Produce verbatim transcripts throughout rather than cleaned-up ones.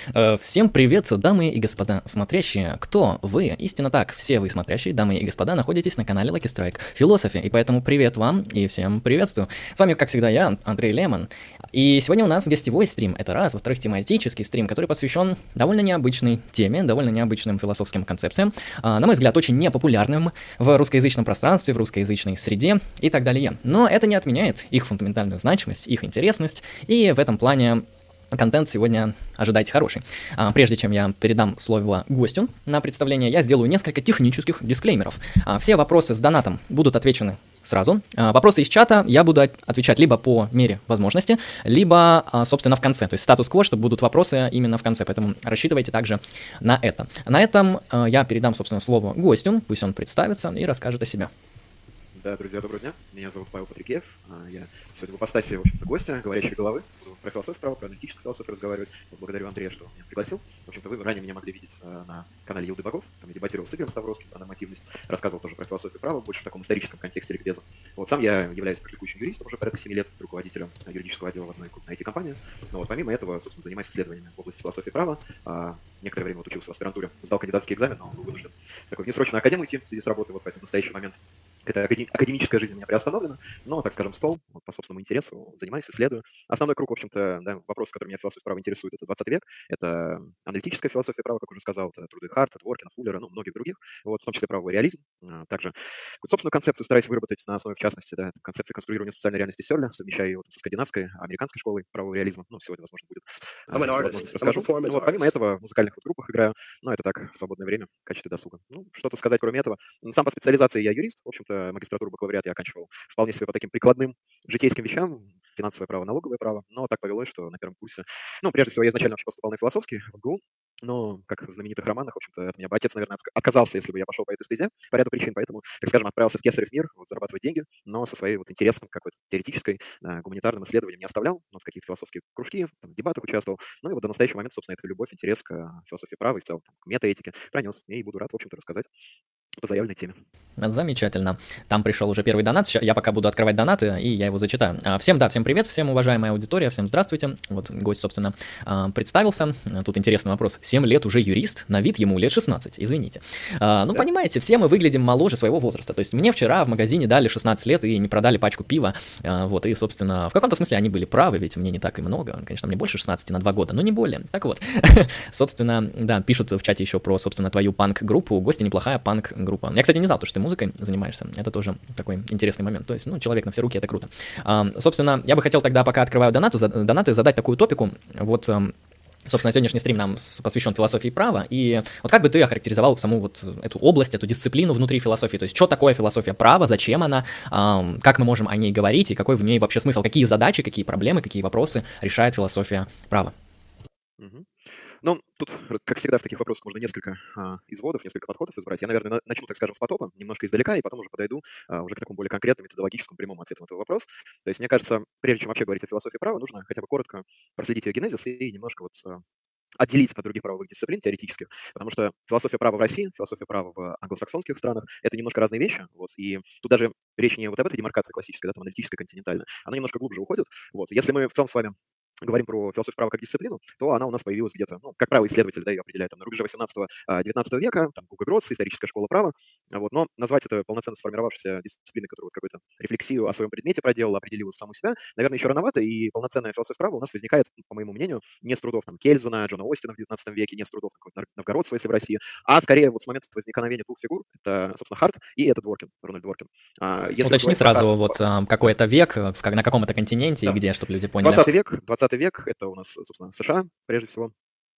Э, Всем привет, дамы и господа смотрящие. Кто вы? Истинно так, все вы смотрящие, дамы и господа, находитесь на канале Lucky Strike Philosophy, и поэтому привет вам и всем приветствую. С вами, как всегда, я, Андрей Лемон. И сегодня у нас гостевой стрим, это раз. Во-вторых, тематический стрим, который посвящен довольно необычной теме, довольно необычным философским концепциям, а, на мой взгляд, очень непопулярным в русскоязычном пространстве, в русскоязычной среде и так далее. Но это не отменяет их фундаментальную значимость, их интересность, и в этом плане контент сегодня ожидайте хороший. А, прежде чем я передам слово гостю на представление, я сделаю несколько технических дисклеймеров. А, все вопросы с донатом будут отвечены сразу. А, вопросы из чата я буду отвечать либо по мере возможности, либо, а, собственно, в конце. То есть статус-кво, что будут вопросы именно в конце, поэтому рассчитывайте также на это. На этом а, я передам, собственно, слово гостю, пусть он представится и расскажет о себе. Да, друзья, доброго дня. Меня зовут Павел Патрикеев. Я сегодня в ипостаси, в общем-то, гостя, говорящей головы. Буду про философию права, про аналитическую философию разговаривать. Благодарю Андрея, что меня пригласил. В общем-то, вы ранее меня могли видеть на канале Елды Богов. Там я дебатировал с Игорем Ставровским про нормативность. Рассказывал тоже про философию права, больше в таком историческом контексте ликбеза. Вот сам я являюсь практикующим юристом уже порядка семи лет, руководителем юридического отдела в одной крупной ай ти-компании. Но вот помимо этого, собственно, занимаюсь исследованиями в области философии права. Некоторое время вот учился в аспирантуре, сдал кандидатский экзамен, но был вынужден в такой несрочно академию идти в связи с работой, вот поэтому в настоящий момент эта академическая жизнь у меня приостановлена, но, так скажем, стол, вот, по собственному интересу, занимаюсь, исследую. Основной круг, в общем-то, да, вопросов, которые меня философия права интересует, это двадцатый век, это аналитическая философия права, как уже сказал, это труды Харта, Дворкина, Фуллера, ну, многих других, вот, в том числе правовой реализм. Также вот, собственную концепцию стараюсь выработать на основе, в частности, да, концепции конструирования социальной реальности Сёрля, совмещая ее вот, со скандинавской, американской школой правового реализма. Ну, сегодня, возможно, будет возможность расскажу. Ну, вот, помимо этого, в музыкальных вот группах играю, но это так, в свободное время, в качестве досуга. Ну, что-то сказать кроме этого. Сам по специализации я юрист, в общем-то, магистратуру, бакалавриат я оканчивал вполне себе по таким прикладным житейским вещам, финансовое право, налоговое право, но так повелось, что на первом курсе, ну, прежде всего, я изначально вообще поступал на философский в ГУ, но, как в знаменитых романах, в общем-то, от меня бы отец, наверное, отказался, если бы я пошел по этой стезе по ряду причин, поэтому, так скажем, отправился в Кесарев мир, вот, зарабатывать деньги, но со своей вот интересом какой-то теоретической, да, гуманитарным исследованием не оставлял, но в какие-то философские кружки, там, в дебатах участвовал, ну и вот до настоящего момента, собственно, эту любовь, интерес к философии права и в целом там, к метаэтике пронес, и буду рад, в общем-то, рассказать по заявленной теме. Замечательно. Там пришел уже первый донат. Я пока буду открывать донаты, и я его зачитаю. Всем, да, всем привет, всем уважаемая аудитория, всем здравствуйте. Вот гость, собственно, представился. Тут интересный вопрос. семь лет уже юрист, на вид ему лет шестнадцать, извините. Ну, да. Понимаете, все мы выглядим моложе своего возраста. То есть мне вчера в магазине дали шестнадцать лет и не продали пачку пива. Вот, и, собственно, в каком-то смысле они были правы, ведь мне не так и много. Конечно, мне больше шестнадцати на два года, но не более. Так вот, собственно, да, пишут в чате еще про, собственно, твою панк-группу. Гости неплохая панк-группа. Я, кстати, не знал, что ты музыкой занимаешься. Это тоже такой интересный момент. То есть, ну, человек на все руки, это круто. А, собственно, я бы хотел тогда, пока открываю донату, за, донаты, задать такую топику. Вот, собственно, сегодняшний стрим нам посвящен философии права. И вот как бы ты охарактеризовал саму вот эту область, эту дисциплину внутри философии? То есть, что такое философия права, зачем она, а, как мы можем о ней говорить, и какой в ней вообще смысл? Какие задачи, какие проблемы, какие вопросы решает философия права? Угу. Ну, тут, как всегда, в таких вопросах можно несколько а, изводов, несколько подходов избрать. Я, наверное, на- начну, так скажем, с потопа, немножко издалека, и потом уже подойду а, уже к такому более конкретному, методологическому, прямому ответу на этот вопрос. То есть, мне кажется, прежде чем вообще говорить о философии права, нужно хотя бы коротко проследить ее генезис и немножко вот а, отделить от других правовых дисциплин теоретических, потому что философия права в России, философия права в англосаксонских странах — это немножко разные вещи, вот, и тут даже речь не вот об этой демаркации классической, да, там, аналитической, континентальной, она немножко глубже уходит, вот. Если мы в целом с вами говорим про философию права как дисциплину, то она у нас появилась где-то, ну, как правило, исследователи, да, ее определяют там, на рубеже восемнадцатого-девятнадцатого века, там, Гуго Гроц, историческая школа права, вот, но назвать это полноценно сформировавшейся дисциплиной, которая вот какую-то рефлексию о своем предмете проделала, определила саму себя, наверное, еще рановато, и полноценная философия права у нас возникает, по моему мнению, не с трудов там, Кельзена, Джона Остина в девятнадцатом веке, не с трудов Новгородцева, если в России, а скорее вот с момента возникновения двух фигур, это, собственно, Харт и это Дворкин, Рональд Дворкин. Если Уточни сразу, Харт, вот какой это век, на каком-то континенте, да, и где, чтобы люди поняли. двадцатый век, двадцатый век, это у нас, собственно, США, прежде всего.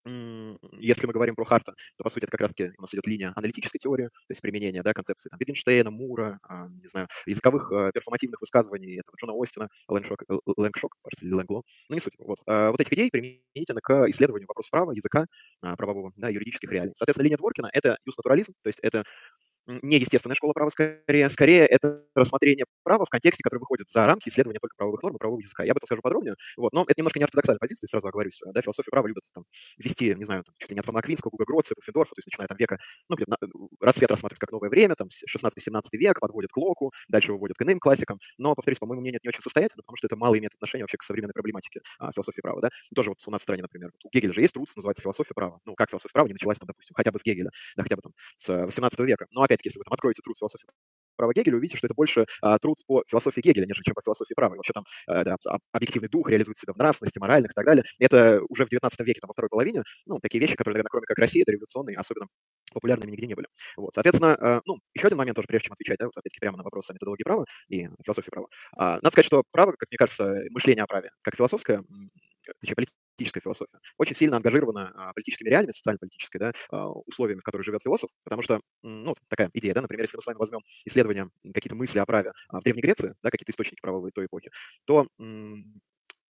Если мы говорим про Харта, то, по сути, это как раз-таки у нас идет линия аналитической теории, то есть применение, да, концепции там, Wittgensteina, Мура, а, не знаю, языковых а, перформативных высказываний этого Джона Остина, Лэнгшок, Лэнгшок, или Лэнгло, ну, не суть. Вот. А, вот этих идей применительно к исследованию вопросов права, языка, а, правового, да, юридических реалий. Соответственно, линия Дворкина — это юс-натурализм, то есть это не естественная школа права скорее, скорее это рассмотрение права в контексте, который выходит за рамки исследования только правовых норм и правового языка. Я об этом скажу подробнее, вот, но это немножко не ортодоксальная позиция, сразу оговорюсь, да, философию права любят там вести, не знаю, там, чуть ли не от Фома Аквинского, Гуга Гроца, Пуффендорфа, то есть начиная там века, ну, где-то на, рассвет рассматривают как новое время, там, шестнадцатый-семнадцатый век, подводят к Локу, дальше выводят к иным классикам, но, повторюсь, по моему мнению, это не очень состоятельно, потому что это мало имеет отношения вообще к современной проблематике а, философии права, да. Тоже вот у нас в стране, например, у Гегеля же есть труд, называется «Философия права». Ну, как философия права не началась там, допустим, хотя бы с Гегеля, да, хотя бы там с восемнадцатого века. Но опять-таки, если вы там откроете труд «Философия права» Гегеля, увидите, что это больше а, труд по философии Гегеля, нежели чем по философии права. И вообще там а, да, объективный дух реализует себя в нравственности, моральных и так далее. Это уже в девятнадцатом веке, там, во второй половине, ну, такие вещи, которые, наверное, кроме как России, это революционные, особенно популярными нигде не были. Вот, соответственно, э, ну, еще один момент тоже, прежде чем отвечать, да, вот опять-таки прямо на вопрос о методологии права и философии права. А, надо сказать, что право, как мне кажется, мышление о праве, как философское, точнее, политическая философия, очень сильно ангажирована а, политическими реалиями, социально-политической, да, а, условиями, в которых живет философ, потому что, ну, такая идея, да, например, если мы с вами возьмем исследования, какие-то мысли о праве а, в Древней Греции, да, какие-то источники правовые той эпохи, то м-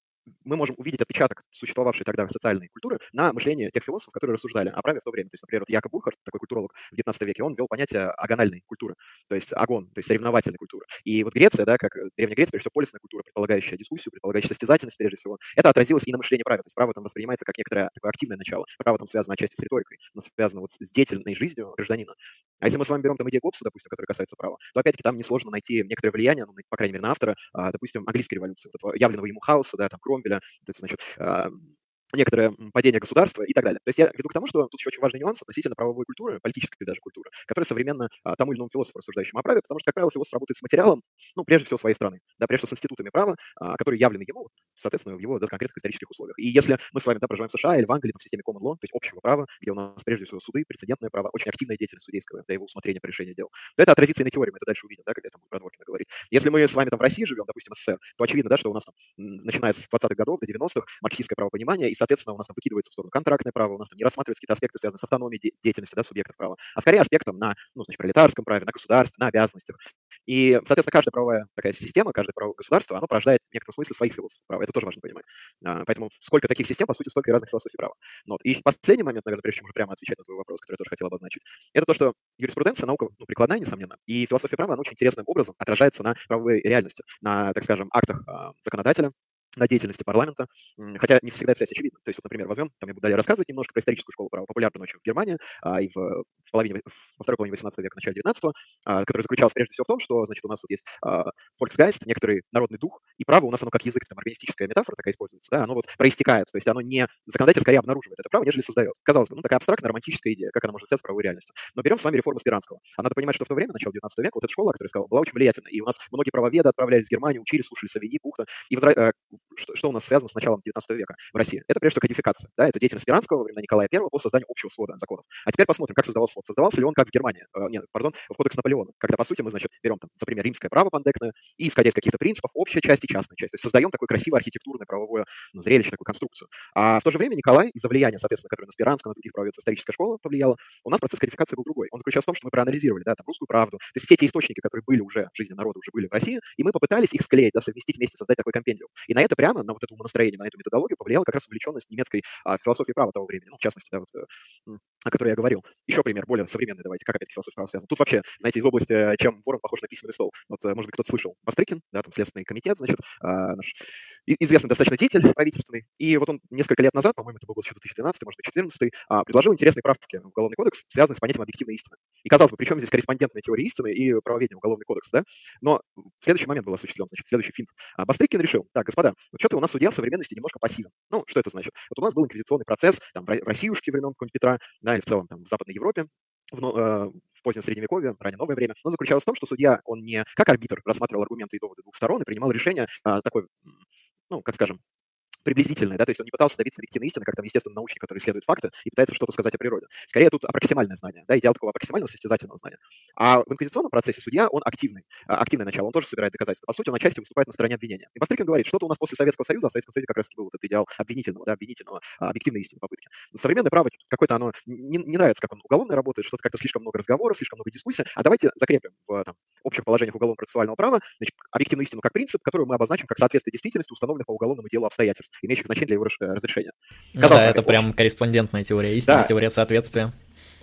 мы можем увидеть отпечаток существовавшей тогда социальной культуры на мышление тех философов, которые рассуждали о праве в то время. То есть, например, вот Якоб Бурхард, такой культуролог в девятнадцатом веке, он ввел понятие агональной культуры, то есть агон, то есть соревновательной культуры. И вот Греция, да, как Древняя Греция, прежде всего, полисная культура, предполагающая дискуссию, предполагающая состязательность, прежде всего, это отразилось и на мышлении права. То есть право там воспринимается как некоторое такое активное начало. Право там связано отчасти с риторикой, но связано вот с деятельной жизнью гражданина. А если мы с вами берем там идею Гоббса, допустим, которая касается права, то опять-таки там несложно найти некоторое влияние, ну, по крайней мере, на автора, а, допустим, английской революции, вот этого явленного ему хаоса, да, там Кромвеля, это, значит, а, некоторое падение государства и так далее. То есть я веду к тому, что тут еще очень важный нюанс относительно правовой культуры, политической даже культуры, которая современна а, тому или иному философу, рассуждающему о праве, потому что, как правило, философ работает с материалом, ну, прежде всего, своей страны, да, прежде всего, с институтами права, а, которые явлены ему, соответственно, в его да, конкретных исторических условиях. И если мы с вами да, проживаем в США или в Англии, там, в системе common law, то есть общего права, где у нас прежде всего суды, прецедентное право, очень активная деятельность судейского, да, его усмотрения по решению дел, то это отразится и на теории, мы это дальше увидим, да, когда я там буду про Дворкина говорить. Если мы с вами там в России живем, допустим, СССР, то очевидно, да, что у нас там, начиная с двадцатых годов до девяностых, марксистское правопонимание, и, соответственно, у нас там выкидывается в сторону контрактное право, у нас там не рассматриваются какие-то аспекты, связанные с автономией де- деятельности да, субъектов права, а скорее аспектом на, ну, значит, пролетарском праве, на государстве, на обязанностях. И, соответственно, каждая правовая такая система, каждое правовое государство, оно порождает в некотором смысле своих философов права. Это тоже важно понимать. А, поэтому сколько таких систем, по сути, столько и разных философий права. Ну, вот. И последний момент, наверное, прежде чем уже прямо отвечать на твой вопрос, который я тоже хотел обозначить, это то, что юриспруденция, наука ну, прикладная, несомненно, и философия права, она очень интересным образом отражается на правовой реальности, на, так скажем, актах а, законодателя, на деятельности парламента, хотя не всегда эта связь очевидна. То есть, вот, например, возьмем, там я буду далее рассказывать немножко про историческую школу права, популярную очень в Германии а, и в, в половине, во второй половине восемнадцатого века, начале девятнадцатого, а, которая заключалась прежде всего в том, что, значит, у нас вот есть а, Volksgeist, некоторый народный дух, и право у нас оно как язык, там, органистическая метафора такая используется, да, оно вот проистекает, то есть оно не, законодатель скорее обнаруживает это право, нежели создает. Казалось бы, ну, такая абстрактная романтическая идея, как она может связаться с правовой реальностью. Но берем с вами реформу Спиранского. А надо понимать, что в то время, начало девятнадцатого века, вот эта школа, которая сказала, была очень влиятельна, и у нас многие правоведы отправлялись в Германию, учили, слушали Савиньи, Пухта, и возра... что, что у нас связано с началом девятнадцатого века в России? Это прежде всего кодификация. Да? Это деятельность Спиранского во времена Николая Первого по созданию общего свода законов. А теперь посмотрим, как создавался свод. Создавался ли он как в Германии? Э, нет, пардон, в кодекс Наполеона. Когда, по сути, мы, значит, берем, там, например, римское право пандектное и, исходя из каких-то принципов, общая часть и частная часть. То есть создаем такое красивое архитектурное правовое ну, зрелище, такую конструкцию. А в то же время Николай, из-за влияния, соответственно, которое на Спиранского, на других правоведов историческая школа повлияла, у нас процесс кодификации был другой. Он заключался в том, что мы проанализировали, да, там, русскую правду. То есть все те источники, которые были уже в жизни народа, уже были в России, и мы попытались их склеить, да, совместить вместе, создать такой компендиум. И на это прямо, на вот это умонастроение, на эту методологию повлияла как раз увлеченность немецкой а, философии права того времени, ну, в частности, да, вот, э, о которой я говорил. Еще пример, более современный, давайте, как опять философия права связана. Тут вообще, знаете, из области, чем ворон похож на письменный стол. Вот, может быть, кто-то слышал. Бастрыкин, да, там, Следственный комитет, значит, а, наш известный достаточно деятель правительственный. И вот он несколько лет назад, по-моему, это был год еще две тысячи двенадцатый, может быть, две тысячи четырнадцатый, а, предложил интересные правки в Уголовный кодекс, связанные с понятием объективной истины. И казалось бы, при чем здесь корреспондентная теория истины и правоведение Уголовный кодекс, да? Но следующий момент был осуществлен, значит, следующий финт. А Бастрыкин решил, так, господа, вот что-то у нас судья в современности немножко пассивен. Ну, что это значит? Вот у нас был инквизиционный процесс там, в Россиюшке времен какого-нибудь Петра, да, или в целом там, в Западной Европе, в, э, в позднем Средневековье, ранее новое время, но заключалось в том, что судья, он не как арбитр рассматривал аргументы и доводы двух сторон и принимал решение а, такой, ну, как скажем, приблизительное, да, то есть он не пытался добиться объективной истины, как там, естественно, научник, который исследует факты и пытается что-то сказать о природе. Скорее, тут аппроксимальное знание, да, идеал такого аппроксимального состязательного знания. А в инквизиционном процессе судья, он активный, активное начало, он тоже собирает доказательства. По сути, он отчасти выступает на стороне обвинения. И Бастрыкин говорит, что-то у нас после Советского Союза, а в Советском Союзе как раз был вот этот идеал обвинительного, да, обвинительного, объективной истины попытки. Современное право какое-то оно не, не нравится, как он уголовно работает, что-то как-то слишком много разговоров, слишком много дискуссий. А давайте закрепим в там, общих положениях уголовно-процессуального права значит, объективную истину как принцип, который мы обозначим как соответствие действительности установленных по уголовному делу обстоятельств, имеющих значение для его разрешения. Ну да, это прям корреспондентная теория истины, да. Теория соответствия.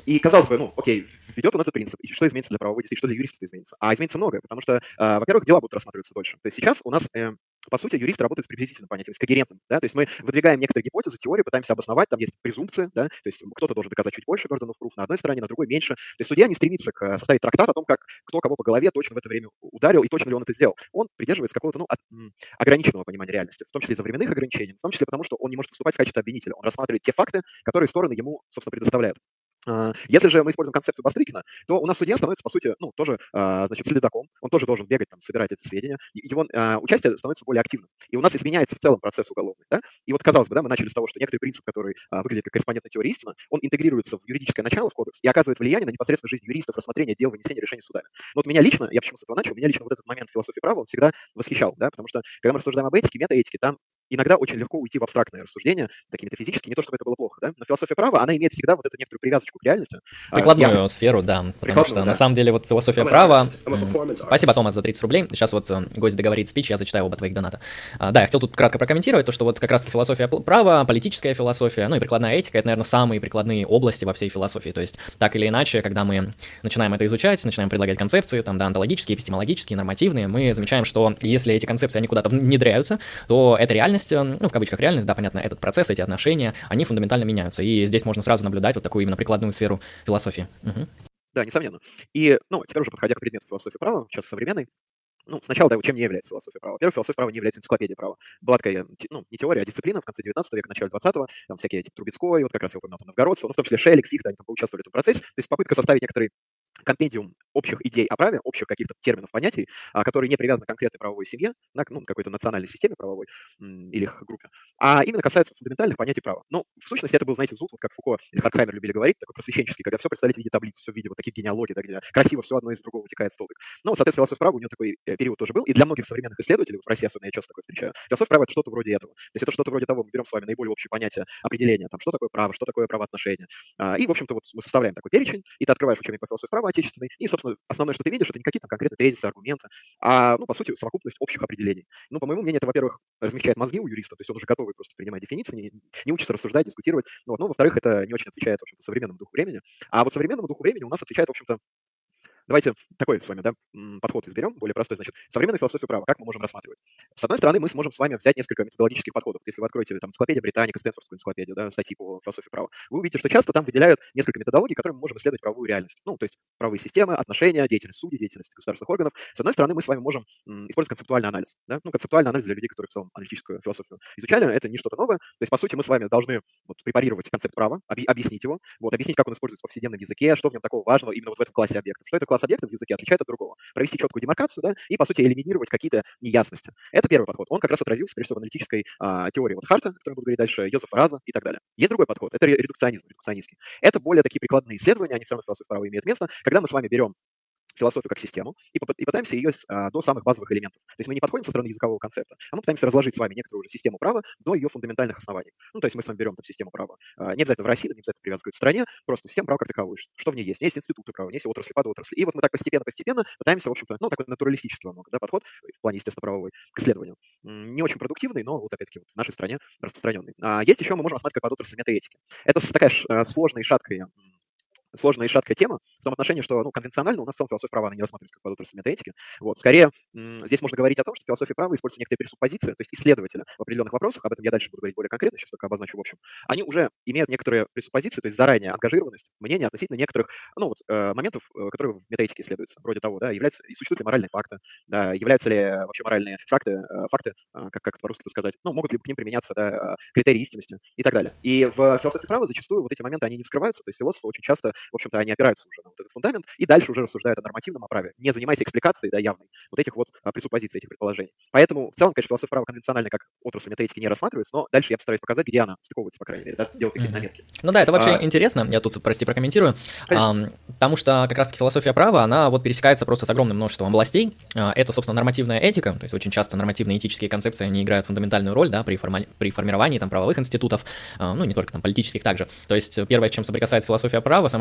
И казалось бы, ну, окей, введет он этот принцип, и что изменится для правовой действительности, что для юриста изменится? А изменится многое, потому что, а, во-первых, дела будут рассматриваться дольше. То есть сейчас у нас, э, по сути, юристы работают с приблизительным понятием, с когерентным, да, то есть мы выдвигаем некоторые гипотезы, теории, пытаемся обосновать, там есть презумпции, да, то есть кто-то должен доказать чуть больше burden of proof на одной стороне, на другой меньше. То есть судья не стремится к составить трактат о том, как кто кого по голове точно в это время ударил и точно ли он это сделал. Он придерживается какого-то, ну, от, м, ограниченного понимания реальности, в том числе из-за временных ограничений, в том числе потому, что он не может выступать в качестве обвинителя. Он рассматривает те факты, которые стороны ему, собственно, предоставляют. А, Если же мы используем концепцию Бастрыкина, то у нас судья становится, по сути, ну, тоже, а, значит, следаком, он тоже должен бегать, там, собирать эти сведения, и его а, участие становится более активным. И у нас изменяется в целом процесс уголовный, да? И вот, казалось бы, да, мы начали с того, что некоторый принцип, который а, выглядит как корреспондентная теория истины, он интегрируется в юридическое начало, в кодекс, и оказывает влияние на непосредственную жизнь юристов, рассмотрение дел, вынесение решений судами. Но вот меня лично, я почему с этого начал, меня лично вот этот момент философии права, он всегда восхищал, да, потому что, когда мы рассуждаем об этике, метаэтике, там иногда очень легко уйти в абстрактные рассуждения, такие метафизические, не то чтобы это было плохо, да, но философия права, она имеет всегда вот эту некоторую привязочку к реальности. Прикладную я... сферу, да, потому Прикладную, что да. на самом деле вот философия права... Спасибо, Томас, за тридцать рублей. Сейчас вот гость договорит спич, я зачитаю оба твоих доната. А, да, я хотел тут кратко прокомментировать то, что вот как раз-таки философия права, политическая философия, ну и прикладная этика, это, наверное, самые прикладные области во всей философии. То есть так или иначе, когда мы начинаем это изучать, начинаем предлагать концепции, там, да, онтологические, эпистемологические, нормативные, мы замечаем, что если эти концепции, они куда-то внедряются, то эта реальность, ну, в кавычках реальность, да, понятно, этот процесс, эти отношения, они фундаментально меняются. И здесь можно сразу наблюдать вот такую именно прикладную сферу философии. Угу. Да, несомненно. И, ну, теперь уже подходя к предмету философии права, сейчас современной, ну, сначала, да, чем не является философия права? Во-первых, философия права не является энциклопедией права. Была такая, ну, не теория, а дисциплина в конце девятнадцатого века, начале двадцатого, там всякие типа Трубецкой, вот как раз я упоминал, там, Новгородцев, ну, в том числе Шеллик, Фихте, они там поучаствовали в этом процессе. То есть попытка составить некоторый компендиум общих идей о праве, общих каких-то терминов, понятий, а, которые не привязаны к конкретной правовой семье, на, ну, какой-то национальной системе правовой м, или их группе, а именно касаются фундаментальных понятий права. Ну, в сущности, это был, знаете, зуд, вот как Фуко или Хоркхаймер любили говорить, такой просвещенческий, когда все представить в виде таблиц, все в виде вот таких генеалогий, да, где красиво все одно из другого вытекает в столбик. Ну, соответственно, философия права у него такой э, период тоже был, и для многих современных исследователей, вот в России особенно я часто такое встречаю, философия права — это что-то вроде этого. То есть это что-то вроде того, мы берем с вами наиболее общие понятия определения, там, что такое право, что такое правоотношения. А, и, в общем-то, вот мы составляем такой перечень, и ты открываешь учебник по философии права отечественный, и, собственно, основное, что ты видишь, это не какие-то конкретные тезисы, аргументы, а, ну, по сути, совокупность общих определений. Ну, по моему мнению, это, во-первых, размягчает мозги у юриста, то есть он уже готовый просто принимать дефиниции, не, не учится рассуждать, дискутировать. Ну, вот, ну, во-вторых, это не очень отвечает, в общем-то, современному духу времени. А вот современному духу времени у нас отвечает, в общем-то, давайте такой с вами, да, подход изберем, более простой, значит, современная философия права, как мы можем рассматривать? С одной стороны, мы сможем с вами взять несколько методологических подходов. Если вы откроете там энциклопедию Британика, Стэнфордскую энциклопедию, да, статьи по философии права, вы увидите, что часто там выделяют несколько методологий, которыми мы можем исследовать правовую реальность. Ну, то есть правовые системы, отношения, деятельность судей, деятельность государственных органов. С одной стороны, мы с вами можем м, использовать концептуальный анализ. Да? Ну, концептуальный анализ для людей, которые в целом аналитическую философию изучали, это не что-то новое. То есть, по сути, мы с вами должны вот, препарировать концепт права, объ- объяснить его, вот, объяснить, как он используется в повседневном языке, что в нем такого важного именно вот в этом классе объектов. Что это класс объектов в языке отличает от другого. Провести четкую демаркацию, да, и, по сути, элиминировать какие-то неясности. Это первый подход. Он как раз отразился, прежде всего, в аналитической а, теории вот Харта, о которой я буду говорить дальше, Йозефа Раза и так далее. Есть другой подход. Это редукционизм, редукционистский. Это более такие прикладные исследования, они все равно в философии права имеют место, когда мы с вами берем философию как систему и, и пытаемся ее а, до самых базовых элементов. То есть мы не подходим со стороны языкового концепта, а мы пытаемся разложить с вами некоторую уже систему права до ее фундаментальных оснований. Ну, то есть мы с вами берем там систему права, а, не обязательно в России, не обязательно привязывать к стране, просто систему права как таковую. Что в ней есть? У нее есть институты права, у нее есть отрасли под отрасли. И вот мы так постепенно-постепенно пытаемся, в общем-то, ну, такой натуралистический во многом, да, подход в плане, естественно, правовой к исследованию. Не очень продуктивный, но вот опять-таки вот в нашей стране распространенный. А есть еще мы можем рассматривать как подотрасль метаэтики. Это такая сложная и шаткая сложная и шаткая тема в том отношении, что ну, конвенционально у нас в целом философия права она не рассматривается как подотрасль метаэтики. Вот. Скорее, м- здесь можно говорить о том, что философия права используется некоторые пресуппозиции, то есть исследователи в определенных вопросах, об этом я дальше буду говорить более конкретно, сейчас только обозначу в общем, они уже имеют некоторые пресуппозиции, то есть заранее ангажированность мнения относительно некоторых ну, вот, э, моментов, э, которые в метаэтике исследуются, вроде того, да, являются, существуют ли моральные факты, да, являются ли вообще моральные факты, э, факты э, как, как это по-русски сказать, ну, могут ли к ним применяться да, критерии истинности и так далее. И в философии права зачастую вот эти моменты, они не вскрываются, то есть философы очень часто, в общем-то, они опираются уже на вот этот фундамент, и дальше уже рассуждают о нормативном, о праве, не занимаясь экспликацией, да, явной, вот этих вот а, пресуппозиций, этих предположений. Поэтому, в целом, конечно, философия права конвенционально как отрасль метаэтики не рассматривается, но дальше я постараюсь показать, где она стыковывается, по крайней мере, да, делать такие mm-hmm. наметки. Ну да, это вообще а, интересно, я тут, прости, прокомментирую, а, потому что как раз-таки философия права, она вот пересекается просто с огромным множеством областей. А, это, собственно, нормативная этика, то есть очень часто нормативные этические концепции, они играют фундаментальную роль, да, при, форми- при формировании там правовых институтов, а, ну, не только там политических также. То есть первое, с чем соприкасается философия права, самое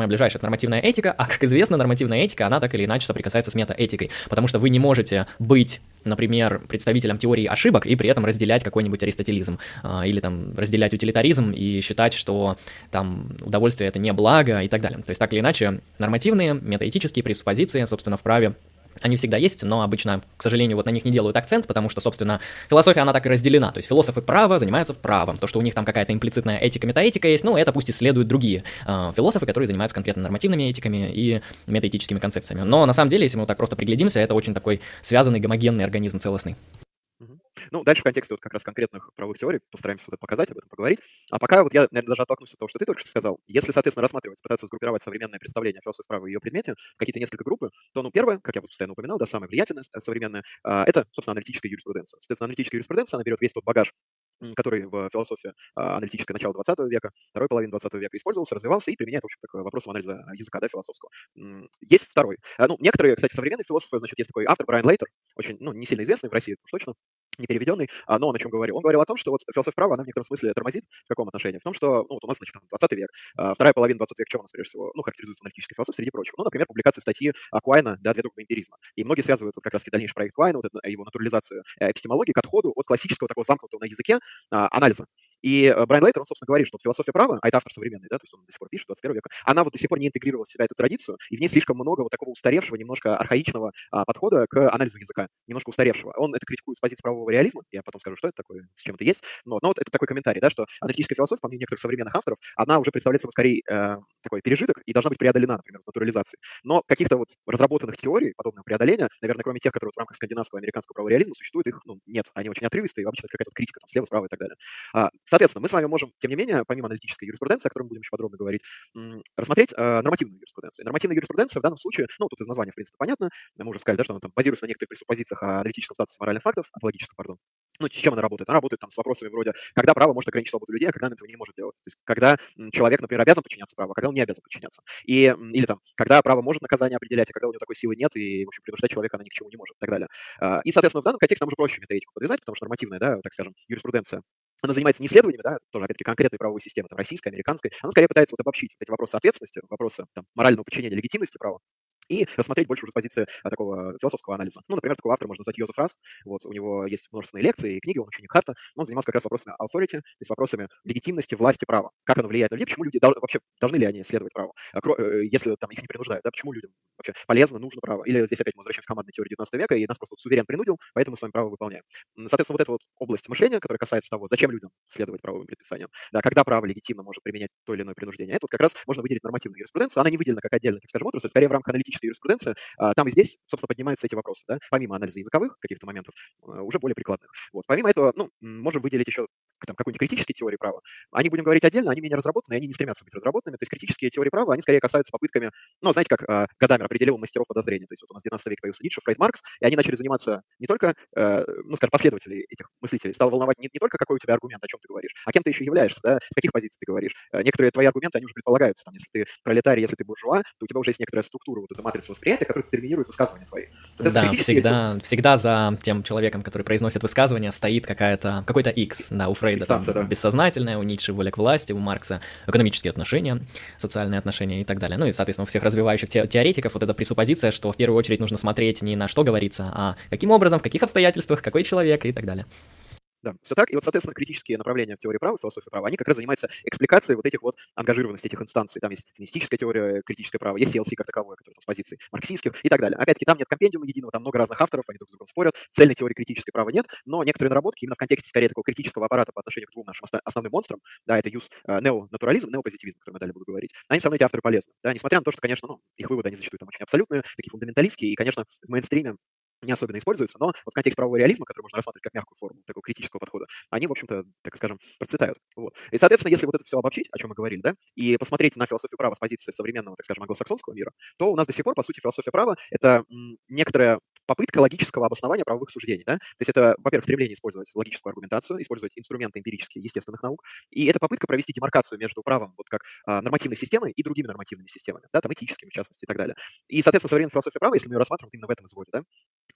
самое ближайшее — это нормативная этика, а, как известно, нормативная этика, она так или иначе соприкасается с метаэтикой, потому что вы не можете быть, например, представителем теории ошибок и при этом разделять какой-нибудь аристотелизм, а, или там разделять утилитаризм и считать, что там удовольствие — это не благо и так далее. То есть так или иначе нормативные, метаэтические пресуппозиции, собственно, в праве они всегда есть, но обычно, к сожалению, вот на них не делают акцент, потому что, собственно, философия, она так и разделена. То есть философы права занимаются правом. То, что у них там какая-то имплицитная этика, метаэтика есть, ну, это пусть исследуют другие э, философы, которые занимаются конкретно нормативными этиками и метаэтическими концепциями. Но на самом деле, если мы вот так просто приглядимся, это очень такой связанный, гомогенный организм целостный. Мгм. Ну, дальше в контексте вот как раз конкретных правовых теорий постараемся вот это показать, об этом поговорить. А пока вот я, наверное, даже оттолкнусь от того, что ты только что сказал. Если, соответственно, рассматривать, пытаться сгруппировать современное представление о философии права и ее предмете, какие-то несколько группы, то, ну, первое, как я вот постоянно упоминал, да, самая влиятельная э, современная, а, это, собственно, аналитическая юриспруденция. Соответственно, аналитическая юриспруденция, она берет весь тот багаж, м, который в философии а, аналитической начала двадцатого века, второй половины двадцатого века использовался, развивался и применяет, в общем, к вопросам анализа языка, да, философского. М, Есть второй. А, Ну, некоторые, кстати, современные философы, значит, есть такой автор Брайан Лейтер, очень, ну, не сильно известный в России, уж точно, не переведенный, а, но он о чем говорил? Он говорил о том, что вот философия права, она в некотором смысле тормозит. В каком отношении? В том, что, ну, вот у нас, значит, там двадцатый век, а, вторая половина двадцатого века, чем у нас, прежде всего, ну, характеризуется аналитической философией, среди прочего. Ну, например, публикации статьи Аквайна, да, «Две догмы эмпиризма». И многие связывают вот как раз дальнейший проект Квайна, вот эту, его натурализацию э, эпистемологии к отходу от классического такого замкнутого на языке а, анализа. И э, Брайан Лейтер, он, собственно, говорит, что вот философия права, а это автор современный, да, то есть он до сих пор пишет, двадцать первого века, она вот до сих пор не интегрировала в себя эту традицию, и в ней слишком много вот такого устаревшего, немножко архаичного а, подхода к анализу языка, немножко устаревшего. Он это критикует с позиции правового реализма, я потом скажу, что это такое, с чем это есть, но, но вот это такой комментарий, да, что аналитическая философия, по мнению некоторых современных авторов, она уже представляет собой скорее э, такой пережиток и должна быть преодолена, например, в натурализации. Но каких-то вот разработанных теорий подобного преодоления, наверное, кроме тех, которые вот в рамках скандинавского и американского правового реализма существует, их, ну, нет, они очень отрывистые, и обычно это какая-то вот критика там слева, справа и так далее. А, Соответственно, мы с вами можем, тем не менее, помимо аналитической юриспруденции, о которой мы будем еще подробно говорить, м, рассмотреть э, нормативную юриспруденцию. И нормативная юриспруденция в данном случае, ну, тут из названия, в принципе, понятно, мы уже сказали, да, что она там базируется на некоторых пресуппозициях о аналитическом статусе моральных фактов, онтологическом, пардон. Ну, с чем она работает? Она работает там с вопросами вроде, когда право может ограничить свободу людей, а когда она этого не может делать. То есть, когда м, человек, например, обязан подчиняться праву, а когда он не обязан подчиняться. И, м, или там, когда право может наказание определять, а когда у него такой силы нет, и, в общем, принуждать человека она ни к чему не может, и так далее. А, И, соответственно, в данном контексте нам уже проще метаэтику подвязать, потому что нормативная, да, так скажем, юриспруденция, она занимается не исследованиями, да, тоже, опять-таки, конкретной правовой системы, там, российской, американской, она скорее пытается вот обобщить вот эти вопросы ответственности, вопросы там, морального подчинения, легитимности права, и рассмотреть больше уже с позиции а, такого философского анализа. Ну, например, такого автора можно назвать Йозеф Расс. Вот, у него есть множественные лекции и книги, он ученик Харта, но он занимался как раз вопросами authority, то есть вопросами легитимности власти права. Как оно влияет на людей, почему люди дол- вообще должны ли они следовать праву, а, кро- э, если там их не принуждают, да, почему людям вообще полезно, нужно право. Или здесь опять мы возвращаемся к командной теории девятнадцатого века, и нас просто вот суверен принудил, поэтому мы с вами право выполняем. М, Соответственно, вот эта вот область мышления, которая касается того, зачем людям следовать правовым предписаниям, да, когда право легитимно может применять то или иное принуждение, это вот как раз можно выделить нормативную юриспруденцию. Она не выделена как отдельная, так скажем, отрасль, скорее в рамках аналитической юриспруденции. А, Там и здесь, собственно, поднимаются эти вопросы, да, помимо анализа языковых каких-то моментов, э, уже более прикладных. Вот. Помимо этого, ну, м, можем выделить еще там, какой-нибудь критические теории права. О них будем говорить отдельно, они менее разработаны, они не стремятся быть разработанными. То есть критические теории права, они скорее касаются попытками, ну, знаете, как а, Гадамер определил мастеров подозрения. То есть вот у нас в девятнадцатом веке появился Ницше, Фрейд, Маркс, и они начали заниматься не только, э, ну, скажем, последователей этих мыслителей. Стало волновать не, не только, какой у тебя аргумент, о чем ты говоришь, а кем ты еще являешься, да, с каких позиций ты говоришь. Э, Некоторые твои аргументы, они уже предполагаются. Там, если ты пролетарий, если ты буржуа, то у тебя уже есть некоторая структура, вот эта матрица восприятия, которая детерминирует высказывания твои. Соответственно, Да, критические... всегда, всегда за тем человеком, который произносит высказывание, стоит какая-то, какой-то X. Да, у Фрейда там Фиксация, да. бессознательное, у Ницше воля к власти, у Маркса экономические отношения, социальные отношения и так далее. Ну и, соответственно, у всех развивающих те- теоретиков вот эта пресуппозиция, что в первую очередь нужно смотреть не на что говорится, а каким образом, в каких обстоятельствах, какой человек и так далее. Да, все так. И вот, соответственно, критические направления в теории права, в философии права, они как раз занимаются экспликацией вот этих вот ангажированностей этих инстанций. Там есть феминистическая теория, критическое право, есть си эл си как таковое, которое там с позиций марксистских и так далее. Опять-таки, там нет компендиума единого, там много разных авторов, они друг с другом спорят. Цельной теории критической права нет, но некоторые наработки именно в контексте скорее такого критического аппарата по отношению к двум нашим оста- основным монстрам, да, это юз э, неонатурализм, неопозитивизм, о котором я далее буду говорить. Они со мной эти авторы полезны, да, несмотря на то, что, конечно, ну, их выводы, они зачастую там очень абсолютные, такие фундаменталистские, и, конечно, в мейнстриме не особенно используются, но вот в контексте правового реализма, который можно рассматривать как мягкую форму такого критического подхода, они, в общем-то, так скажем, процветают. Вот. И, соответственно, если вот это все обобщить, о чем мы говорили, да, и посмотреть на философию права с позиции современного, так скажем, англосаксонского мира, то у нас до сих пор, по сути, философия права — это м, некоторая попытка логического обоснования правовых суждений. Да? То есть это, во-первых, стремление использовать логическую аргументацию, использовать инструменты эмпирические естественных наук, и это попытка провести демаркацию между правом вот как а, нормативной системой и другими нормативными системами, да, там этическими, в частности, и так далее. И, соответственно, современная философия права, если мы ее рассматриваем вот именно в этом изводе, да,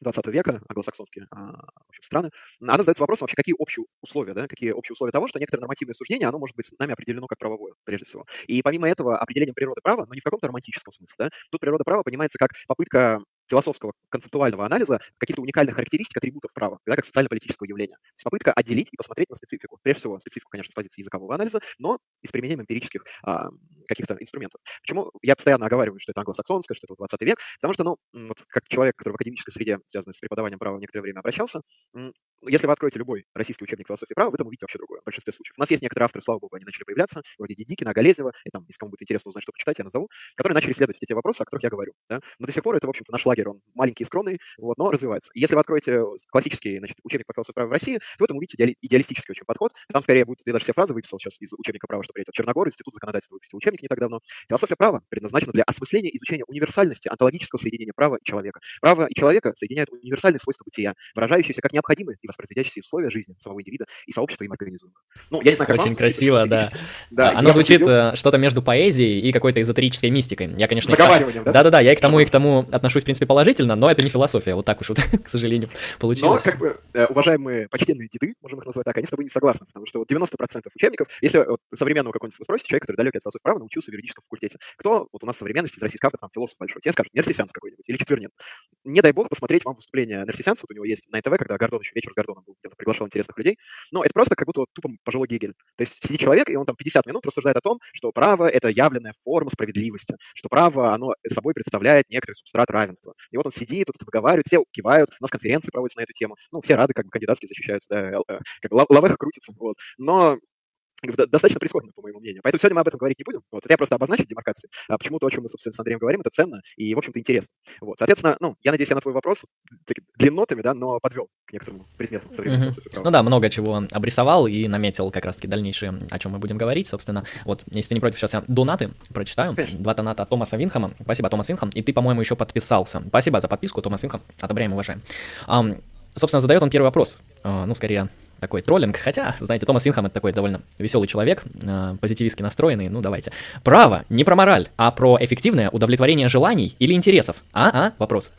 двадцатого века, англосаксонские а, в общем, страны, она задается вопросом вообще, какие общие условия, да, какие общие условия того, что некоторое нормативное суждение, оно может быть с нами определено как правовое, прежде всего. И помимо этого, определением природы права, но не в каком-то романтическом смысле, да, тут природа права понимается как попытка философского концептуального анализа каких-то уникальных характеристик, атрибутов права, да, как социально-политического явления. То есть попытка отделить и посмотреть на специфику. Прежде всего, специфику, конечно, с позиции языкового анализа, но и с применением эмпирических а, каких-то инструментов. Почему я постоянно оговариваю, что это англосаксонское, что это двадцатый век? Потому что, ну, вот как человек, который в академической среде, связанный с преподаванием права, некоторое время обращался, если вы откроете любой российский учебник философии права, вы там увидите вообще другое, в большинстве случаев. У нас есть некоторые авторы, слава богу, они начали появляться, вроде Дедикина, Голезева, и там, если кому будет интересно узнать, что почитать, я назову, которые начали исследовать эти вопросы, о которых я говорю. Да? Но до сих пор это, в общем-то, наш лагерь, он маленький и скромный, вот, но развивается. И если вы откроете классический, значит, учебник по философии права в России, то вы там увидите идеали- идеалистический очень подход. Там скорее будет, я даже все фразы выписал сейчас из учебника права, что приедет Черногор, Институт законодательства выпустил учебник не так давно. Философия права предназначена для осмысления и изучения универсальности онтологического соединения права и человека. Право и человека соединяют универсальные свойства бытия, выражающиеся как необходимые и воспроизводящиеся условия жизни самого индивида и сообщества им организуемых. Ну, я не знаю, как Очень вам, красиво, да. да. Оно звучит э, что-то между поэзией и какой-то эзотерической мистикой. Я, конечно, заговариванием, да? Да-да-да, я и к тому, и к тому отношусь, в принципе, положительно, но это не философия, вот так уж вот, к сожалению, получилось. Но, как бы, э, уважаемые почтенные деды, можем их назвать так, они с тобой не согласны, потому что вот девяносто процентов учебников, если вот современного какого-нибудь вы спросите, человек, который далекий от философии права, научился в юридическом факультете, кто вот у нас в современности из российских авторов, там, философ большой, тебе скажут, Нерсисянс какой-нибудь или Четвернин. Не дай бог посмотреть вам выступление Нерсисянса, вот у него есть на эн тэ вэ, когда Гордон еще вечер с Гордоном был, где-то приглашал интересных людей, но это просто как будто вот тупо пожилой Гегель. То есть сидит человек, и он там пятьдесят минут рассуждает о том, что право — это явленная форма справедливости, что право, оно собой представляет некоторый субстрат равенства. И вот он сидит, тут это выговаривает, все кивают, у нас конференции проводятся на эту тему, ну, все рады, как бы кандидатские защищаются, да, э, как бы лавеха крутится, вот. Но как бы, достаточно прискорбно, по моему мнению. Поэтому сегодня мы об этом говорить не будем. Вот, это я просто обозначу демаркации. А почему то, о чем мы, собственно, с Андреем говорим, это ценно и, в общем-то, интересно. Вот, соответственно, ну, я надеюсь, я на твой вопрос так, длиннотами, да, но подвел к некоторому предмету современной философии права. Ну да, много чего обрисовал и наметил как раз-таки дальнейшее, о чем мы будем говорить, собственно. Вот, если ты не против, сейчас я донаты прочитаю. Конечно. Два доната от Томаса Винхама. Спасибо, Томас Винхам. И ты, по-моему, еще подписался. Спасибо за подписку, Томас Винхам. Одобряем и уважаем. Um, собственно, задает он первый вопрос. Uh, ну, скорее... такой троллинг, хотя, знаете, Томас Винхам — это такой довольно веселый человек, э, позитивистски настроенный, ну давайте. Право не про мораль, а про эффективное удовлетворение желаний или интересов. А, а, вопрос.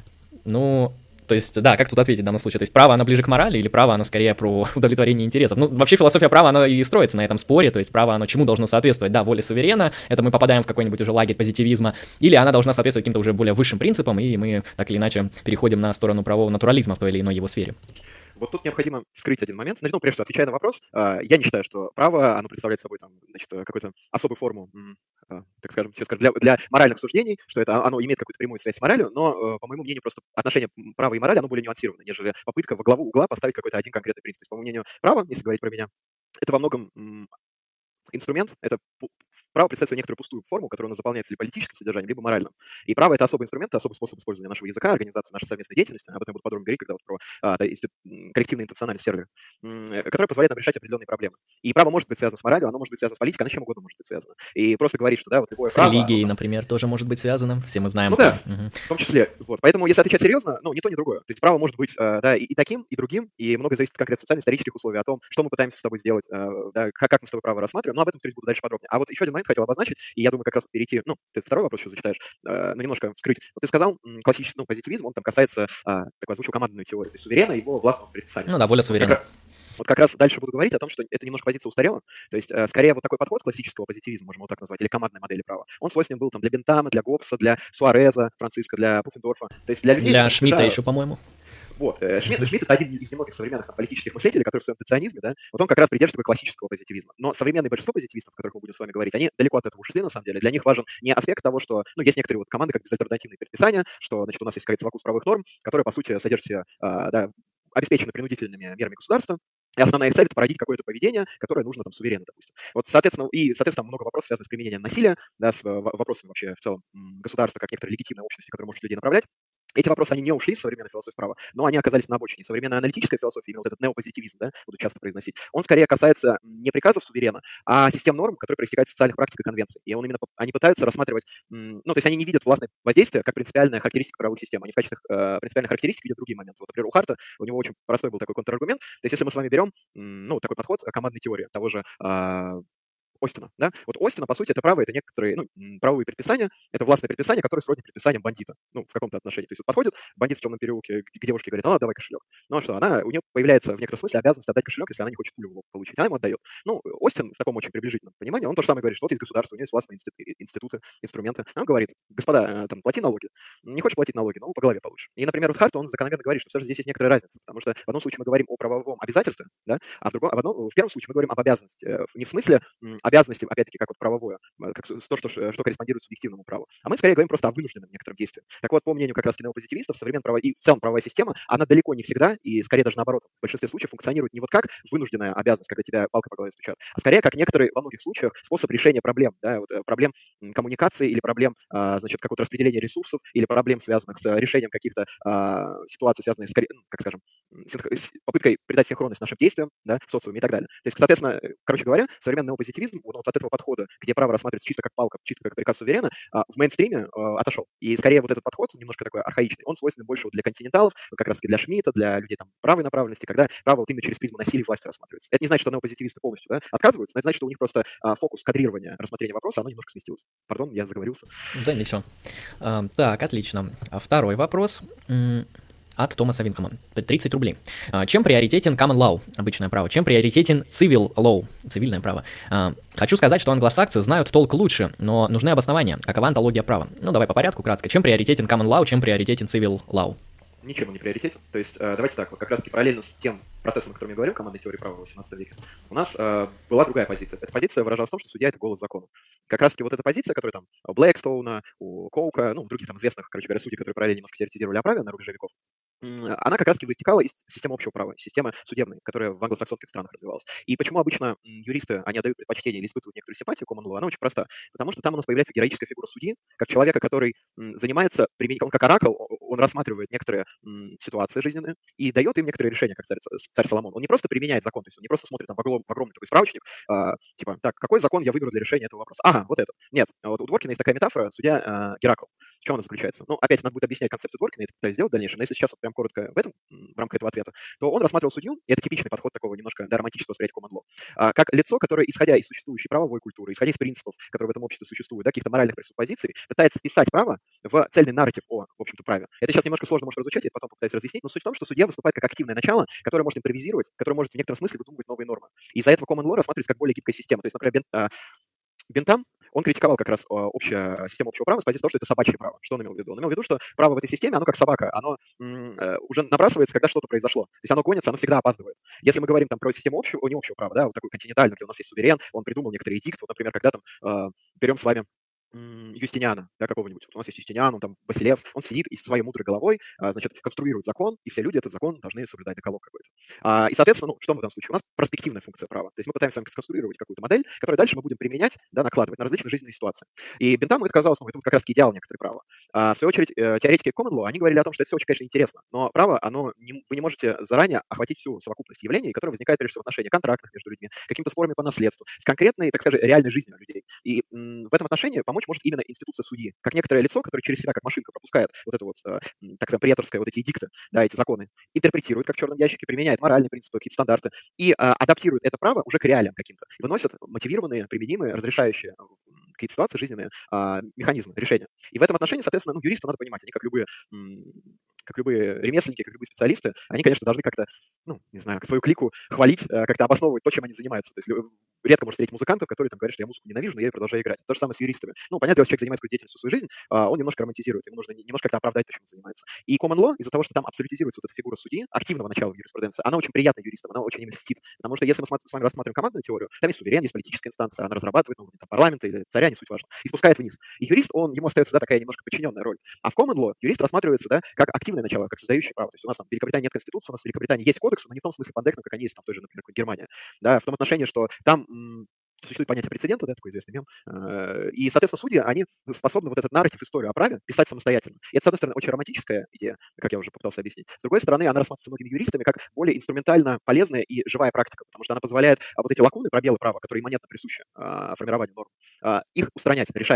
Ну, то есть, да, как тут ответить в данном случае? То есть право, оно ближе к морали или право, оно скорее про удовлетворение интересов? Ну, вообще философия права, она и строится на этом споре, то есть право, оно чему должно соответствовать? Да, воле суверена, это мы попадаем в какой-нибудь уже лагерь позитивизма, или она должна соответствовать каким-то уже более высшим принципам, и мы так или иначе переходим на сторону правового натурализма в той или иной его сфере. Вот тут необходимо вскрыть один момент. Значит, ну, прежде всего, отвечая на вопрос, я не считаю, что право, оно представляет собой там, значит, какую-то особую форму, так скажем, сейчас скажем, для, для моральных суждений, что это оно имеет какую-то прямую связь с моралью, но, по моему мнению, просто отношение права и морали, оно более нюансировано, нежели попытка во главу угла поставить какой-то один конкретный принцип. То есть, по моему мнению, право, если говорить про меня, это во многом инструмент, это право представляет собой некоторую пустую форму, которая у нас заполняется либо политическим содержанием, либо моральным. И право — это особый инструмент, особый способ использования нашего языка, организации нашей совместной деятельности, об этом я буду подробно говорить, когда вот про а, да, коллективный интенциональный сервер, который позволяет нам решать определенные проблемы. И право может быть связано с моралью, оно может быть связано с политикой, оно с чем угодно может быть связано. И просто говорить, что да, вот любое с право... религией, оно, например, тоже может быть связано, все мы знаем. Ну да, угу. в том числе. Вот. Поэтому, если отвечать серьезно, ну, ни то, ни другое. То есть право может быть да, и, и таким, и другим, и многое зависит от конкретно социально-исторических условий, о том, что мы пытаемся с тобой сделать, да, как, как мы с тобой право рассматриваем, но об этом, то есть, буду дальше подробнее. А вот еще один момент хотел обозначить, и я думаю, как раз перейти, ну, ты второй вопрос еще зачитаешь, э, но немножко вскрыть. Вот ты сказал, классический, ну, позитивизм, он там касается, э, такой озвучил командную теорию, то есть суверена и его властного предписания. Ну да, воля суверена. Как, вот как раз дальше буду говорить о том, что это немножко позиция устарела, то есть э, скорее вот такой подход классического позитивизма, можем его так назвать, или командной модели права, он свойственен был там для Бентама, для Гоббса, для Суареза, Франциска, для Пуффендорфа, то есть для людей... Для Шмидта еще, по-моему. Вот. Шмидт, Шмидт — это один из немногих современных там, политических мыслителей, который в своем тацианизме, да, вот он как раз придерживается такого классического позитивизма. Но современное большинство позитивистов, о которых мы будем с вами говорить, они далеко от этого ушли, на самом деле. Для них важен не аспект того, что, ну, есть некоторые вот команды, как безальтернативные предписания, что, значит, у нас есть какая-то совокупность правовых норм, которые, по сути, содержат себя, а, да, обеспечены принудительными мерами государства. И основная их цель — это породить какое-то поведение, которое нужно там суверенно, допустим. Вот, соответственно, и, соответственно, много вопросов связано с применением насилия, да, с вопросами вообще в целом государства как некоторой легитимной общности, которая может людей направлять. Эти вопросы, они не ушли из современной философии права, но они оказались на обочине. Современная аналитическая философия, именно вот этот неопозитивизм, да, буду часто произносить, он скорее касается не приказов суверена, а систем норм, которые проистекают из социальных практик и конвенций. И он именно, они пытаются рассматривать, ну, то есть они не видят властное воздействие как принципиальная характеристика правовых систем, они в качестве э, принципиальной характеристики видят другие моменты. Вот, например, у Харта, у него очень простой был такой контраргумент. То есть если мы с вами берем, ну, такой подход командной теории, того же э, Остина, да? Вот Остина, по сути, это право, это некоторые, ну, м, правовые предписания, это властные предписания, которые сродни предписаниям бандита, ну, в каком-то отношении. То есть вот подходит бандит в темном переулке к девушке и говорит: "А, давай кошелек". Ну а что, она, у нее появляется в некотором смысле обязанность отдать кошелек, если она не хочет пулю в лоб получить. Она ему отдает. Ну, Остин в таком очень приближительном понимании, он то же самое говорит, что вот есть государство, у него есть властные институ- институты, инструменты. Он говорит: господа, э, там, плати налоги. Не хочешь платить налоги, ну, по голове получишь. И, например, вот Харт, он закономерно говорит, что все же здесь есть некоторая разница, потому что в одном случае мы говорим о правовом обязательстве, да, а в другом, а в, одном, в первом случае мы говорим об обязанности. Э, Не в смысле м, обязанности, опять-таки, как вот правовое, э, как с- то, что, ш- что корреспондирует субъективному праву. А мы скорее говорим просто о вынужденном некотором действии. Так вот, по мнению как раз неопозитивистов, современная право и в целом правовая система, она далеко не всегда, и скорее даже наоборот, в большинстве случаев функционирует не вот как вынужденная обязанность, когда тебя палкой по голове стучат, а скорее как некоторые, во многих случаях, способ решения проблем, да, вот, э, проблем м, коммуникации или проблем, а, значит, какого-то распределения ресурсов или проблем, связанных с э, решением каких-то а, ситуаций, связанных с, скорее, ну, как скажем, м, синх- с попыткой придать синхронность нашим действиям, да, в социуме и так далее. То есть, соответственно, э, короче говоря, современный неопозитивизм вот, вот от этого подхода, где право рассматривается чисто как палка, чисто как приказ суверена, а, в мейнстриме а, отошел. И скорее вот этот подход, немножко такой архаичный, он свойственен больше вот для континенталов, вот как раз-таки для Шмидта, для людей там правой направленности, когда право вот именно через призму насилия и власти рассматривается. Это не значит, что неопозитивисты полностью, да, отказываются, но это значит, что у них просто а, фокус кадрирования, рассмотрения вопроса, оно немножко сместилось. Пардон, я заговорился. Да, ничего. А, так, отлично. А второй вопрос. М, От Томаса Винкома. тридцать рублей. А, Чем приоритетен common law, обычное право? Чем приоритетен civil law, цивильное право? А, Хочу сказать, что англосаксы знают толк лучше, но нужны обоснования. Какова антология права? Ну, давай по порядку, кратко. Чем приоритетен common law, чем приоритетен civil law? Ничем он не приоритетен. То есть, э, давайте так, вот как раз-таки параллельно с тем процессом, о котором я говорил, командной теории права в восемнадцатом веке, у нас э, была другая позиция. Эта позиция выражалась в том, что судья — это голос закона. Как раз-таки вот эта позиция, которая там у Блэкстоуна, у Коука, ну, у других там известных, короче говоря, судей, которые параллельно немножко теоретизировали о праве на рубеже веков, м, она как раз-таки вытекала из системы общего права, из системы судебной, которая в англосаксонских странах развивалась. И почему обычно м, юристы, они отдают предпочтение или испытывают некоторую симпатию к common law, она очень проста. Потому что там у нас появляется героическая фигура судьи, как человека, который м, занимается, применением, он как оракул, о- он рассматривает некоторые м, ситуации жизненные и дает им некоторые решения, как царь, царь Соломон. Он не просто применяет закон, то есть он не просто смотрит там, в, оглом- в огромный такой справочник, а, типа, так, какой закон я выберу для решения этого вопроса? Ага, вот этот. Нет, вот у Дворкина есть такая метафора, судья а, Геракл. В чем она заключается? Ну, опять надо будет объяснять концепцию Дворкина, я это пытаюсь сделать в дальнейшем, но если сейчас вот прям коротко в этом, м, в рамках этого ответа, то он рассматривал судью, и это типичный подход такого немножко да, романтического восприятия common law, а, как лицо, которое, исходя из существующей правовой культуры, исходя из принципов, которые в этом обществе существуют, да, каких-то моральных пресуппозиций, пытается вписать право в цельный нарратив о, в общем-то, праве. Это сейчас немножко сложно может разучать, я это потом попытаюсь разъяснить, но суть в том, что судья выступает как активное начало, которое может импровизировать, которое может в некотором смысле выдумывать новые нормы. И из-за этого common law рассматривается как более гибкая система. То есть, например, Бен- а, Бентам, он критиковал как раз а, общая систему общего права с позиции того, что это собачье право. Что он имел в виду? Он имел в виду, что право в этой системе, оно как собака, оно м, э, уже набрасывается, когда что-то произошло. То есть оно гонится, оно всегда опаздывает. Если мы говорим там про систему общего, не общего права, да, вот такую континентальную, где у нас есть суверен, он придумал некоторые эдикты, вот, например, когда там э, берем с вами м, Юстиниана, да, какого-нибудь. Вот у нас есть Юстиниан, он там Басилевс, он сидит и со своей мудрой головой, а, значит, конструирует закон, и все люди этот закон должны соблюдать, декалог какой-то. А, и, соответственно, ну, что мы в этом случае? У нас перспективная функция права. То есть мы пытаемся с вами сконструировать какую-то модель, которую дальше мы будем применять, да, накладывать на различные жизненные ситуации. И Бентаму это казалось, ну, это вот как раз идеал некоторые права. А, в свою очередь, э, теоретики common law, они говорили о том, что это все очень, конечно, интересно, но право, оно не, вы не можете заранее охватить всю совокупность явлений, которые возникают, прежде всего, в отношениях контрактных между людьми, какими-то спорами по наследству, с конкретной, так сказать, реальной жизнью людей. И м, в этом отношении помочь может именно институция судьи, как некоторое лицо, которое через себя, как машинка, пропускает вот это вот, э, м, так сказать, преторское, вот эти эдикты, да, эти законы, интерпретирует, как в черном ящике, применяет моральные принципы, какие-то стандарты, и а, адаптирует это право уже к реалиям каким-то, и выносит мотивированные, применимые, разрешающие м, какие-то ситуации жизненные, а, механизмы решения. И в этом отношении, соответственно, ну, юристы надо понимать, они как любые м, как любые ремесленники, как любые специалисты, они, конечно, должны как-то, ну, не знаю, свою клику хвалить, э, как-то обосновывать то, чем они занимаются. То есть лю- редко можно встретить музыкантов, которые там говорят, что я музыку ненавижу, но я ее продолжаю играть. То же самое с юристами. Ну, понятно, если человек занимается какой-то деятельностью всю свою жизнь, а, он немножко романтизирует, ему нужно не- немножко как-то оправдать то, чем он занимается. И common law, из-за того, что там абсолютизируется вот эта фигура судьи, активного начала в юриспруденции, она очень приятна юристам, она очень им льстит. Потому что если мы сма- с вами рассматриваем командную теорию, там есть суверен, есть политическая инстанция, она разрабатывает, ну, там, парламента или царя, не суть важно, и спускает вниз. И юрист, он, ему остается, да, такая немножко подчиненная роль. А в common law юрист рассматривается, да, как активное начало, как создающий право. То есть у нас там в Великобритании нет конституции, у нас в Великобритании есть кодексы, но не в том смысле пандекно, как они есть там в той же, например, какой Германии. Да, в том отношении, что там м, существует понятие прецедента, да, такой известный мем, э, и, соответственно, судьи, они способны вот этот нарратив, историю о праве писать самостоятельно. И это, с одной стороны, очень романтическая идея, как я уже попытался объяснить. С другой стороны, она рассматривается многими юристами как более инструментально полезная и живая практика, потому что она позволяет а, вот эти лакуны, пробелы права, которые имманентно присущи а, формированию норм, а, их устранять, решать.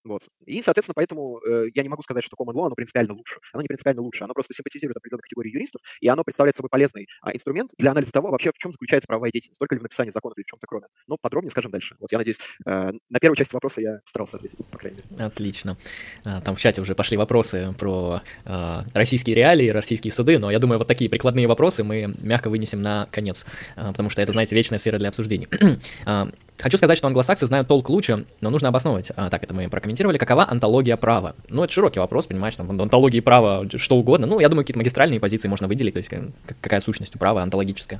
Вот. И, соответственно, поэтому э, я не могу сказать, что common law, оно принципиально лучше. Оно не принципиально лучше, оно просто симпатизирует определенной категории юристов, и оно представляет собой полезный а, инструмент для анализа того, вообще в чем заключается правовая деятельность, только ли в написании законов или в чем-то кроме. Ну, подробнее скажем дальше. Вот я надеюсь, э, на первую часть вопроса я старался ответить, по крайней мере. Отлично. А, Там в чате уже пошли вопросы про а, российские реалии, российские суды, но я думаю, вот такие прикладные вопросы мы мягко вынесем на конец, а, потому что это, знаете, вечная сфера для обсуждений. А, Хочу сказать, что англосаксы знают толк лучше, но нужно обосновывать. А, так, это мы прокомментировали. Какова антология права? Ну, это широкий вопрос, понимаешь, там в антологии права что угодно. Ну, я думаю, какие-то магистральные позиции можно выделить, то есть как- какая сущность у права антологическая.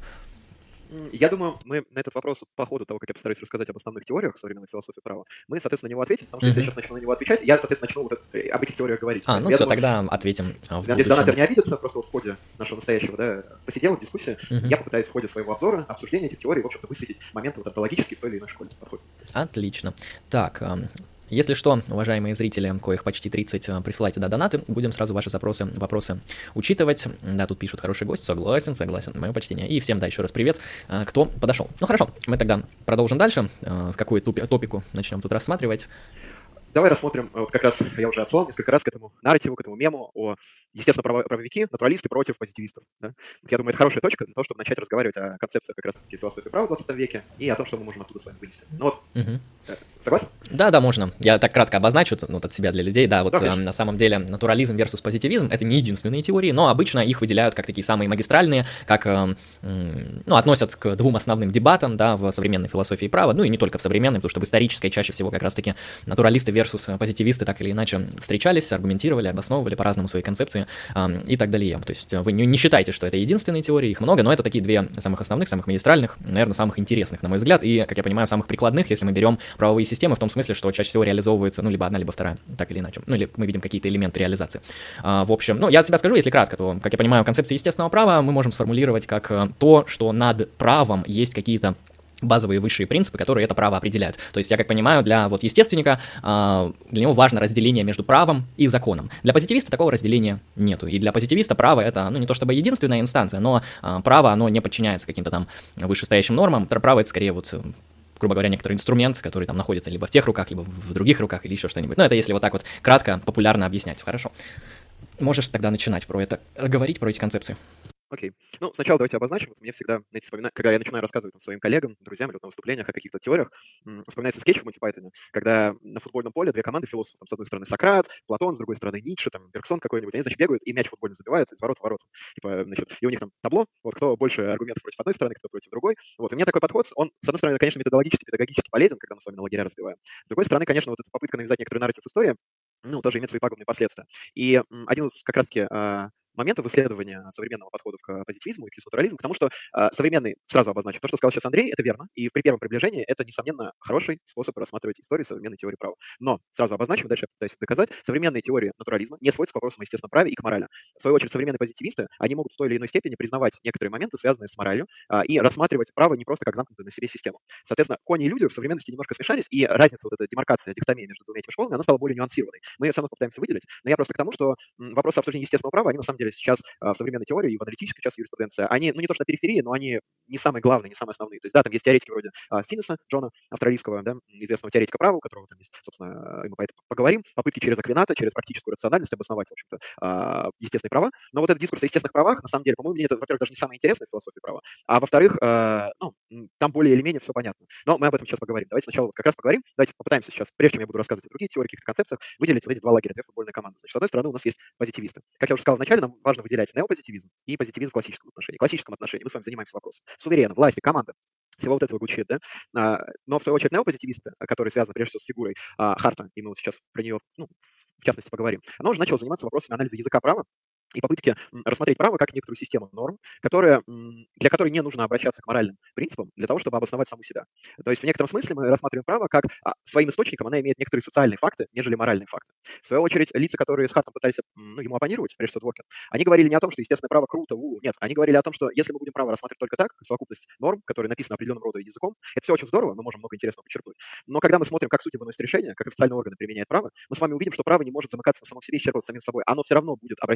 М, Я думаю, мы на этот вопрос по ходу того, как я постараюсь рассказать об основных теориях современной философии права, мы, соответственно, на него ответим, потому что если я Мгм. сейчас начну на него отвечать, я, соответственно, начну вот это- э, об этих теориях говорить. А, Поэтому ну я все, думаю, тогда ответим а, в надеюсь, донатор будущем. не обидится, просто вот в ходе нашего настоящего да, посиделок, дискуссии, Мгм. я попытаюсь в ходе своего обзора, обсуждения этих теорий, в общем-то, высветить моменты вот антологические в той или иной школе. Подходит. Отлично. Так, ам, если что, уважаемые зрители, коих почти тридцать, а, присылайте, да, донаты, будем сразу ваши запросы, вопросы учитывать. Да, тут пишут хороший гость, согласен, согласен, мое почтение. И всем, да, еще раз привет, а, кто подошел. Ну хорошо, мы тогда продолжим дальше. А, Какую тупи- топику начнем тут рассматривать? Давай рассмотрим, э, вот как раз я уже отсылал несколько раз к этому нарративу, к этому мему о, естественно, право- правовики, натуралисты против позитивистов. Да? Вот я думаю, это хорошая точка для того, чтобы начать разговаривать о концепциях как раз-таки философии права в двадцатом веке и о том, что мы можем оттуда с вами вынести. Ну вот, Мгм. э, согласен? Да, да, можно. Я так кратко обозначу, ну, вот от себя для людей. Да, вот Да, э, конечно. на самом деле натурализм versus позитивизм — это не единственные теории, но обычно их выделяют как такие самые магистральные, как, э, м, ну, относят к двум основным дебатам, да, в современной философии права, ну, и не только в современной, потому что в исторической чаще всего как раз-таки натуралисты versus позитивисты так или иначе встречались, аргументировали, обосновывали по-разному свои концепции э, и так далее. То есть вы не, не считайте, что это единственные теории, их много, но это такие две самых основных, самых магистральных, наверное, самых интересных, на мой взгляд, и, как я понимаю, самых прикладных, если мы берем правовые системы, в том смысле, что чаще всего реализовывается, ну, либо одна, либо вторая, так или иначе. Ну, или мы видим какие-то элементы реализации. А, в общем, ну, я от себя скажу, если кратко, то, как я понимаю, концепция естественного права мы можем сформулировать как э, то, что над правом есть какие-то базовые высшие принципы, которые это право определяют. То есть, я как понимаю, для вот естественника, а, для него важно разделение между правом и законом. Для позитивиста такого разделения нету. И для позитивиста право — это, ну, не то чтобы единственная инстанция, но а, право, оно не подчиняется каким-то там вышестоящим нормам. Право — это скорее вот, грубо говоря, некоторый инструмент, который там находится либо в тех руках, либо в других руках, или еще что-нибудь. Ну, это если вот так вот кратко, популярно объяснять. Хорошо. Можешь тогда начинать про это, говорить про эти концепции. Окей. Ну, сначала давайте обозначим. Вот мне всегда, знаете, вспомина- когда я начинаю рассказывать там, своим коллегам, друзьям или вот на выступлениях о каких-то теориях, м, вспоминается скетч в Монти Пайтоне, когда на футбольном поле две команды философов, там, с одной стороны Сократ, Платон, с другой стороны Ницше, там, Бергсон какой-нибудь, они, значит, бегают и мяч футбольный забивают из ворот в ворота. Типа, значит, и у них там табло, вот кто больше аргументов против одной стороны, кто против другой. Вот, и мне такой подход, он, с одной стороны, конечно, методологически, педагогически полезен, когда мы с вами на лагеря разбиваем. С другой стороны, конечно, вот эта попытка навязать некоторый нарратив истории, ну, тоже имеет свои пагубные последствия. И м, один из как раз-таки а, моментов исследования современного подхода к позитивизму и к натурализму, потому что а, современный, сразу обозначу, то, что сказал сейчас Андрей, это верно, и при первом приближении это, несомненно, хороший способ рассматривать историю современной теории права. Но, сразу обозначим, дальше я пытаюсь доказать, современные теории натурализма не сводятся к вопросам о естественном праве и к морали. В свою очередь, современные позитивисты, они могут в той или иной степени признавать некоторые моменты, связанные с моралью, а, и рассматривать право не просто как замкнутую на себе систему. Соответственно, кони и люди в современности немножко смешались, и разница, вот эта демаркация, дихотомия между двумя этими школами, она стала более нюансированной. Мы ее все равно попытаемся выделить, но я просто к тому, что м, вопросы обсуждения естественного права, они на самом деле сейчас а, в современной теории и в аналитической части юриспруденции, они, ну не то что на периферии, но они не самые главные, не самые основные. То есть, да, там есть теоретики вроде а, Финнеса, Джона, австралийского, да, известного теоретика права, у которого там есть, собственно, и мы по этому поговорим, попытки через Аквината, через практическую рациональность обосновать, в общем-то, а, естественные права. Но вот этот дискурс о естественных правах, на самом деле, по-моему, мне это, во-первых, даже не самое интересное в философии права, а во-вторых, э, ну, м, там более или менее все понятно. Но мы об этом сейчас поговорим. Давайте сначала вот как раз поговорим. Давайте попытаемся сейчас, прежде чем я буду рассказывать о других теориях, каких-то концепциях, выделить вот эти два лагеря, две футбольные команды. Значит, с одной стороны, у нас есть позитивисты. Как я уже сказал вначале, нам важно выделять неопозитивизм и позитивизм в классическом отношении. В классическом отношении мы с вами занимаемся вопросом суверена, власти, команды, всего вот этого гучит, да? А, но, в свою очередь, неопозитивисты, которые связаны прежде всего с фигурой а, Харта, и мы вот сейчас про нее, ну, в частности, поговорим, она уже начала заниматься вопросами анализа языка права и попытки м, рассмотреть право как некоторую систему норм, которая, м, для которой не нужно обращаться к моральным принципам для того, чтобы обосновать саму себя. То есть в некотором смысле мы рассматриваем право как а, своим источником она имеет некоторые социальные факты, нежели моральные факты. В свою очередь, лица, которые с Хартом пытались м, ну, ему оппонировать, прежде всего Дворкин, они говорили не о том, что естественное право круто, у, нет, они говорили о том, что если мы будем право рассматривать только так, как совокупность норм, которые написаны определенным родом языком, это все очень здорово, мы можем много интересного подчеркнуть. Но когда мы смотрим, как судьи выносят решения, как официальные органы применяют право, мы с вами увидим, что право не может замыкаться на самом себе и исчерпываться самим собой. Оно все равно будет обращаться к моральным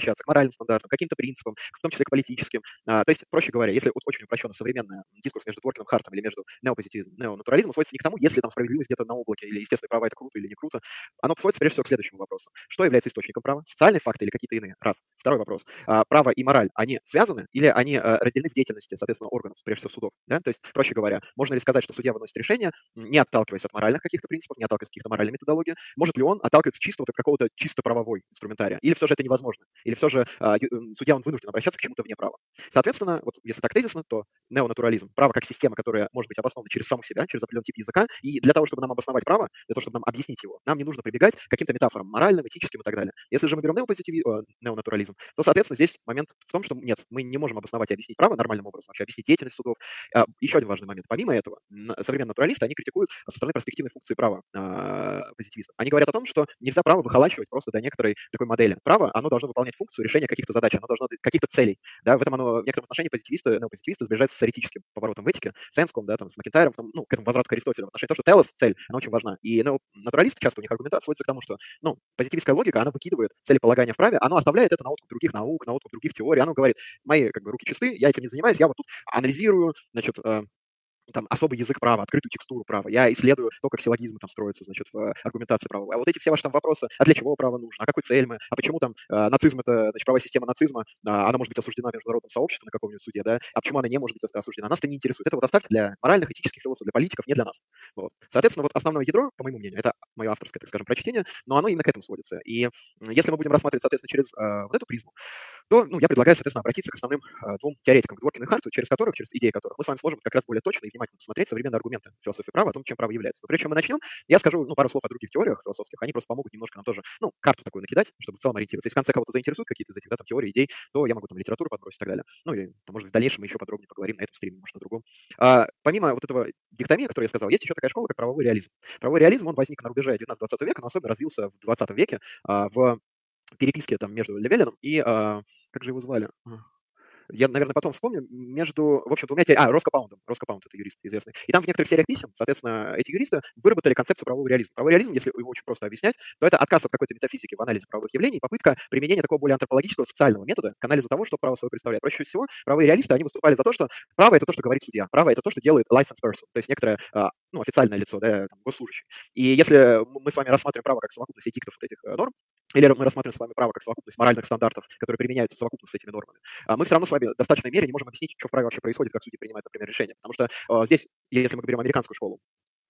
моральным стандартам, каким-то принципам, в том числе к политическим. А, то есть, проще говоря, если вот очень упрощенно современный дискурс между Дворкиным Хартом или между неопозитивизмом, неонатурализмом сводится не к тому, если там справедливость где-то на облаке или естественные права это круто или не круто, оно сводится прежде всего к следующему вопросу. Что является источником права? Социальные факты или какие-то иные? Раз. Второй вопрос. А, право и мораль, они связаны или они а, разделены в деятельности, соответственно, органов, прежде всего судов? Да? То есть, проще говоря, можно ли сказать, что судья выносит решение, не отталкиваясь от моральных каких-то принципов, не отталкиваясь от каких-то моральной методологии? Может ли он отталкиваться чисто вот от какого-то чисто правовой инструментария? Или все же это невозможно? Или все же а, ю- судья он вынужден обращаться к чему-то вне права? Соответственно, вот если так тезисно, то неонатурализм, право как система, которая может быть обоснована через саму себя, через определенный тип языка, и для того, чтобы нам обосновать право, для того, чтобы нам объяснить его, нам не нужно прибегать к каким-то метафорам моральным, этическим и так далее. Если же мы берем неопозитиви- э, неонатурализм, то, соответственно, здесь момент в том, что нет, мы не можем обосновать и объяснить право нормальным образом, вообще объяснить деятельность судов. А, еще один важный момент. Помимо этого, н- современные натуралисты, они критикуют со стороны перспективной функции права а, позитивистов. Они говорят о том, что нельзя право выхолачивать просто до некоторой такой модели. Право, оно должно выполнять функцию решения каких-то задач, оно должно каких-то целей. Да, в этом оно в некотором отношении позитивисты, неопозитивисты сближаются с теоретическим поворотом в этике, с Энском, да, там, с Макентайром, там, ну, к этому возврату к Аристотелю в отношении того, что телос, цель, она очень важна. И ну, натуралисты часто у них аргументация сводится к тому, что ну, позитивистская логика, она выкидывает целеполагание в праве, она оставляет это на откуп других наук, на откуп других теорий, она говорит, мои как бы руки чисты, я этим не занимаюсь, я вот тут анализирую, значит, э, там особый язык права, открытую текстуру права. Я исследую то, как силлогизмы там строятся, значит, в аргументации права. А вот эти все ваши там вопросы, а для чего право нужно, а какой цель мы, а почему там э, нацизм, это, значит, правовая система нацизма, а, она может быть осуждена международным сообществом на каком-нибудь суде, да, а почему она не может быть осуждена? Нас это не интересует. Это вот оставьте для моральных, этических философов, для политиков, не для нас. Вот. Соответственно, вот основное ядро, по моему мнению, это мое авторское, так скажем, прочтение, но оно именно к этому сводится. И м, если мы будем рассматривать, соответственно, через э, вот эту призму, то ну, я предлагаю, соответственно, обратиться к основным э, двум теоретикам, к Дворкину и Харту, через которых, через идеи которых мы с вами сможем как раз более точно и внимательно посмотреть современные аргументы философии права о том, чем право является. Но прежде чем мы начнем, я скажу ну, пару слов о других теориях философских, они просто помогут немножко нам тоже, ну, карту такую накидать, чтобы в целом ориентироваться. Если в конце кого-то заинтересуют какие-то из этих да, там, теорий, идей, то я могу там литературу подбросить и так далее. Ну, или, там, может, в дальнейшем мы еще подробнее поговорим на этом стриме, может, на другом. А, помимо вот этого дихотомии, которую я сказал, есть еще такая школа, как правовой реализм. Правовой реализм, он возник на рубеже девятнадцатого-двадцатого века, но особенно развился в двадцатом веке а, в переписке там между Левелиным и, а, как же его звали? А, Я, наверное, потом вспомню, между, в общем, двумя теориями. А, Роско Паундом. Роско Паунд — это юрист известный. И там в некоторых сериях писем, соответственно, эти юристы выработали концепцию правового реализма. Правовой реализм, если его очень просто объяснять, то это отказ от какой-то метафизики в анализе правовых явлений, попытка применения такого более антропологического, социального метода к анализу того, что право собой представляет. Проще всего, правовые реалисты, они выступали за то, что право — это то, что говорит судья. Право — это то, что делает licensed person, то есть некоторое а, ну, официальное лицо, да, там, госслужащий. И если мы с вами рассматриваем право как совокупность этиктов вот этих э, норм, или мы рассматриваем с вами право как совокупность моральных стандартов, которые применяются совокупно с этими нормами, а мы все равно с вами в достаточной мере не можем объяснить, что в праве вообще происходит, как судьи принимают, например, решения. Потому что э, здесь, если мы берем американскую школу,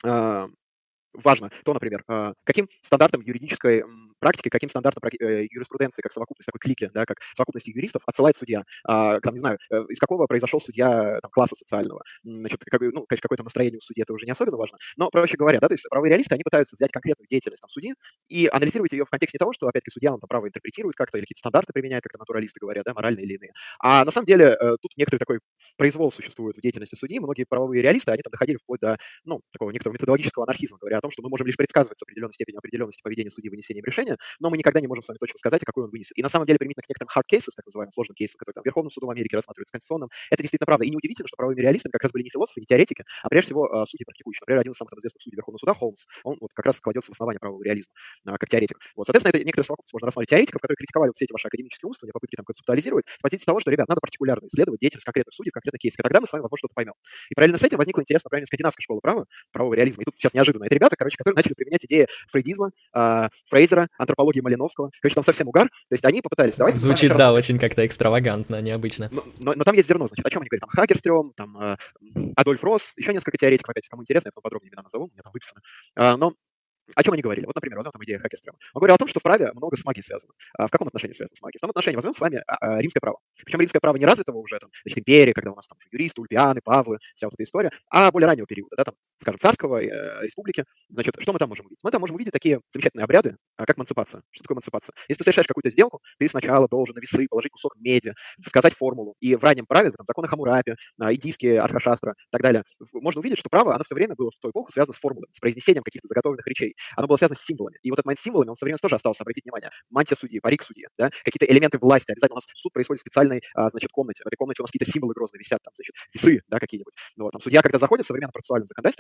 э, важно то, например, э, каким стандартам юридической м, практики, каким стандартам праки- э, юриспруденции, как совокупность такой клики, да, как совокупности юристов отсылает судья. А, там, не знаю, э, из какого произошел судья э, там, класса социального. М, Значит, как, ну, конечно, какое-то настроение у судьи, это уже не особенно важно. Но, проще говоря, да, то есть правовые реалисты, они пытаются взять конкретную деятельность там, судьи и анализировать ее в контексте не того, что, опять-таки, судья, он там право интерпретирует как-то, или какие-то стандарты применяет, как-то натуралисты говорят, да, моральные или иные. А на самом деле э, тут некоторый такой произвол существует в деятельности судьи. Многие правовые реалисты, они там доходили вплоть до ну, такого некоторого методологического анархизма, говоря о том, что мы можем лишь предсказывать с определенной степенью определенности поведения судьи вынесением решения, но мы никогда не можем с вами точно сказать, какой он вынесет. И на самом деле, применительно к некоторым hard cases, так называемым сложным кейсам, которые там Верховным судом Америки рассматриваются, Конституционным, это действительно правда. И неудивительно, что правовыми реалистами как раз были не философы, не теоретики, а прежде всего э, судьи практикующие. Например, один из самых там, известных судей Верховного суда, Холмс, он вот как раз кладется в основание правового реализма э, как теоретик. Вот, соответственно, это некоторые совокупности можно рассматривать теоретиков, которые критиковали вот все эти ваши академические умствования, попытки там концептуализировать, с позиции того, что, ребят, надо партикулярно исследовать деятельность конкретных судей в конкретных кейсах, и тогда мы с вами, возможно, что-то поймем. И параллельно с этим возникла интересная, правильно, скандинавская школа права, правового реализма. И тут сейчас неожиданно. Это ребята, короче, которые начали применять идеи фрейдизма, э, Фрейзера, антропологии Малиновского. Короче, там совсем угар. То есть они попытались. Давайте Звучит, да, очень как-то экстравагантно, необычно. но, но, но там есть зерно, значит, о чем они говорят? Там Хакерстрём, там э, Адольф Росс, еще несколько теоретиков, опять, кому интересно, я потом подробнее имена назову, у меня там выписано. А, но о чем они говорили? Вот, например, возьмем там идею Хакерстрёма. Он говорил о том, что в праве много с магией связано. А в каком отношении связано с магией? В том отношении возьмем с вами а, а, римское право. Причем римское право не развитого уже, там, значит, империи, когда у нас там уже юристы, Ульпианы, Павлы, вся вот эта история, а более раннего периода, да, там, скажем, царского, э, республики. Значит, что мы там можем увидеть? Мы там можем увидеть такие замечательные обряды, а, как эмансипация. Что такое эмансипация? Если ты совершаешь какую-то сделку, ты сначала должен на весы положить кусок меди, сказать формулу. И в раннем праве, там, законы Хаммурапи, а, индийские Артхашастры и так далее, можно увидеть, что право, оно все время было в ту эпоху связано с формулами, с произнесением каких-то заготовленных речей. Оно было связано с символами. И вот этот момент с символами, он со временем тоже остался, обратите внимание. Мантия судьи, парик судьи, да? Какие-то элементы власти. Обязательно у нас суд происходит в специальной, а, значит, комнате. В этой комнате у нас какие-то символы грозные висят, там, значит, весы, да, какие-нибудь. Ну, вот, там, судья, когда заходит в современном процессуальном законодательстве,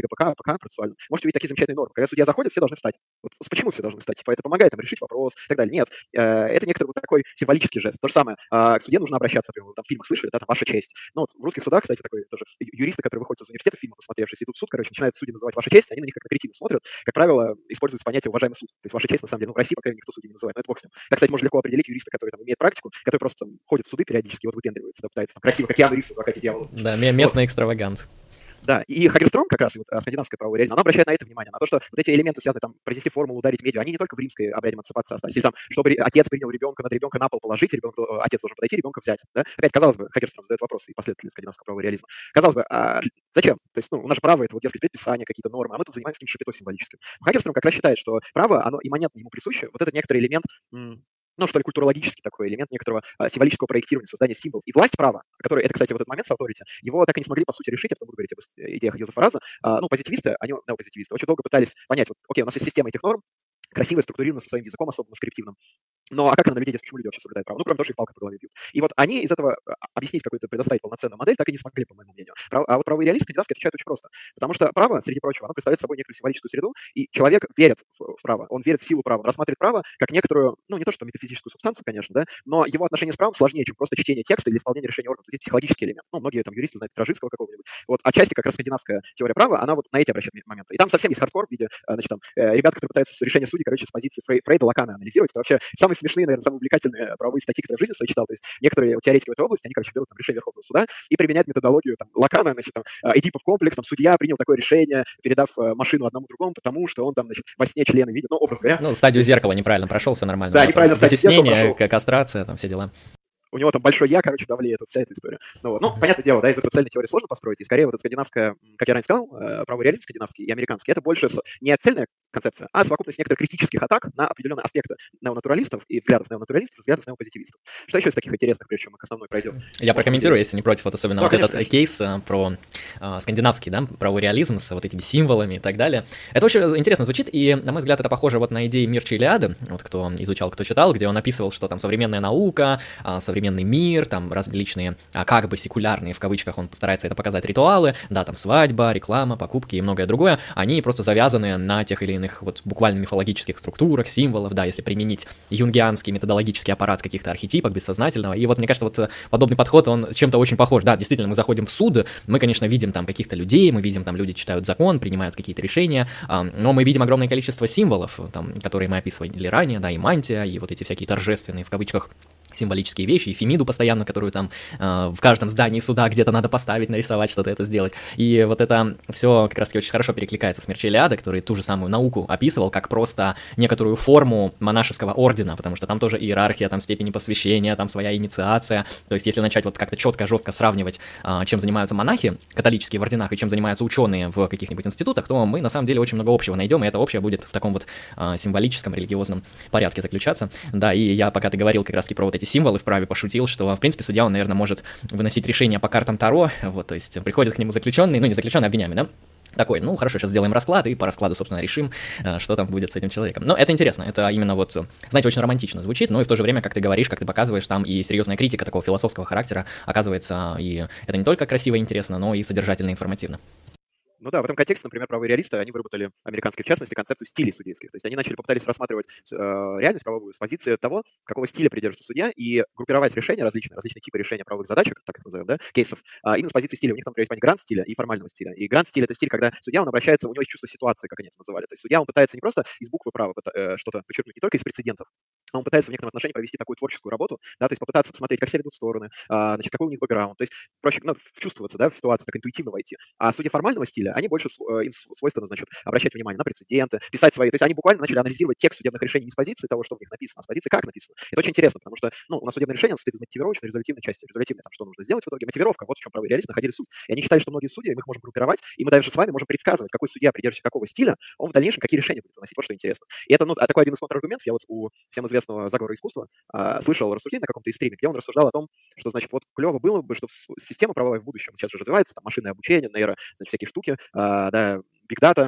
ГПК, ПК процессуально, можете увидеть такие замечательные нормы. Когда судья заходит, все должны встать. Вот почему все должны встать? Типа это помогает там решить вопрос и так далее. Нет, э, это некоторый вот такой символический жест. То же самое, э, к суде нужно обращаться, например, там в фильмах слышали, да, там ваша честь. Ну вот в русских судах, кстати, такой тоже юристы, которые выходят из университета, фильмов посмотревшись, идут в суд, короче, начинают судьи называть ваша честь, они на них как на кретинов смотрят. Как правило, используется понятие уважаемый суд. То есть ваша честь, на самом деле, ну, в России, по крайней мере, никто судьи не называет, но это бог с ним. Так, кстати, можно легко определить юриста, который там имеет практику, который просто там, ходит в суды периодически, вот выпендривается, да, пытается там красиво, как Киану Ривз, адвокате дьявола. Да, местный экстравагант. Да, и Хагерстром, как раз вот, скандинавская правовая реализм, она обращает на это внимание, на то, что вот эти элементы, связанные там, произнести формулу, ударить медью, они не только в римской обряде эмансипации остались, или там, чтобы отец принял ребенка, надо ребенка на пол положить, ребенка, отец должен подойти, ребенка взять, да? Опять, казалось бы, Хагерстром задает вопросы и последователи скандинавского правового реализма. Казалось бы, а зачем? То есть, ну, у нас же право, это вот, дескать, предписания, какие-то нормы, а мы тут занимаемся каким-то шапито символическим. Хагерстром как раз считает, что право, оно имманентно ему присуще, вот это некоторый элемент, ну, что ли, культурологический такой элемент некоторого а, символического проектирования, создания символов. И власть права, который, это, кстати, вот этот момент с authority, его так и не смогли, по сути, решить, я потом буду говорить об идеях Юзефа Раза. А, ну, позитивисты, они, ну, позитивисты, очень долго пытались понять, вот, окей, у нас есть система этих норм, красиво, структурировано, со своим языком особо скриптивным. Но а как она наведет, если почему люди вообще соблюдают право? Ну, кроме того, что их палкой по голове бьют. И вот они из этого объяснить какую-то, предоставить полноценную модель так и не смогли, по моему мнению. А вот правовые реалисты кандидатские отвечают очень просто. Потому что право, среди прочего, оно представляет собой некую символическую среду, и человек верит в, в право, он верит в силу права, он рассматривает право как некоторую, ну, не то что метафизическую субстанцию, конечно, да, но его отношение с правом сложнее, чем просто чтение текста или исполнение решения органов. Здесь психологический элемент. Ну, многие там юристы знают Тражицкого какого-нибудь. Вот отчасти как раз скандинавская теория права, она вот на эти обращает моменты. И там совсем есть хардкор в виде, значит, там, ребят, которые пытаются решение судей, короче, с позиции Фрей, Фрейда, Лакана анализировать. Это вообще самые смешные, наверное, самые увлекательные правовые статьи, которые я в жизни своей читал. То есть некоторые теоретики в этой области, они, короче, берут там решение Верховного суда и применяют методологию там, Лакана, значит, там, Эдипов комплекс, там, судья принял такое решение, передав машину одному другому, потому что он там, значит, во сне члены видит, ну, образ говоря. Ну, стадию зеркала неправильно прошел, все нормально. Да, неправильно стадию зеркала прошел. Кастрация, там все дела. У него там большой я, короче, давлеет, вот вся эта история. Ну, вот. Ну, понятное дело, да, из этой цельной теории сложно построить, и скорее вот эта скандинавская, как я ранее сказал, правовой реализм скандинавский и американский, это больше не цельная концепция, а совокупность некоторых критических атак на определенные аспекты неонатуралистов и взглядов неонатуралистов, и взглядов неопозитивистов. Что еще из таких интересных, прежде чем мы к основной пройдем? Я прокомментирую, если не против, вот особенно да, вот конечно, этот конечно. кейс а, про а, скандинавский, да, правовой реализм с вот этими символами и так далее. Это очень интересно звучит, и, на мой взгляд, это похоже вот на идеи Мирча Илиады, вот кто изучал, кто читал, где он описывал, что там современная наука, а, современный мир, там различные, а, как бы секулярные, в кавычках, он постарается это показать, ритуалы, да, там свадьба, реклама, покупки и многое другое, они просто завязаны на тех или иных вот буквально мифологических структурах, символов, да, если применить юнгианский методологический аппарат каких-то архетипов бессознательного. И вот, мне кажется, вот подобный подход, он чем-то очень похож. Да, действительно, мы заходим в суд, мы, конечно, видим там каких-то людей, мы видим там люди читают закон, принимают какие-то решения, но мы видим огромное количество символов, там, которые мы описывали ранее, да, и мантия, и вот эти всякие торжественные, в кавычках, символические вещи, и Фемиду постоянно, которую там э, в каждом здании суда где-то надо поставить, нарисовать, что-то это сделать. И вот это все как раз-таки очень хорошо перекликается с Мирча Илиады, который ту же самую науку описывал как просто некоторую форму монашеского ордена, потому что там тоже иерархия, там степени посвящения, там своя инициация. То есть если начать вот как-то четко, жестко сравнивать, э, чем занимаются монахи католические в орденах и чем занимаются ученые в каких-нибудь институтах, то мы на самом деле очень много общего найдем, и это общее будет в таком вот э, символическом, религиозном порядке заключаться. Да, и я, пока ты говорил как раз-таки про вот эти символы в праве, пошутил, что, в принципе, судья, он, наверное, может выносить решение по картам Таро, вот, то есть приходит к нему заключенный, ну, не заключенный, а обвиняемый, да, такой, ну, хорошо, сейчас сделаем расклад, и по раскладу, собственно, решим, что там будет с этим человеком. Но это интересно, это именно вот, знаете, очень романтично звучит, но и в то же время, как ты говоришь, как ты показываешь, там и серьезная критика такого философского характера оказывается, и это не только красиво и интересно, но и содержательно и информативно. Ну да, в этом контексте, например, правые реалисты, они выработали, американские в частности, концепцию стилей судейских. То есть они начали попытались рассматривать э, реальность правовую с позиции того, какого стиля придерживается судья, и группировать решения, различные, различные типы решения правовых задачек, так их назовем, да, кейсов, а, именно с позиции стиля. У них там, например, есть понятие гранд-стиля и формального стиля. И гранд-стиль — это стиль, когда судья, он обращается, у него есть чувство ситуации, как они это называли. То есть судья, он пытается не просто из буквы права э, что-то подчеркнуть, не только из прецедентов, а он пытается в некотором отношении провести такую творческую работу, да, то есть попытаться посмотреть, как себя ведут стороны, а, значит, какой у них бэкграунд, то есть проще, ну, вчувствоваться, да, в ситуацию, так интуитивно войти. А судьи формального стиля, они больше, им свойственно, значит, обращать внимание на прецеденты, писать свои, то есть они буквально начали анализировать текст судебных решений не с позиции того, что в них написано, а с позиции, как написано. Это очень интересно, потому что, ну, у нас судебное решение состоит из мотивировочной, резолютивной части. Резолютивной, там, что нужно сделать в итоге, мотивировка, вот в чем правые реалисты находили суть. И они считали, что многие судьи, мы их можем группировать, и мы даже с вами можем предсказывать, какой судья, придерживающийся какого стиля, он в дальнейшем какие решения будет выносить, вот что интересно. И это, ну, такой один из контраргументов, я вот у всем известного заговора искусства а, слышал рассуждение на каком-то из стриме, где он рассуждал о том, что, значит, вот клево было бы, чтобы система правовая в будущем, сейчас же развивается, там, машинное обучение, нейро, значит, всякие штуки, а, да, биг дата,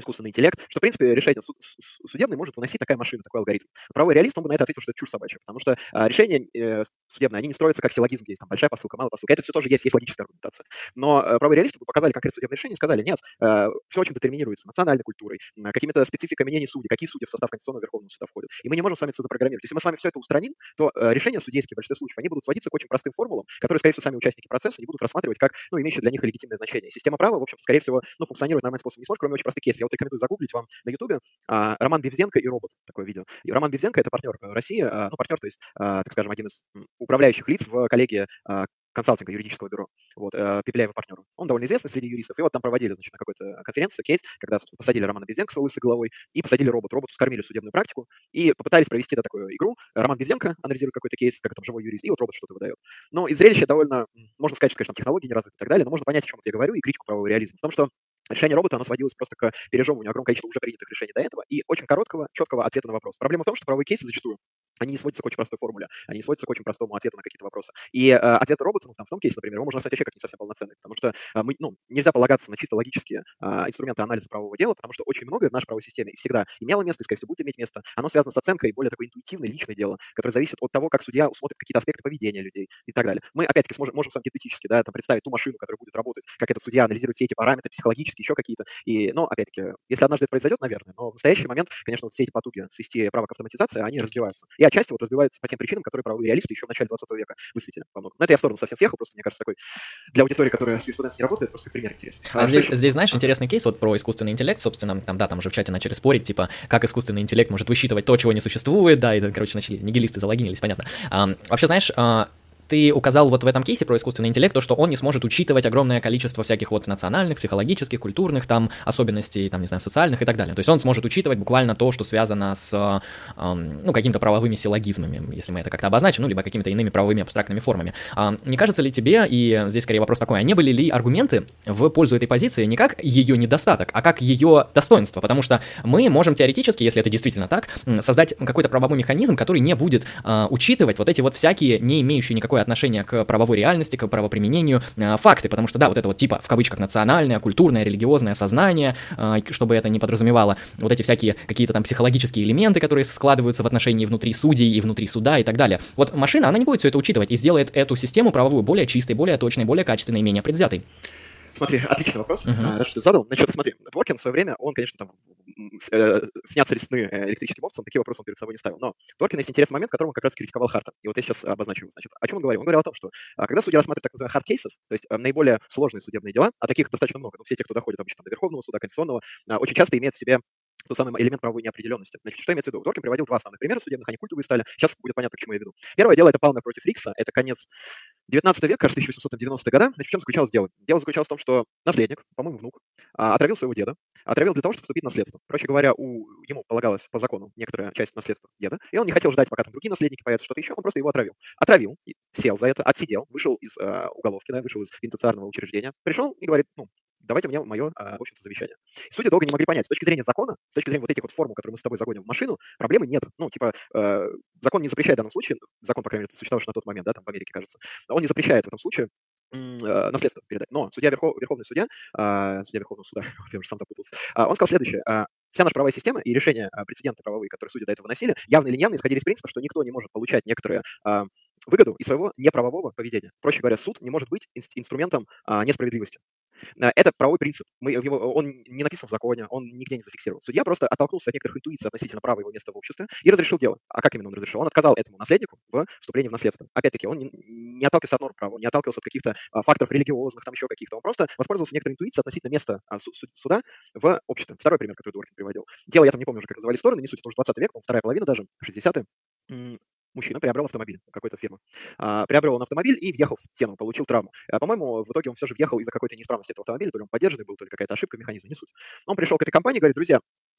искусственный интеллект, что, в принципе, решение суд- су- судебное может выносить такая машина, такой алгоритм. Правовой реалист, он бы на это ответил, что это чушь собачья, потому что а, решения э, судебные, они не строятся как силлогизм, где есть там большая посылка, малая посылка. Это все тоже есть, есть логическая аргументация. Но э, правовые реалисты бы показали конкретное судебное решение и сказали, нет, э, все очень детерминируется национальной культурой, м, какими-то спецификами мнений судей, какие судьи в состав Конституционного Верховного Суда входят. И мы не можем с вами все запрограммировать. Если мы с вами все это устраним, то э, решения судейские в большинстве случаев, они будут сводиться к очень простым формулам, которые, скорее всего, сами участники процесса не будут рассматривать как, ну, имеющие для них легитимное значение. Система права, в общем, скорее всего, ну, функционирует нормальным способом не сможет, кроме очень простых кейсов. Я вот рекомендую загуглить вам на Ютубе а, Роман Бевзенко и робот, такое видео. И Роман Бевзенко — это партнер э, России, а, ну, партнер, то есть, а, так скажем, один из м, управляющих лиц в коллегии а, консалтинга юридического бюро, вот, э, Пепеляева партнеру. Он довольно известный среди юристов. И вот там проводили, значит, на какой-то конференции кейс, когда, собственно, посадили Романа Бевзенко с лысой головой и посадили робот. Роботу скормили судебную практику и попытались провести да, такую игру. Роман Бевзенко анализирует какой-то кейс, как там живой юрист, и вот робот что-то выдает. Но и зрелище довольно, можно сказать, что, конечно, технологии не развиты и так далее, но можно понять, о чем я говорю, и критику правового реализма. В том, что решение робота, оно сводилось просто к пережевыванию огромного количества уже принятых решений до этого и очень короткого, четкого ответа на вопрос. Проблема в том, что правовые кейсы зачастую они не сводятся к очень простой формуле, они не сводятся к очень простому ответу на какие-то вопросы. И э, ответ робота, ну, там, в том кейсе, например, его можно назвать вообще как не совсем полноценный, потому что э, мы, ну, нельзя полагаться на чисто логические э, инструменты анализа правового дела, потому что очень многое в нашей правовой системе и всегда имело место, и, скорее всего, будет иметь место. Оно связано с оценкой более такой интуитивной, личной дело, которое зависит от того, как судья усмотрит какие-то аспекты поведения людей и так далее. Мы, опять-таки, сможем, можем сам гипотетически, да, там, представить ту машину, которая будет работать, как этот судья анализирует все эти параметры, психологические, еще какие-то. И, но, опять-таки, если однажды это произойдет, наверное, но в настоящий момент, конечно, вот все эти потуги свести право к автоматизации, они разбиваются. И отчасти вот разбиваются по тем причинам, которые правовые реалисты еще в начале двадцатого века высветили во многом. Но это я в сторону совсем съехал, просто, мне кажется, такой для аудитории, которая с юриспруденцией не работает, просто пример интересный. А, а здесь, здесь, знаешь, интересный кейс вот про искусственный интеллект, собственно, там, да, там уже в чате начали спорить, типа, как искусственный интеллект может высчитывать то, чего не существует, да, и, короче, начали, нигилисты залогинились, понятно. А, вообще, знаешь, а, ты указал вот в этом кейсе про искусственный интеллект то, что он не сможет учитывать огромное количество всяких вот национальных, психологических, культурных там особенностей, там, не знаю, социальных и так далее. То есть он сможет учитывать буквально то, что связано с, э, ну, какими-то правовыми силлогизмами, если мы это как-то обозначим, ну, либо какими-то иными правовыми абстрактными формами. А не кажется ли тебе, и здесь скорее вопрос такой, а не были ли аргументы в пользу этой позиции не как ее недостаток, а как ее достоинство? Потому что мы можем теоретически, если это действительно так, создать какой-то правовой механизм, который не будет э, учитывать вот эти вот всякие, не имеющие никакой отношение к правовой реальности, к правоприменению э, факты, потому что, да, вот это вот типа, в кавычках, национальное, культурное, религиозное сознание, э, чтобы это не подразумевало вот эти всякие какие-то там психологические элементы, которые складываются в отношении внутри судей и внутри суда и так далее. Вот машина, она не будет все это учитывать и сделает эту систему правовую более чистой, более точной, более качественной и менее предвзятой. Смотри, отличный вопрос, Uh-huh. uh, что ты задал. Значит, смотри, Дворкин в свое время, он, конечно, там, э, снятся ли сны электрическим овцам, такие вопросы он перед собой не ставил. Но Дворкин есть интересный момент, которым он как раз критиковал Харта. И вот я сейчас обозначу его. Значит, о чем он говорил? Он говорил о том, что а, когда судья рассматривает так называемые hard cases, то есть а, наиболее сложные судебные дела, а таких достаточно много, ну, все те, кто доходит обычно там, до Верховного суда, Конституционного, а, очень часто имеют в себе тот самый элемент правовой неопределенности. Значит, что имеется в виду? Дворкин приводил два основных примера судебных, они культовые стали. Сейчас будет понятно, к чему я веду. Первое дело — это Палмер против Рикса, это конец девятнадцатого века, кажется, тысяча восемьсот девяностые годы. Значит, в чем заключалось дело? Дело заключалось в том, что наследник, по-моему, внук, а, отравил своего деда, отравил для того, чтобы вступить в наследство. Проще говоря, у, ему полагалось по закону некоторая часть наследства деда, и он не хотел ждать, пока там другие наследники появятся, что-то еще, он просто его отравил. Отравил, сел за это, отсидел, вышел из э, уголовки, да, вышел из пенитенциарного учреждения, пришел и говорит, ну, давайте мне мое, в общем-то, завещание. Судьи долго не могли понять, с точки зрения закона, с точки зрения вот этих вот формул, которые мы с тобой загоним в машину, проблемы нет. Ну, типа, э, закон не запрещает в данном случае, закон, по крайней мере, существовавший на тот момент, да, там в Америке, кажется, он не запрещает в этом случае э, наследство передать. Но судья Верхов, Верховный судья, э, судья Верховного суда, я уже сам запутался, э, он сказал следующее. Э, Вся наша правовая система и решения, э, прецеденты правовые, которые судьи до этого выносили, явно или неявно исходили из принципа, что никто не может получать некоторые э, выгоду из своего неправового поведения. Проще говоря, суд не может быть ин- инструментом э, несправедливости. Это правовой принцип. Мы его, он не написан в законе, он нигде не зафиксирован. Судья просто оттолкнулся от некоторых интуиций относительно права его места в обществе и разрешил дело. А как именно он разрешил? Он отказал этому наследнику в вступлении в наследство. Опять-таки, он не, не отталкивался от норм права, не отталкивался от каких-то а, факторов религиозных, там еще каких-то. Он просто воспользовался некоторой интуицией относительно места а, су- суда в обществе. Второй пример, который Дворкин приводил. Дело, я там не помню уже, как называли стороны, не суть, это уже двадцатый век, вторая половина даже, шестидесятые. Мужчина приобрел автомобиль какой-то фирмы. А, приобрел он автомобиль и въехал в стену, получил травму. А, по-моему, в итоге он все же въехал из-за какой-то неисправности этого автомобиля, то ли он подержанный был, то ли какая-то ошибка механизма, не суть. Он пришел к этой компании и говорит, друзья,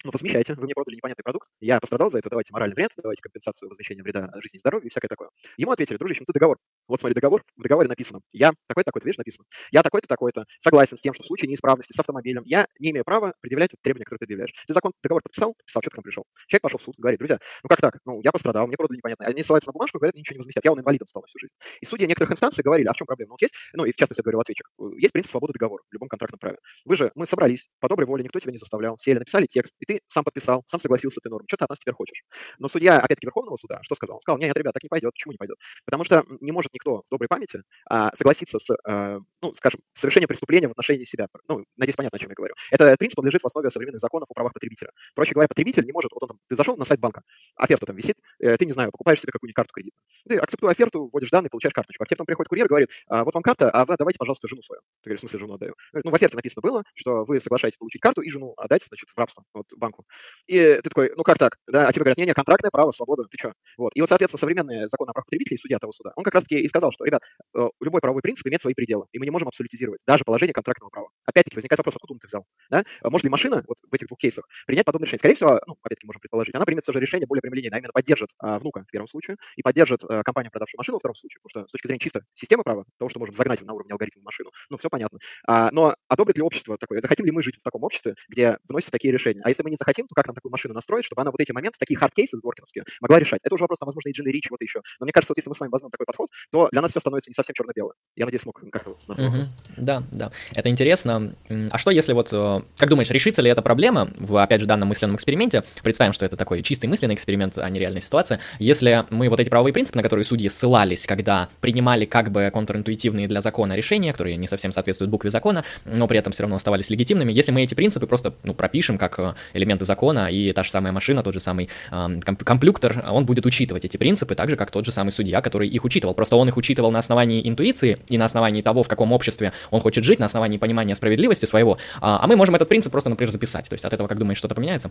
ну, возмещайте, вы мне продали непонятный продукт, я пострадал за это, давайте моральный вред, давайте компенсацию возмещения вреда жизни и здоровью и всякое такое. Ему ответили: дружище, ну ты договор. Вот смотри, договор, в договоре написано: я такой-то, такой-то, видишь, написано: я такой-то, такой-то, согласен с тем, что в случае неисправности с автомобилем я не имею права предъявлять требования, которые предъявляешь. Ты закон, договор подписал, подписал, что ты к нам пришел. Человек пошел в суд, говорит: друзья, ну как так? Ну, я пострадал, мне продали непонятно. Они ссылаются на бумажку, говорят, ничего не возместят. Я он инвалидом стал на всю жизнь. И судьи некоторых инстанций говорили: а в чем проблема? Ну, вот есть, ну, и в частности, это говорил ответчик, есть принцип свободы договора в любом контрактном праве. Вы же, мы собрались по доброй воле, никто тебя не заставлял, сели, написали текст, и ты сам подписал, сам согласился с этой нормой. Что ты от нас теперь хочешь? Но судья, опять-таки, Верховного суда, что сказал? Он сказал: нет, ребят, так не пойдет. Почему не пойдет? Потому что не может никто в доброй памяти а, согласиться с, а, ну, скажем, совершением преступления в отношении себя. Ну, надеюсь, понятно, о чем я говорю. Это принцип лежит в основе современных законов о правах потребителя. Проще говоря, потребитель не может, вот он там, ты зашел на сайт банка, оферта там висит, э, ты, не знаю, покупаешь себе какую-нибудь карту кредитную. Ты акцептуешь оферту, вводишь данные, получаешь карточку. А тебе потом приходит курьер и говорит: а, вот вам карта, а вы отдавайте, пожалуйста, жену свою. Ты говоришь: в смысле жену отдаю? Говорит: ну, в оферте написано было, что вы соглашаетесь получить карту и жену отдать, значит, в рабство вот, банку. И ты такой: ну как так? Да? А тебе говорят: не-не, контрактное право, свобода, ты что? Вот. И вот, соответственно, современный закон о правах потребителей, судья того суда, он как раз-таки и сказал, что, ребят, э, любой правовой принцип имеет свои пределы, и мы не можем абсолютизировать даже положение контрактного права. Опять-таки возникает вопрос: откуда он это взял? Да? А может ли машина вот в этих двух кейсах принять подобное решение? Скорее всего, ну, опять-таки можем предположить, она примет все же решение более прямолинейное, а именно поддержит а, внука в первом случае и поддержит а, компанию, продавшую машину во втором случае, потому что с точки зрения чисто системы права, того, что можем загнать на уровне алгоритма машину, ну, все понятно. А, но одобрит ли общество такое? Захотим ли мы жить в таком обществе, где вносятся такие решения? А если мы не захотим, то как нам такую машину настроить, чтобы она вот эти моменты, такие хард-кейсы дворкиновские, могла решать? Это уже вопрос, там, возможно, и Джины Ричи, чего-то еще. Но мне кажется, вот если мы с вами возьмем такой подход, то для нас все становится не совсем черно-белое. Я надеюсь, смог как-то вот на этот Мгм. вопрос. Да, да, это интересно. М, А что если вот, э, как думаешь, решится ли эта проблема в, опять же, данном мысленном эксперименте? Представим, что это такой чистый мысленный эксперимент, а не реальная ситуация. Если мы вот эти правовые принципы, на которые судьи ссылались, когда принимали как бы контринтуитивные для закона решения, которые не совсем соответствуют букве закона, но при этом все равно оставались легитимными, если мы эти принципы просто, ну, пропишем как э, элементы закона, и та же самая машина, тот же самый э, комп- комплюктор, он будет учитывать эти принципы так же, как тот же самый судья, который их учитывал. Просто он их учитывал на основании интуиции и на основании того, в каком обществе он хочет жить, на основании понимания справедливости своего, а, а мы можем этот принцип просто, например, записать. То есть от этого, как думаешь, что-то поменяется?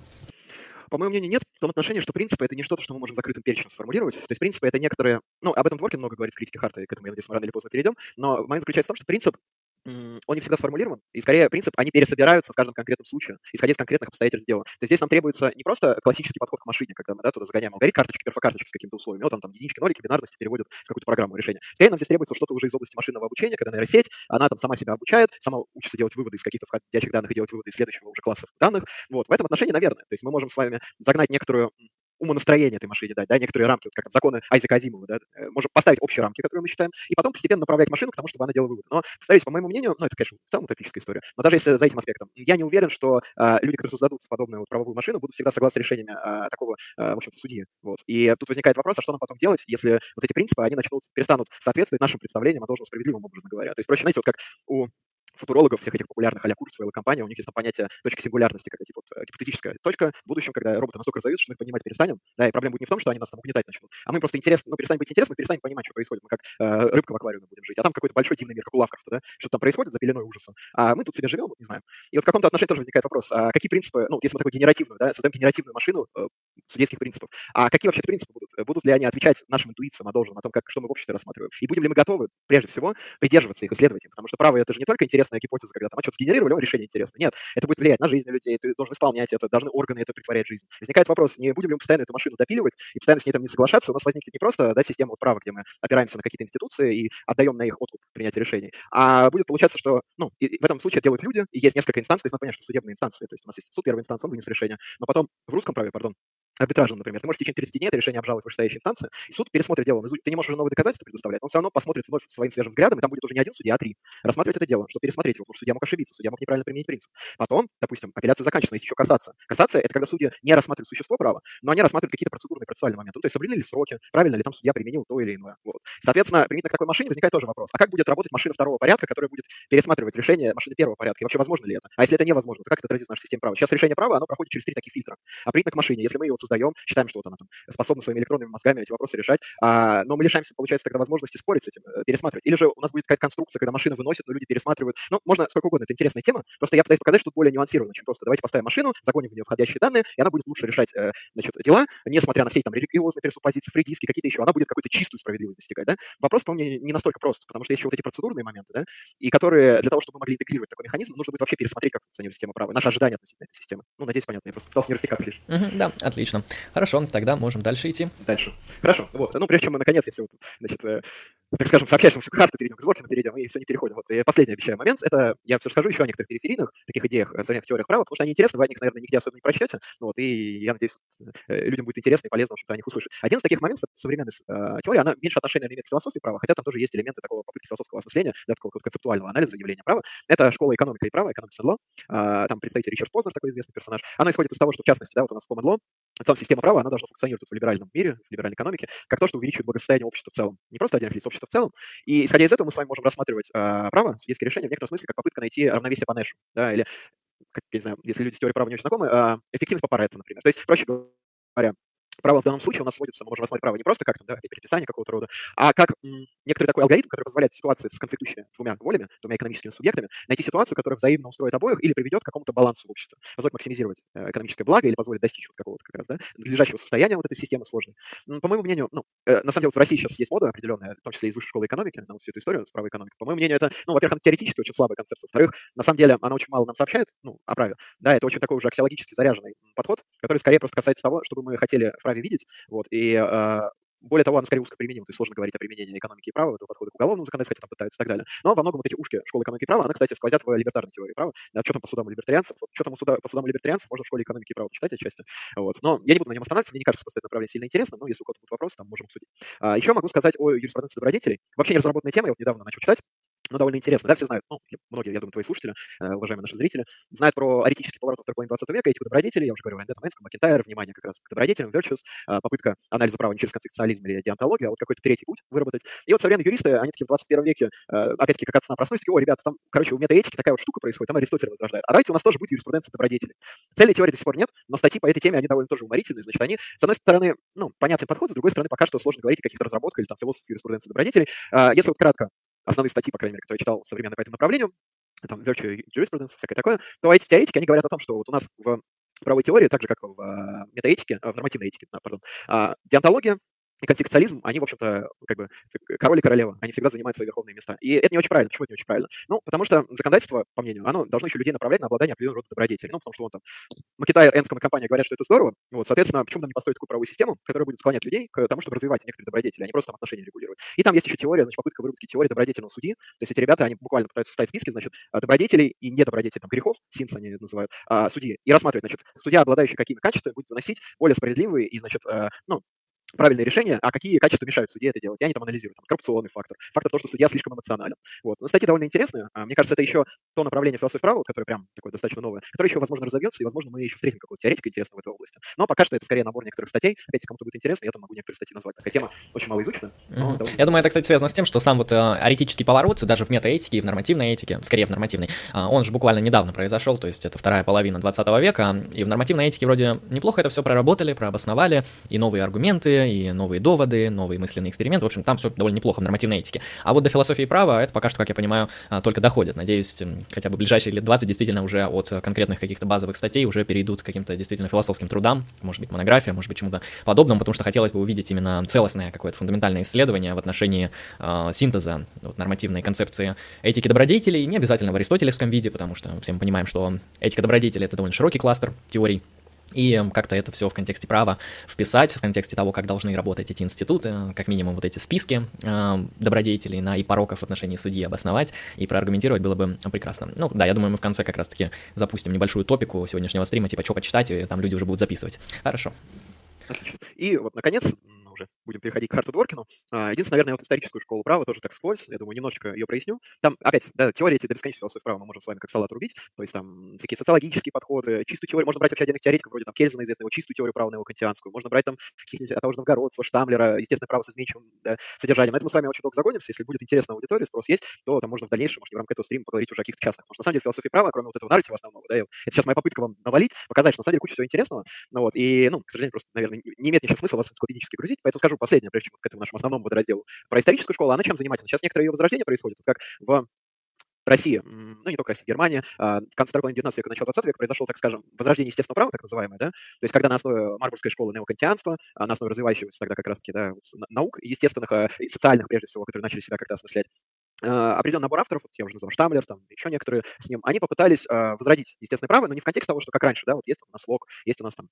По моему мнению, нет, в том отношении, что принципы — это не что-то, что мы можем закрытым перечнем сформулировать. То есть принципы — это некоторые... Ну, об этом Дворкин много говорит в критике Харта, и к этому, я надеюсь, мы рано или поздно перейдем. Но момент заключается в том, что принцип, м, он не всегда сформулирован, и скорее принцип, они пересобираются в каждом конкретном случае, исходя из конкретных обстоятельств дела. То есть здесь нам требуется не просто классический подход к машине, когда мы, да, туда загоняем алгоритм, карточки, перфокарточки с какими-то условиями, вот там, там единички, нолики, бинарности переводят в какую-то программу решения. Скорее нам здесь требуется что-то уже из области машинного обучения, когда нейросеть, она там сама себя обучает, сама учится делать выводы из каких-то входящих данных и делать выводы из следующего уже класса данных. Вот, в этом отношении, наверное, то есть мы можем с вами загнать некоторую умонастроение этой машине дать, да, некоторые рамки, вот как там законы Айзека Азимова, да, э, можем поставить общие рамки, которые мы считаем, и потом постепенно направлять машину к тому, чтобы она делала выводы. Но, повторюсь, по моему мнению, ну, это, конечно, в целом утопическая история, но даже если за этим аспектом, я не уверен, что а, люди, которые создадут подобную вот правовую машину, будут всегда согласны с решениями а, такого, а, в общем-то, судьи. Вот. И тут возникает вопрос: а что нам потом делать, если вот эти принципы, они начнут, перестанут соответствовать нашим представлениям о должном справедливом, образно говоря. То есть, проще, знаете, вот как у футурологов, всех этих популярных а-ля Курцвейла компаний, у них есть там понятие точки сингулярности, когда типа вот, гипотетическая точка в будущем, когда роботы настолько разовьются, что мы их понимать перестанем, да, и проблема будет не в том, что они нас там угнетать начнут, а мы просто интересно, ну, перестанем быть интересным, перестанем понимать, что происходит, мы как э, рыбка в аквариуме будем жить, а там какой-то большой дивный мир, как у Лавкрафта, да, что там происходит за пеленой ужаса, а мы тут себе живем, вот не знаем. И вот в каком-то отношении тоже возникает вопрос: а какие принципы, ну, вот если мы такую генеративную, да, создаем генеративную машину э, судейских принципов, а какие вообще принципы будут? Будут ли они отвечать нашим интуициям о должном, о том, как, что мы в обществе рассматриваем? И будем ли мы готовы, прежде всего, придерживаться их, исследовать их? Потому что право — это же не только интересная гипотеза, когда там, а что-то сгенерировали, о, решение интересно. Нет, это будет влиять на жизнь людей, ты должен исполнять это, должны органы это притворять в жизнь. Возникает вопрос: не будем ли мы постоянно эту машину допиливать и постоянно с ней там не соглашаться? У нас возникнет не просто, да, система вот права, где мы опираемся на какие-то институции и отдаем на их откуп принятия решений, а будет получаться, что, ну, и, и в этом случае это делают люди, и есть несколько инстанций, то есть надо понять, что судебные инстанции, то есть у нас есть суд первой инстанции, он вынес решение, но потом в русском праве, пардон, арбитражем, например, ты можешь в течение тридцати дней это решение обжаловать в вышестоящей инстанции, и суд пересмотрит дело, ты не можешь уже новые доказательства предоставлять, он все равно посмотрит вновь своим свежим взглядом, и там будет уже не один судья, а три рассматривать это дело, чтобы пересмотреть его, потому что судья мог ошибиться, судья мог неправильно применить принцип. Потом, допустим, апелляция заканчивается, есть еще кассация. Кассация — это когда судья не рассматривает существо права, но они рассматривают какие-то процедурные, процессуальные моменты, ну, то есть соблюдены ли сроки, правильно ли там судья применил то или иное. Вот. Соответственно, применительно к такой машине возникает тоже вопрос: а как будет работать машина второго порядка, которая будет пересматривать решение машины первого порядка, и вообще возможно ли это? А если это невозможно, то как это отразится в нашей системе права? Сейчас решение права, оно проходит через три таких фильтра. А применительно к машине, если мы ее вот создаем, считаем, что вот она там способна своими электронными мозгами эти вопросы решать, а, но мы лишаемся, получается, тогда возможности спорить с этим, пересматривать. Или же у нас будет какая-то конструкция, когда машина выносит, но люди пересматривают. Ну, можно сколько угодно, это интересная тема, просто я пытаюсь показать, что тут более нюансированно, чем просто давайте поставим машину, загоним в нее входящие данные, и она будет лучше решать, значит, дела, несмотря на все там религиозные пресуппозиции, фрейдистские, какие-то еще, она будет какую-то чистую справедливость достигать, да? Вопрос, по мне, не настолько прост, потому что есть еще вот эти процедурные моменты, да, и которые для того, чтобы мы могли интегрировать такой механизм, нужно будет вообще пересмотреть, как функционирует система права, наши ожидания относительно этой системы. Ну, надеюсь, понятно, я просто пытался не растекаться лишь. Uh-huh, да, отлично. Хорошо, тогда можем дальше идти. Дальше. Хорошо, вот, ну, прежде чем мы, наконец, я все, вот, значит, э, так скажем, сообщаешь, что мы всю карту перейдем, к Дворкину перейдем, и все не переходим. Вот, и последний обещаю момент, это я все расскажу еще о некоторых периферийных таких идеях, современных теориях права, потому что они интересны, вы о них, наверное, нигде особенно не прочтете, вот, и я надеюсь, людям будет интересно и полезно, в общем-то, о них услышать. Один из таких моментов современной э, теории, она меньше отношения имеет к философии права, хотя там тоже есть элементы такого попытки философского осмысления, для такого концептуального анализа явления права. Это школа экономика и права, Economics and Law, э, там представитель Ричард Познер, такой известный персонаж. Оно исходит из того, что, в частности, да, вот у нас в Common Law, в целом система права, она должна функционировать в либеральном мире, в либеральной экономике, как то, что увеличивает благосостояние общества в целом. Не просто отдельных лиц, общества в целом. И исходя из этого мы с вами можем рассматривать э, право, судейские решения, в некотором смысле, как попытка найти равновесие по Нэшу, да, или, как, я не знаю, если люди с теорией права не очень знакомы, э, эффективность по Паретто, например. То есть, проще говоря, право в данном случае у нас сводится, мы можем рассматривать право не просто как там, да, предписание какого-то рода, а как м, некоторый такой алгоритм, который позволяет в ситуации с конфликтующими двумя волями, двумя экономическими субъектами, найти ситуацию, которая взаимно устроит обоих или приведет к какому-то балансу в обществе, позволит максимизировать э, экономическое благо или позволит достичь вот какого-то как раз, да, надлежащего состояния вот этой системы сложной. М, По моему мнению, ну, э, на самом деле вот в России сейчас есть мода определенная, в том числе из высшей школы экономики, на вот всю эту историю с правой экономикой. По моему мнению, это, ну, во-первых, она теоретически очень слабая концепция, во-вторых, на самом деле она очень мало нам сообщает, ну, о праве. Да, это очень такой уже аксиологически заряженный подход, который скорее просто касается того, что бы мы хотели в праве видеть, вот, и э, более того, оно скорее узкоприменимо, то есть сложно говорить о применении экономики и права, этого подхода к уголовному законодательству, хотя там пытаются и так далее. Но во многом вот эти ушки школы экономики и права, она, кстати, сквозят в либертарной теории права. Да, что там по судам у либертарианцев? Вот, что там у суда, по судам у либертарианцев можно в школе экономики и права почитать отчасти. Вот. Но я не буду на нем останавливаться, мне не кажется, просто это направление сильно интересно, но если у кого-то будут вопросы, там можем обсудить. А, еще могу сказать о юриспруденции добродетелей. Вообще не разработанная тема, я вот недавно начал читать. Но довольно интересно, да, все знают, ну, многие, я думаю, твои слушатели, э, уважаемые наши зрители, знают про аритический поворот во второй половине двадцатого века, этику добродетелей, я уже говорил, Рендетта, Мэнском, Макентайр, внимание как раз к добродетелям, virtues, э, попытка анализа права не через конституционализм или деонтологию, а вот какой-то третий путь выработать. И вот современные юристы, они такие в двадцать первом веке, э, опять-таки, как отсюда проснулись, такие, о, ребята, там, короче, у метаэтики такая вот штука происходит, там Аристотель возрождает, а давайте у нас тоже будет юриспруденция добродетелей. Цели теории до сих пор нет, но статьи по этой теме, они довольно тоже уморительные, значит, они, с одной стороны, ну, понятный подход, с другой стороны, пока что сложно говорить о каких-то разработках или там философии юриспруденции добродетелей. Э, если вот кратко, основные статьи, по крайней мере, которые я читал современно по этому направлению, там, virtue jurisprudence, всякое такое, то эти теоретики, они говорят о том, что вот у нас в правовой теории, так же, как в uh, метаэтике, uh, в нормативной этике, uh, пардон, uh, деонтология и конституционализм, они, в общем-то, как бы король и королева, они всегда занимают свои верховные места. И это не очень правильно. Почему это не очень правильно? Ну, потому что законодательство, по мнению, оно должно еще людей направлять на обладание определенного рода добродетелей. Ну, потому что вон там Макентайр, Энском и компания говорят, что это здорово. Вот, соответственно, почему нам не построить такую правовую систему, которая будет склонять людей к тому, чтобы развивать некоторые добродетели, а не просто там отношения регулировать. И там есть еще теория, значит, попытка выработки теории добродетельного судьи. То есть эти ребята, они буквально пытаются составить списки, значит, добродетелей и недобродетелей, там, грехов, синс они это называют, а, судьи, и рассматривать, значит, судья, обладающий какими качествами, будет выносить более справедливые и, значит, э, ну, правильное решение, а какие качества мешают судье это делать. Я не там анализирую. Там, коррупционный фактор, фактор того, что судья слишком эмоционален. Вот. Но статьи довольно интересные. Мне кажется, это еще то направление философии права, которое прям такое достаточно новое, которое еще, возможно, разовьется, и, возможно, мы еще встретим какого-то теоретика интересного в этой области. Но пока что это скорее набор некоторых статей. Опять, если кому-то будет интересно, я там могу некоторые статьи назвать. Такая тема очень мало изучена. Mm-hmm. Довольно... Я думаю, это, кстати, связано с тем, что сам вот э, аритический поворот, даже в метаэтике и в нормативной этике, скорее в нормативной, э, он же буквально недавно произошел, то есть это вторая половина двадцатого века, и в нормативной этике вроде неплохо это все проработали, прообосновали, и новые аргументы, и новые доводы, новые мысленные эксперименты. В общем, там все довольно неплохо в нормативной этике. А вот до философии права это пока что, как я понимаю, только доходит. Надеюсь, хотя бы в ближайшие лет двадцать действительно уже от конкретных каких-то базовых статей уже перейдут к каким-то действительно философским трудам, может быть, монография, может быть, чему-то подобному, потому что хотелось бы увидеть именно целостное какое-то фундаментальное исследование в отношении э, синтеза вот, нормативной концепции этики добродетелей, не обязательно в аристотелевском виде, потому что все мы понимаем, что этика добродетелей — это довольно широкий кластер теорий. И как-то это все в контексте права вписать, в контексте того, как должны работать эти институты, как минимум вот эти списки э, добродетелей на и пороков в отношении судьи обосновать и проаргументировать было бы прекрасно. Ну да, я думаю, мы в конце как раз-таки запустим небольшую топику сегодняшнего стрима, типа что почитать, и там люди уже будут записывать. Хорошо. Отлично. И вот, наконец, уже будем переходить к Харту Дворкину. А, Единственное, наверное, вот историческую школу права тоже так вскользь, я думаю, немножечко ее проясню. Там, опять, да, теория эти до бесконечности философии права мы можем с вами как салат рубить, то есть там такие социологические подходы, чистую теорию, можно брать вообще отдельных теоретиков, вроде там Кельзена, известного, чистую теорию права неокантианскую, можно брать там каких-нибудь того же Новгородцева, Штамлера, естественно, право с изменчивым, да, содержанием. На это мы с вами очень долго загонимся, если будет интересно аудитории, спрос есть, то там можно в дальнейшем, может, в рамках этого стрима поговорить уже о каких-то частных. Потому что на самом деле философия права, кроме вот этого нарратива основного, да, и вот это сейчас моя попытка вам навалить, показать, что на самом деле куча всего интересного, ну вот, и, ну, к сожалению, просто, наверное, не не имеет ничего смысла вас энциклопедически грузить, поэтому скажу последнее, прежде чем вот к этому нашему основному водоразделу. Про историческую школу, она чем занимается? Сейчас некоторое ее возрождение происходит, вот как в России, м, ну не только Россия, Германия, а, в конце второй половины девятнадцатого века, начало двадцатого века произошло, так скажем, возрождение естественного права, так называемое, да, то есть когда на основе Марбургской школы неокантианства, а, на основе развивающегося тогда как раз-таки, да, вот с- на- наук, естественных а, и социальных, прежде всего, которые начали себя как-то осмыслять, а, определенный набор авторов, вот я уже назвал Штамлер, там еще некоторые с ним, они попытались а, возродить естественное право, но не в контексте того, что как раньше, да, вот есть у нас Лок, есть у нас там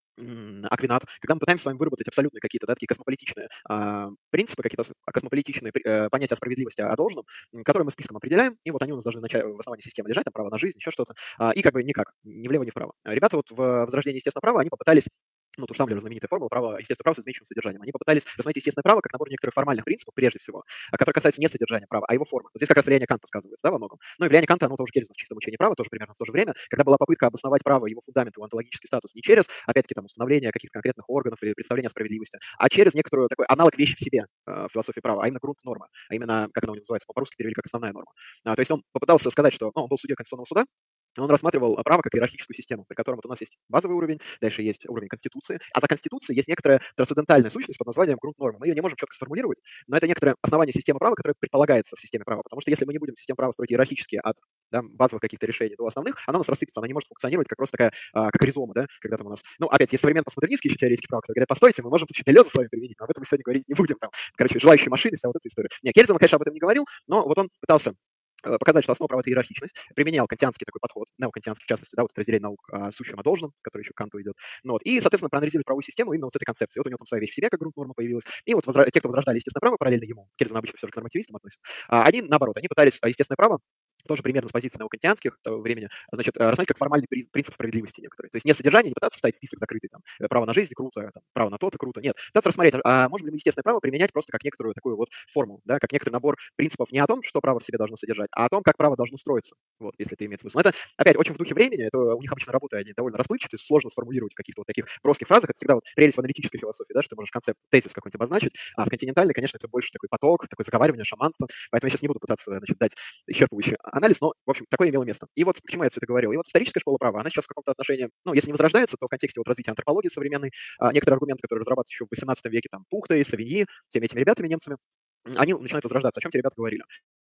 м, Аквинат, когда мы пытаемся с вами выработать абсолютные какие-то, да, такие космополитичные а, принципы, какие-то с- космополитичные при- э, понятия о справедливости, о должном, м, которые мы списком определяем, и вот они у нас должны начать в основании системы лежать, там право на жизнь, еще что-то, а, и как бы никак, ни влево, ни вправо. А Ребята вот в возрождении естественного права, они попытались ну, вот у Штамблера знаменитая формула права, естественное право с изменчивым содержанием. Они попытались рассмотреть естественное право как набор некоторых формальных принципов, прежде всего, а, которые касаются не содержания права, а его формы. Вот здесь как раз влияние Канта сказывается, да, во многом. Ну и влияние Канта, оно тоже Кельзена в чистом учении права, тоже примерно в то же время, когда была попытка обосновать право, его фундамент, его онтологический статус не через, опять-таки, там, установление каких-то конкретных органов или представление о справедливости, а через некоторую такой аналог вещи в себе э, в философии права, а именно грунт нормы, а именно, как она у него называется, по-русски перевели как основная норма. А, то есть он попытался сказать, что ну, он был судьей Конституционного суда, он рассматривал а, право как иерархическую систему, при котором вот у нас есть базовый уровень, дальше есть уровень Конституции, а за Конституцией есть некоторая трансцендентальная сущность под названием грунт нормы. Мы ее не можем четко сформулировать, но это некоторое основание системы права, которое предполагается в системе права. Потому что если мы не будем систему права строить иерархически от да, базовых каких-то решений до основных, она у нас рассыпется, она не может функционировать как просто такая, а, как ризома, да, когда там у нас, ну, опять, есть современные постмодернистские еще теоретики права, которые говорят, постойте, мы можем тут что-то лезо с вами применить, но об этом мы сегодня говорить не будем, там, короче, желающие машины, вся вот эта история. Не, Кельзен, конечно, об этом не говорил, но вот он пытался э, показать, что основа права — это иерархичность, применял кантианский такой подход, неокантианский, в частности, да, вот это разделение наук о сущем, о должном, который еще к Канту идет, ну вот, и, соответственно, проанализировать правовую систему именно вот с этой концепции. Вот у него там своя вещь в себе, как грунт норма появилась, и вот возра- те, кто возрождали естественное право параллельно ему, Кельзен обычно все же к нормативистам относится, а, они, наоборот, они пытались а, естественное право тоже примерно с позиции неокантианских того времени, значит, э, рассмотреть как формальный при- принцип справедливости некоторый. То есть не содержание, не пытаться вставить в список закрытый, там, э, право на жизнь круто, там, право на то-то круто, нет. Пытаться рассмотреть, а можем ли мы естественное право применять просто как некоторую такую вот форму, да, как некоторый набор принципов не о том, что право в себе должно содержать, а о том, как право должно строиться, вот, если это имеет смысл. Но это, опять, очень в духе времени, это у них обычно работы, они довольно расплывчатые, сложно сформулировать в каких-то вот таких броских фразах, это всегда вот прелесть в аналитической философии, да, что ты можешь концепт, тезис какой-нибудь обозначить, а в континентальной, конечно, это больше такой поток, такое заговаривание, шаманство, поэтому я сейчас не буду пытаться, значит, дать исчерпывающий анализ, но, в общем, такое имело место. И вот к чему я все это говорил. И вот историческая школа права, она сейчас в каком-то отношении, ну, если не возрождается, то в контексте вот развития антропологии современной, а, некоторые аргументы, которые разрабатывались еще в восемнадцатом веке, там, Пухтой, Савиньи, всеми этими ребятами, немцами, м, они начинают возрождаться. О чем те ребята говорили?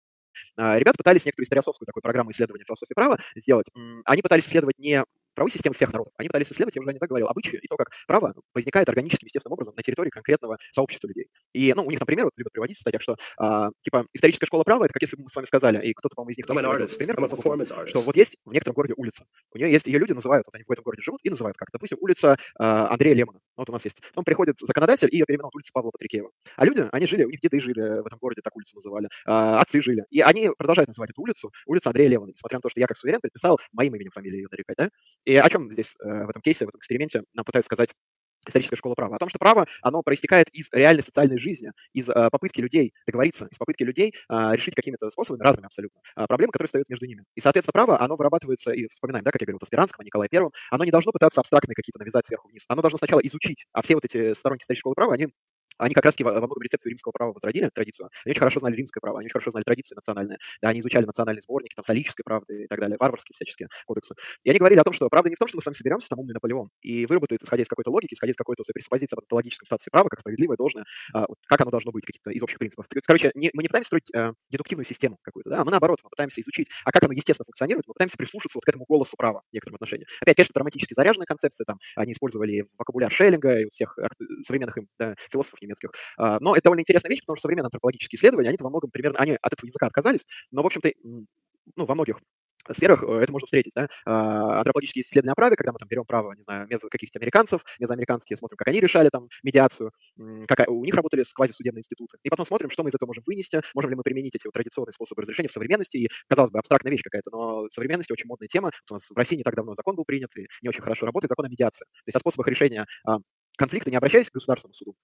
А, Ребята пытались некоторую историосовскую такую программу исследования философии права сделать. М, Они пытались исследовать не правовые системы всех народов, они пытались исследовать, я уже не так говорил, обычаи и то, как право возникает органическим, естественным образом на территории конкретного сообщества людей. И, ну, у них, например, вот любят приводить в статьях, что, а, типа, историческая школа права — это как если бы мы с вами сказали, и кто-то, по-моему, из них I'm тоже an приводил artist. пример, I'm a по-моему, Гугл, performance что artist. вот есть в некотором городе улица. У нее есть, ее люди называют, вот они в этом городе живут и называют как, допустим, улица а, Андрея Лемона. Вот у нас есть. Потом приходит законодатель и ее переименовал улица Павла Патрикеева. А люди, они жили, у них деды жили в этом городе, так улицу называли, а, отцы жили. И они продолжают называть эту улицу улица Андрея Лемона, несмотря на то, что я, как суверен, предписал моим именем фамилию ее нарекать, да? И о чем здесь э, в этом кейсе, в этом эксперименте нам пытаются сказать историческая школа права? О том, что право, оно проистекает из реальной социальной жизни, из э, попытки людей договориться, из попытки людей э, решить какими-то способами, разными абсолютно, э, проблемы, которые встают между ними. И, соответственно, право, оно вырабатывается, и вспоминаем, да, как я говорил, о Спиранском, о Николае Первом, оно не должно пытаться абстрактные какие-то навязать сверху вниз. Оно должно сначала изучить. А все вот эти сторонники исторической школы права, они они как раз во во многом рецепцию римского права возродили, традицию. Они очень хорошо знали римское право, они очень хорошо знали традиции национальные. Да, они изучали национальные сборники, там, солической правды и так далее, варварские всяческие кодексы. И они говорили о том, что правда не в том, что мы с вами соберемся, там, умный Наполеон, и выработает, исходя из какой-то логики, исходя из какой-то своей пресуппозиции об онтологическом статусе права, как справедливое, должное, а, вот как оно должно быть, каких-то из общих принципов. Короче, не, мы не пытаемся строить э, дедуктивную систему какую-то, да, а мы наоборот, мы пытаемся изучить, а как оно естественно функционирует, мы пытаемся прислушаться вот к этому голосу права в некотором отношении. Опять, конечно, это романтически заряженная концепция, там, они использовали вокабуляр Шеллинга и вот всех ак- современных им, да, философов немецких. А, Но это довольно интересная вещь, потому что современные антропологические исследования, они во многом примерно, они от этого языка отказались, но, в общем-то, м, ну, во многих сферах э, это можно встретить, да. А, Антропологические исследования о праве, когда мы там берем право, не знаю, мезо каких-то американцев, мезоамериканские, смотрим, как они решали там медиацию, м, как у них работали с квазисудебные институты. И потом смотрим, что мы из этого можем вынести, можем ли мы применить эти вот традиционные способы разрешения в современности. И, казалось бы, абстрактная вещь какая-то, но в современности очень модная тема. Вот у нас в России не так давно закон был принят и не очень хорошо работает, закон о медиации. То есть о способах решения а, конфликта, не обращаясь к государственному суду,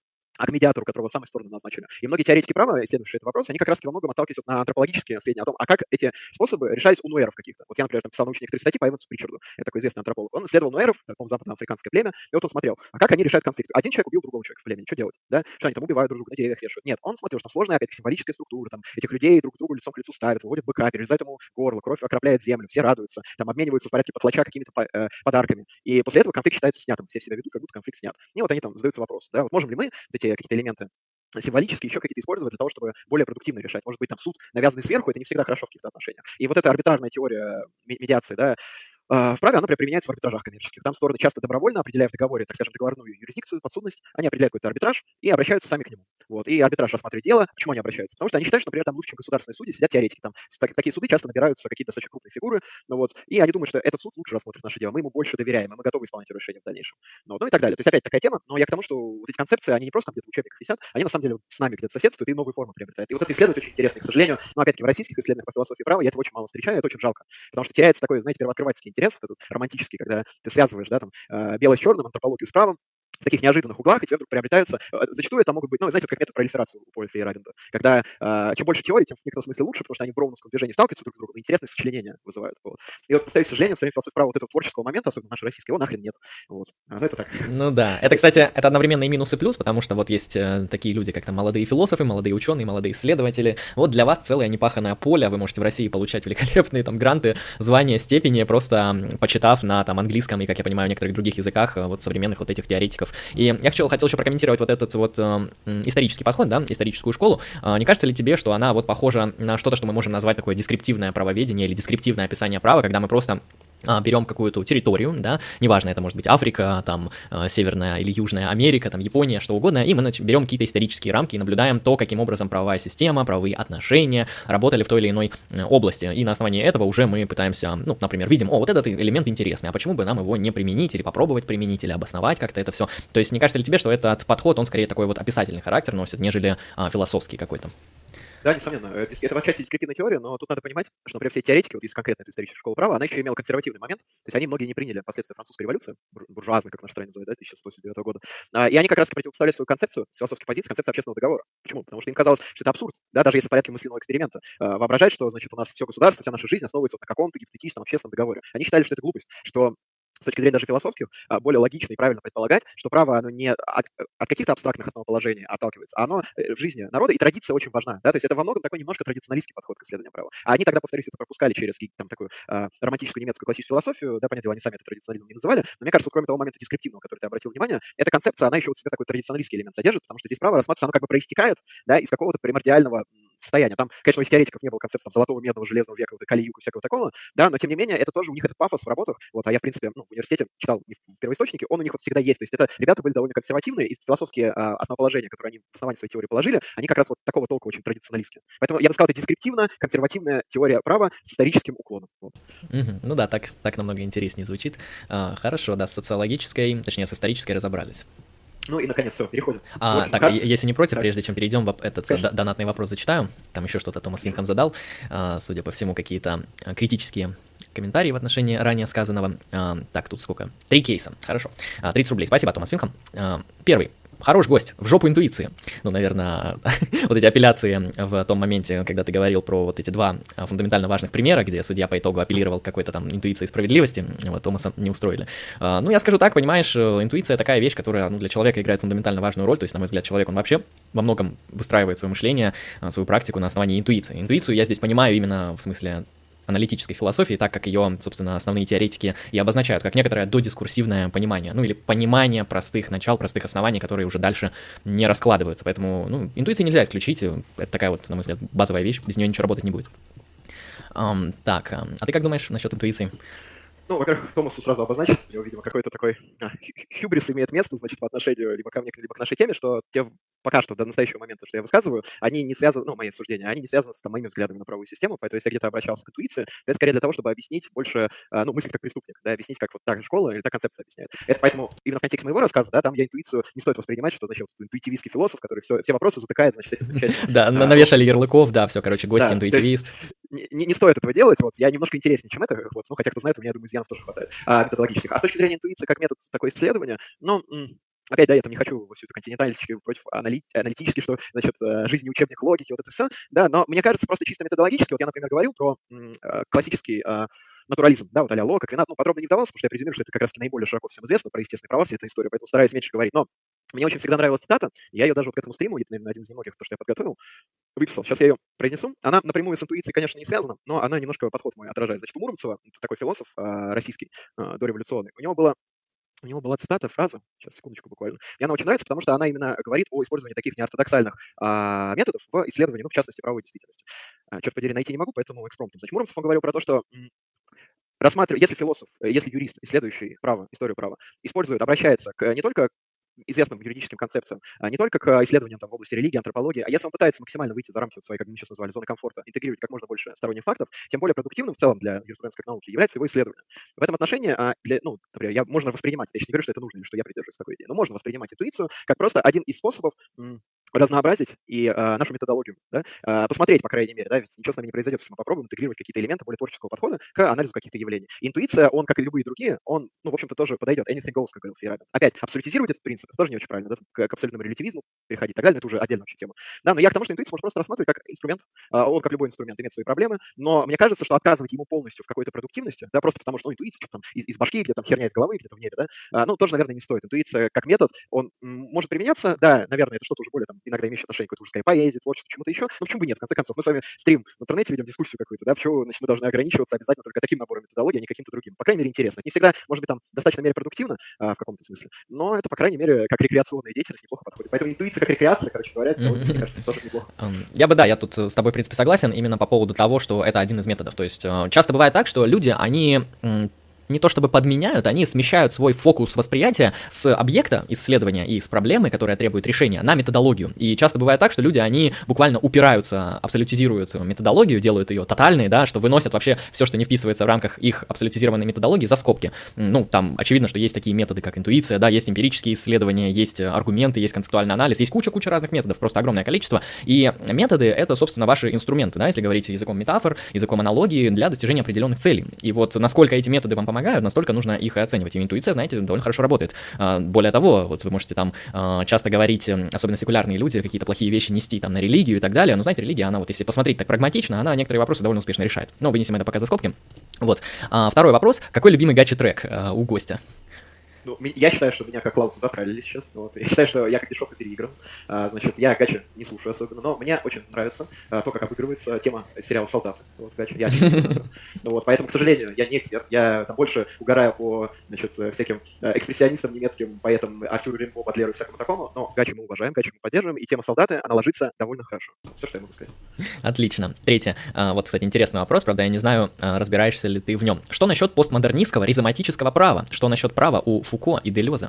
а к медиатору, которого самой стороны назначили. И многие теоретики права, исследующие этот вопрос, они как раз во многом отталкиваются на антропологические сведения о том, а как эти способы решались у нуэров каких-то. Вот я, например, написал научные некоторые статьи по Эвансу Причарду, это такой известный антрополог. Он исследовал нуэров, по-моему, западноафриканское племя, и вот он смотрел, а как они решают конфликт. Один человек убил другого человека в племени, что делать? Да? Что они там убивают друг друга, на деревьях вешают? Нет, он смотрел, что там сложная опять символическая структура, там этих людей друг к другу лицом к лицу ставят, выводят быка, перерезают ему горло, кровь окропляет землю, все радуются, там обмениваются в порядке потлача какими-то э, подарками. И после этого конфликт считается снятым, все себя ведут, как будто конфликт снят. И вот они там задаются вопросом, да, вот можем ли мы вот эти какие-то элементы символически еще какие-то использовать для того, чтобы более продуктивно решать. Может быть, там суд, навязанный сверху, это не всегда хорошо в каких-то отношениях. И вот эта арбитражная теория медиации, да, в праве она, например, применяется в арбитражах коммерческих. Там стороны часто добровольно, определяя в договоре, так скажем, договорную юрисдикцию, подсудность, они определяют какой-то арбитраж и обращаются сами к нему. Вот. И арбитраж рассматривает дело. Почему они обращаются? Потому что они считают, что, например, там лучше, чем государственные судьи, сидят теоретики. Там в такие суды часто набираются какие-то достаточно крупные фигуры. Ну, вот. И они думают, что этот суд лучше рассмотрит наше дело, мы ему больше доверяем, и мы готовы исполнять его решение в дальнейшем. Ну, ну и так далее. То есть опять такая тема, но я к тому, что вот эти концепции, они не просто где-то в учебниках висят, они на самом деле с нами где-то соседствуют и новые формы приобретают. И вот это исследовать очень интересно. К сожалению, но опять-таки в российских исследованиях по философии права я это очень мало встречаю, это очень жалко. Потому что теряется такой, знаете, первооткрывательский интерес, вот этот романтический, когда ты связываешь, да, там, белое с черным, антропологию с правом, в таких неожиданных углах, и тебе вдруг приобретаются... Зачастую это могут быть, ну, знаете, как метод пролиферации у Поля Фейерабенда, когда э, чем больше теорий, тем в некотором смысле лучше, потому что они в броуновском движении сталкиваются друг с другом, и интересные сочленения вызывают. Вот. И вот, повторюсь, к сожалению, в стране философии права вот этого творческого момента, особенно нашей российской, его нахрен нет. Вот. А, ну, это так. Ну да. Это, кстати, это одновременно и минус, и плюс, потому что вот есть э, такие люди, как там молодые философы, молодые ученые, молодые исследователи. Вот для вас целое непаханное поле, вы можете в России получать великолепные там гранты, звания, степени, просто почитав на там английском и, как я понимаю, некоторых других языках вот современных вот этих теоретиков. И я хочу хотел еще прокомментировать вот этот вот э, исторический подход, да, историческую школу. Э, не кажется ли тебе, что она вот похожа на что-то, что мы можем назвать такое дескриптивное правоведение или дескриптивное описание права, когда мы просто берем какую-то территорию, да, неважно, это может быть Африка, там, Северная или Южная Америка, там, Япония, что угодно, и мы нач- берем какие-то исторические рамки и наблюдаем то, каким образом правовая система, правовые отношения работали в той или иной области, и на основании этого уже мы пытаемся, ну, например, видим, о, вот этот элемент интересный, а почему бы нам его не применить или попробовать применить, или обосновать как-то это все. То есть не кажется ли тебе, что этот подход, он скорее такой вот описательный характер носит, нежели а, философский какой-то? Да, несомненно. Это, это отчасти дескриптивная теория, но тут надо понимать, что, например, все теоретики, вот если конкретно эту историческую школу права, она еще имела консервативный момент. То есть они многие не приняли последствия французской революции, буржуазной, как наша страна называет, да, тысяча сто восемьдесят девятого года. А, и они как раз противопоставляли свою концепцию с философской позиции, концепцию общественного договора. Почему? Потому что им казалось, что это абсурд, да, даже если в порядке мысленного эксперимента а, воображать, что, значит, у нас все государство, вся наша жизнь основывается вот на каком-то гипотетическом общественном договоре. Они считали, что это глупость, что с точки зрения даже философских, более логично и правильно предполагать, что право оно не от, от каких-то абстрактных основоположений отталкивается, а оно в жизни народа, и традиция очень важна. Да? То есть это во многом такой немножко традиционалистский подход к исследованию права. А они тогда, повторюсь, это пропускали через там, такую э, романтическую немецкую классическую философию, да, понятно, они сами это традиционализмом не называли, но мне кажется, вот, кроме того момента дескриптивного, который ты обратил внимание, эта концепция, она еще вот в себе такой традиционалистский элемент содержит, потому что здесь право рассматривается, оно как бы проистекает, да, из какого-то примордиального состояния. Там, конечно, у теоретиков не было концепции там, золотого, медного, железного века, вот, Кали-Юга, всякого такого, да, но тем не менее, это тоже у них этот пафос в работах. Вот, а я, в принципе, ну, в университете читал в первоисточнике, он у них вот всегда есть. То есть это ребята были довольно консервативные, и философские а, основоположения, которые они в основании своей теории положили, они как раз вот такого толка очень традиционалистские. Поэтому я бы сказал, это дескриптивно-консервативная теория права с историческим уклоном. Вот. Mm-hmm. Ну да, так, так намного интереснее звучит. А, хорошо, да, с социологической, точнее, с исторической разобрались. Ну и, наконец, все, переходим. А, общем, так, как... если не против, так. прежде чем перейдем, этот Конечно. донатный вопрос зачитаю. Там еще что-то Томас Винком задал. А, судя по всему, какие-то критические комментарии в отношении ранее сказанного. А, так, тут сколько? Три кейса. Хорошо. А, тридцать рублей. Спасибо, Томас Винком. А, первый. Хорош гость, в жопу интуиции. Ну, наверное, вот эти апелляции в том моменте, когда ты говорил про вот эти два фундаментально важных примера, где судья по итогу апеллировал к какой-то там интуиции и справедливости, вот, Томаса не устроили. А, ну, я скажу так, понимаешь, интуиция такая вещь, которая, ну, для человека играет фундаментально важную роль, то есть, на мой взгляд, человек, он вообще во многом выстраивает свое мышление, свою практику на основании интуиции. Интуицию я здесь понимаю именно в смысле аналитической философии, так как ее, собственно, основные теоретики и обозначают, как некоторое додискурсивное понимание, ну или понимание простых начал, простых оснований, которые уже дальше не раскладываются. Поэтому, ну, интуиции нельзя исключить, это такая вот, на мой взгляд, базовая вещь, без нее ничего работать не будет. Um, так, а ты как думаешь насчет интуиции? Ну, во-первых, Томасу сразу обозначить, у него, видимо, какой-то такой а, хюбрис имеет место, значит, по отношению либо ко мне, либо к нашей теме, что те пока что до настоящего момента, что я высказываю, они не связаны, ну, мои суждения, они не связаны с там, моими взглядами на правовую систему, поэтому если я где-то обращался к интуиции, это скорее для того, чтобы объяснить больше, ну, мысль как преступник, да, объяснить, как вот та же школа или та концепция объясняет. Это поэтому именно в контексте моего рассказа, да, там я интуицию не стоит воспринимать, что, значит, интуитивистский философ, который все, все вопросы затыкает, значит, этим замечательным. Да, навешали ярлыков, да, все, короче, гость интуитивист. Не, не стоит этого делать, вот, я немножко интереснее, чем это, вот, ну, хотя, кто знает, у меня, я думаю, изъянов тоже хватает, а, методологических. А с точки зрения интуиции как метод такое исследования, ну, Опять, да, я там не хочу во всю эту континентальщину против анали- аналитически, что, значит, э, жизнь не учебник логики, вот это все, да, но мне кажется, просто чисто методологически, вот я, например, говорил про м, э, классический э, натурализм, да, вот а-ля Лока, Квинат, ну, подробно не вдавался, потому что я презюмирую, что это как раз наиболее широко всем известно, про естественные права, вся эта история, поэтому стараюсь меньше говорить, но мне очень всегда нравилась цитата, я ее даже вот к этому стриму, это, наверное, один из немногих, то, что я подготовил, выписал. Сейчас я ее произнесу. Она напрямую с интуицией, конечно, не связана, но она немножко подход мой отражает. Значит, у Муромцева, это такой философ э, российский, э, дореволюционный, у него было у него была цитата, фраза, сейчас, секундочку буквально. Мне она очень нравится, потому что она именно говорит о использовании таких неортодоксальных а, методов в исследовании, ну, в частности, правовой действительности. А, черт подери, найти не могу, поэтому экспромтом. Значит, Муромцев, он говорил про то, что м, рассматривая, если философ, э, если юрист, исследующий право, историю права, использует, обращается к, не только известным юридическим концепциям, а не только к исследованиям там, в области религии, антропологии, а если он пытается максимально выйти за рамки вот своей, как мы сейчас назвали, зоны комфорта, интегрировать как можно больше сторонних фактов, тем более продуктивным в целом для юриспруденции как науки является его исследование. В этом отношении, а, для, ну, например, я, можно воспринимать, я сейчас не говорю, что это нужно или что я придерживаюсь такой идеи, но можно воспринимать интуицию как просто один из способов м, разнообразить и а, нашу методологию, да, а, посмотреть, по крайней мере, да, ведь ничего с нами не произойдет, если мы попробуем интегрировать какие-то элементы более творческого подхода к анализу каких-то явлений. Интуиция, он, как и любые другие, он, ну, в общем-то, тоже подойдет. Anything goes, как говорил Фейерабен. Опять, абсолютизировать этот принцип, это тоже не очень правильно, да, к, к абсолютному релятивизму переходить и так далее, это уже отдельная вообще тема. Да, но я к тому, что интуицию можно просто рассматривать как инструмент, а, он, как любой инструмент, имеет свои проблемы, но мне кажется, что отказывать ему полностью в какой-то продуктивности, да, просто потому что, ну, интуиция, что там из, из башки, где-то там херня из головы, где-то в небе, да, а, ну, тоже, наверное, не стоит. Интуиция как метод, он м, может применяться, да, наверное, это что-то уже более там иногда имеющее отношение к какой-то уже скорее поэзии, творчеству, чему-то еще, но почему бы нет, в конце концов, мы с вами стрим в интернете ведем, дискуссию какую-то, да, почему, значит, мы должны ограничиваться обязательно только таким набором методологий, а не каким-то другим. По крайней мере, интересно. Это не всегда, может быть, там, в достаточной мере продуктивно а, в каком-то смысле, но это, по крайней мере, как рекреационная деятельность неплохо подходит. Поэтому интуиция как рекреация, короче говоря, это, мне кажется, тоже неплохо. Я бы, да, я тут с тобой, в принципе, согласен именно по поводу того, что это один из методов. То есть э, часто бывает так, что люди, они м, не то чтобы подменяют, они смещают свой фокус восприятия с объекта исследования и с проблемы, которая требует решения, на методологию. И часто бывает так, что люди, они буквально упираются, абсолютизируют методологию, делают ее тотальной, да, что выносят вообще все, что не вписывается в рамках их абсолютизированной методологии, за скобки. Ну, там очевидно, что есть такие методы, как интуиция, да, есть эмпирические исследования, есть аргументы, есть концептуальный анализ, есть куча-куча разных методов, просто огромное количество. И методы — это, собственно, ваши инструменты, да, если говорить языком метафор, языком аналогии для достижения определенных целей. И вот насколько эти методы вам помогают, настолько нужно их и оценивать. И интуиция, знаете, довольно хорошо работает. Более того, вот вы можете там часто говорить, особенно секулярные люди, какие-то плохие вещи нести там на религию и так далее, но, знаете, религия, она вот, если посмотреть так прагматично, она некоторые вопросы довольно успешно решает. Но вынесем это пока за скобки. Вот. Второй вопрос. Какой любимый гачи-трек у гостя? Ну, я считаю, что меня как лауку затралили сейчас. Вот. Я считаю, что я как дешевка переигран. А, значит, я гачи не слушаю особенно, но мне очень нравится а, то, как обыгрывается тема сериала «Солдаты». Вот, гачи. Я ну, вот, поэтому, к сожалению, я не эксперт. Я там больше угораю по, значит, всяким экспрессионистам немецким, поэтам Артюру Римбо, Бадлеру и всякому такому. Но гачи мы уважаем, гачи мы поддерживаем, и тема «Солдаты», она ложится довольно хорошо. Все, что я могу сказать. Отлично. Третье. Вот, кстати, интересный вопрос, правда, я не знаю, разбираешься ли ты в нем. Что насчет постмодернистского ризоматического права? Что насчет права у Фуко и Делеза?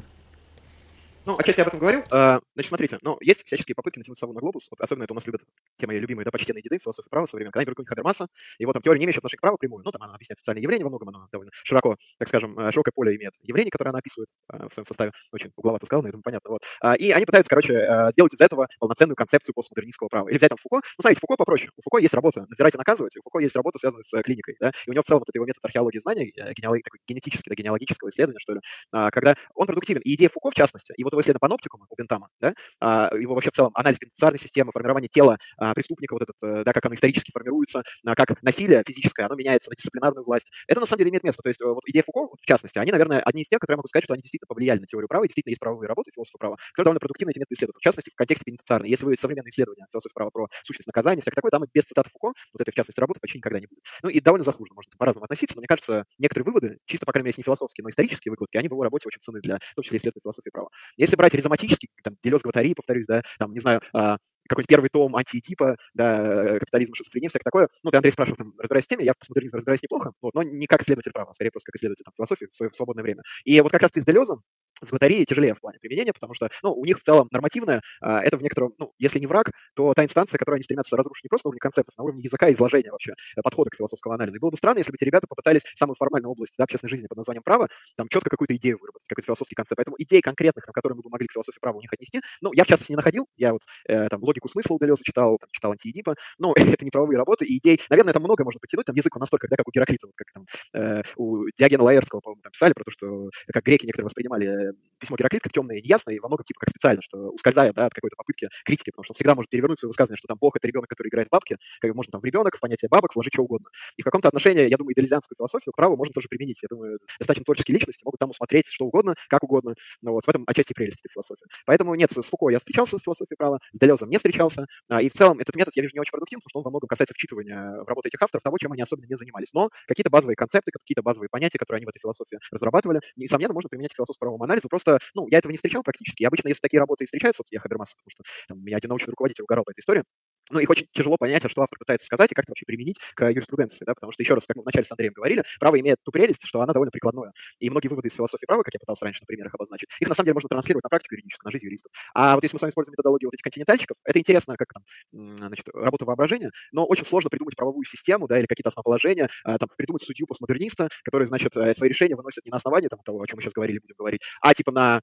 Ну, отчасти я об этом говорил. Значит, смотрите, ну, есть всяческие попытки натянуть сову на глобус. Вот особенно это у нас любят те мои любимые, да, почтенные деды, философы права со времен, когда они берут Хабермаса, и вот там теория, не имеющая отношения к праву прямую, ну, там она объясняет социальные явления во многом, она довольно широко, так скажем, широкое поле имеет явлений, которые она описывает в своем составе. Очень угловато сказано, я думаю, понятно. Вот. И они пытаются, короче, сделать из этого полноценную концепцию постмодернистского права. Или взять там Фуко. Ну, смотрите, Фуко попроще. У Фуко есть работа «Надзирать и наказывать», у Фуко есть работа, связанная с клиникой, да, и у него в целом вот этот его метод археологии знаний, генеалог... такой генетический, да, генеалогического исследования, что ли, когда он продуктивен. И идея Фуко, в частности, и вот его исследование паноптикума, Бентама, да, а, его вообще в целом анализ пенитенциарной системы, формирование тела а, преступника, вот этот, да, как оно исторически формируется, а, как насилие физическое, оно меняется на дисциплинарную власть. Это на самом деле имеет место. То есть вот идея Фуко, вот, в частности, они, наверное, одни из тех, которые я могу сказать, что они действительно повлияли на теорию права, и действительно есть правовые работы философов права, которые довольно продуктивно эти методы исследуют. В частности, в контексте пенитенциарной. Если вы современные исследования философии права про сущность наказания, всякое такое, там и без цитаты Фуко, вот этой, в частности, работы почти никогда не будет. Ну и довольно заслуженно, можно по-разному относиться, но мне кажется, некоторые выводы, чисто, по крайней мере, не философские, но исторические выкладки, они в его работе очень ценны для, в том числе, исследования философии права. Если брать ризоматический, там, Делез, Гваттари, повторюсь, да, там, не знаю, а, какой-нибудь первый том антиэтипа, да, капитализм, шизофрения, всякое такое. Ну, ты, Андрей, спрашивал, там, разбираюсь в теме, я в постмодернизме разбираюсь неплохо, вот, но не как исследователь права, а скорее просто как исследователь там, философии в свое в свободное время. И вот как раз ты с Делезом, с Гваттари тяжелее в плане применения, потому что, ну, у них в целом нормативное, а, это в некотором, ну, если не враг, то та инстанция, которую они стремятся разрушить не просто на уровне концептов, на уровне языка и изложения вообще, подхода к философскому анализу. И было бы странно, если бы эти ребята попытались в самую формальную область, да, общественной жизни под названием право, там четко какую-то идею выработать, какой-то философский концепт. Поэтому идей конкретных, на которые мы бы могли к философии права у них отнести, ну, я в частности не находил, я вот э, там логику смысла у Делеза читал, там, читал антиэдипа, но это не правовые работы, и идей, наверное, там много можно подтянуть, там язык он настолько, да, как у Гераклита, вот как там э, у Диогена Лаэртского, по-моему, там писали про то, что как греки некоторые воспринимали э, письмо Гераклит как темное и неясное, и во многом типа как специально, что ускользая, да, от какой-то попытки критики, потому что он всегда может перевернуть свое высказывание, что там Бог — это ребенок, который играет в бабки, как можно там в ребенок, в понятие бабок вложить что угодно. И в каком-то отношении, я думаю, идеализианскую философию к праву можно тоже применить. Я думаю, достаточно творческие личности могут там усмотреть что угодно, как угодно. Но вот в этом отчасти прелесть этой философии. Поэтому нет, с Фуко я встречался в философии права, с Делезом не встречался. А, и в целом этот метод я вижу не очень продуктивным, потому что он во многом касается вчитывания в работу этих авторов того, чем они особенно не занимались. Но какие-то базовые концепты, какие-то базовые понятия, которые они в этой философии разрабатывали, несомненно, можно применять к философско-правовому анализу. Просто, ну, я этого не встречал практически. И обычно, если такие работы и встречаются, вот я Хабермаса, потому что там, меня один научный руководитель угорал по этой истории, ну, их очень тяжело понять, а что автор пытается сказать и как это вообще применить к юриспруденции, да, потому что, еще раз, как мы вначале с Андреем говорили, право имеет ту прелесть, что она довольно прикладное. И многие выводы из философии права, как я пытался раньше на примерах обозначить, их на самом деле можно транслировать на практику юридическую, на жизнь юристов. А вот если мы с вами используем методологию вот этих континентальщиков, это интересно, как там, значит, работа воображения, но очень сложно придумать правовую систему, да, или какие-то основоположения, а, там, придумать судью постмодерниста, который, значит, свои решения выносит не на основании там, того, о чем мы сейчас говорили, будем говорить, а типа на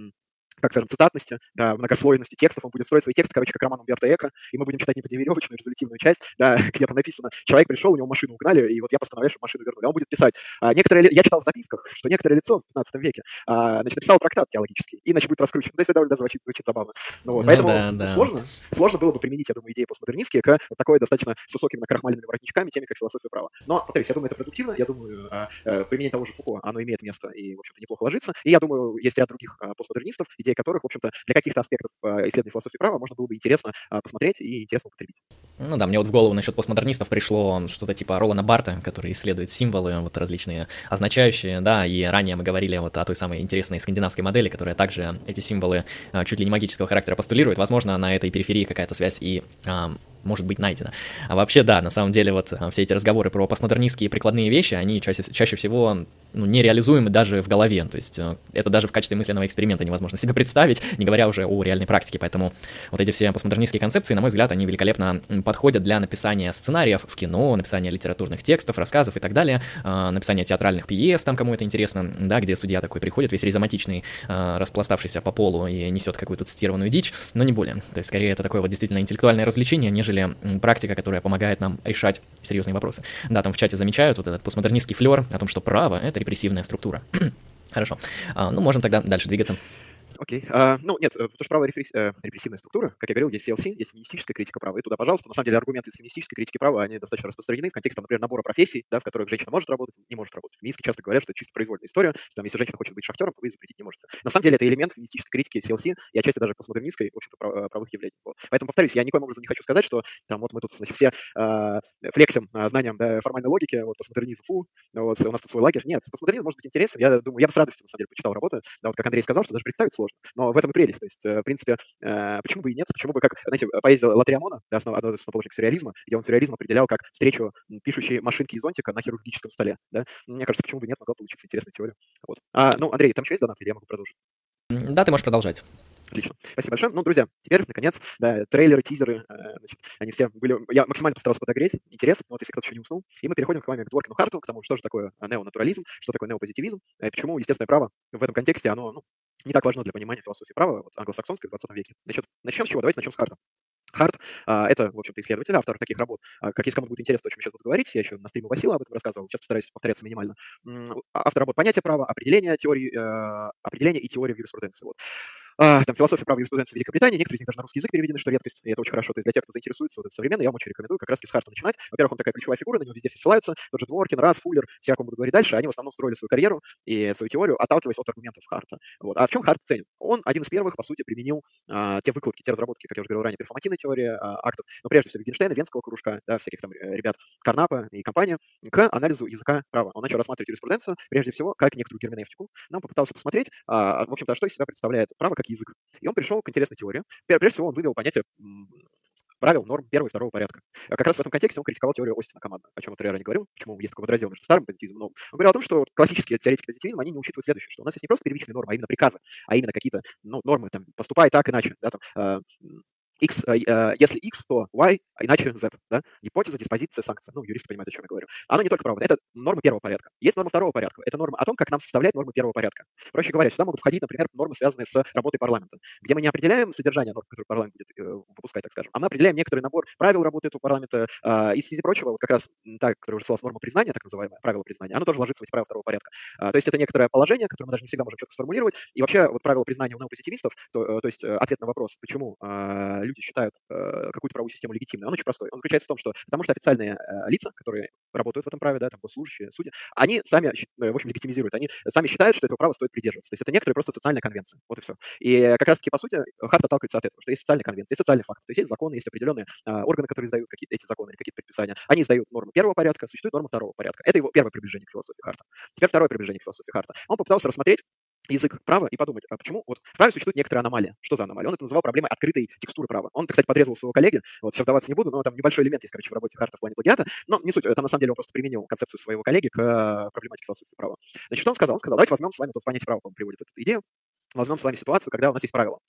как скажем, цитатности, да, многослойности текстов, он будет строить свои тексты, короче, как роман Умберто Эко, и мы будем читать не подверевочную резолютивную часть, да, где там написано, человек пришел, у него машину угнали, и вот я постановляю, чтобы машину вернули. А он будет писать, а, некоторые, я читал в записках, что некоторое лицо в пятнадцатом веке, а, значит, написал трактат теологический, и, значит, будет раскручен. То есть это довольно да, звучит, звучит забавно. Ну, вот, ну, поэтому да, ну, да. сложно, сложно было бы применить, я думаю, идеи постмодернистские к вот такой достаточно с высокими накрахмаленными воротничками теме, как философия права. Но, повторюсь, я думаю, это продуктивно, я думаю, а, а, применение того же Фуко, оно имеет место и, в общем-то, неплохо ложится. И я думаю, есть ряд других а, постмодернистов, идеи которых, в общем-то, для каких-то аспектов э, исследования философии права можно было бы интересно э, посмотреть и интересно употребить. Ну да, мне вот в голову насчет постмодернистов пришло что-то типа Ролана Барта, который исследует символы, вот различные означающие, да, и ранее мы говорили вот о той самой интересной скандинавской модели, которая также эти символы э, чуть ли не магического характера постулирует. Возможно, на этой периферии какая-то связь и э, может быть найдена. А вообще, да, на самом деле вот все эти разговоры про постмодернистские прикладные вещи, они чаще, чаще всего ну, нереализуемы даже в голове, то есть это даже в качестве мысленного эксперимента невозможно себе представить, не говоря уже о реальной практике, поэтому вот эти все постмодернистские концепции, на мой взгляд, они великолепно подходят для написания сценариев в кино, написания литературных текстов, рассказов и так далее, написания театральных пьес, там кому это интересно, да, где судья такой приходит, весь ризоматичный, распластавшийся по полу и несет какую-то цитированную дичь, но не более, то есть скорее это такое вот действительно интеллектуальное развлечение, нежели практика, которая помогает нам решать серьезные вопросы. Да, там в чате замечают вот этот постмодернистский флер о том, что право — это репрессивная структура. Хорошо. А, ну, можем тогда дальше двигаться. Окей. Okay. Uh, ну, нет, потому что право рефлекс, э, репрессивная структура, как я говорил, есть си эл си, есть феминистическая критика права, и туда, пожалуйста. На самом деле аргументы из феминистической критики права, они достаточно распространены в контексте, например, набора профессий, да, в которых женщина может работать, не может работать. Феминистки часто говорят, что это чисто произвольная история, что там, если женщина хочет быть шахтером, то вы запретить не можете. На самом деле это элемент феминистической критики си эл си и отчасти даже постмодернистской, в общем-то, прав, правовых явлений. Вот. Поэтому, повторюсь, я никоим образом не хочу сказать, что там вот мы тут, значит, все э, флексим э, знанием да, формальной логики, вот постмодернизм, фу, вот, у нас тут свой лагерь. Нет, постмодернизм может быть интересен, я думаю, я бы с радостью, на самом деле, почитал работы, да, вот как Андрей сказал, что даже представить сложно, но в этом и прелесть. То есть, в принципе, почему бы и нет, почему бы, как, знаете, поэзия Латриамона, да, основ, одной из основоположников сюрреализма, где он сюрреализм определял как встречу пишущей машинки и зонтика на хирургическом столе, да, мне кажется, почему бы и нет, могла получиться интересная теория. Вот. А, ну, Андрей, там еще есть донат, или я могу продолжить? Да, ты можешь продолжать. Отлично. Спасибо большое. Ну, друзья, теперь, наконец, да, трейлеры, тизеры, э, значит, они все были... Я максимально постарался подогреть интерес, вот если кто-то еще не уснул. И мы переходим к вами к Дворкину Харту, к тому, что же такое неонатурализм, что такое неопозитивизм, и почему естественное право в этом контексте, оно ну, не так важно для понимания философии права вот, англосаксонской в двадцатом веке. Значит, начнем с чего? Давайте начнем с Харта. Харт а, — это, в общем-то, исследователь, автор таких работ. А, как если кому будет интересно, то, о чем я сейчас буду говорить, я еще на стриме Васила об этом рассказывал, сейчас постараюсь повторяться минимально. М, автор работ понятия права, определения, теории, э, определения и теории в юриспруденции. Вот. А, там философия права и юриспруденции Великобритании, некоторые из них даже на русский язык переведены, что редкость, и это очень хорошо. То есть для тех, кто заинтересуется вот это современно, я вам очень рекомендую как раз с Харта начинать. Во-первых, он такая ключевая фигура, на него везде все ссылаются, тот же Дворкин, Расс, Фуллер, все, о ком буду говорить дальше, они в основном строили свою карьеру и свою теорию, отталкиваясь от аргументов Харта. Вот. А в чем Харт ценен? Он один из первых, по сути, применил а, те выкладки, те разработки, как я уже говорил ранее, перформативной теории а, актов, но прежде всего Wittgensteina, Венского кружка, да, всяких там ребят Карнапа и компания, к анализу языка права. Он начал рассматривать юриспруденцию, прежде всего, как некоторую герменевтику. Нам попытался посмотреть, а, в общем-то, что из себя представляет право как язык. И он пришел к интересной теории. Прежде всего, он вывел понятие правил, норм первого и второго порядка. Как раз в этом контексте он критиковал теорию Остина Командна, о чем я ранее говорил, почему есть такой водораздел между старым позитивизмом и новым. Он говорил о том, что классические теоретики позитивизма, они не учитывают следующее, что у нас есть не просто первичные нормы, а именно приказы, а именно какие-то ну, нормы, там, поступай так, иначе, да, там, X, э, э, если X, то Y, а иначе Z. Да? Гипотеза, диспозиция, санкция. Ну, юристы понимают, о чем я говорю. Оно не только право, это норма первого порядка. Есть норма второго порядка. Это норма о том, как нам составлять нормы первого порядка. Проще говоря, сюда могут входить, например, нормы, связанные с работой парламента, где мы не определяем содержание норм, которые парламент будет э, выпускать, так скажем, а мы определяем некоторый набор правил работы этого парламента. Э, и среди прочего, вот как раз та, которая уже ссылалась норма признания, так называемое, правило признания, оно тоже ложится в эти правила второго порядка. А, то есть это некоторое положение, которое мы даже не всегда можем четко сформулировать. И вообще вот правило признания у неопозитивистов, то, то есть э, ответ на вопрос, почему э, люди считают э, какую-то правовую систему легитимной, он очень простой. Он заключается в том, что потому что официальные э, лица, которые работают в этом праве, да, там госслужащие, судьи, они сами, э, в общем, легитимизируют, они сами считают, что этого права стоит придерживаться. То есть это некоторые просто социальная конвенция. Вот и все. И как раз-таки, по сути, харта отталкивается от этого, что есть социальная конвенция, есть социальный факт, то есть есть законы, есть определенные э, органы, которые издают какие-то эти законы или какие-то предписания. Они издают нормы первого порядка, существует норма второго порядка. Это его первое приближение к философии Харта. Теперь второе приближение к философии Харта. Он попытался рассмотреть язык права и подумать, а почему вот в праве существует некоторая аномалия. Что за аномалия? Он это называл проблемой открытой текстуры права. Он, кстати, подрезал своего коллеги, вот сейчас вдаваться не буду, но там небольшой элемент есть, короче, в работе Харта в плане плагиата, но не суть, там на самом деле он просто применил концепцию своего коллеги к э, проблематике философии права. Значит, что он сказал? Он сказал, давайте возьмем с вами, тут в понятие права, по-моему, приводит эту идею, возьмем с вами ситуацию, когда у нас есть правило.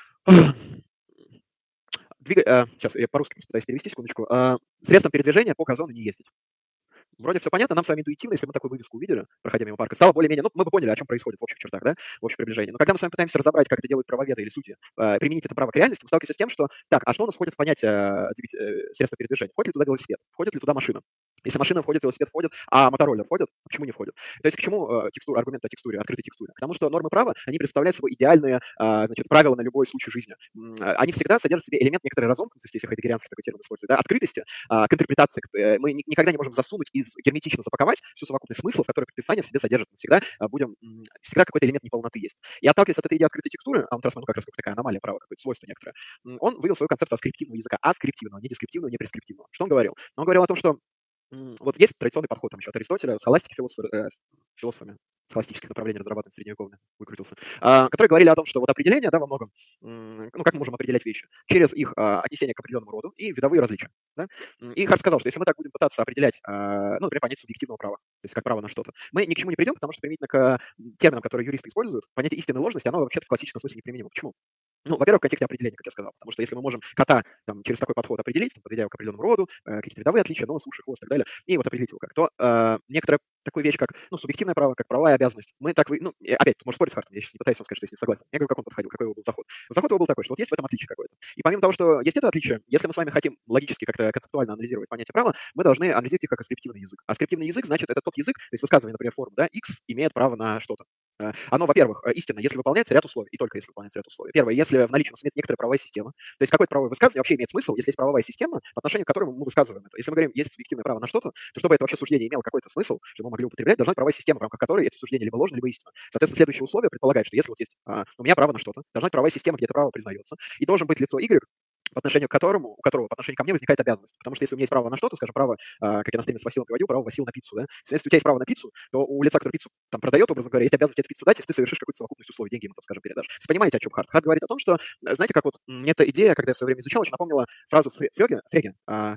Двига... э, сейчас я по-русски пытаюсь перевести, секундочку. Э, средством передвижения по газону не ездить. Вроде все понятно, нам с вами интуитивно, если мы такую вывеску увидели, проходя мимо парка, стало более-менее, ну, мы бы поняли, о чем происходит в общих чертах, да, в общем приближении. Но когда мы с вами пытаемся разобрать, как это делают правоведы или судьи, э, применить это право к реальности, мы сталкиваемся с тем, что, так, а что у нас входит в понятие э, э, средства передвижения? Входит ли туда велосипед? Входит ли туда машина? Если машина входит, велосипед входит, а мотороллер входит, почему не входит? То есть к чему э, текстура, аргумент о текстуре, открытой текстуре? К тому, что нормы права, они представляют собой идеальные э, значит, правила на любой случай жизни. Они всегда содержат в себе элемент некоторой разомкнутости, если хайдегерианский такой термин используется, да, открытости, э, к интерпретации. Мы ни, никогда не можем засунуть и герметично запаковать всю совокупность смыслов, которые предписания в себе содержат. Мы всегда э, будем, всегда какой-то элемент неполноты есть. И отталкиваясь от этой идеи открытой текстуры, а он ну, как раз такая аномалия права, какое-то свойство некоторое, он вывел свою концепцию аскриптивного языка, аскриптивного, не дескриптивного, не прескриптивного. Что он говорил? Он говорил о том, что вот есть традиционный подход там еще от Аристотеля, схоластики, философы, э, философами схоластических направлений разрабатываем средневековые, выкрутился, э, которые говорили о том, что вот определение, да, во многом, э, ну, как мы можем определять вещи? Через их э, отнесение к определенному роду и видовые различия. Да? И Харт сказал, что если мы так будем пытаться определять, э, ну, например, понятие субъективного права, то есть как право на что-то, мы ни к чему не придем, потому что применительно к терминам, которые юристы используют, понятие истины и ложности, оно вообще-то в классическом смысле неприменимо. Почему? Ну, во-первых, в контексте определения, как я сказал, потому что если мы можем кота там, через такой подход определить, там, подведя его к определенному роду, э, какие-то видовые отличия, нос, уши, хвост и так далее, и вот определить его как, то э, некоторая такую вещь, как ну, субъективное право, как правовая обязанность, мы так, вы, ну, опять, тут можно спорить с Хартом, я сейчас не пытаюсь вам сказать, что я с ним согласен. Я говорю, как он подходил, какой его был заход. Заход его был такой, что вот есть в этом отличие какое-то. И помимо того, что есть это отличие, если мы с вами хотим логически как-то концептуально анализировать понятие права, мы должны анализировать их как аскриптивный язык. Аскриптивный язык, значит, это тот язык, то есть высказывание, например, формы, да, X имеет право на что-то. Оно, во-первых, истинно, если выполняется ряд условий, и только если выполняется ряд условий. Первое, если в наличии у нас имеется некоторая правовая система, то есть какое-то правовое высказывание вообще имеет смысл, если есть правовая система, по отношению к которой мы высказываем это. Если мы говорим, есть субъективное право на что-то, то чтобы это вообще суждение имело какой-то смысл, чтобы мы могли употреблять, должна быть правовая система, в рамках которой эти суждения либо ложны, либо истинны. Соответственно, следующее условие предполагает, что если вот есть а, у меня право на что-то, должна быть правовая система, где это право признается, и должен быть лицо Y, по отношению к которому, у которого по отношению ко мне возникает обязанность. Потому что если у меня есть право на что-то, скажем, право, э, как я на стриме с Василом приводил, право Васила на пиццу, да? Если у тебя есть право на пиццу, то у лица, который пиццу там продает, образно говоря, есть обязанность эту пиццу дать, если ты совершишь какую-то совокупность условий, деньги ему, так скажем, передашь. Вы понимаете, о чем Харт? Харт говорит о том, что, знаете, как вот мне эта идея, когда я в свое время изучал, очень напомнила фразу Фрёге, Фреге, а,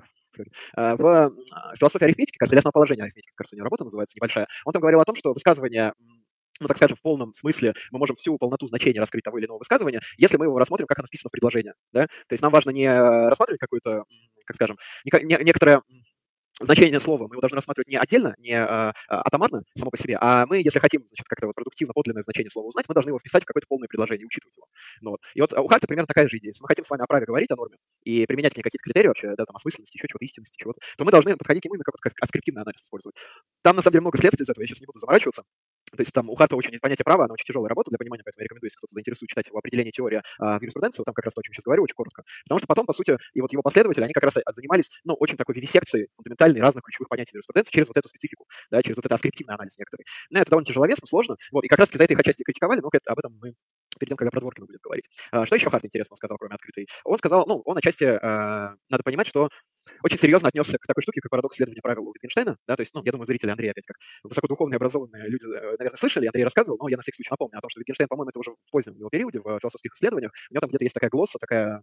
в философии арифметики, кажется, или основоположение арифметики, кажется, у него работа называется небольшая, он там говорил о том, что высказывание, ну, так скажем, в полном смысле мы можем всю полноту значения раскрыть того или иного высказывания, если мы его рассмотрим, как оно вписано в предложение. Да? То есть нам важно не рассматривать какое-то, как скажем, не, не, некоторое значение слова, мы его должны рассматривать не отдельно, не а, атомарно само по себе, а мы, если хотим, значит, как-то вот продуктивно подлинное значение слова узнать, мы должны его вписать в какое-то полное предложение и учитывать его. Ну, вот. И вот у Харта примерно такая же идея. Если мы хотим с вами о праве говорить, о норме, и применять к ней какие-то критерии вообще, да, там, осмысленности, еще чего-то, истинности, чего-то, то мы должны подходить к нему именно как, как аскриптивный анализ использовать. Там, на самом деле, много следствий из этого, я сейчас не буду заморачиваться. То есть там у Харта очень понятие права, она очень тяжелая работа для понимания, поэтому я рекомендую, если кто-то заинтересует, читать его определение теории а, в юриспруденции, вот там как раз то, о чем я сейчас говорю, очень коротко. Потому что потом, по сути, и вот его последователи, они как раз занимались, ну, очень такой вивисекцией фундаментальной разных ключевых понятий юриспруденции через вот эту специфику, да, через вот этот аскриптивный анализ некоторый. Но это довольно тяжеловесно, сложно, вот, и как раз за это их отчасти критиковали, но об этом мы перейдем, когда про Дворкина будем говорить. А, что еще Харт интересного сказал, кроме открытой? Он сказал, ну, он отчасти, э, надо понимать, что очень серьезно отнесся к такой штуке, как парадокс следования правил у Wittgensteina, да, то есть, ну, я думаю, зрители Андрея опять как высокодуховные, образованные люди, наверное, слышали, Андрей рассказывал, но я на всякий случай напомню о том, что Wittgenstein, по-моему, это уже в позднем его периоде в философских исследованиях, у него там где-то есть такая глосса, такая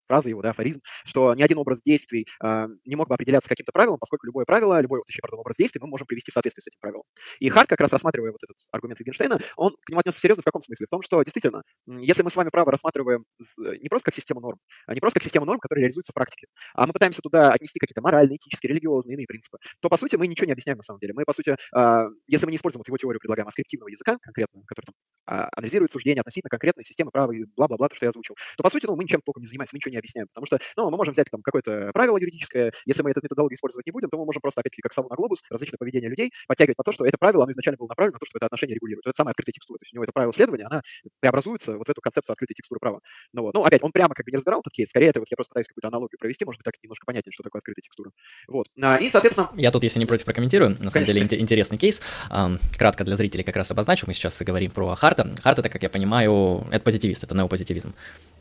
фраза его, да, афоризм, что ни один образ действий э, не мог бы определяться каким-то правилом, поскольку любое правило, любой, точнее, пардон, образ действий мы можем привести в соответствие с этим правилом. И Харт, как раз рассматривая вот этот аргумент Wittgensteina, он к нему отнесся серьезно в каком смысле? В том, что действительно, если мы с вами право рассматриваем не просто как систему норм, а не просто как систему норм, которая реализуется в практике, а мы пытаемся туда отнести какие-то моральные, этические, религиозные, иные принципы, то, по сути, мы ничего не объясняем на самом деле. Мы, по сути, э, если мы не используем вот его теорию, предлагаем аскриптивного языка конкретно, который там а, анализирует суждения относительно конкретной системы права и бла-бла-бла, то, что я озвучил, то, по сути, ну, мы ничем толком не занимаемся, мы ничего не объясняем, потому что, ну, мы можем взять там какое-то правило юридическое, если мы эту методологию использовать не будем, то мы можем просто, опять-таки, как сову на глобус, различное поведение людей подтягивать на то, что это правило, оно изначально было направлено на то, чтобы это отношение регулирует. Это самая открытая текстура, то есть у него это правило следования, она преобразуется вот в эту концепцию открытой текстуры права. Ну, вот. Ну, опять, он прямо как бы не разбирал этот кейс, скорее это вот я просто пытаюсь какую-то аналогию провести, может быть, так немножко понятнее, что такое открытая текстура. Вот. А, и, соответственно... Я тут, если не против, прокомментирую. На Конечно. самом деле ин- интересный кейс. Ам, кратко для зрителей как раз обозначу. Мы сейчас говорим про Харта. Харт, это, как я понимаю, это позитивист, это неопозитивизм.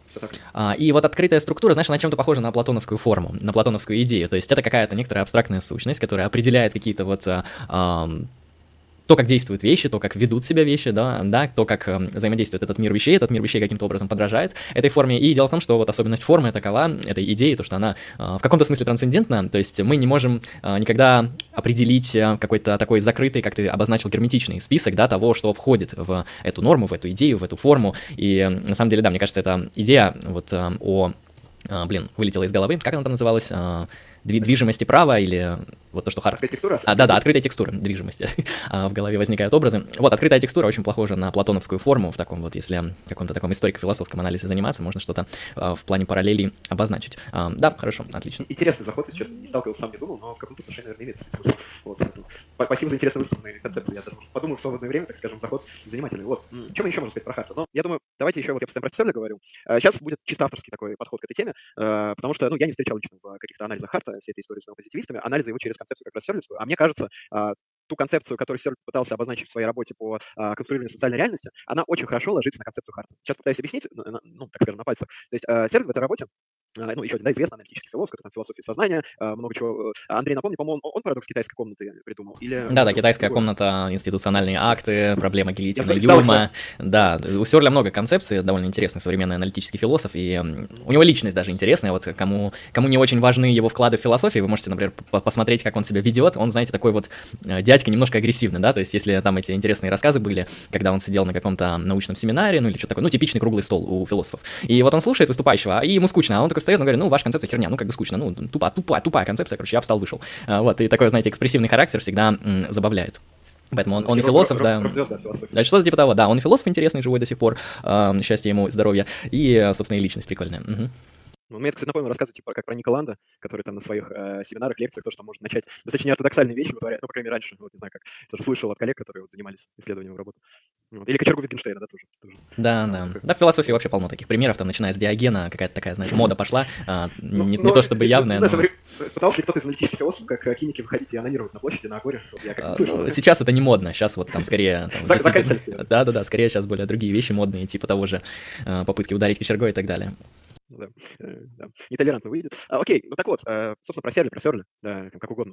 А, и вот открытая структура, знаешь, она чем-то похожа на платоновскую форму, на платоновскую идею. То есть это какая-то некоторая абстрактная сущность, которая определяет какие-то вот... А, то, как действуют вещи, то, как ведут себя вещи, да, да, то, как э, взаимодействует этот мир вещей, этот мир вещей каким-то образом подражает этой форме. И дело в том, что вот особенность формы такова, этой идеи, то, что она э, в каком-то смысле трансцендентна, то есть мы не можем э, никогда определить э, какой-то такой закрытый, как ты обозначил, герметичный список, да, того, что входит в эту норму, в эту идею, в эту форму. И э, на самом деле, да, мне кажется, эта идея вот э, о... Э, блин, вылетела из головы, как она там называлась? Э, движимости права или вот то, что Харт... Открытая текстура? А, да-да, открытая текстура движимости. В голове возникают образы. Вот, открытая текстура очень похожа на платоновскую форму, в таком вот, если в каком-то таком историко-философском анализе заниматься, можно что-то а, в плане параллелей обозначить. А, да, хорошо, отлично. Интересный заход, если честно, не сталкивался, сам не думал, но в каком-то отношении, наверное, имеет смысл. Вот, спасибо за интересно высказанные концепции, я даже подумал в свободное время, так скажем, заход занимательный. Вот, что мы еще можем сказать про Харта? Ну, я думаю, давайте еще, вот я постоянно про Сёрля говорю, сейчас будет чисто авторский такой подход к этой теме, потому что, ну, я не встречал лично в каких-то анализах Харта всей этой истории с позитивистами, анализы его через концепцию как раз сёрлевскую, а мне кажется, ту концепцию, которую Сёрль пытался обозначить в своей работе по а, конструированию социальной реальности, она очень хорошо ложится на концепцию Харта. Сейчас пытаюсь объяснить, ну, так скажем, на пальцах. То есть а, Сёрль в этой работе, ну, еще один, да, известный аналитический философ, который там философию сознания, много чего. Андрей, напомни, по-моему, он, он парадокс китайской комнаты придумал? Или... Да-да, китайская другой? Комната, институциональные акты, проблема гильотины Юма. Да, у Сёрля много концепций, довольно интересный современный аналитический философ, и у него личность даже интересная. Вот кому, кому не очень важны его вклады в философию, вы можете, например, посмотреть, как он себя ведет. Он, знаете, такой вот дядька немножко агрессивный, да, то есть если там эти интересные рассказы были, когда он сидел на каком-то научном семинаре, ну или что-то такое, ну, типичный круглый стол у философов. И вот он слушает выступающего, и ему скучно, а он такой встает, он говорит, ну, ваша концепция херня, ну, как бы скучно, ну, тупая, тупая, тупая концепция, короче, я встал, вышел. Вот, и такой, знаете, экспрессивный характер всегда м, забавляет. Поэтому он, он и философ, да. Да, что-то типа того, да, он и философ интересный, живой до сих пор, э, счастья ему, здоровья, и, собственно, и личность прикольная. Угу. Ну, мне, кстати, напомнил рассказы, типа, как про Ника Ланда, который там на своих э, семинарах, лекциях тоже там может начать достаточно ортодоксальные вещи вытворять, ну, по крайней мере, раньше, вот, не знаю, как, тоже слышал от коллег, которые вот занимались исследованием работы. Вот. Или кочергу Wittgensteina, да, тоже. тоже. Да, а, да. Как... Да, в философии вообще полно таких примеров, там, начиная с Диогена, какая-то такая, знаешь, мода пошла, а, ну, не, ну, не то чтобы явная, но... но... Пытался ли кто-то из аналитических философов, как киники, выходить и анонировать на площади, на Агоре? Я как слышал. Сейчас это не модно, сейчас вот там скорее... Да-да-да, скорее сейчас более другие вещи модные, типа того же попытки ударить кочергой и так далее. Да, да. Нетолерантно выйдет. А, окей, ну так вот, собственно, про Сёрля, про Сёрля, да, как угодно.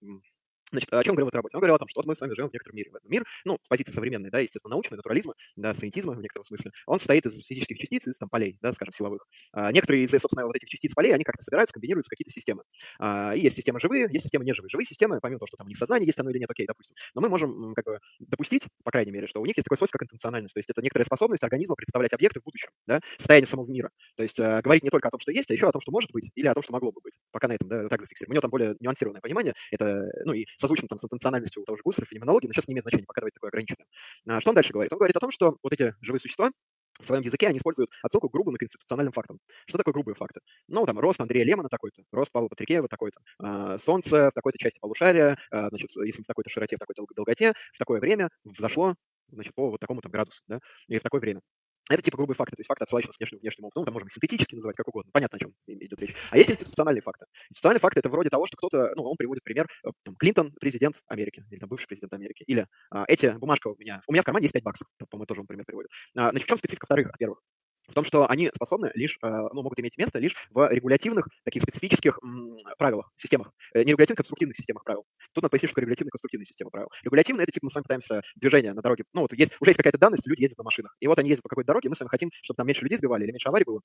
Значит, о чем говорил в этой работе? Он говорил о том, что вот мы с вами живем в некотором мире. В этом мир, ну, с позиции современной, да, естественно, научной, натурализма, да, саентизма в некотором смысле, он состоит из физических частиц, из там, полей, да, скажем, силовых. А некоторые из, собственно, вот этих частиц полей, они как-то собираются, комбинируются в какие-то системы. А, и есть системы живые, есть системы неживые. Живые системы, помимо того, что там у них сознание есть оно или нет, окей, допустим. Но мы можем как бы допустить, по крайней мере, что у них есть такое свойство, как интенциональность. То есть это некоторая способность организма представлять объекты в будущем, да, состояние самого мира. То есть а, говорить не только о том, что есть, а еще о том, что может быть, или о том, что могло бы быть. Пока на этом, да, так зафиксируем. У него там более нюансированное понимание. Это, ну, и созвучно там с интенциональностью у того же Гуссера, феноменологии, но сейчас не имеет значения, пока давайте такое ограниченное. А, что он дальше говорит? Он говорит о том, что вот эти живые существа в своем языке они используют отсылку к грубым и конституциональным фактам. Что такое грубые факты? Ну, там, рост Андрея Лемона такой-то, рост Павла Патрикеева такой-то, а, солнце в такой-то части полушария, а, значит, если в такой-то широте, в такой-то долготе, в такое время взошло, значит, по вот такому там градусу, да, и в такое время. Это типа грубые факты, то есть факты, отсылающиеся к внешнему, внешнему опыту. Ну, там можем синтетически называть, как угодно. Понятно, о чем идет речь. А есть институциональные факты. Институциональные факты — это вроде того, что кто-то, ну, он приводит пример, там, Клинтон — президент Америки, или там бывший президент Америки. Или а, эти, бумажка у меня, у меня в кармане есть пять баксов, по-моему, тоже он пример приводит. А, значит, в чем специфика вторых, во-первых? В том, что они способны лишь, ну, могут иметь место лишь в регулятивных, таких специфических м, правилах, системах. Не регулятивных, конструктивных системах правил. Тут надо пояснить, что регулятивная, конструктивная система правил. Регулятивная — это типа мы с вами пытаемся движение на дороге. Ну, вот есть, уже есть какая-то данность, люди ездят на машинах. И вот они ездят по какой-то дороге, мы с вами хотим, чтобы там меньше людей сбивали или меньше аварий было.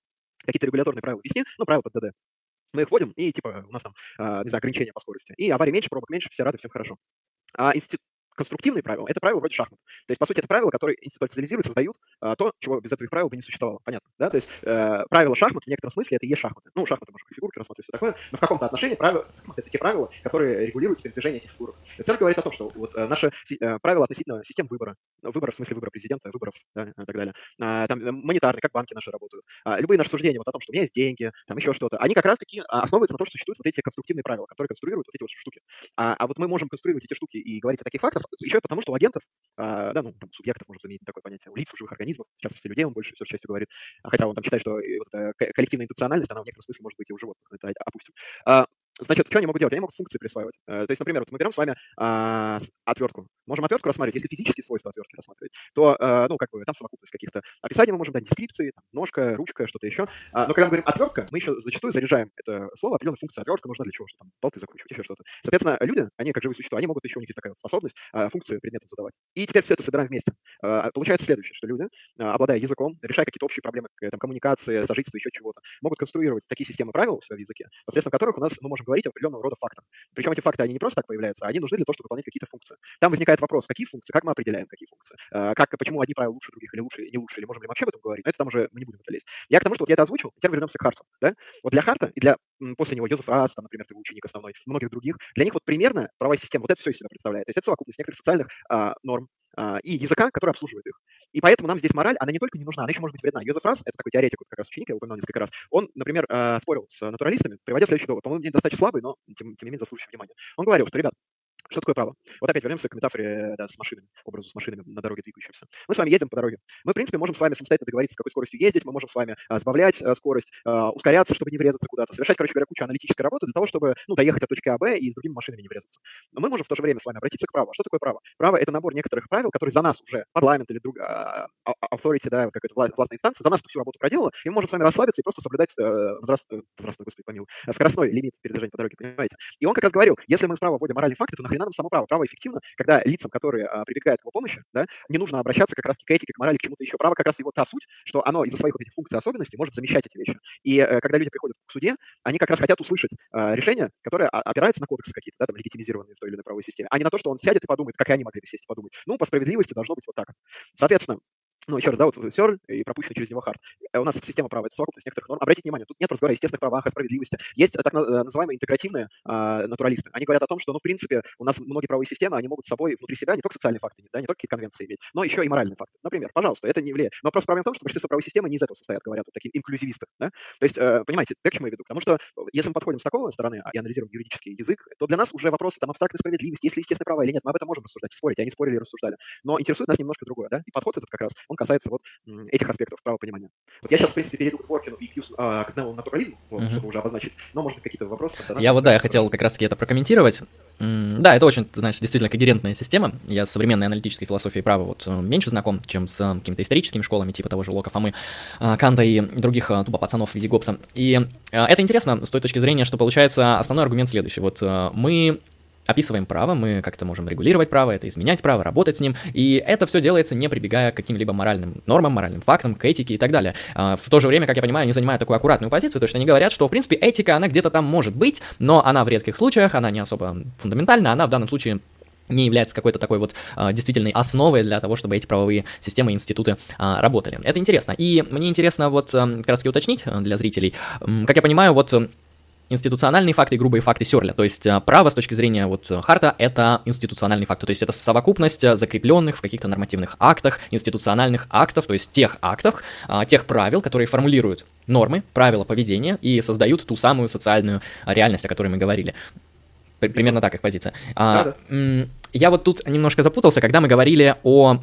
какие-то регуляторные правила ввести, ну, правила под ДД. Мы их вводим, и типа у нас там, а, не знаю, ограничения по скорости. И аварий меньше, пробок меньше, все рады, всем хорошо. А институт конструктивные правила — это правила вроде шахмат. То есть, по сути, это правила, которые институциализируют, создают а, то, чего без этих правил бы не существовало. Понятно, да? То есть э, правила шахмат в некотором смысле это и есть шахматы. Ну, шахматы можно как фигурки рассматривать, все такое, но в каком-то отношении правила — это те правила, которые регулируют передвижение этих фигурок. Цель говорит о том, что вот э, наши э, правила относительно систем выбора, ну, выбора в смысле выбора президента, выборов, да, и так далее, а, там э, монетарные, как банки наши работают, а, любые наши суждения вот о том, что у меня есть деньги, там еще что-то, они как раз-таки а, основываются на том, что существуют вот эти конструктивные правила, которые конструируют вот эти вот штуки. А, а вот мы можем конструировать эти штуки и говорить о таких фактах еще и потому, что у агентов, а, да, ну, там, субъектов, можно заменить на такое понятие, у лиц, у живых организмов, в частности, людей, он больше все частью говорит, а хотя он там считает, что вот эта коллективная интенциональность, она в некотором смысле может быть и у животных, это опустим. А, Значит, что они могут делать? Они могут функции присваивать. То есть, например, вот мы берем с вами а, отвертку. Можем отвертку рассматривать. Если физические свойства отвертки рассматривать, то, а, ну, как бы, там совокупность каких-то описаний мы можем дать, дескрипции, там, ножка, ручка, что-то еще. А, но когда мы говорим отвертка, мы еще зачастую заряжаем это слово определенной функцией. Отвертка нужна для чего? Что там болты закручивать, еще что-то. Соответственно, люди, они как живые существа, они могут еще, у них есть такая вот способность а, функции предметов задавать. И теперь все это собираем вместе. А, получается следующее, что люди, а, обладая языком, решая какие-то общие проблемы там, коммуникации, сожительства, еще чего-то, могут конструировать такие системы правил у себя в языке, посредством которых у нас мы можем говорить о определенного рода фактах. Причем эти факты, они не просто так появляются, они нужны для того, чтобы выполнять какие-то функции. Там возникает вопрос, какие функции, как мы определяем, какие функции, как, почему одни правила лучше других или лучше, не лучше, или можем ли мы вообще об этом говорить, но это там уже мы не будем в это лезть. Я к тому, что вот я это озвучил, теперь вернемся к Харту. Да? Вот для Харта и для, после него, Йозеф Расс, там, например, ты ученик основной, многих других, для них вот примерно правовая система, вот это все из себя представляет. То есть это совокупность некоторых социальных а, норм, и языка, который обслуживает их. И поэтому нам здесь мораль, она не только не нужна, она еще может быть вредна. Йозеф Расс, это такой теоретик, вот как раз ученик, я упоминал несколько раз, он, например, спорил с натуралистами, приводя следующий довод. По-моему, достаточно слабый, но тем, тем не менее заслуживающий внимания. Он говорил, что, ребят, что такое право? Вот опять вернемся к метафоре, да, с машинами, образу с машинами на дороге двигающимся. Мы с вами едем по дороге. Мы, в принципе, можем с вами самостоятельно договориться, с какой скоростью ездить, мы можем с вами а, сбавлять а, скорость, а, ускоряться, чтобы не врезаться куда-то, совершать, короче говоря, кучу аналитической работы для того, чтобы, ну, доехать от точки А, Б и с другими машинами не врезаться. Но мы можем в то же время с вами обратиться к праву. Что такое право? Право — это набор некоторых правил, которые за нас уже парламент или друг, а, authority, да, какая-то властная инстанция, за нас эту всю работу проделала, и мы можем с вами расслабиться и просто соблюдать а, возраст, возрастной, господи, помилуй, скоростной лимит передвижения по дороге, понимаете? И он как раз говорил, если мы в право вводим моральные факты, то нахрена нам само право? Право эффективно, когда лицам, которые а, прибегают к его помощи, да, не нужно обращаться как раз к этике, к морали, к чему-то еще. Право как раз его та суть, что оно из-за своих вот этих функций и особенностей может замещать эти вещи. И э, когда люди приходят к суде, они как раз хотят услышать э, решение, которое опирается на кодексы какие-то, да, там, легитимизированные в той или иной правовой системе, а не на то, что он сядет и подумает, как и они могли бы сесть и подумать. Ну, по справедливости должно быть вот так. Соответственно, ну, еще раз, да, вот Сёрль и пропущенный через него Харт. У нас система права — это совокупность некоторых норм. Обратите внимание, тут нет разговора о естественных правах, о справедливости. Есть так называемые интегративные а, натуралисты. Они говорят о том, что, ну, в принципе, у нас многие правовые системы, они могут с собой внутри себя не только социальные факты, да, не только какие-то конвенции иметь, но еще и моральные факты. Например, пожалуйста, это не влияет. Но просто проблема в том, что большинство правовой системы не из этого состоят, говорят вот такие инклюзивисты. Да? То есть, э, понимаете, да, к чему я веду? Потому что если мы подходим с такой стороны и анализируем юридический язык, то для нас уже вопросы там абстрактной справедливости, есть ли естественные права или нет, мы об этом можем рассуждать и спорить. Они спорили и рассуждали. Но интересует нас немножко другое, да? И подход этот как раз, он касается вот этих аспектов правопонимания. Вот я сейчас, в принципе, перейду к Дворкину и к, а, к натурализму, вот, uh-huh. чтобы уже обозначить, но, может быть, какие-то вопросы. Тогда я вот, да, я хотел как раз-таки это прокомментировать. Да, это очень, знаешь, действительно когерентная система. Я с современной аналитической философией права вот меньше знаком, чем с какими-то историческими школами, типа того же Лока, Фомы, Канта и других тупо пацанов в виде Гоббса. И это интересно с той точки зрения, что, получается, основной аргумент следующий. Вот мы описываем право, мы как-то можем регулировать право, это изменять право, работать с ним, и это все делается, не прибегая к каким-либо моральным нормам, моральным фактам, к этике и так далее. В то же время, как я понимаю, они занимают такую аккуратную позицию, то есть они говорят, что, в принципе, этика, она где-то там может быть, но она в редких случаях, она не особо фундаментальна, она в данном случае не является какой-то такой вот а, действительной основой для того, чтобы эти правовые системы и институты а, работали. Это интересно. И мне интересно вот а, как раз-таки уточнить для зрителей, как я понимаю, вот институциональные факты и грубые факты Сёрля. То есть право с точки зрения вот Харта — это институциональные факты. То есть это совокупность закрепленных в каких-то нормативных актах, институциональных актов, то есть тех актов, тех правил, которые формулируют нормы, правила поведения и создают ту самую социальную реальность, о которой мы говорили. Примерно так их позиция. Да, да. Я вот тут немножко запутался, когда мы говорили о,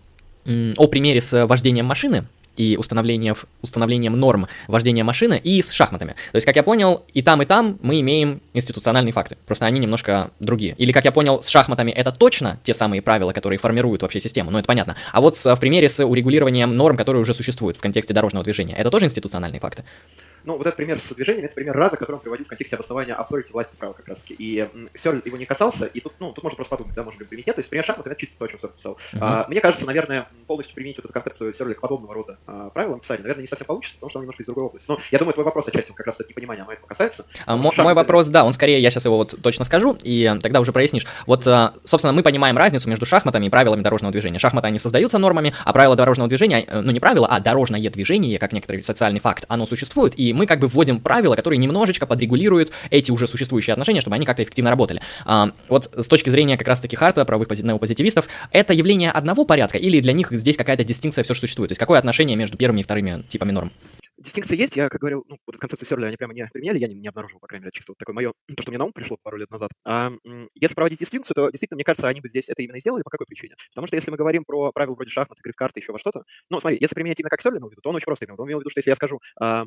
о примере с вождением машины и установлением, установлением норм вождения машины, и с шахматами. То есть, как я понял, и там, и там мы имеем институциональные факты, просто они немножко другие. Или, как я понял, с шахматами это точно те самые правила, которые формируют вообще систему, ну это понятно. А вот с, в примере с урегулированием норм, которые уже существуют в контексте дорожного движения, это тоже институциональные факты? Ну, вот этот пример с движением, это пример раза, который он приводил в контексте обоснования authority власти права как раз-таки. И Сёрль его не касался, и тут, ну, тут можно просто подумать, да, можно ли применить это. То есть пример шахмат, это чисто то, о чем Сёрль писал. Uh-huh. А, мне кажется, наверное, полностью применить вот эту концепцию Сёрля к подобного рода а, правилам писания, наверное, не совсем получится, потому что он немножко из другой области. Но я думаю, твой вопрос отчасти как раз это непонимание, оно этого касается. А, мо- мой вопрос, да, он скорее, я сейчас его вот точно скажу, и тогда уже прояснишь. Вот, собственно, мы понимаем разницу между шахматами и правилами дорожного движения. Шахматы, они создаются нормами, а правила дорожного движения, ну не правила, а дорожное движение, как некоторый социальный факт, оно существует, и мы как бы вводим правила, которые немножечко подрегулируют эти уже существующие отношения, чтобы они как-то эффективно работали. А, вот с точки зрения как раз-таки Харта, правовых неопозитивистов, это явление одного порядка, или для них здесь какая-то дистинкция все же существует? То есть какое отношение между первыми и вторыми типами норм? Дистинкция есть, я, как говорил, ну, вот эту концепцию Сёрля они прямо не применяли, я не, не обнаружил, по крайней мере, чисто вот такое мое, то, что мне на ум пришло пару лет назад. А, если проводить дистинкцию, то действительно, мне кажется, они бы здесь это именно и сделали. По какой причине? Потому что если мы говорим про правила вроде шахмат, игры в карты, еще во что-то, ну, смотри, если применять именно как Сёрля имел в виду, то он очень просто имел. Он имел в виду, что если я скажу, а,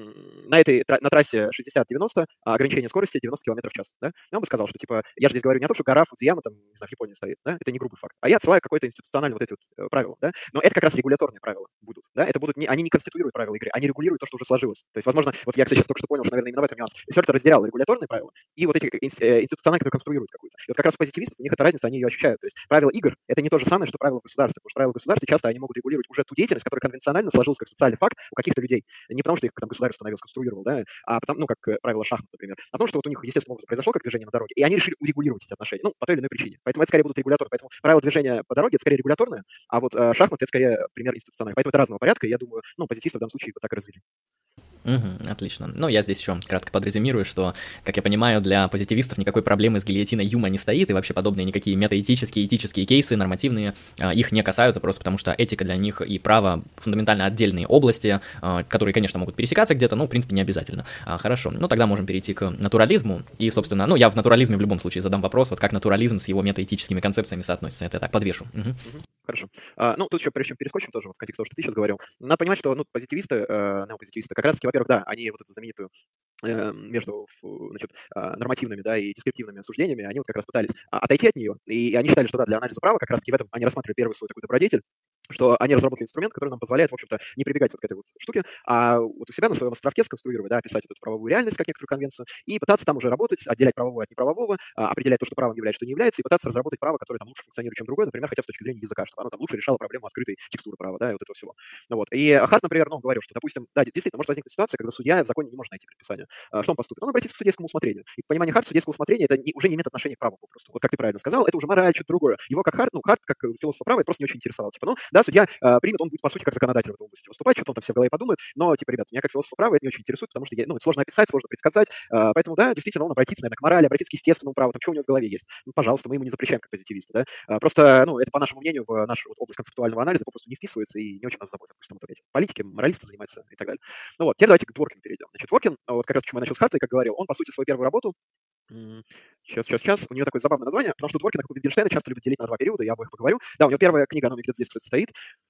на этой на трассе шестьдесят девяносто, а ограничение скорости девяносто километров в час, да, и он бы сказал, что, типа, я же здесь говорю не о том, что гора Фудзияма, там, не знаю, в Японии стоит, да, это не грубый факт, а я отсылаю какое-то институциональное вот эти вот правила, да, но это как раз регуляторные правила будут, да, это будут не, они не конституируют правила игры, они регулируют то, что уже сложилось. То есть, возможно, вот я, кстати, сейчас только что понял, что, наверное, именно в этом нюанс. Сёртер разделял регуляторные правила и вот эти институциональные, которые конструируют какую-то. И вот как раз у позитивистов у них эта разница, они ее ощущают. То есть правила игр — это не то же самое, что правила государства, потому что правила государства часто они могут регулировать уже ту деятельность, которая конвенционально сложилась как социальный факт у каких-то людей. Не потому, что их там государство установил, сконструировал, да, а потому, ну, как правило шахмат, например, а потому, что вот у них естественным образом произошло как движение на дороге, и они решили урегулировать эти отношения, ну, по той или иной причине. Поэтому это скорее будут регуляторы. Поэтому правила движения по дороге — это скорее регуляторные, а вот э, шахматы — это скорее пример институциональный. Поэтому это разного порядка, и я думаю, ну, позитивисты в данном случае вот так и развели. Угу, отлично. Ну, я здесь еще кратко подрезюмирую, что, как я понимаю, для позитивистов никакой проблемы с гильотиной Юма не стоит, и вообще подобные никакие метаэтические, этические кейсы, нормативные, их не касаются, просто потому что этика для них и право фундаментально отдельные области, которые, конечно, могут пересекаться где-то, но, в принципе, не обязательно. Хорошо, ну, тогда можем перейти к натурализму, и, собственно, ну, я в натурализме в любом случае задам вопрос, вот как натурализм с его метаэтическими концепциями соотносится, это я так подвешу. Угу. Угу. Хорошо. А, ну, тут еще, прежде чем перескочим тоже в контекст того, что ты сейчас говорил, надо понимать, что, ну, позитивисты, э, неопозитивисты, как раз-таки, во-первых, да, они вот эту знаменитую э, между, значит, нормативными, да, и дескриптивными суждениями, они вот как раз пытались отойти от нее, и они считали, что, да, для анализа права как раз-таки в этом они рассматривали первый свой такой добродетель, что они разработали инструмент, который нам позволяет, в общем-то, не прибегать вот к этой вот штуке, а вот у себя на своем островке сконструировать, да, описать вот эту правовую реальность, как некоторую конвенцию, и пытаться там уже работать, отделять правовое от неправового, определять то, что правом является, что не является, и пытаться разработать право, которое там лучше функционирует, чем другое, например, хотя бы с точки зрения языка, чтобы оно там лучше решало проблему открытой текстуры права, да, и вот этого всего. Ну, вот. И Харт, например, ну, говорил, что, допустим, да, действительно, может возникнуть ситуация, когда судья в законе не может найти предписание. Что он поступит? Он обратится к судейскому усмотрению. И понимание Харт судейского усмотрения это не, уже не имеет отношения к праву попросту. Вот как ты правильно сказал, это уже мораль, что-то другое. Его как Харт, ну, Харт, как философ права, это просто не очень интересовал. Типа, ну, да, судья э, примет, он будет, по сути, как законодатель в этой области выступать, что-то он там все в голове подумает, но, типа, ребят, меня как философа права это не очень интересует, потому что я, ну, это сложно описать, сложно предсказать, э, поэтому, да, действительно, он обратится, наверное, к морали, обратится к естественному праву, там, что у него в голове есть. Ну, пожалуйста, мы ему не запрещаем как позитивисты, да. А, просто, ну, это, по нашему мнению, в нашу вот, область концептуального анализа попросту не вписывается и не очень нас заботит, пусть там это политики, моралисты занимаются и так далее. Ну вот, теперь давайте к Дворкину перейдем. Значит, Дворкин, вот как раз почему я начал с Харта, как говорил, он, по сути, свою первую работу. Сейчас, сейчас, сейчас. У нее такое забавное название, потому что Дворкина, как у Wittgensteina, часто любят делить на два периода, я об их поговорю. Да, у него первая книга, она у меня где-то здесь, кстати, стоит.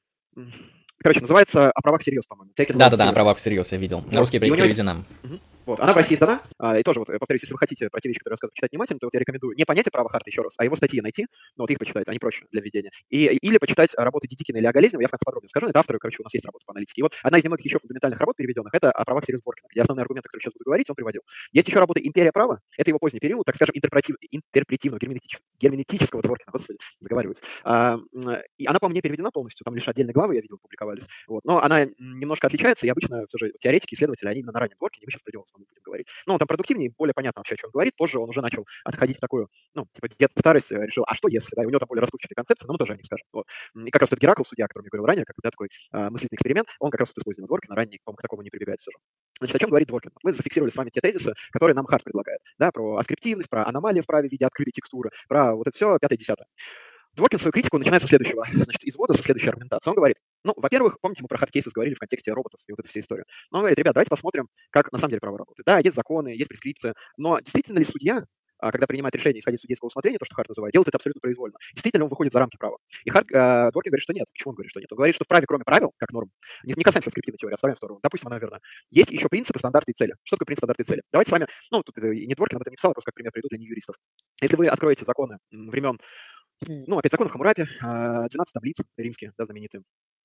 Короче, называется «О правах всерьез», по-моему. Да-да-да, «О правах всерьез» я видел. На русский переведена. Угу. Вот. Она в России издана, а, и тоже, вот, повторюсь, если вы хотите про те вещи, которые я рассказываю, читать внимательно, то вот я рекомендую не понятие права Харта еще раз, а его статьи найти, ну вот их почитать, они проще для введения. И, или почитать работы Дидикина или Оголезина, я в конце подробнее скажу, это авторы, короче, у нас есть работа по аналитике. И вот одна из немногих еще фундаментальных работ переведенных, это «О правах Сириус Дворкина», где основные аргументы, которые сейчас буду говорить, он приводил. Есть еще работа «Империя права», это его поздний период, так скажем, интерпретив, интерпретивного, герменевтического Дворкина, господи, заговариваюсь. А, и она, по-моему, не переведена полностью, там лишь отдельные главы, я видел, публиковались. Вот. Но она немножко отличается, и обычно все же теоретики, исследователи, они именно на раннем Дворкине, мы сейчас про него в основном будем говорить. Ну, он там продуктивнее, более понятно вообще, о чем говорит. Позже он уже начал отходить в такую, ну, типа, детскую старость, решил, а что если, да, и у него там более расплывчатые концепции, но мы тоже о них скажем. Вот. И как раз этот Геракл, судья, о котором я говорил ранее, как да, такой э, мыслительный эксперимент, он как раз вот использует Дворкина, ранний, по-моему, к такому не прибегает все же. Значит, о чем говорит Дворкин? Мы зафиксировали с вами те тезисы, которые нам Харт предлагает, да, про аскриптивность, про аномалии в праве в виде открытой текстуры, про вот это все пятое-десятое. Дворкин свою критику начинает со следующего, значит, извода, со следующей аргументации. Он говорит, ну, во-первых, помните, мы про хардкейсы говорили в контексте роботов и вот этой всей истории. Но он говорит, ребят, давайте посмотрим, как на самом деле право работает. Да, есть законы, есть прескрипция, но действительно ли судья, когда принимает решение исходя из судейского усмотрения, то, что Харт называет, делает это абсолютно произвольно. Действительно, он выходит за рамки права. И Харт, э, Дворкин говорит, что нет. Почему он говорит, что нет? Он говорит, что в праве, кроме правил, как норм, не, не касаемся скриптивной теории, оставляем в сторону. Допустим, она верна. Есть еще принципы, стандарты и цели. Что такое принцип, стандарты и цели? Давайте с вами, ну, тут не Дворкин об этом не писал, просто как пример приведу для неюристов. Если вы откроете законы времен, ну, опять законы Хаммурапи, двенадцать таблиц римские, да, знаменитые,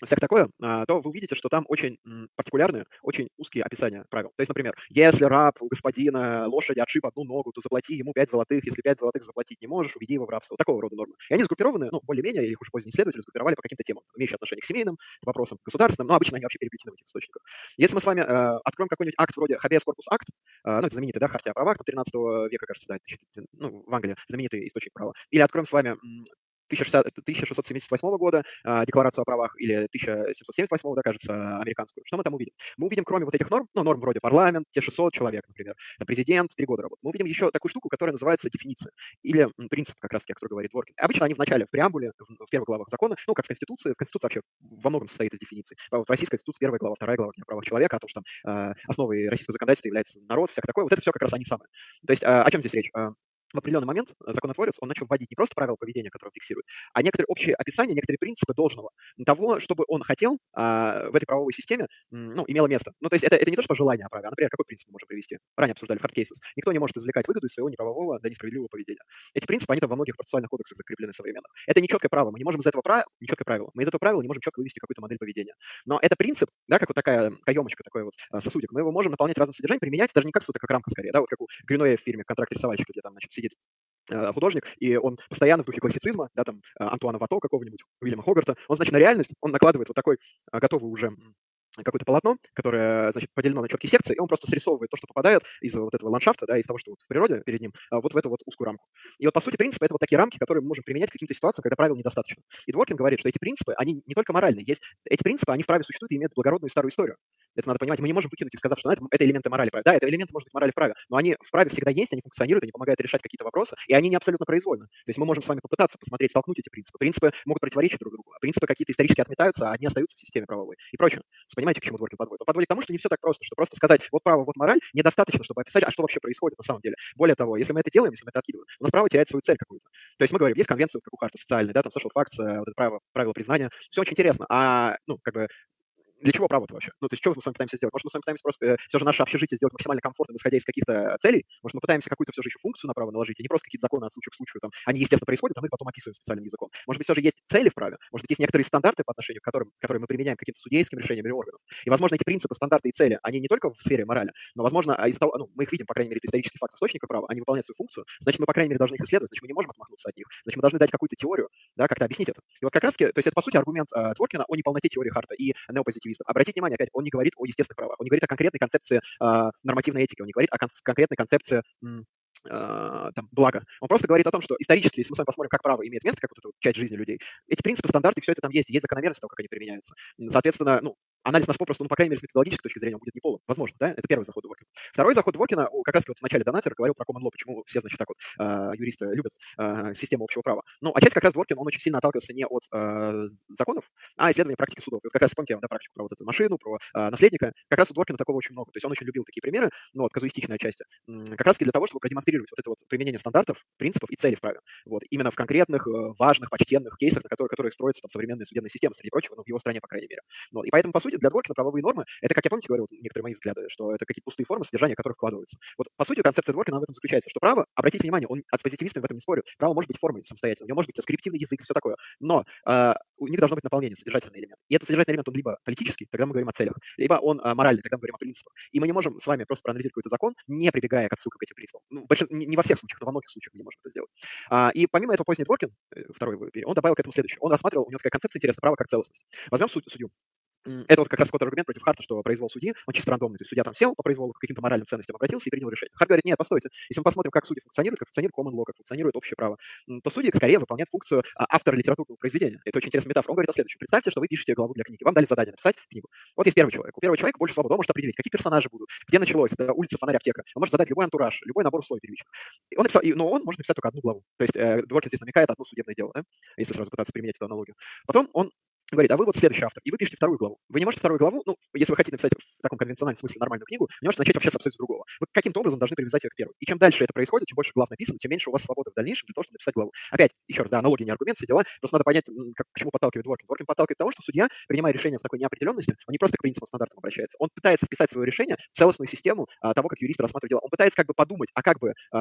всякое такое, а, то вы увидите, что там очень м, партикулярные, очень узкие описания правил. То есть, например, если раб у господина лошади отшиб одну ногу, то заплати ему пять золотых, если пять золотых заплатить не можешь, уведи его в рабство. Вот такого рода нормы. И они сгруппированы, ну, более-менее, или их уже поздние исследователи сгруппировали по каким-то темам, имеющим отношение к семейным, к вопросам государственным, но обычно они вообще переплетены в этих источниках. Если мы с вами э, откроем какой-нибудь акт вроде Habeas Corpus Act, э, ну, это знаменитый, да, Хартия о правах, там, тринадцатого века, кажется, да, это, ну, в Англии знаменитый источник права. Или откроем с вами м, тысяча шестьсот семьдесят восьмого года э, Декларацию о правах, или тысяча семьсот семьдесят восьмого, да, кажется, американскую. Что мы там увидим? Мы увидим, кроме вот этих норм, ну, норм вроде парламент, те шестьсот человек, например, там, президент, три года работы, мы увидим еще такую штуку, которая называется дефиниция, или м, принцип, как раз таки, о котором говорит Дворкин. Обычно они в начале, в преамбуле, в, в первых главах закона, ну, как в Конституции, в Конституции вообще во многом состоит из дефиниций. А вот в Российской Конституции первая глава, вторая глава о правах человека, о том, что там э, основой российского законодательства является народ, всякое такое, вот это все как раз они самые. То есть э, о чем здесь речь? Э, в определенный момент законотворец, он начал вводить не просто правила поведения, которые он фиксирует, а некоторые общие описания, некоторые принципы должного, того, чтобы он хотел а, в этой правовой системе, м, ну, имело место. Ну, то есть это, это не то, что желание о праве, а, например, какой принцип мы можем привести? Ранее обсуждали в hard cases. Никто не может извлекать выгоду из своего неправового, да, несправедливого поведения. Эти принципы, они там во многих процессуальных кодексах закреплены современных. Это нечеткое право. Мы не можем из этого права, нечеткое правило, мы из этого правила не можем четко вывести какую-то модель поведения. Но это принцип, да, как вот такая каемочка, такой вот а, сосудик. Мы его можем наполнять разным содержанием, применять даже не как сосуд, а как рамка скорее, да, вот как у Грюноя в фильме «Контракт рисовальщика», где там, значит, сидит э, художник, и он постоянно в духе классицизма, да, там, э, Антуана Вато какого-нибудь, Уильяма Хогарта, он, значит, на реальность, он накладывает вот такой э, готовый уже м, какое-то полотно, которое, значит, поделено на четкие секции, и он просто срисовывает то, что попадает из вот этого ландшафта, да, из того, что вот в природе перед ним, а, вот в эту вот узкую рамку. И вот, по сути, принципы — это вот такие рамки, которые мы можем применять к каким-то ситуациям, когда правил недостаточно. И Дворкин говорит, что эти принципы, они не только моральные, есть эти принципы, они в праве существуют и имеют благородную старую историю. Это надо понимать. Мы не можем выкинуть их, сказав, что ну, это, это элементы морали в праве. Да, это элементы, может быть, морали в праве, но они в праве всегда есть, они функционируют, они помогают решать какие-то вопросы, и они не абсолютно произвольны. То есть мы можем с вами попытаться посмотреть, столкнуть эти принципы. Принципы могут противоречить друг другу, а принципы какие-то исторически отметаются, а они остаются в системе правовой и прочее. Понимаете, к чему Дворкин подводит? Он подводит к тому, что не все так просто, что просто сказать вот право, вот мораль недостаточно, чтобы описать, а что вообще происходит на самом деле. Более того, если мы это делаем, если мы это откидываем, у нас право теряет свою цель какую-то. То есть мы говорим, есть конвенция, вот как у Харта социальная, да, там social facts, э, вот это право, правило признания, все очень интересно, а, ну, как бы для чего право-то вообще? Ну, то есть, что мы с вами пытаемся сделать? Может, мы с вами пытаемся просто э, все же наше общежитие сделать максимально комфортным, исходя из каких-то целей? Может, мы пытаемся какую-то все же еще функцию на право наложить, и не просто какие-то законы от случая к случаю, там, они, естественно, происходят, а мы их потом описываем специальным языком. Может быть, все же есть цели в праве, может быть, есть некоторые стандарты по отношению к которым, которые мы применяем к каким-то судейским решениям или органам. И, возможно, эти принципы, стандарты и цели, они не только в сфере морали, но, возможно, из того, ну, мы их видим, по крайней мере, это исторический факт источника права, они выполняют свою функцию, значит, мы, по крайней мере, должны их исследовать, значит, мы не можем отмахнуться от них, значит, мы должны дать какую-то теорию, да, как-то объяснить это. И вот как раз-таки, то есть это, по сути, аргумент э, Творкина о неполноте теории Харта и неопозитивистов. Обратите внимание, опять, он не говорит о естественных правах, он не говорит о конкретной концепции э, нормативной этики, он не говорит о кон- конкретной концепции м, э, там, блага. Он просто говорит о том, что исторически, если мы с вами посмотрим, как право имеет место, как вот эта вот часть жизни людей, эти принципы, стандарты, все это там есть, есть закономерность того, как они применяются. Соответственно, ну, анализ наш попросту, ну, по крайней мере, с методологической точки зрения, он будет неполным. Возможно, да? Это первый заход Дворкина. Второй заход Дворкина, как раз вот в начале Донатера говорил про common law, почему все, значит, так вот, э, юристы любят э, систему общего права. Ну, отчасти как раз Дворкин, он очень сильно отталкивался не от э, законов, а исследования практики судов. И вот как раз, помните, да, практику про вот эту машину, про э, наследника, как раз у Дворкина такого очень много. То есть он очень любил такие примеры, ну, вот, казуистичная часть, как раз для того, чтобы продемонстрировать вот это вот применение стандартов, принципов и целей в праве. Вот, именно в конкретных, важных, почтенных кейсах, на которые, которые строятся там современные судебные системы, среди прочего, ну, в его стране, по крайней мере. Вот, и поэтому, по сути, для Дворкина правовые нормы, это, как я помните, говорил, вот, некоторые мои взгляды, что это какие-то пустые формы, содержания которых вкладываются. Вот, по сути, концепция Дворкина в этом заключается, что право, обратите внимание, он от позитивистов в этом не спорит, право может быть формой самостоятельно, у него может быть аскриптивный язык и все такое, но э, у них должно быть наполнение, содержательный элемент. И этот содержательный элемент, он либо политический, тогда мы говорим о целях, либо он э, моральный, тогда мы говорим о принципах. И мы не можем с вами просто проанализировать какой-то закон, не прибегая к отсылкам к этим принципам. Ну, большин... не, не во всех случаях, но во многих случаях мы не можем это сделать. А, и помимо этого, поздний Дворкин, э, второй его, он добавил к этому следующее. Он рассматривал, у него такая концепция интересная, право как целостность. Возьмем суд, судью. Это вот как раз контраргумент против Харта, что произвол судьи, он чисто рандомный. То есть судья там сел по произволу, к каким-то моральным ценностям обратился и принял решение. Харт говорит, нет, постойте, если мы посмотрим, как судьи функционируют, как функционирует common law, как функционирует общее право, то судьи скорее выполняют функцию а, автора литературного произведения. Это очень интересная метафора. Он говорит о следующем. Представьте, что вы пишете главу для книги. Вам дали задание написать книгу. Вот есть первый человек. У первого человека больше свободы. Он может определить, какие персонажи будут, где началось, это улица, фонарь, аптека. Он может задать любой антураж, любой набор условий первичных. И он написал, и, но он может написать только одну главу. То есть э, Дворкин здесь намекает одно судебное дело, да? Если сразу пытаться применять эту аналогию. Потом он говорит, а вы вот следующий автор, и вы пишете вторую главу. Вы не можете вторую главу, ну, если вы хотите написать в таком конвенциональном смысле нормальную книгу, вы не можете начать вообще с абсолютно другого. Вы каким-то образом должны привязать ее к первой. И чем дальше это происходит, чем больше глав написано, тем меньше у вас свободы в дальнейшем для того, чтобы написать главу. Опять, еще раз, да, аналогии, не аргумент, все дела. Просто надо понять, как, к чему подталкивает Дворкин. Дворкин подталкивает к тому, что судья, принимая решение в такой неопределенности, он не просто к принципам стандартам обращается, он пытается вписать свое решение в целостную систему а, того, как юрист рассматривает дело. Он пытается как бы подумать, а как бы а,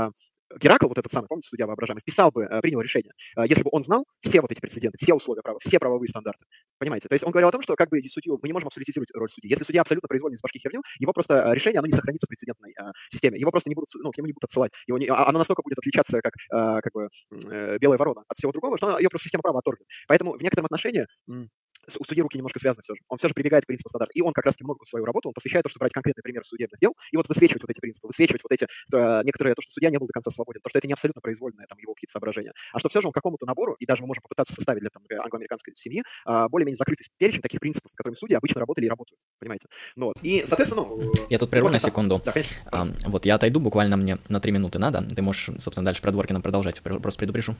Геракл, вот этот самый, помните, судья воображаемый, вписал бы, э, принял решение, э, если бы он знал все вот эти прецеденты, все условия права, все правовые стандарты. Понимаете? То есть он говорил о том, что как бы судью мы не можем абсолютизировать роль судьи. Если судья абсолютно производит из башки херню, его просто э, решение, оно не сохранится в прецедентной э, системе. Его просто не будут, ну, к нему не будут отсылать. Его не, а- оно настолько будет отличаться, как, э, как бы э, белая ворона от всего другого, что ее просто система права отторгнет. Поэтому в некотором отношении м, с- у судьи руки немножко связаны все же. Он все же прибегает к принципу стандарта. И он как раз-таки много свою работу, он посвящает то, что брать конкретный пример судебных дел, и вот высвечивать вот эти принципы, высвечивать вот эти э, некоторые, то, что судья не был до конца свободен, то, что это не абсолютно произвольное там его какие-то соображения, а что все же он к какому-то набору, и даже мы можем попытаться составить для там, например, англо-американской семьи а, более-менее закрытый перечень таких принципов, с которыми судьи обычно работали и работают, понимаете? Ну, вот. И, соответственно, ну, Я тут прерву вот на это- секунду. Да, конечно. А, вот я отойду, буквально мне на три минуты надо. Ты можешь, собственно, дальше про Дворкина продолжать. Пр- Просто предупрежу.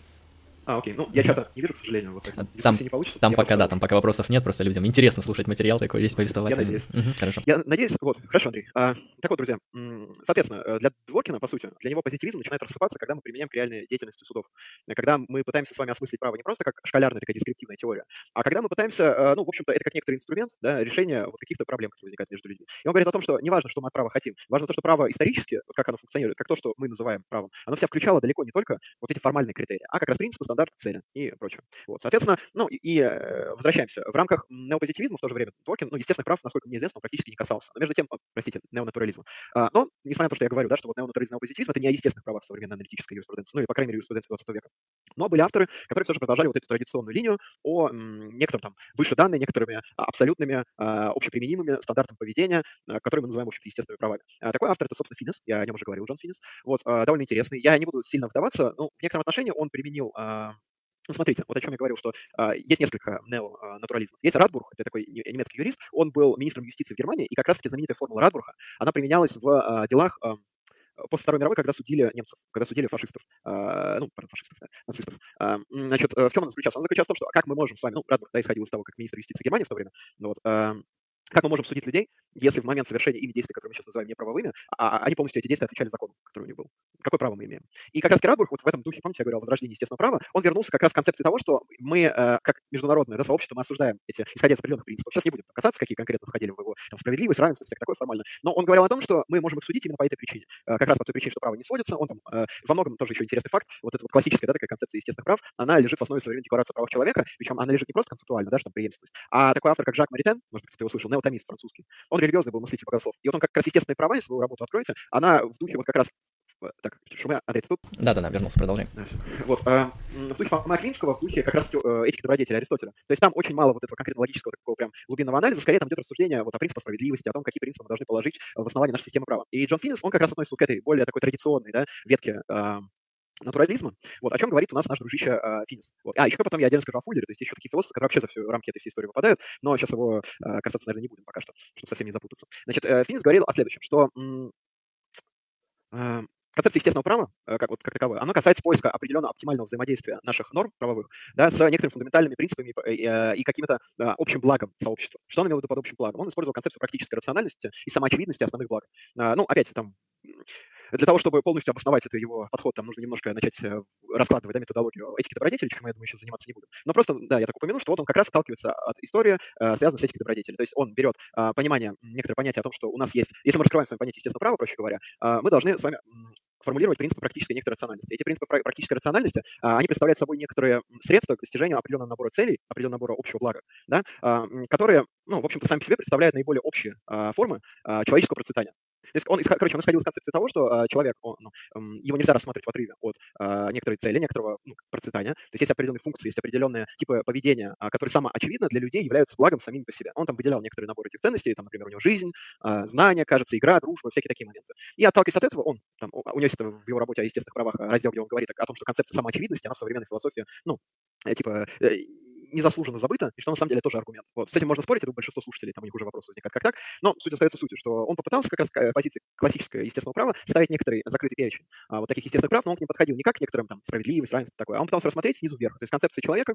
А, окей. Ну, я что-то не вижу, к сожалению, вот этой Там- дискуссии не получится. Там Я пока, просто- да, там пока вопросов нет, просто людям интересно слушать материал такой весь Я повествовательный. надеюсь. Мгм, хорошо. Я надеюсь, вот, хорошо, Андрей. А, так вот, друзья, м, соответственно, э, для Дворкина, по сути, для него позитивизм начинает рассыпаться, когда мы применяем к реальной деятельности судов. Э, Когда мы пытаемся с вами осмыслить право не просто как шкалярная такая дескриптивная теория, а когда мы пытаемся, э, ну, в общем-то, это как некоторый инструмент, да, решения вот каких-то проблем, которые возникают между людьми. И он говорит о том, что не важно, что мы от права хотим, важно то, что право исторически, вот как оно функционирует, как то, что мы называем правом, оно все включало далеко не только вот эти формальные критерии, а как раз принципы, стандарты, цели и прочее. Вот, соответственно, ну и, и, э, возвращаемся. В рамках неопозитивизма в то же время Дворкин, ну, естественных прав, насколько мне известно, он практически не касался. Но между тем, э, простите, неонатурализма. А, но, несмотря на то, что я говорю, да, что вот неонатурализм и неопозитивизм — это не о естественных правах современной аналитической юриспруденции, ну или, по крайней мере, юриспруденции двадцатого века. Но были авторы, которые все же продолжали вот эту традиционную линию о м, некотором там выше данной, некоторыми а, абсолютными, а, общеприменимыми стандартами поведения, а, которые мы называем, в общем-то, естественными правами. А, такой автор — это, собственно, Финес, я о нем уже говорил, Джон Финес. Вот, а, довольно интересный. Я не буду сильно вдаваться, но в некотором отношении он применил а, ну, смотрите, вот о чем я говорил, что а, есть несколько неонатурализмов. Есть Радбург, это такой не- немецкий юрист, он был министром юстиции в Германии, и как раз-таки знаменитая формула Радбурга, она применялась в а, делах а, после Второй мировой, когда судили немцев, когда судили фашистов, а, ну, пардон, фашистов, да, нацистов. А, м, значит, э, в чем она заключалась? Она заключалась в том, что как мы можем с вами, ну, Радбург, да, исходил из того, как министр юстиции Германии в то время, ну, вот, а, как мы можем судить людей, если в момент совершения ими действий, которые мы сейчас называем неправовыми, а, а они полностью эти действия отвечали закону, который у них был? Какое право мы имеем? И как раз Радбург вот в этом духе, помните, я говорил о возрождении естественного права, он вернулся как раз к концепции того, что мы, э, как международное, да, сообщество, мы осуждаем эти, исходя из определенных принципов. Сейчас не будем касаться, какие конкретно входили в его там, справедливость, равенство, всякое такое формально. Но он говорил о том, что мы можем их судить именно по этой причине. Э, как раз по той причине, что право не сводится. Он там э, во многом тоже еще интересный факт. Вот эта вот классическая, да, такая концепция естественных прав, она лежит в основе современной декларации о правах человека, причем она лежит не просто концептуально, да, что там преемственность, а такой автор, как Жак Маритен, может быть, кто-то его слышал, неотомист французский, он религиозный был мыслитель богослов. И вот он как раз естественные права, если вы работу откроете, она в духе вот как раз э, так, Шуме, Андрей, ты тут? Да-да-да, вернулся, продолжай. Да, всё. Вот, а, м, в духе Фома Аквинского, в духе как раз э, этики добродетели Аристотеля. То есть там очень мало вот этого конкретно логического такого прям глубинного анализа, скорее там идет рассуждение вот о принципах справедливости, о том, какие принципы мы должны положить в основании нашей системы права. И Джон Финнес, он как раз относится к этой более такой традиционной, да, ветке а, натурализма, вот, о чем говорит у нас наш дружище а, Финнес. Вот. А, еще потом я отдельно скажу о Фуллере, то есть еще такие философы, которые вообще за все рамки этой всей истории попадают, но сейчас его а, касаться, наверное, не будем пока что, чтобы совсем не запутаться. Значит, э, Финнес говорил о следующем, что м, а, концепция естественного права, э, как, вот, как таковое, она касается поиска определенного оптимального взаимодействия наших норм правовых, да, с некоторыми фундаментальными принципами и, э, и каким-то э, общим благом сообщества. Что он имел в виду под общим благом? Он использовал концепцию практической рациональности и самоочевидности основных благ. А, ну, опять, там, м, для того, чтобы полностью обосновать это его подход, там нужно немножко начать э, раскладывать, да, методологию этики добродетели, чем, я думаю, сейчас заниматься не будем. Но просто, да, я так упомяну, что вот он как раз отталкивается от истории, э, связанной с этикой добродетели. То есть он берет э, понимание, м, некоторое понятие о том, что у нас есть, если мы раскрываем с вами понятие естественного права, проще говоря, э, мы должны с вами м, формулировать принципы практической некоторой рациональности. Эти принципы пра- практической рациональности, а, они представляют собой некоторые м, средства к достижению определенного набора целей, определенного набора общего блага, да, а, м, которые, ну, в общем-то, сами по себе представляют наиболее общие а, формы а, человеческого процветания. То есть он, исход- короче, он исходил из концепции того, что а, человек, он, ну, м, его нельзя рассматривать в отрыве от а, некоторой цели, некоторого ну, процветания. То есть есть определенные функции, есть определенные типы поведения, а, которые самоочевидно для людей являются благом самим по себе. Он там выделял некоторые наборы этих ценностей, там, например, у него жизнь, а, знания, кажется, игра, дружба, всякие такие моменты. И отталкиваясь от этого, он, там, у у него есть это в его работе о естественных правах а, раздел, где он говорит о том, что концепция самоочевидности, она в современной философии, ну, э, типа, э, незаслуженно забыто, и что на самом деле тоже аргумент. Вот. С этим можно спорить, я думаю, большинство слушателей, там у них уже вопрос возникает, как так. Но суть остается сутью, что он попытался как раз к позиции классического естественного права ставить некоторый закрытый перечень а, вот таких естественных прав, но он к ним подходил не как к некоторым там справедливость, равенство такое, а он пытался рассмотреть снизу вверх, то есть концепция человека,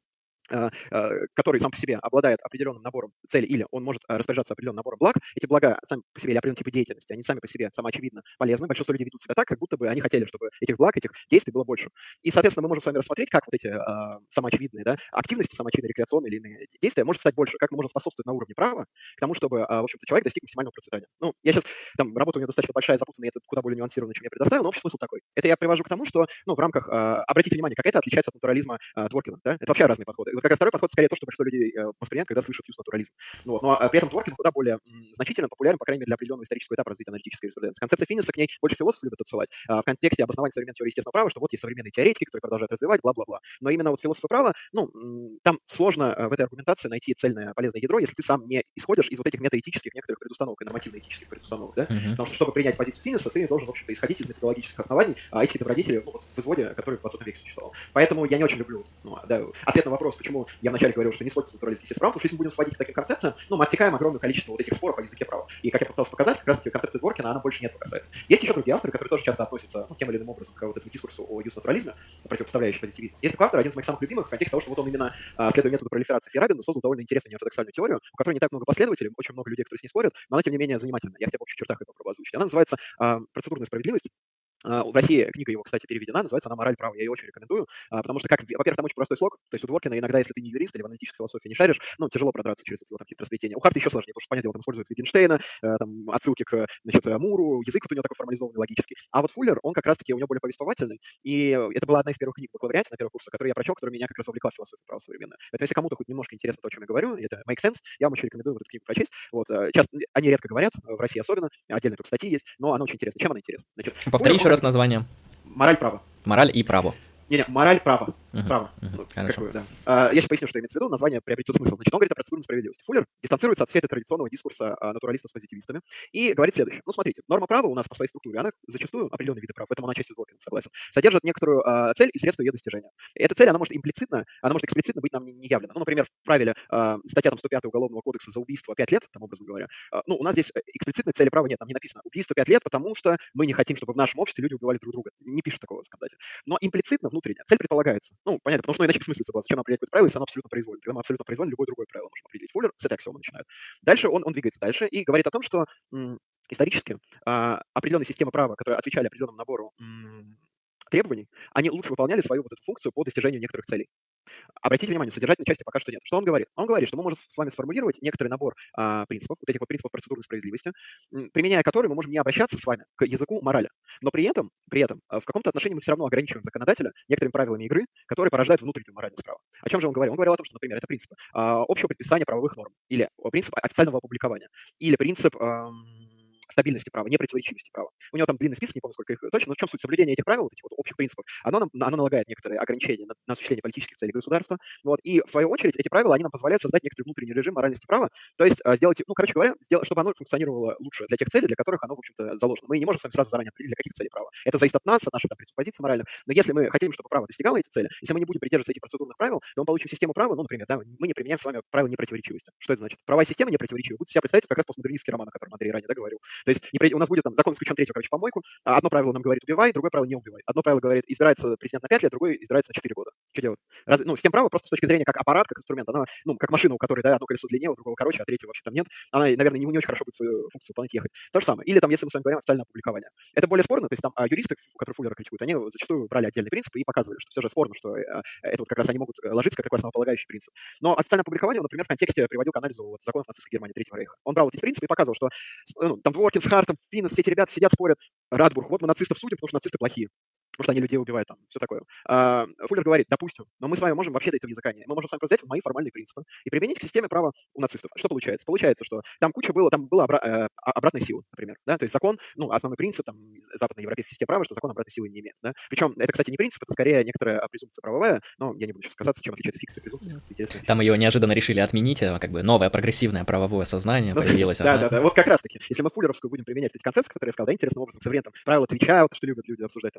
э, э, который сам по себе обладает определенным набором целей, или он может э, распоряжаться определенным набором благ, эти блага сами по себе или определенные типы деятельности, они сами по себе самоочевидно полезны. Большинство людей ведут себя так, как будто бы они хотели, чтобы этих благ, этих действий было больше. И, соответственно, мы можем с вами рассмотреть, как вот эти э, самоочевидные, да, активности, самоочевидные рекреационные или иные действия может стать больше, как мы можем способствовать на уровне права к тому, чтобы, э, в общем-то, человек достиг максимального процветания. Ну, я сейчас, там, работа у меня достаточно большая, запутанная, это куда более нюансированно, чем я предоставил, но общий смысл такой. Это я привожу к тому, что, ну, в рамках, э, обратите внимание, как это отличается от натурализма э, Дворкина, да? Это вообще разные подходы. И вот как раз второй подход скорее то, что большинство людей э, воспринимают, когда слышат юст натурализм. Ну, вот. Но а, при этом Дворкин куда более м, значительно популярен, по крайней мере, для определенного исторического этапа развития аналитической юриспруденции. Концепция Финеса, к ней больше философы любят отсылать а, в контексте обоснования современной теории естественного права, что вот есть современные теоретики, которые продолжают развивать, бла-бла-бла. Но именно вот философы права, ну, м, там сложно э, в этой аргументации найти цельное полезное ядро, если ты сам не исходишь из вот этих метаэтических некоторых предустановок и нормативно-этических предустановок, да? Мгм. Потому что, чтобы принять позицию Финеса, ты должен, в общем-то, исходить из методологических оснований а, этих добродетелей, ну, вот, в изводе, который в двадцатом веке существовал. Поэтому я не очень люблю, ну, да, ответ на вопрос, почему я вначале говорил, что не сводится натурализм естественного права, потому что если мы будем сводить к таким концепциям, ну, мы отсекаем огромное количество вот этих споров о языке права. И, как я пытался показать, как раз-таки концепция Дворкина, она больше не этого касается. Есть еще другие авторы, которые тоже часто относятся, ну, тем или иным образом к вот этому дискурсу о юст-натурализме, противопоставляющий позитивизм. Есть такой автор, один из моих самых любимых, в контексте того, что вот он именно, а, следуя методу пролиферации Фейерабенда, создал довольно интересную неортодоксальную теорию, у которой не так много последователей, очень много людей, которые с ней спорят, но она, тем не менее, занимательна. Я хотя бы в общих чертах ее попробую озвучить. Она называется а, «Процедурная справедливость». А, В России книга его, кстати, переведена, называется она «Мораль права». Я ее очень рекомендую, а, потому что, как, во-первых, там очень простой слог. То есть у Дворкина иногда, если ты не юрист или в аналитической философии не шаришь, ну, тяжело продраться через его там хитросплетения. У Харта еще сложнее, потому что, понятное дело, там использует Wittgensteina, э, там отсылки к, значит, Муру, язык вот у него такой формализованный, логический. А вот Фуллер, он как раз-таки, у него более повествовательный, и это была одна из первых книг в бакалавриате на первом курсе, которую я прочел, которая меня как раз увлекла в философии права современной. Поэтому, если кому-то хоть немножко интересно то, о чем я говорю, это make sense, я вам очень рекомендую вот эту книгу прочесть. Вот, э, часто, они редко говорят, в России особенно, отдельно только статьи есть, но она очень интересна. Чем она интересна? Значит, Повтори Фуллер, еще он раз как- название. Мораль права. Мораль и право. Не-не, мораль права. Мгм, Право. мгм, Ну, хорошо. какое, да. А, я сейчас поясню, что имеется в виду. Название приобретет смысл. Значит, он говорит о процедурной справедливости. Фуллер дистанцируется от всей этой традиционного дискурса а, натуралистов с позитивистами и говорит следующее. Ну, смотрите, норма права у нас по своей структуре, она зачастую, определенные виды прав, в этом она отчасти с Дворкиным согласен, содержит некоторую а, цель и средства ее достижения. И эта цель, она может имплицитно, она может эксплицитно быть нам не, не явлена. Ну, например, в правиле а, статья там, сто пятая Уголовного кодекса за убийство пять лет, там, образно говоря, а, ну, у нас здесь эксплицитной цели права нет, там не написано убийство пять лет, потому что мы не хотим, чтобы в нашем обществе люди убивали друг друга. Не пишет такого законодатель. Но имплицитно, внутренне, цель предполагается. Ну, понятно, потому что ну, иначе бессмыслица была. Зачем определять какое-то правило, если оно абсолютно произвольно? Когда мы абсолютно произвольно любое другое правило можем определить. Фуллер с этой аксиомы начинает. Дальше он, он двигается дальше и говорит о том, что м, исторически а, определенные системы права, которые отвечали определенному набору м, требований, они лучше выполняли свою вот эту функцию по достижению некоторых целей. Обратите внимание, содержательной части пока что нет. Что он говорит? Он говорит, что мы можем с вами сформулировать некоторый набор а, принципов, вот этих вот принципов процедурной справедливости, м, применяя которые мы можем не обращаться с вами к языку морали. Но при этом, при этом а, в каком-то отношении мы все равно ограничиваем законодателя некоторыми правилами игры, которые порождают внутреннюю моральность права. О чем же он говорил? Он говорил о том, что, например, это принцип а, общего предписания правовых норм, или принцип официального опубликования, или принцип ам, стабильности права, непротиворечивости права. У него там длинный список, не помню, сколько их точно, но в чем суть соблюдения этих правил, вот этих вот общих принципов, оно, нам, оно налагает некоторые ограничения на, на осуществление политических целей государства. Вот, и в свою очередь эти правила, они нам позволяют создать некоторый внутренний режим моральности права, то есть а, сделать, ну, короче говоря, сделать, чтобы оно функционировало лучше для тех целей, для которых оно, в общем-то, заложено. Мы не можем с вами сразу заранее определить, для каких целей права. Это зависит от нас, от нашей там, предпозиции моральных. Но если мы хотим, чтобы право достигало эти цели, если мы не будем придерживаться этих процедурных правил, то мы получим систему права, ну, например, да, мы не применяем с вами правила непротиворечивости. Что это значит? Права системы непротиворечивы. Будете себя представить, как раз постмодернистский роман, о котором Андрей ранее да, говорил. То есть у нас будет там закон исключен третьего, короче, помойку. Одно правило нам говорит убивай, другое правило не убивай. Одно правило говорит избирается президент на пять лет, другое избирается на четыре года. Что делать? Раз, ну, система права просто с точки зрения как аппарат, как инструмент, она, ну, как машина, у которой, да, одно колесо длиннее, у другого короче, а третьего вообще там нет, она, наверное, не, не очень хорошо будет свою функцию выполнять ехать. То же самое. Или там, если мы с вами говорим официальное опубликование. Это более спорно, то есть там а, юристы, которые Фуллера критикуют, они зачастую брали отдельные принципы и показывали, что все же спорно, что э, это вот как раз они могут ложиться как такой основополагающий принцип. Но официальное опубликование, он, например, в контексте приводил к анализу вот, законов нацистской Германии Третьего рейха. Он брал вот эти принципы и показывал, что ну, там Дворкин с Хартом, Финнес, все эти ребята сидят, спорят, Радбург, вот мы нацистов судим, потому что нацисты плохие. Потому что они людей убивают там, все такое. А, Фуллер говорит, допустим, но мы с вами можем вообще-то этого языка не. Мы можем с вами просто взять мои формальные принципы и применить к системе права у нацистов. Что получается? Получается, что там куча было, там была обра- э, обратной силы, например. Да? То есть закон, ну, основной принцип там, западноевропейской системы права, что закон обратной силы не имеет. Да? Причем это, кстати, не принцип, это скорее некоторая презумпция правовая, но я не буду сейчас касаться, чем отличается фикция презумпция. Интересно. Там ее неожиданно решили отменить, как бы новое прогрессивное правовое сознание появилось. Да, да, да. Вот как раз таки, если мы фуллеровскую будем применять эти концепции, которые я сказал, да, интересным образом, к современным правилам Твича, вот что любят люди обсуждать, там, cancel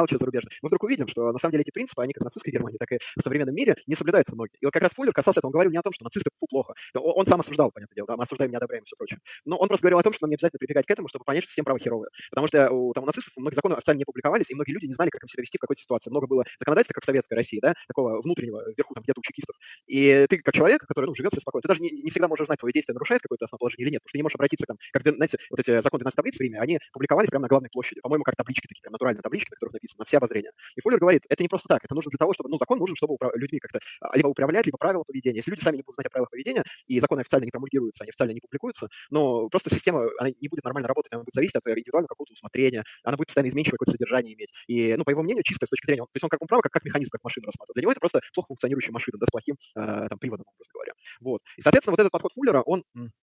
мало чего зарубежного. Мы вдруг увидим, что на самом деле эти принципы, они как в нацистской Германии, так и в современном мире не соблюдаются многие. И вот как раз Фуллер касался этого, он говорил не о том, что нацисты фу, плохо. Он, он сам осуждал, понятное дело, да, мы осуждаем, не одобряем и все прочее. Но он просто говорил о том, что нам не обязательно прибегать к этому, чтобы понять, что система права херовая. Потому что у, там, у нацистов многие законы официально не публиковались, и многие люди не знали, как им себя вести в какой-то ситуации. Много было законодательства, как в Советской России, да, такого внутреннего, вверху там где-то у чекистов. И ты, как человек, который ну, живет себе спокойно, ты даже не, не всегда можешь знать, твое действие нарушает какое-то основоположение или нет, потому что ты не можешь обратиться там, как, знаете, вот эти законы двенадцатой таблицы в Риме, они публиковались прямо на главной площади, по-моему, как таблички такие, прям натуральные таблички, на которых написано на все обозрения. И Фуллер говорит, это не просто так, это нужно для того, чтобы, ну, закон нужен, чтобы управ... людьми как-то либо управлять, либо правила поведения. Если люди сами не будут знать о правилах поведения, и законы официально не промульгируются, они официально не публикуются, но просто система, она не будет нормально работать, она будет зависеть от индивидуального какого-то усмотрения, она будет постоянно изменчивое какое-то содержание иметь. И, ну, по его мнению, чисто с точки зрения, то есть он как он право, как, как механизм, как машину рассматривает. Для него это просто плохо функционирующая машина, да, с плохим э, там приводом, образно говоря. Вот. И, соответственно, вот этот подход Фуллера, он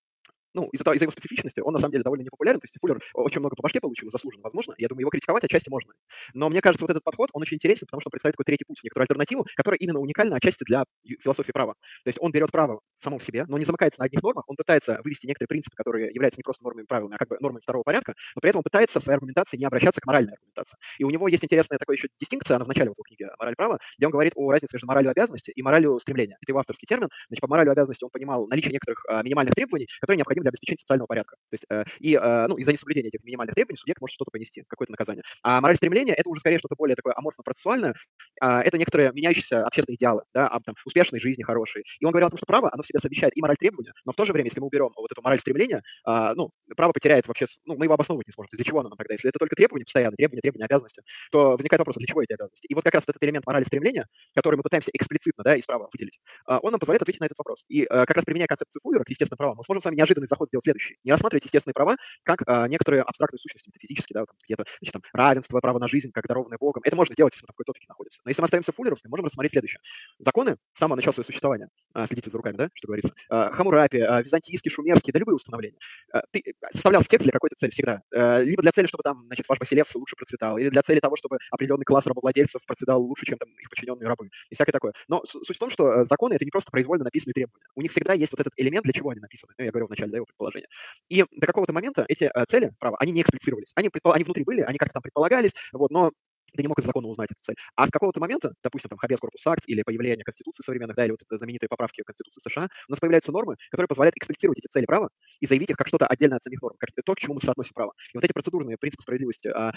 ну, из-за, из-за его специфичности, он на самом деле довольно непопулярен, то есть Фуллер очень много по башке получил, заслуженно, возможно, я думаю, его критиковать отчасти можно. Но мне кажется, вот этот подход, он очень интересен, потому что он представляет такой третий путь, некоторую альтернативу, которая именно уникальна отчасти для философии права. То есть он берет право само в себе, но не замыкается на одних нормах, он пытается вывести некоторые принципы, которые являются не просто нормами и правилами, а как бы нормами второго порядка, но при этом он пытается в своей аргументации не обращаться к моральной аргументации. И у него есть интересная такая еще дистинкция, она в начале вот его книги «Мораль права», где он говорит о разнице между моралью обязанности и моралью стремления. Это его авторский термин. Значит, по моралью обязанности он понимал наличие некоторых а, минимальных требований, которые необходимы для обеспечения социального порядка. То есть, э, и, э, ну, из-за несоблюдения этих минимальных требований субъект может что-то понести, какое-то наказание. А мораль стремления — это уже скорее что-то более такое аморфно-процессуальное, э, это некоторые меняющиеся общественные идеалы, да, об, там, успешной жизни, хорошей. И он говорил о том, что право, оно в себе совмещает и мораль требования, но в то же время, если мы уберем вот эту мораль стремления, э, ну, право потеряет вообще, ну, мы его обосновывать не сможем. То есть для чего оно нам тогда? Если это только требования постоянно, требования, требования, обязанности, то возникает вопрос, для чего эти обязанности? И вот как раз вот этот элемент морали стремления, который мы пытаемся эксплицитно, да, из права выделить, э, он нам позволяет ответить на этот вопрос. И э, как раз применяя концепцию Фуллера к естественным правам, мы сможем с вами неожиданный заход сделать следующий. Не рассматривать естественные права как а, некоторые абстрактные сущности метафизические, да, вот, где-то, значит, там, равенство, право на жизнь, как дарованное Богом. Это можно делать, если мы в какой топике находимся. Но если мы остаемся фуллеровскими, можем рассмотреть следующее. Законы с самого начала своего существования, а, следите за руками, да, что говорится, а, Хаммурапи, а, византийский, шумерский, да любые установления. А, ты составлялся текст для какой-то цели всегда. А, либо для цели, чтобы там, значит, ваш Басилевс лучше процветал, или для цели того, чтобы определенный класс рабовладельцев процветал лучше, чем там их подчиненные рабы, и всякое такое. Но суть в том, что законы — это не просто произвольно написанные требования. У них всегда есть вот этот элемент, для чего они написаны. Ну, я говорю в начале, да, его предположения. И до какого-то момента эти а, цели, права, они не эксплицировались. Они, предпол... они внутри были, они как-то там предполагались, вот, но ты не мог из закона узнать эту цель. А в какого-то момента, допустим, там, Habeas Corpus Act или появление Конституции современных, да, или вот это знаменитые поправки в Конституции США, у нас появляются нормы, которые позволяют эксплицировать эти цели права и заявить их как что-то отдельное от самих норм, как то, к чему мы соотносим право. И вот эти процедурные принципы справедливости а,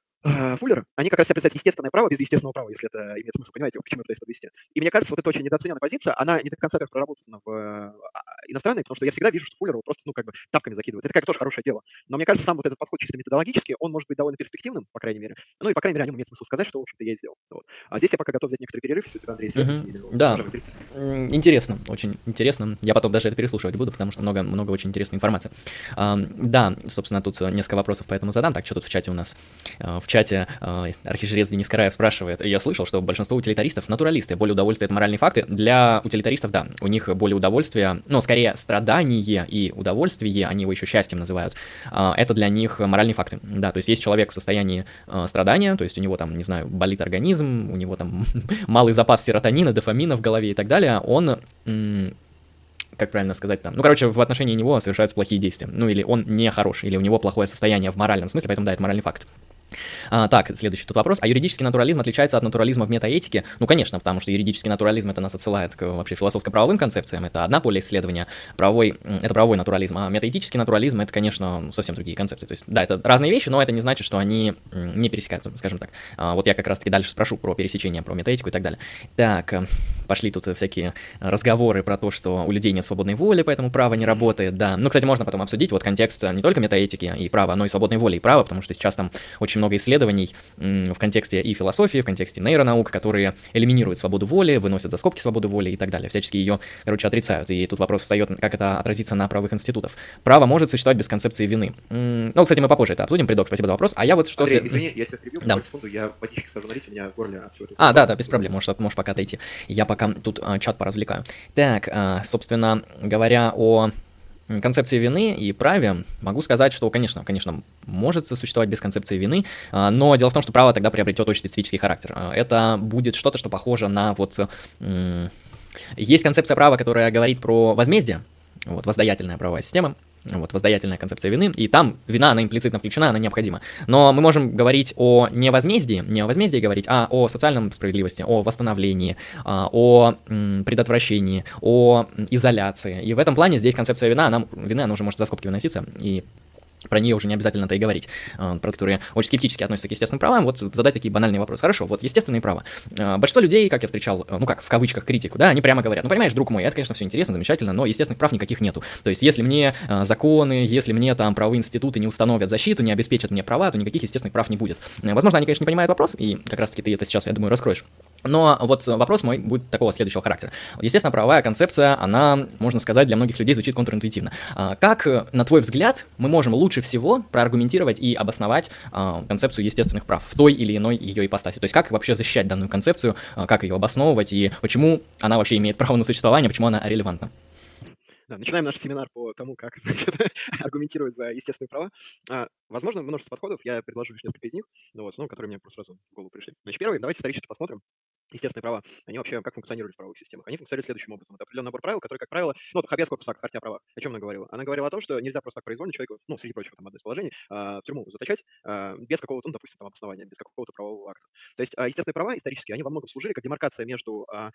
а, Фуллера, они как раз себя представляют естественное право без естественного права, если это имеет смысл, понимаете, к чему я пытаюсь подвести. И мне кажется, вот это очень недооцененная позиция, она не до конца как проработана в а, иностранной, потому что я всегда вижу, что Фуллер его просто, ну, как бы тапками закидывает. Это как тоже хорошее дело. Но мне кажется, сам вот этот подход чисто методологически, он может быть довольно перспективным, по крайней мере. Ну и, по крайней мере, о нем имеет смысл сказать, что, в общем-то, я и сделал. Вот. А здесь я пока готов взять некоторый перерыв, если это Андрей Сергеевич. Или, да, интересно, очень интересно. Я потом даже это переслушивать буду, потому что много, много очень интересной информации. А, да, собственно, тут несколько вопросов поэтому задам. Так, что тут в чате у нас? А, в чате а, архижрец Денис Караев спрашивает. Я слышал, что большинство утилитаристов натуралисты. Более удовольствие — это моральные факты. Для утилитаристов, да, у них более удовольствие, ну, скорее, страдание и удовольствие, они его еще счастьем называют, а, это для них моральные факты. Да, то есть есть человек в состоянии а, страдания, то есть у него там, не знаю, болит организм, у него там малый запас серотонина, дофамина в голове и так далее, он... М- как правильно сказать там, ну, короче, в отношении него совершаются плохие действия, ну, или он не хороший, или у него плохое состояние в моральном смысле, поэтому, да, это моральный факт. А, так, следующий тут вопрос. А юридический натурализм отличается от натурализма в метаэтике? Ну, конечно, потому что юридический натурализм — это нас отсылает к вообще философско-правовым концепциям, это одна поле исследования, правовой, это правовой натурализм, а метаэтический натурализм — это, конечно, совсем другие концепции. То есть, да, это разные вещи, но это не значит, что они не пересекаются, скажем так. А, вот я как раз-таки дальше спрошу про пересечение, про метаэтику и так далее. Так, пошли тут всякие разговоры про то, что у людей нет свободной воли, поэтому право не работает, да. Ну, кстати, можно потом обсудить вот контекст не только метаэтики и права, но и свободной воли и права, потому что сейчас там очень много исследований м, в контексте и философии, в контексте нейронаук, которые элиминируют свободу воли, выносят за скобки свободу воли и так далее, всячески ее, короче, отрицают. И тут вопрос встает, как это отразится на правовых институтах. Право может существовать без концепции вины. М, ну, кстати, мы попозже это обсудим, Придок, спасибо за вопрос. А я вот что... Андрей, след... извини, я тебя перебью, да. секунду, я водички схожу налить, у меня в горле от всего этого. А, да, да, без проблем, можешь, можешь пока отойти. Я пока тут а, чат поразвлекаю. Так, а, собственно, говоря о концепции вины и праве, могу сказать, что, конечно, конечно, может существовать без концепции вины, но дело в том, что право тогда приобретет очень специфический характер. Это будет что-то, что похоже на вот... Есть концепция права, которая говорит про возмездие, вот, воздаятельная правовая система, вот, воздаятельная концепция вины, и там вина, она имплицитно включена, она необходима. Но мы можем говорить о не возмездии, не о возмездии говорить, а о социальном справедливости, о восстановлении, о предотвращении, о изоляции. И в этом плане здесь концепция вина, она, вины, она уже может за скобки выноситься, и про нее уже не обязательно-то и говорить, про которые очень скептически относятся к естественным правам, вот задать такие банальные вопросы. Хорошо, вот естественные права. Большинство людей, как я встречал, ну как, в кавычках, критику, да, они прямо говорят, ну понимаешь, друг мой, это, конечно, все интересно, замечательно, но естественных прав никаких нету. То есть если мне законы, если мне там правовые институты не установят защиту, не обеспечат мне права, то никаких естественных прав не будет. Возможно, они, конечно, не понимают вопрос, и как раз-таки ты это сейчас, я думаю, раскроешь. Но вот вопрос мой будет такого следующего характера. Естественно, правовая концепция, она, можно сказать, для многих людей звучит контринтуитивно. Как, на твой взгляд, мы можем лучше всего проаргументировать и обосновать концепцию естественных прав в той или иной ее ипостаси? То есть как вообще защищать данную концепцию, как ее обосновывать и почему она вообще имеет право на существование, почему она релевантна? Да, начинаем наш семинар по тому, как значит, аргументировать за естественные права. А, возможно, множество подходов, я предложу лишь несколько из них, ну, вот, ну, которые мне просто сразу в голову пришли. Значит, первый, давайте исторически посмотрим. Естественные права, они вообще как функционировали в правовых системах? Они функционировали следующим образом. Это определенный набор правил, который, как правило, ну, вот Хаббиас корпус акт, хартия о правах. О чем она говорила? Она говорила о том, что нельзя просто так произвольно человека, ну, среди прочего, там, одно из положений, а, в тюрьму заточать а, без какого-то, ну, допустим, там, обоснования, без какого-то правового акта. То есть а, естественные права исторически, они во многом служили как демаркация между а,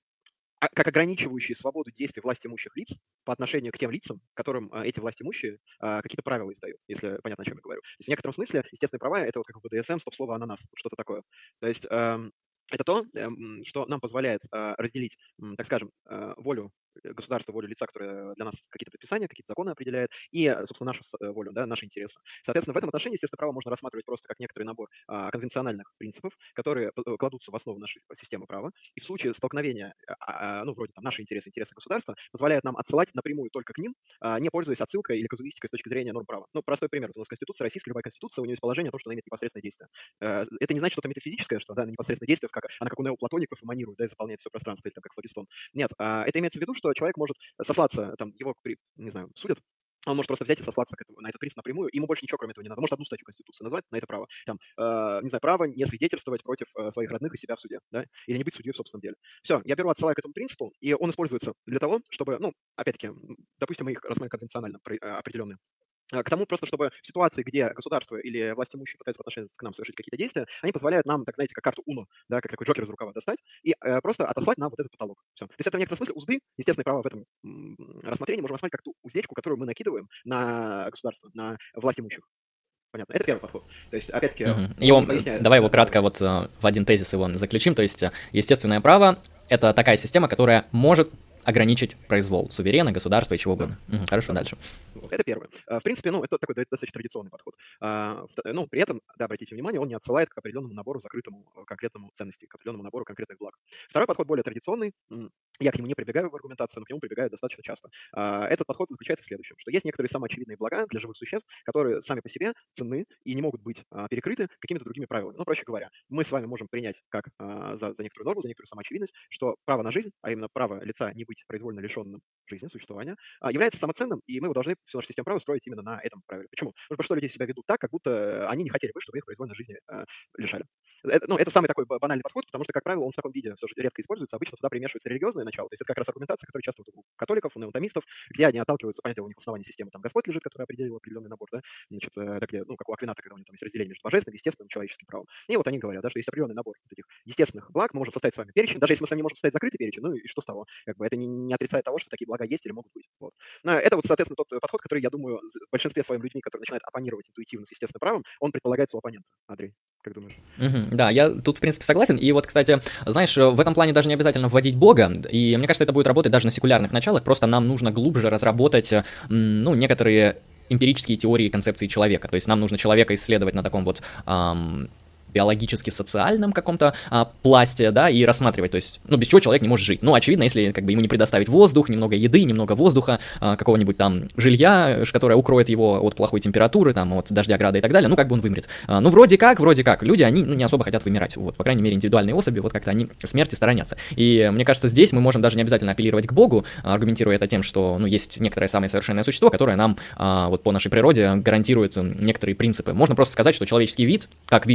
как ограничивающие свободу действий власть имущих лиц по отношению к тем лицам, которым а, эти власть имущие а, какие-то правила издают, если понятно, о чем я говорю. То есть в некотором смысле естественные права — это вот как бы БДСМ, стоп-слово ананас, что-то такое. То есть эм, это то, эм, что нам позволяет э, разделить, м, так скажем, э, волю государства, волю лица, которое для нас какие-то предписания, какие-то законы определяет, и, э, собственно, нашу с- э, волю, да, наши интересы. Соответственно, в этом отношении, естественно, право можно рассматривать просто как некоторый набор а, конвенциональных принципов, которые п- э, кладутся в основу нашей системы права, и в случае столкновения, а, а, ну, вроде там наши интересы, интересы государства, позволяют нам отсылать напрямую только к ним, а, не пользуясь отсылкой или казуистикой с точки зрения норм права. Ну, простой пример. Вот у нас Конституция российская, любая Конституция, у нее есть положение о том, что она имеет непосредственное действие. Э, Это не значит что-то метафизическое, что да, непосредственное действие, как, она как у неоплатоников эманирует, да, и заполняет все пространство, или там как флагистон. Нет, а, это имеется в виду, что человек может сослаться, там, его, при- не знаю, судят, он может просто взять и сослаться к этому, на этот принцип напрямую, и ему больше ничего, кроме этого, не надо. Может одну статью Конституции назвать на это право. Там, э, не знаю, право не свидетельствовать против э, своих родных и себя в суде, да, или не быть судьей в собственном деле. Все, я беру, отсылаю к этому принципу, и он используется для того, чтобы, ну, опять-таки, м, допустим, мы их рассмотрим конвенционально при- э, определенные. А, К тому просто, чтобы в ситуации, где государство или власть имущие пытаются по отношению к нам совершить какие-то действия, они позволяют нам, так знаете, как карту Уно, да, как такой Джокер из рукава достать и э, просто отослать нам вот этот потолок. Все. То есть это в некотором смысле узды, естественные права в этом м, рассмотрении можем рассматривать как ту уздечку, которую мы накидываем на государство, на власть имущих. Понятно. Это первый подход. То есть, опять-таки, Мгм. он Его, поясняет. давай Да, его да, кратко да. вот э, в один тезис его заключим. То есть э, естественное право — это такая система, которая может ограничить произвол суверена, государства и чего Да. угодно. Мгм, хорошо, Да. дальше. Вот, это первое. А, В принципе, ну, это такой до- достаточно традиционный подход. А, вт- Ну, при этом, да, обратите внимание, он не отсылает к определенному набору закрытому э, конкретному ценностей, к определенному набору конкретных благ. Второй подход более традиционный. М, Я к нему не прибегаю в аргументации, но к нему прибегаю достаточно часто. А, Этот подход заключается в следующем, что есть некоторые самоочевидные блага для живых существ, которые сами по себе ценны и не могут быть а, перекрыты какими-то другими правилами. Ну, проще говоря, мы с вами можем принять как а, за, за некоторую норму, за некоторую самоочевидность, что право на жизнь, а именно право лица не быть произвольно лишенным жизни, существования, а, является самоценным, и мы его должны всю нашу систему права строить именно на этом правиле. Почему? Потому что что люди себя ведут так, как будто они не хотели бы, чтобы их произвольной жизни э, лишали. Это, ну, это самый такой ба- банальный подход, потому что, как правило, он в таком виде все же редко используется. Обычно туда примешивается религиозное начало. То есть это как раз аргументация, которая часто вот у католиков, у неотомистов, где они отталкиваются, понятно, у них в основании системы там Господь лежит, который определил определенный набор, да, значит, э, так, где, ну, как у Аквината, когда у него там есть разделение между божественным, естественным, человеческим правом. И вот они говорят, да, что есть определенный набор вот этих естественных благ, мы можем составить с вами перечень, даже если мы с вами не можем составить закрытый перечень, ну и что с того? Как бы это не, не отрицает того, что такие блага есть или могут быть. Вот. Но это вот, соответственно, тот э, подход, который, я думаю, в большинстве своим людьми, которые начинают оппонировать интуитивно с естественным правом, он предполагает своего оппонента. Андрей, как думаешь? Мгм, да, я тут, в принципе, согласен. И вот, кстати, знаешь, в этом плане даже не обязательно вводить Бога. И мне кажется, это будет работать даже на секулярных началах. Просто нам нужно глубже разработать, м, ну, некоторые эмпирические теории и концепции человека. То есть нам нужно человека исследовать на таком вот ам, биологически-социальном каком-то а, пласте, да, и рассматривать, то есть, ну, без чего человек не может жить. Ну, очевидно, если как бы ему не предоставить воздух, немного еды, немного воздуха, а, какого-нибудь там жилья, ш- которое укроет его от плохой температуры, там, от дождя, града и так далее, ну, как бы он вымрет. А, ну, вроде как, вроде как, люди, они, ну, не особо хотят вымирать, вот, по крайней мере, индивидуальные особи, вот как-то они смерти сторонятся. И мне кажется, здесь мы можем даже не обязательно апеллировать к Богу, а, аргументируя это тем, что, ну, есть некоторое самое совершенное существо, которое нам, а, вот по нашей природе гарантирует м, некоторые принципы. Можно просто сказать, что человеческий вид, как вид животного,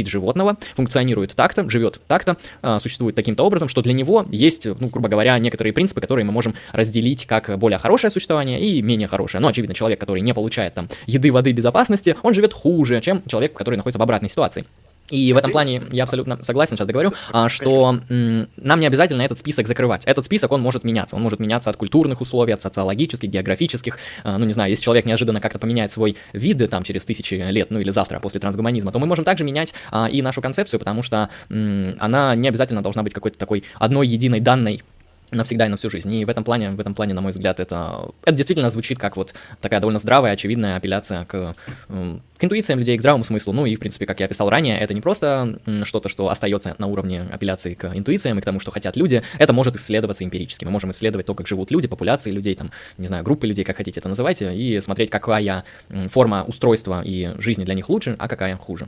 право функционирует так-то, живет так-то, существует таким-то образом, что для него есть, ну, грубо говоря, некоторые принципы, которые мы можем разделить как более хорошее существование и менее хорошее. Ну, очевидно, человек, который не получает там еды, воды, безопасности, он живет хуже, чем человек, который находится в обратной ситуации. И в этом плане я абсолютно согласен, сейчас договорю, что м, нам не обязательно этот список закрывать. Этот список, он может меняться. Он может меняться от культурных условий, от социологических, географических. А, ну, не знаю, если человек неожиданно как-то поменяет свой вид там через тысячи лет, ну или завтра после трансгуманизма, то мы можем также менять а, и нашу концепцию, потому что м, она не обязательно должна быть какой-то такой одной единой данной навсегда и на всю жизнь. И в этом плане, в этом плане, на мой взгляд, это, это действительно звучит как вот такая довольно здравая, очевидная апелляция к, к интуициям людей, к здравому смыслу. Ну и, в принципе, как я описал ранее, это не просто что-то, что остается на уровне апелляции к интуициям и к тому, что хотят люди. Это может исследоваться эмпирически. Мы можем исследовать то, как живут люди, популяции людей, там, не знаю, группы людей, как хотите это называйте, и смотреть, какая форма устройства и жизни для них лучше, а какая хуже.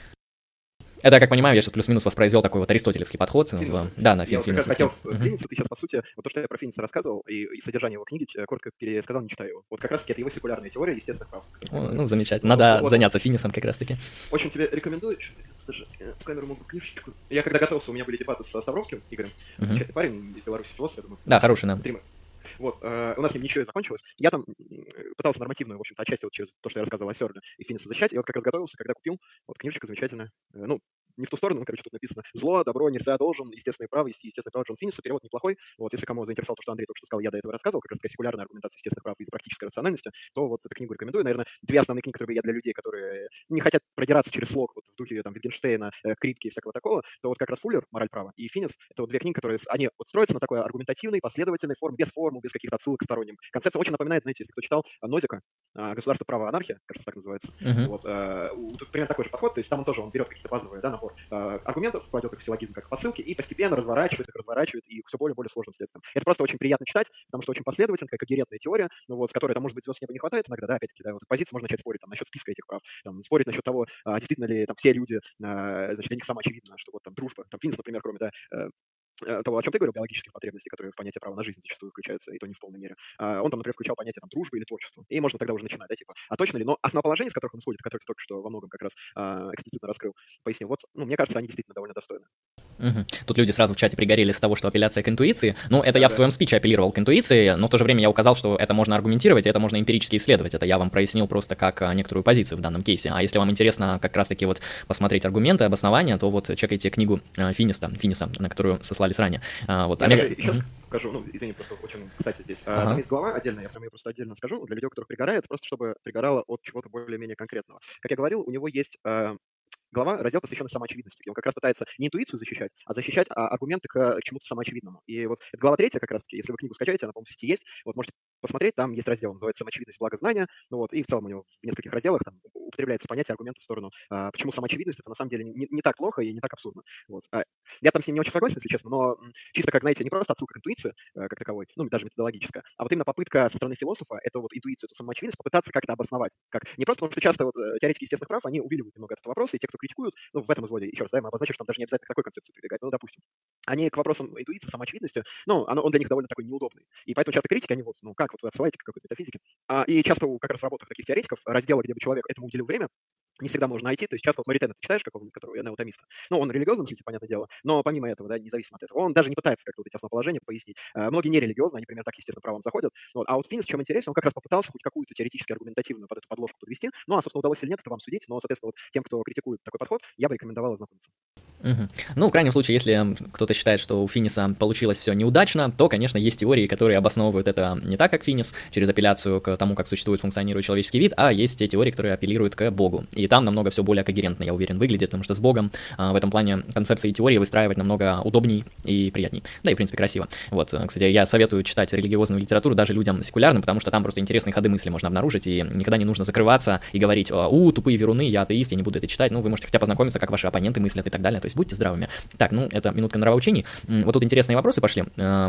Это, я как понимаю, я сейчас плюс-минус воспроизвел такой вот аристотелевский подход. В, да, на Фин, Фин, я Финниса. хотел вклиниться, ты сейчас, по сути, вот то, что я про Финниса рассказывал, и, и содержание его книги, коротко пересказал, не читаю его. Вот как раз-таки это его секулярная теория естественных прав. О, ну, замечательно. Надо вот, заняться вот. Финнисом как раз-таки. Очень тебе рекомендую. Даже в камеру могу книжечку. Я когда готовился, у меня были дебаты со Ставровским Игорем, uh-huh. замечательный парень из Беларуси, философ, я думаю. Да, хороший, да. Стример. Вот, э, у нас с ним ничего и закончилось. Я там пытался нормативную, в общем-то, отчасти вот через то, что я рассказывал о Сёрле и Финниса защищать, и вот как раз готовился, когда купил, вот книжечка замечательная, э, ну, не в ту сторону, короче, тут написано «Зло, добро, нельзя, должен, естественное право, естественное право Джон Финниса», перевод неплохой. Вот, если кому заинтересовал то, что Андрей только что сказал, я до этого рассказывал, как раз такая секулярная аргументация естественных прав из практической рациональности, то вот эту книгу рекомендую. Наверное, две основные книги, которые я для людей, которые не хотят продираться через слог, вот в духе там Витгенштейна, э, Крипки и всякого такого, то вот как раз Фуллер «Мораль права» и Финнис — это вот две книги, которые, они вот строятся на такой аргументативной, последовательной форме, без формы, без каких-то отсылок к сторонним. Концепция очень напоминает, знаете, если кто читал Нозика, «Государство, право, анархия», кажется, так называется. Uh-huh. Вот, э, тут примерно такой же подход, то есть там он тоже он берет какие-то базовые, да, набор э, аргументов, кладет их в силлогизм как посылки и постепенно разворачивает их, разворачивает и все более и более сложным следствием. Это просто очень приятно читать, потому что очень последовательная, как когерентная теория, ну, вот, с которой, там, может быть, звезд неба не хватает иногда, да, опять-таки, да, вот позиции можно начать спорить там насчет списка этих прав, там, спорить насчет того, а, действительно ли там все люди, а, значит, для них самоочевидно, что вот там дружба, там Финнис, например, кроме, да, того, о чем ты говорил, биологических потребностей, которые в понятие права на жизнь зачастую включаются, и то не в полной мере. А он там, например, включал понятие там дружбы или творчества. И можно тогда уже начинать, да, типа, а точно ли? Но основоположения, с которых он исходит, которые ты только что во многом как раз а, эксплицитно раскрыл, пояснил, вот, ну, мне кажется, они действительно довольно достойны. Угу. Тут люди сразу в чате пригорели с того, что апелляция к интуиции. Ну, это да, я в да. своем спиче апеллировал к интуиции, но в то же время я указал, что это можно аргументировать, и это можно эмпирически исследовать. Это я вам прояснил просто как некоторую позицию в данном кейсе. А если вам интересно как раз-таки вот посмотреть аргументы, обоснования, то вот чекайте книгу Финниса, Финниса, на которую сослались ранее. Вот, я Омега... сейчас угу. скажу, ну, извини, просто очень, кстати, здесь. Ага. Там есть глава отдельно, я прям ее просто отдельно скажу, для людей, у которых пригорает, просто чтобы пригорало от чего-то более-менее конкретного. Как я говорил, у него есть... глава, раздел, посвященный самоочевидности, где он как раз пытается не интуицию защищать, а защищать а, аргументы к, к чему-то самоочевидному. И вот это глава третья как раз-таки, если вы книгу скачаете, она, по-моему, в сети есть, вот можете посмотреть, там есть раздел, называется «Самоочевидность, благо знания», ну вот, и в целом у него в нескольких разделах там употребляется понятие аргументов в сторону, а, почему самоочевидность — это на самом деле не, не так плохо и не так абсурдно. Вот. А, я там с ним не очень согласен, если честно, но чисто, как, знаете, не просто отсылка к интуиции а, как таковой, ну, даже методологическая, а вот именно попытка со стороны философа эту вот интуицию, эту самоочевидность попытаться как-то обосновать. Как, не просто потому, что часто вот, теоретики естественных прав, они увиливают немного от этого вопроса, и те, кто критикуют, ну, в этом изводе, еще раз, да, мы обозначим, что там даже не обязательно к такой концепции прибегать, ну, допустим. Они к вопросам интуиции, самоочевидности, ну, оно, он для них довольно такой неудобный. И поэтому часто критики, они вот, ну, как вот вы отсылаете к какой-то метафизике. А, и часто у, как раз в работах таких теоретиков разделы, где бы человек этому уделил время, не всегда можно найти, то есть часто вот Маритена ты читаешь, какого-нибудь, которого я неотомиста, ну, он религиозный, кстати, понятное дело, но помимо этого, да, независимо от этого, он даже не пытается как-то вот эти основоположения пояснить. А, многие нерелигиозные, они, примерно, так, естественно, правом заходят, вот. А вот Финнис, чем интересен, он как раз попытался хоть какую-то теоретически аргументативную под эту подложку подвести, ну, а, собственно, удалось или нет, это вам судить, но, соответственно, вот тем, кто критикует такой подход, я бы рекомендовал ознакомиться. Угу. Ну, в крайнем случае, если кто-то считает, что у Финниса получилось все неудачно, то, конечно, есть теории, которые обосновывают это не так, как Финнис, через апелляцию к тому, как существует, функционирует человеческий вид, а есть те теории, которые апеллируют к Богу. И там намного все более когерентно, я уверен, выглядит, потому что с Богом а, в этом плане концепции и теории выстраивать намного удобней и приятней. Да и, в принципе, красиво. Вот, кстати, я советую читать религиозную литературу даже людям секулярным, потому что там просто интересные ходы мысли можно обнаружить, и никогда не нужно закрываться и говорить: у, тупые веруны, я атеист, я не буду это читать. Ну, вы можете хотя бы познакомиться, как ваши оппоненты мыслят и так далее. То есть будьте здравыми. Так, ну, это минутка нравоучений. Вот тут интересные вопросы пошли.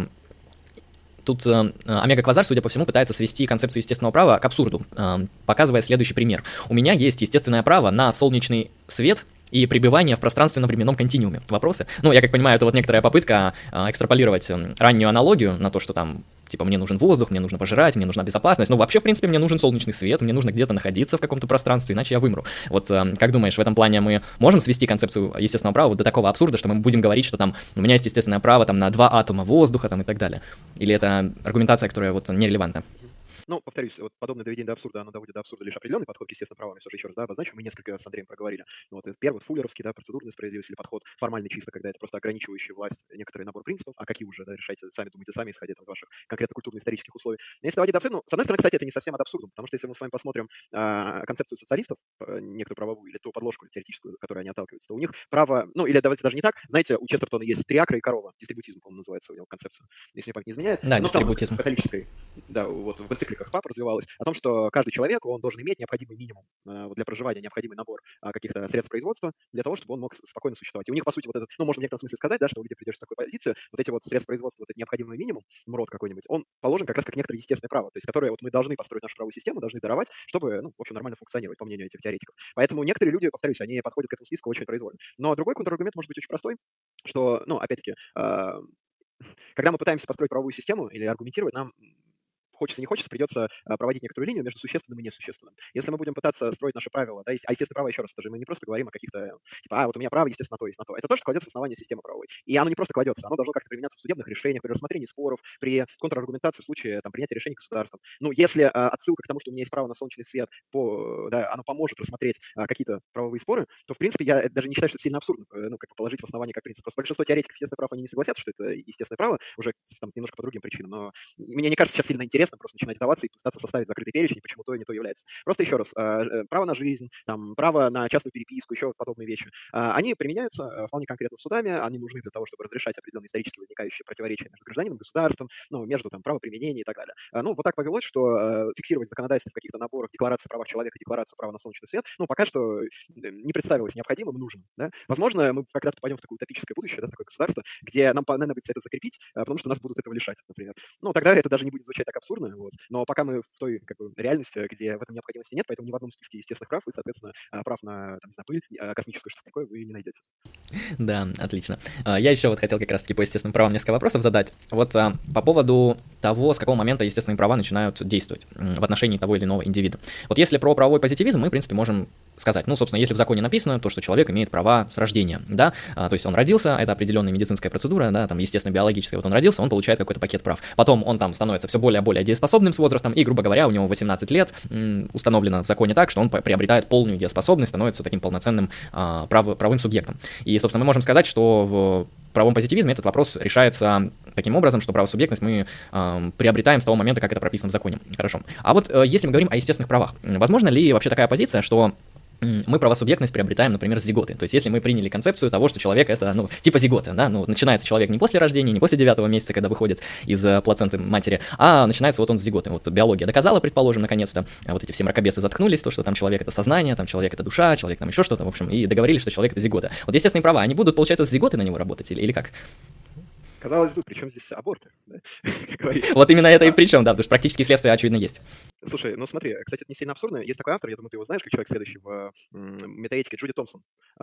Тут э, Омега Квазар, судя по всему, пытается свести концепцию естественного права к абсурду, э, показывая следующий пример. У меня есть естественное право на солнечный свет и пребывание в пространственно-временном континууме. Вопросы? Ну, я как понимаю, это вот некоторая попытка э, экстраполировать раннюю аналогию на то, что там Типа, мне нужен воздух, мне нужно пожрать, мне нужна безопасность. Ну, вообще, в принципе, мне нужен солнечный свет, мне нужно где-то находиться в каком-то пространстве, иначе я вымру. Вот э, как думаешь, в этом плане мы можем свести концепцию естественного права вот до такого абсурда, что мы будем говорить, что там у меня есть естественное право там на два атома воздуха там и так далее? Или это аргументация, которая вот нерелевантна? Ну, повторюсь, вот подобное доведение до абсурда, оно доводит до абсурда лишь определенный подход к естественным правам. Я все же еще раз, да, обозначу, мы несколько раз с Андреем проговорили. Ну, вот это первый, фуллеровский, да, процедурная справедливость или подход формальный чисто, когда это просто ограничивающий власть некоторый набор принципов, а какие уже, да, решайте сами, думайте сами, исходя там из ваших конкретно культурно-исторических условий. Но если доводить до абсурда, ну, с одной стороны, кстати, это не совсем от абсурда, потому что если мы с вами посмотрим а, концепцию социалистов, а, некоторую правовую, или ту подложку теоретическую, которой они отталкиваются, то у них право, ну, или давайте даже не так, знаете, у Честертона есть три акра и корова, дистрибутизм, по-моему, называется у него концепция, если мне память не изменяет. Да, но дистрибутизм. Католической, да, вот в энцикликах пап развивалось, о том, что каждый человек, он должен иметь необходимый минимум э, для проживания, необходимый набор э, каких-то средств производства для того, чтобы он мог спокойно существовать. И у них, по сути, вот этот, ну, можно в некотором смысле сказать, да, что у людей придерживаются такой позиции, вот эти вот средства производства, вот этот необходимый минимум, МРОД какой-нибудь, он положен как раз как некоторое естественное право, то есть которое вот мы должны построить нашу правовую систему, должны даровать, чтобы, ну, в общем, нормально функционировать, по мнению этих теоретиков. Поэтому некоторые люди, повторюсь, они подходят к этому списку очень произвольно. Но другой контраргумент может быть очень простой, что, ну, опять-таки, э, когда мы пытаемся построить правовую систему или аргументировать, нам хочется не хочется, придется а, проводить некоторую линию между существенным и несущественным. Если мы будем пытаться строить наши правила, да, а естественное право, еще раз, это же мы не просто говорим о каких-то, типа, а, вот у меня право, естественно, то есть на то. Это то, что кладется в основание системы правовой. И оно не просто кладется, оно должно как-то применяться в судебных решениях, при рассмотрении споров, при контраргументации в случае там, принятия решений государством. Ну, если а, отсылка к тому, что у меня есть право на солнечный свет, по, да, оно поможет рассмотреть а, какие-то правовые споры, то, в принципе, я даже не считаю, что это сильно абсурдно, ну, как бы положить в основание как принцип. Просто большинство теоретиков естественных прав, они не согласятся, что это естественное право, уже там, немножко по другим причинам, но мне не кажется сейчас сильно интересно просто начинать вдаваться и пытаться составить закрытый перечень, почему то и не то является. Просто еще раз, право на жизнь, там, право на частную переписку, еще подобные вещи, они применяются вполне конкретно судами, они нужны для того, чтобы разрешать определенные исторически возникающие противоречия между гражданином и государством, ну, между там, правоприменением и так далее. Ну, вот так повелось, что фиксировать законодательство в каких-то наборах декларации прав человека, декларацию права на солнечный свет, ну, пока что не представилось необходимым и нужным. Да? Возможно, мы когда-то попадем в такое утопическое будущее, да, в такое государство, где нам надо будет это закрепить, потому что нас будут этого лишать, например. Ну, тогда это даже не будет звучать так абсурдно, вот. Но пока мы в той как бы, реальности, где в этом необходимости нет, поэтому ни в одном списке естественных прав вы, соответственно, прав на, там, не знаю, пыль, космическую, что-то такое вы не найдете. Да, отлично. Я еще вот хотел как раз-таки по естественным правам несколько вопросов задать. Вот по поводу того, с какого момента естественные права начинают действовать в отношении того или иного индивида. Вот если про правовой позитивизм, мы, в принципе, можем сказать, ну, собственно, если в законе написано, то, что человек имеет права с рождения, да, а, то есть он родился, это определенная медицинская процедура, да, там, естественно, биологическая, вот он родился, он получает какой-то пакет прав. Потом он там становится все более и более дееспособным с возрастом, и, грубо говоря, у него восемнадцать лет, м, установлено в законе так, что он приобретает полную дееспособность, становится таким полноценным а, прав, правовым субъектом. И, собственно, мы можем сказать, что в правовом позитивизме этот вопрос решается таким образом, что правосубъектность мы э, приобретаем с того момента, как это прописано в законе. Хорошо. А вот э, если мы говорим о естественных правах, возможно ли вообще такая позиция, что мы правосубъектность приобретаем, например, с зиготы. То есть, если мы приняли концепцию того, что человек это, ну, типа зиготы, да, ну, начинается человек не после рождения, не после девятого месяца, когда выходит из плаценты матери, а начинается вот он с зиготы. Вот биология доказала, предположим, наконец-то, вот эти все мракобесы заткнулись, то, что там человек это сознание, там человек это душа, человек там еще что-то, в общем, и договорились, что человек это зигота. Вот естественные права, они будут, получается, с зиготы на него работать или, или как? Казалось бы, при чем здесь аборты? Да? Вот именно это и при чем, да, потому что практические следствия, очевидно, есть. Слушай, ну смотри, кстати, это не сильно абсурдно. Есть такой автор, я думаю, ты его знаешь, как человек следующий в метаэтике, Джуди Томпсон,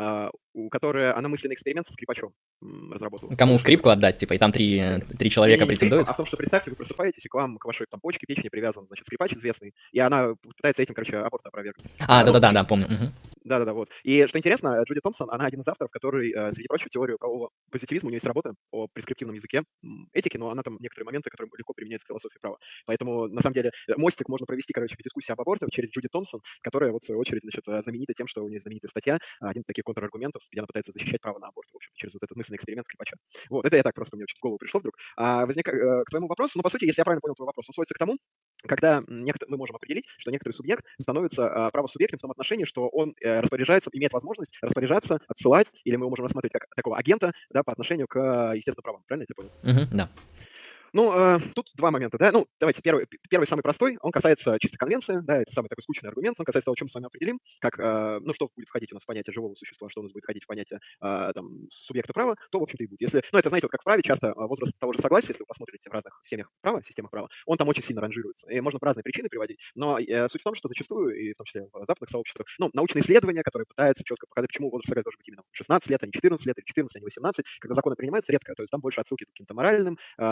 у которой она мысленный эксперимент со скрипачом разработала. Кому скрипку отдать, типа, и там три, три человека претендуют? А в том, что представьте, вы просыпаетесь, и к вам, к вашей там почке, печени привязан, значит, скрипач известный, и она пытается этим, короче, аборт опровергнуть. А, да-да-да, да, помню. Да-да-да, вот. И что интересно, Джуди Томпсон, она один из авторов, который, среди прочего, теорию правового позитивизма, у нее есть работа о прескриптивном языке этики, но она там некоторые моменты, которые легко применяются в философии права. Поэтому, на самом деле, мостик можно провести, короче, к дискуссии об абортах через Джуди Томпсон, которая, вот, в свою очередь, значит, знаменита тем, что у нее знаменитая статья, один из таких контраргументов, где она пытается защищать право на аборт, в общем через вот этот мысленный эксперимент скрипача. Вот, это я так просто, мне чуть в голову пришло вдруг. А возник, к твоему вопросу, ну, по сути, если я правильно понял твой вопрос, он сводится к тому, когда некотор... мы можем определить, что некоторый субъект становится а, правосубъектом в том отношении, что он э, распоряжается, имеет возможность распоряжаться, отсылать, или мы его можем рассматривать как такого агента, да, по отношению к э, естественным правам. Правильно я тебя понял? Uh-huh, да. Ну, э, тут два момента, да. Ну, давайте, первый, первый самый простой, он касается чисто конвенции, да, это самый такой скучный аргумент, он касается того, чем мы с вами определим, как, э, ну, что будет входить у нас в понятие живого существа, что у нас будет входить в понятие, э, там, субъекта права, то, в общем-то, и будет. Если, ну, это, знаете, вот как в праве часто возраст того же согласия, если вы посмотрите в разных семьях права, системах права, он там очень сильно ранжируется, и можно по разные причины приводить, но э, суть в том, что зачастую, и в том числе в западных сообществах, ну, научные исследования, которые пытаются четко показать, почему возраст согласия должен быть именно шестнадцать лет, а не четырнадцать лет, или четырнадцать, а не восемнадцать, когда законы принимаются редко, то есть там больше отсылки к каким-то моральным, э, да, моментам,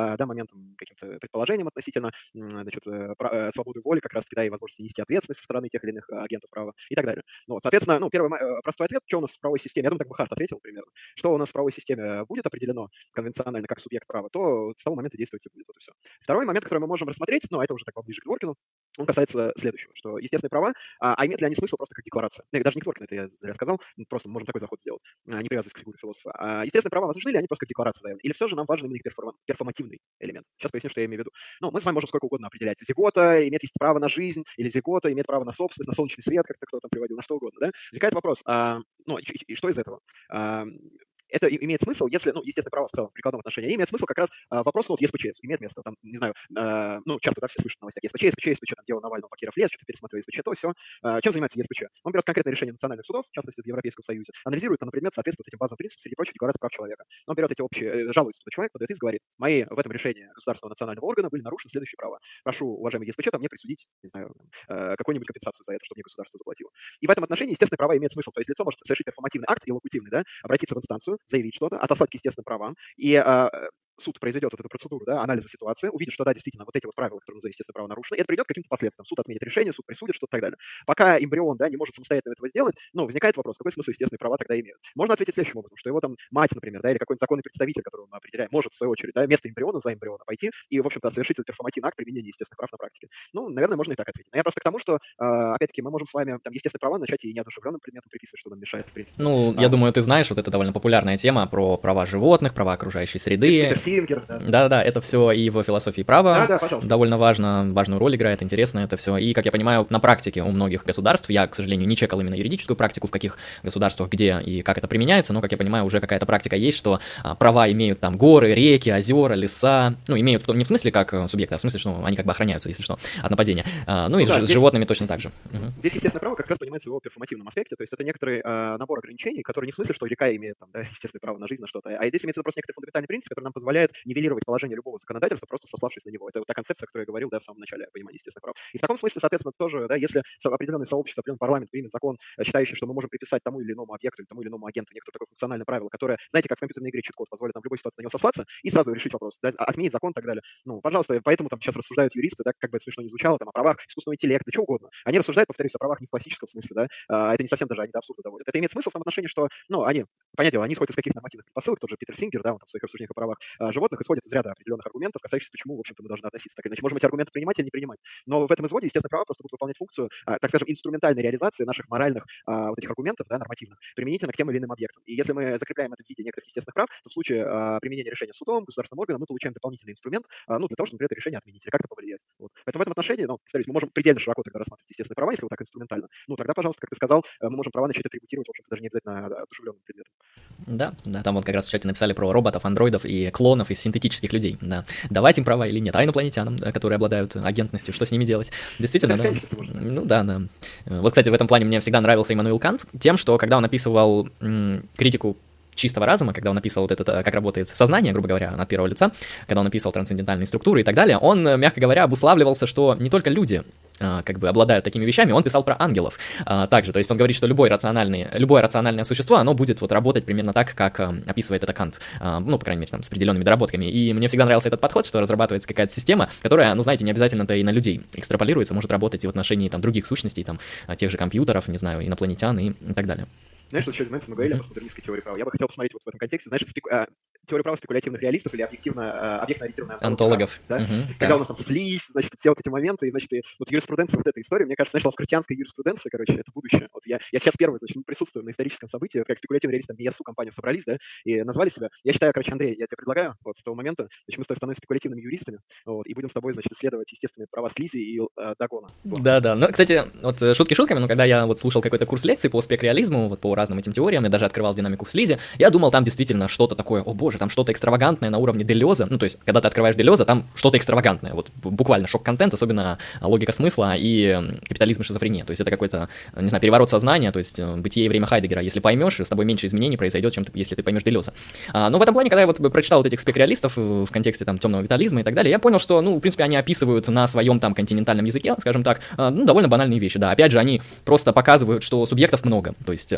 там, каким-то предположениям относительно значит, свободы воли, как раз-таки, да, и возможности нести ответственность со стороны тех или иных агентов права и так далее. Ну, вот, соответственно, ну, первый простой ответ, что у нас в правовой системе, я думаю, так бы Харт ответил примерно, что у нас в правовой системе будет определено конвенционально как субъект права, то с того момента действовать и будет, вот и все. Второй момент, который мы можем рассмотреть, ну, а это уже так поближе к Дворкину, он касается следующего, что естественные права, а, а имеют ли они смысл просто как декларация? Нет, даже не к Дворкину, это я зря сказал, просто можем такой заход сделать, а, не привязываясь к фигуре философа. А, естественные права возможны ли они просто как декларация заявлены? Или все же нам важен именно их перформ- перформативный элемент? Сейчас поясню, что я имею в виду. Ну, мы с вами можем сколько угодно определять. Зигота имеет есть право на жизнь, или зигота имеет право на собственность, на солнечный свет, как-то кто-то приводил, на что угодно, да? Возникает вопрос, а, ну, и, и, и что из этого? А, это имеет смысл, если, ну, естественно, право в целом, в прикладном отношении, имеет смысл как раз а, вопрос, ну, вот ЕСПЧ имеет место, там, не знаю, а, ну, часто, да, все слышат в новостях, ЕСПЧ, ЕСПЧ, ЕСПЧ, там, дело Навального, Бакиров лес, что-то пересматривает ЕСПЧ, то, все. А, чем занимается ЕСПЧ? Он берет конкретное решение национальных судов, в частности, в Европейском Союзе, анализирует, на предмет соответствует этим базовым принципам, среди прочих, Декларации прав человека. Он берет эти общие, жалуется туда человек, подает иск, говорит, мои в этом решении государственного национального органа были нарушены следующие права. Прошу, уважаемый ЕСПЧ, там, мне присудить, не знаю, какую-нибудь компенсацию за это, чтобы мне государство заплатило. И в этом отношении, естественно, права имеют смысл. То есть лицо может совершить перформативный акт, илокутивный, да, обратиться в инстанцию, заявить что-то, отослать к естественным правам, и а, суд произведет вот эту процедуру, да, анализа ситуации, увидит, что да, действительно, вот эти вот правила, которые называются естественные права, нарушены, и это приведет к каким-то последствиям. Суд отменит решение, суд присудит, что-то и так далее. Пока эмбрион, да, не может самостоятельно этого сделать, ну, возникает вопрос, какой смысл естественные права тогда имеют? Можно ответить следующим образом, что его там мать, например, да, или какой-нибудь законный представитель, которого мы определяем, может, в свою очередь, да, вместо эмбриона, за эмбриона пойти и, в общем-то, совершить этот перформативный акт применения естественных прав на практике. Ну, наверное, можно и так ответить. Но я просто к тому, что, опять-таки, мы можем с вами там естественные права начать и неодушевленным предметом приписывать, что нам мешает, в принципе. Ну, а, я думаю, ты знаешь, вот это довольно популярная тема про права животных, права окружающей среды. Питер Сингер, да. Да-да, это все и в философии права да, да, пожалуйста. довольно важно, важную роль играет, интересно это все. И, как я понимаю, на практике у многих государств, я, к сожалению, не чекал именно юридическую практику, в каких государствах, где и как это применяется, но, как я понимаю, уже какая-то практика есть, что а, права имеют там горы, реки, озера, леса, ну, имеют в том, не в смысле как субъекты, а в смысле, что они как бы охраняются, если что, от нападения. А, ну, ну и да, с здесь, животными точно так же. Угу. Здесь, естественно, право как раз понимается в его перформативном аспекте, то есть это некоторый а, набор ограничений, которые не в смысле, что река имеет, там, да, естественное право на жизнь, на что-то, а здесь имеется просто некоторый фундаментальный принцип, который нам позволяет нивелировать положение любого законодательства, просто сославшись на него. Это вот та концепция, о которой я говорил, да, в самом начале понимания естественных прав. И в таком смысле, соответственно, тоже, да, если определенное сообщество, определенный парламент примет закон, считающий, что мы можем приписать тому или иному объекту или тому или иному агенту некоторое такое функциональное правило, которое, знаете, как в компьютерной игре чит-код позволит нам в любой ситуации на него сослаться и сразу решить вопрос, да, отменить закон и так далее. Ну, пожалуйста, поэтому там сейчас рассуждают юристы, да, как бы это смешно не звучало, там, о правах искусственного интеллекта, чего угодно. Они рассуждают, повторюсь, о правах не в классическом смысле, да, а, это не совсем даже они до абсурда доводят. Это имеет смысл в том отношении, что, ну, они, понятное дело, они исходят из каких-то нормативных предпосылок, тот же Питер Сингер, да, он там в своих рассуждениях о правах а, животных исходит из ряда определенных аргументов, касающихся, почему, в общем-то, мы должны относиться так или иначе. Можем эти аргументы принимать или не принимать. Но в этом изводе, естественно, права просто будут выполнять функцию, а, так скажем, инструментальной реализации наших моральных а, вот этих аргументов, да, нормативных, применительно к тем или иным объектам. И если мы закрепляем это в виде некоторых естественных прав, то в случае а, применения решения судом, государственным органом, мы получаем дополнительный инструмент, а, ну, для того, чтобы, например, это решение отменить или как-то повлиять. Вот. Поэтому в этом отношении, ну, повторюсь, мы можем предельно широко тогда рассматривать естественные права, если вот так инструментально. Ну, тогда, пожалуйста, как ты сказал, мы можем права начать атрибутировать, в общем-то, даже не обязательно одушевленным предметом. Да, да, там вот как раз в чате написали про роботов, андроидов и клонов из синтетических людей, да. Давать им права или нет, а инопланетянам, да, которые обладают агентностью, что с ними делать? Действительно, да. Ну да, да. Вот, кстати, в этом плане мне всегда нравился Иммануил Кант тем, что когда он описывал м- критику чистого разума, когда он описывал вот это, как работает сознание, грубо говоря, от первого лица, когда он описывал трансцендентальные структуры и так далее, он, мягко говоря, обуславливался, что не только люди как бы обладают такими вещами, он писал про ангелов а, также, то есть он говорит, что любой рациональный, любое рациональное существо, оно будет вот работать примерно так, как а, описывает это Кант, а, ну, по крайней мере, там, с определенными доработками, и мне всегда нравился этот подход, что разрабатывается какая-то система, которая, ну, знаете, не обязательно-то и на людей экстраполируется, может работать и в отношении, там, других сущностей, там, тех же компьютеров, не знаю, инопланетян и, и так далее. Знаешь, что еще момент мы говорили о постмодернистской теории права. Я бы хотел посмотреть вот в этом контексте, знаешь, спеку... а, теорию права спекулятивных реалистов или объективно, а, объектно-ориентированная антологов. Да? Uh-huh, Когда да. у нас там слизь, значит, все вот эти моменты, и, значит, и, вот юриспруденция вот этой истории, мне кажется, знаешь, лавкратианская юриспруденция, короче, это будущее. Вот я, я сейчас первый, значит, присутствую на историческом событии, как спекулятивный реалист, там, ЕСУ, компания собрались, да, и назвали себя. Я считаю, короче, Андрей, я тебе предлагаю вот с того момента, значит, мы с тобой становимся спекулятивными юристами, вот, и будем с тобой, значит, исследовать естественные права слизи и э, догона. Да-да, ну, кстати, вот шутки шутками, но когда я вот слушал какой-то курс лекций по спекреализму, вот по разным этим теориям, я даже открывал динамику в слизи, я думал, там действительно что-то такое, о боже, там что-то экстравагантное на уровне Делеза, ну, то есть, когда ты открываешь Делеза, там что-то экстравагантное, вот буквально шок-контент, особенно логика смысла и капитализм и шизофрения, то есть это какой-то, не знаю, переворот сознания, то есть бытие и время Хайдеггера, если поймешь, с тобой меньше изменений произойдет, чем ты, если ты поймешь Делеза. А, но в этом плане, когда я вот прочитал вот этих спекреалистов в контексте там темного капитализма и так далее, я понял, что, ну, в принципе, они описывают на своем там континентальном языке, скажем так, ну, довольно банальные вещи, да, опять же, они просто показывают, что субъектов много, то есть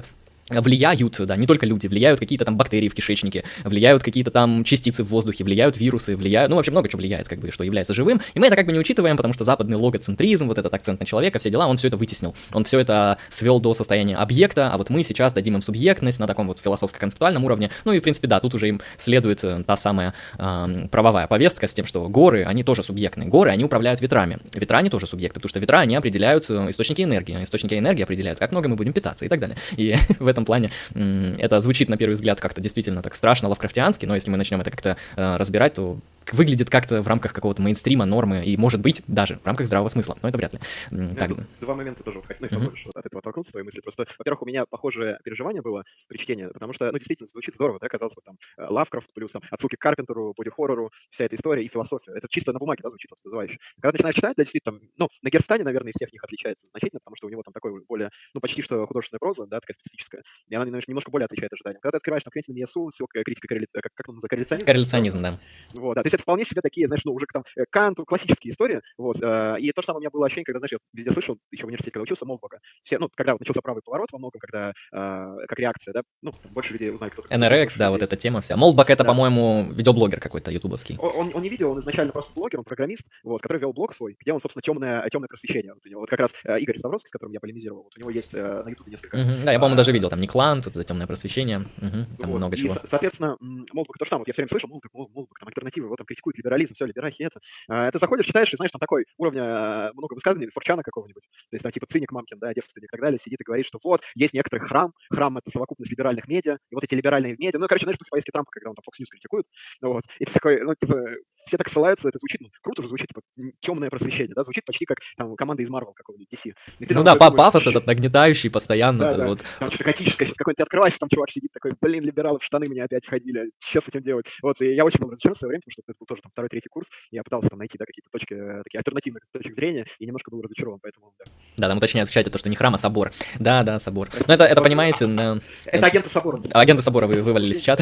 влияют, да, не только люди, влияют какие-то там бактерии в кишечнике, влияют какие-то там частицы в воздухе, влияют вирусы, влияют, ну, вообще много чего влияет, как бы, что является живым, и мы это как бы не учитываем, потому что западный логоцентризм, вот этот акцент на человека, все дела, он все это вытеснил, он все это свел до состояния объекта, а вот мы сейчас дадим им субъектность на таком вот философско-концептуальном уровне, ну и, в принципе, да, тут уже им следует э, та самая э, правовая повестка с тем, что горы, они тоже субъектны, горы, они управляют ветрами, ветра, они тоже субъекты, потому что ветра, они определяют источники энергии, источники энергии определяют, как много мы будем питаться и так далее, и в этом плане это звучит на первый взгляд как-то действительно так страшно, лавкрафтиански, но если мы начнем это как-то э, разбирать, то выглядит как-то в рамках какого-то мейнстрима, нормы, и может быть даже в рамках здравого смысла, но это вряд ли. Так. Два момента тоже вот, ну, если позволишь, вот от этого оттолкнуться, твои мысли. Просто, во-первых, у меня похожее переживание было при чтении, потому что, ну, действительно, звучит здорово, да, казалось бы, там, Лавкрафт, плюс там отсылки к Карпентеру, боди-хоррору, вся эта история и философия. Это чисто на бумаге, да, звучит вот вызывающе. Когда начинаешь читать, да, действительно, там, ну, на Герстане, наверное, из всех них отличается значительно, потому что у него там такой более, ну, почти что художественная проза, да, такая специфическая, и она немножко более отвечает ожиданиям. Когда ты открываешь там Квентина Миасу с его критикой корреляции, как, как он называется, корреляционизм? Корреляционизм, да. Вот, да, то есть это вполне себе такие, знаешь, ну, уже там Канту, классические истории, вот, э, и то же самое у меня было ощущение, когда, знаешь, я везде слышал, еще в университете, когда учился, Молбака, все, ну, когда вот начался правый поворот во многом, когда, э, как реакция, да, ну, больше людей узнали, кто такой. эн эр икс, да, людей. Вот эта тема вся. Молбак это, да. По-моему, видеоблогер какой-то ютубовский. Он, он, он не видео, он изначально просто блогер, он программист, вот, который вел блог свой, где он, собственно, темное, темное просвещение. Вот, у него, вот как раз э, Игорь Ставровский, с которым я полемизировал, вот у него есть э, на ютубе несколько. Mm-hmm. Да, я, по-моему, а, даже видел, там Никланд, это темное просвещение, угу, там вот, много и, чего. Соответственно, Молбак то же самое, вот я все время слышал, Молбак, Молбак, там альтернативы, вот там критикует либерализм, все, либерахи, это. А, это заходишь, читаешь, и знаешь, там такой уровня много высказываний, Форчана какого-нибудь, то есть там типа циник Мамкин, да, девственник и так далее, сидит и говорит, что вот, есть некоторый храм, храм — это совокупность либеральных медиа, и вот эти либеральные медиа, ну, короче, знаешь, в поездке Трампа, когда он там Fox News критикует, вот, и ты такой, ну, типа, все так ссылаются, это звучит, ну, круто же звучит, типа, темное просвещение, да, звучит почти как там команда из Marvel какого-нибудь, ди си. Ну да, думаешь, пафос этот нагнетающий постоянно. Да, да. Вот. Там что-то готическое, сейчас какой-нибудь ты открываешь, там чувак сидит такой, блин, либералы в штаны меня опять сходили, что с этим делать? Вот, и я очень был разочарован в свое время, потому что это был тоже там второй, третий курс, и я пытался там найти, да, какие-то точки, такие альтернативные точки зрения, и немножко был разочарован, поэтому, да. Да, там уточняют в чате то, что не храм, а собор. Да, да, собор. Ну это, это понимаете... Это агенты собора. Агенты собора вы вывалились в чат.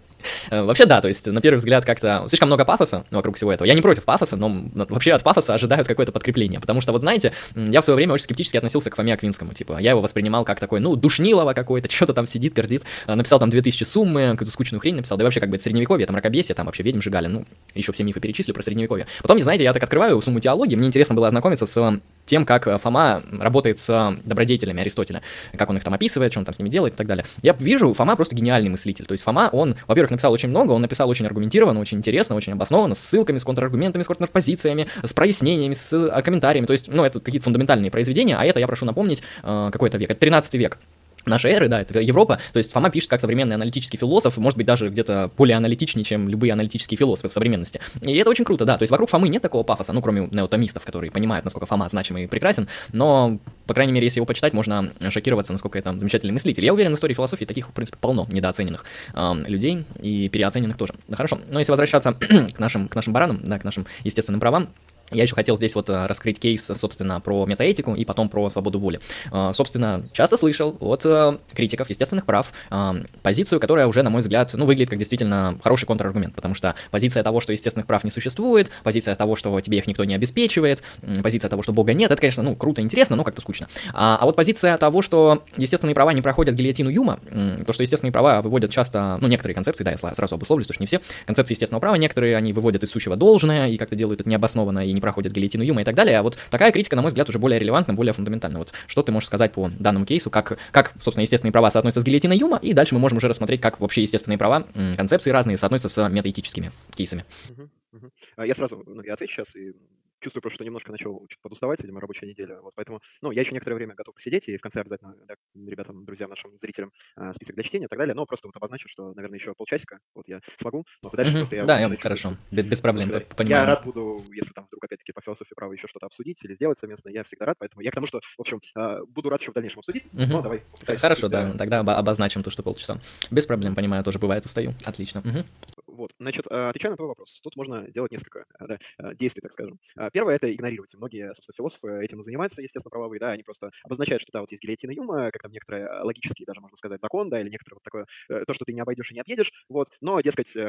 Вообще да, то есть на первый взгляд как-то слишком много пафоса вокруг всего этого. Я не против пафоса, но вообще от пафоса ожидают какое-то подкрепление, потому что вот знаете, я в свое время очень скептически относился к Фоме Аквинскому, типа, я его воспринимал как такой, ну, душнилово какой-то, что-то там сидит, пердит, написал там две тысячи суммы, какую-то скучную хрень написал, да и вообще как бы это средневековье, там мракобесие, там вообще ведьм сжигали, ну, еще все мифы перечислю про средневековье. Потом, знаете, я так открываю сумму теологии, мне интересно было ознакомиться с тем, как Фома работает с добродетелями Аристотеля, как он их там описывает, что он там с ними делает и так далее. Я вижу, Фома просто гениальный мыслитель, то есть Фома, он, во-первых, написал очень много, он написал очень аргументированно, очень интересно, очень обоснованно, с ссылками, с контраргументами, с контрпозициями, с прояснениями, с комментариями, то есть, ну, это какие-то фундаментальные произведения, а это, я прошу напомнить, какой-то век, это тринадцатый век. Нашей эры, да, это Европа, то есть Фома пишет как современный аналитический философ, может быть, даже где-то более аналитичнее, чем любые аналитические философы в современности. И это очень круто, да, то есть вокруг Фомы нет такого пафоса, ну, кроме неотомистов, которые понимают, насколько Фома значимый и прекрасен, но, по крайней мере, если его почитать, можно шокироваться, насколько это замечательный мыслитель. Я уверен, в истории философии таких, в принципе, полно недооцененных э, людей и переоцененных тоже. Хорошо, но если возвращаться к нашим, к нашим баранам, да, к нашим естественным правам, я еще хотел здесь вот раскрыть кейс, собственно, про метаэтику и потом про свободу воли. Собственно, часто слышал от критиков естественных прав позицию, которая уже, на мой взгляд, ну, выглядит как действительно хороший контраргумент, потому что позиция того, что естественных прав не существует, позиция того, что тебе их никто не обеспечивает, позиция того, что Бога нет, это, конечно, ну, круто, интересно, но как-то скучно. А, а вот позиция того, что естественные права не проходят гильотину Юма, то, что естественные права выводят часто, ну, некоторые концепции, да, я сразу обусловлю, что не все, концепции естественного права, некоторые они выводят из сущего должное и как-то делают это необоснованно и не проходят гильотину Юма и так далее, а вот такая критика, на мой взгляд, уже более релевантна, более фундаментальна. Вот что ты можешь сказать по данному кейсу, как, как, собственно, естественные права соотносятся с гильотиной Юма, и дальше мы можем уже рассмотреть, как вообще естественные права, концепции разные соотносятся с метаэтическими кейсами. Uh-huh, uh-huh. Я сразу, ну, я отвечу сейчас, и чувствую просто, что немножко начал подуставать, видимо, рабочая неделя. Вот поэтому, ну, я еще некоторое время готов посидеть, и в конце обязательно, да, ребятам, друзьям, нашим зрителям а, список для чтения и так далее, но просто вот обозначу, что, наверное, еще полчасика, вот я смогу, но дальше mm-hmm. просто я... Да, я, хорошо, без, без проблем, я, понимаю. Я рад буду, если там вдруг, опять-таки, по философии права еще что-то обсудить или сделать совместно, я всегда рад, поэтому я к тому, что, в общем, буду рад еще в дальнейшем обсудить, mm-hmm. но давай. Хорошо, да, для... тогда обозначим то, что полчаса. Без проблем, понимаю, тоже бывает, устаю, отлично. Mm-hmm. Вот, значит, отвечая на твой вопрос, тут можно делать несколько да, действий, так скажем. Первое — это игнорировать. Многие, собственно, философы этим и занимаются, естественно, правовые, да, они просто обозначают, что да, вот есть гильотина Юма, как там некоторые логические, даже можно сказать, закон, да, или некоторые вот такое, то, что ты не обойдешь и не объедешь, вот, но, дескать,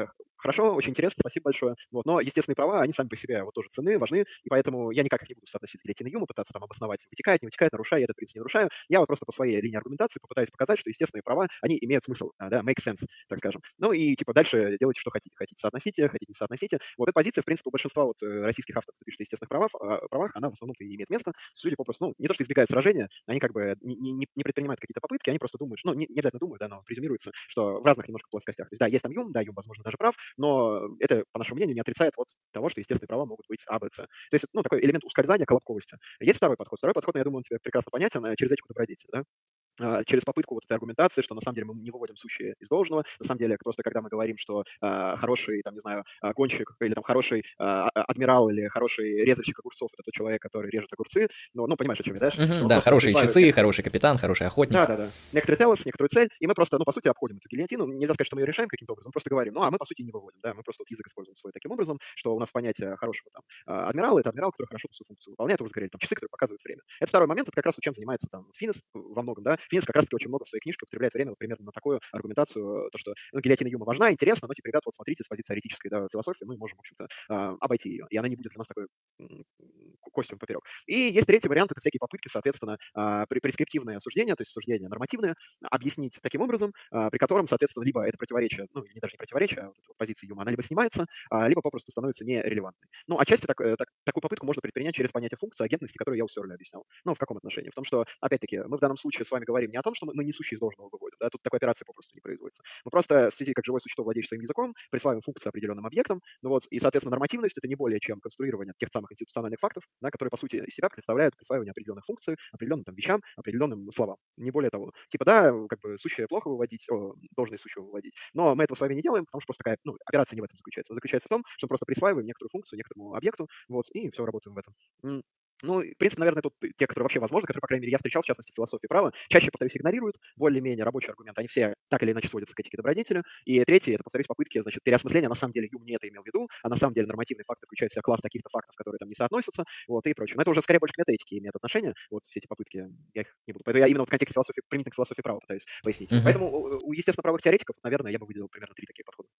хорошо, очень интересно, спасибо большое. Вот, но естественные права, они сами по себе вот тоже ценны, важны, и поэтому я никак их не буду соотносить с гильотиной Юма, пытаться там обосновать, вытекает, не вытекает, нарушаю, я этот принцип не нарушаю. Я вот просто по своей линии аргументации попытаюсь показать, что естественные права, они имеют смысл, а, да, make sense, так скажем. Ну и типа дальше делайте, что хотите. Хотите соотносите, хотите не соотносите. Вот эта позиция, в принципе, у большинства вот э, российских авторов, кто пишет о естественных правах, а, правах, она в основном-то и имеет место. Люди попросту, ну, не то, что избегают сражения, они как бы не, не, не предпринимают какие-то попытки, они просто думают, что, ну, не, не обязательно думают, да, но презюмируется, что в разных немножко плоскостях. То есть, да, есть там Юм, да, Юм, возможно, даже прав, но это, по нашему мнению, не отрицает вот того, что естественные права могут быть А, Б, С. То есть, ну, такой элемент ускользания, колобковости. Есть второй подход. Второй подход, ну, я думаю, он тебе прекрасно понятен, э, через этику добродетели, да. а, через попытку вот этой аргументации, что на самом деле мы не выводим сущее из должного. На самом деле, просто когда мы говорим, что а, хороший, там, не знаю, а, гонщик или там хороший а, а- адмирал или хороший резальщик огурцов — это тот человек, который режет огурцы, ну, ну понимаешь, о чем я, да? Что Мгм, мы да, просто хорошие присваиваем часы, как- хороший капитан, хороший охотник. да, да, да. Некоторый телос, некоторую цель, и мы просто, ну, по сути, обходим эту гильотину. Нельзя сказать, что мы ее решаем каким-то образом, просто говорим. Ну, а мы, по сути, не выводим, да, мы просто вот язык используем свой таким образом, что у нас понятие хорошего там а, адмирала — это адмирал, который хорошо свою функцию выполняет, вы уже говорили, там, часы, которые показывают время. Это второй момент, это как раз вот чем занимается там Финес во многом, да. Финес как раз-таки очень много в своей книжке употребляет время вот примерно на такую аргументацию, то, что ну, гильотина Юма важна, интересна, но, типа, ребята, вот смотрите, с позиции теоретической, да, философии мы можем, в общем-то, а, обойти ее, и она не будет для нас такой м, костью поперек. И есть третий вариант, это всякие попытки, соответственно, а, при- прескриптивное суждение, то есть суждение нормативное, объяснить таким образом, а, при котором, соответственно, либо это противоречие, ну, или даже не противоречие, а вот эта вот позиция Юма, она либо снимается, а, либо попросту становится нерелевантной. Ну, отчасти так, э, так- такую попытку можно предпринять через понятие функции агентности, которую я у Сёрля объяснял. Ну, в каком отношении? В том, что, опять-таки, мы в данном случае с вами говорим не о том, что мы, мы несущие из должного выводим, да, тут такой операции попросту не производится. Мы просто в связи как живое существо, владеющее своим языком, присваиваем функции определенным объектам, ну вот, и, соответственно, нормативность — это не более чем конструирование тех самых институциональных фактов, да, которые, по сути, из себя представляют присваивание определенных функций, определенным там вещам, определенным словам. Не более того. Типа, да, как бы сущее плохо выводить, о, должное сущего выводить, но мы этого с вами не делаем, потому что просто такая, ну, операция не в этом заключается. Она заключается в том, что мы просто присваиваем некоторую функцию некоторому объекту, вот, и все, работаем в этом. М. Ну, и, в принципе, наверное, тут те, которые вообще возможны, которые, по крайней мере, я встречал, в частности, в философии права, чаще, повторюсь, игнорируют более-менее рабочие аргументы. Они все так или иначе сводятся к этике добродетели. И третье — это, повторюсь, попытки, значит, переосмысления. На самом деле Юм не это имел в виду, а на самом деле нормативные факты включают в себя класс таких-то фактов, которые там не соотносятся, вот, и прочее. Но это уже скорее больше к метаэтике имеет отношение. Вот все эти попытки, я их не буду. Поэтому я именно вот в контексте философии, применительно к философии права пытаюсь пояснить. Мгм. Поэтому у, у естественно-правых теоретиков, наверное, я бы выделил примерно три такие подхода.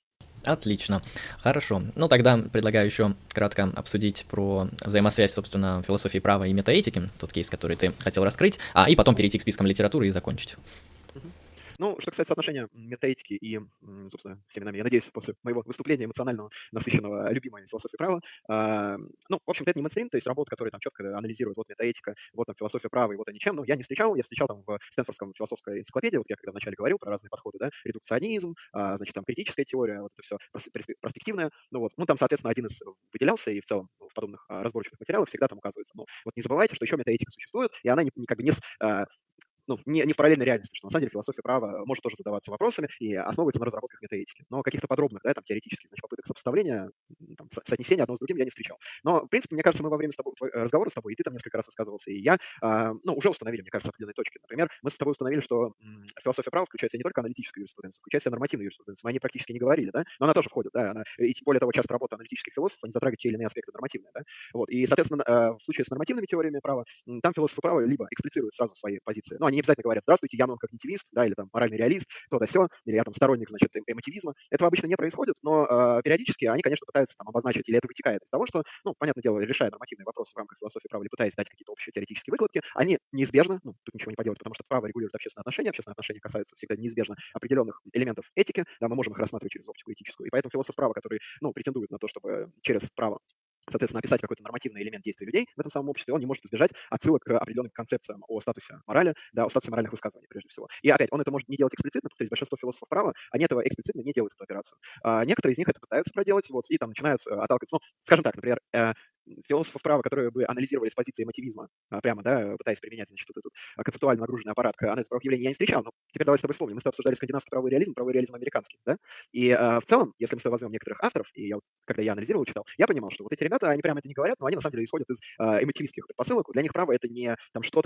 Отлично. Хорошо. Ну, тогда предлагаю еще кратко обсудить про взаимосвязь, собственно, философии права и метаэтики, тот кейс, который ты хотел раскрыть, а и потом перейти к спискам литературы и закончить. Мгм. Ну, что касается отношения метаэтики и, м, собственно, всеми нами, я надеюсь, после моего выступления эмоционального, насыщенного любимой философией права, а, ну, в общем-то, это не мейнстрим, то есть работы, которые там четко анализируют, вот метаэтика, вот там философия права, и вот они чем, ну, я не встречал, я встречал там в Стэнфордском философской энциклопедии, вот я когда вначале говорил про разные подходы, да, редукционизм, а, значит, там критическая теория, вот это все перспективное, ну вот, ну, там, соответственно, один из выделялся, и в целом ну, в подобных а, разборчивых материалах всегда там указывается, ну, вот не забывайте, что еще метаэтика существует, и она не, не- как бы не с а, ну, не, не в параллельной реальности, что на самом деле философия права может тоже задаваться вопросами и основывается на разработках метаэтики. Но каких-то подробных, да, там, теоретических, значит, попыток сопоставления, м, там, со- соотнесения одного с другим я не встречал. Но, в принципе, мне кажется, мы во время с тобой, твой- э, разговора с тобой, и ты там несколько раз высказывался, и я, а, ну, уже установили, мне кажется, определенные точки. Например, мы с тобой установили, что м, философия права включает в себя не только аналитическую юриспруденцию, включает в себя нормативную юриспруденцию. Мы о ней практически не говорили, да, но она тоже входит, да, она, и более того, часто работа аналитических философов, они затрагивают те или иные аспекты нормативные, да. Вот, и, соответственно, э, в случае с нормативными теориями права, м, там философы права либо эксплицируют сразу свои позиции, но они не обязательно говорят: здравствуйте, я нон-когнитивист, да, или там моральный реалист, то-то сё, или я там сторонник, значит, эм- эмотивизма. Этого обычно не происходит, но э, периодически они, конечно, пытаются там обозначить, или это вытекает из того, что, ну, понятное дело, решая нормативные вопросы в рамках философии права или пытаясь дать какие-то общие теоретические выкладки, они неизбежно, ну, тут ничего не поделать, потому что право регулирует общественные отношения, общественные отношения касаются всегда неизбежно определенных элементов этики, да, мы можем их рассматривать через оптику этическую, и поэтому философ права, который, ну, претендует на то, чтобы через право соответственно, описать какой-то нормативный элемент действий людей в этом самом обществе, он не может избежать отсылок к определенным концепциям о статусе морали, да, о статусе моральных высказываний, прежде всего. И опять, он это может не делать эксплицитно, то есть большинство философов права, они этого эксплицитно не делают, эту операцию. А некоторые из них это пытаются проделать, вот, и там начинают э, отталкиваться, ну, скажем так, например, э, философов права, которые бы анализировали с позиции эмотивизма, а, прямо, да, пытаясь применять, значит, вот этот а, концептуально нагруженный аппарат к анализу правовых явлений, я не встречал, но теперь давай с тобой вспомним. Мы с тобой обсуждали скандинавский правовой реализм, правовой реализм американский, да? И а, в целом, если мы с тобой возьмем некоторых авторов, и я вот, когда я анализировал, читал, я понимал, что вот эти ребята, они прямо это не говорят, но они на самом деле исходят из а, эмотивистских предпосылок. Для них право — это не там что-то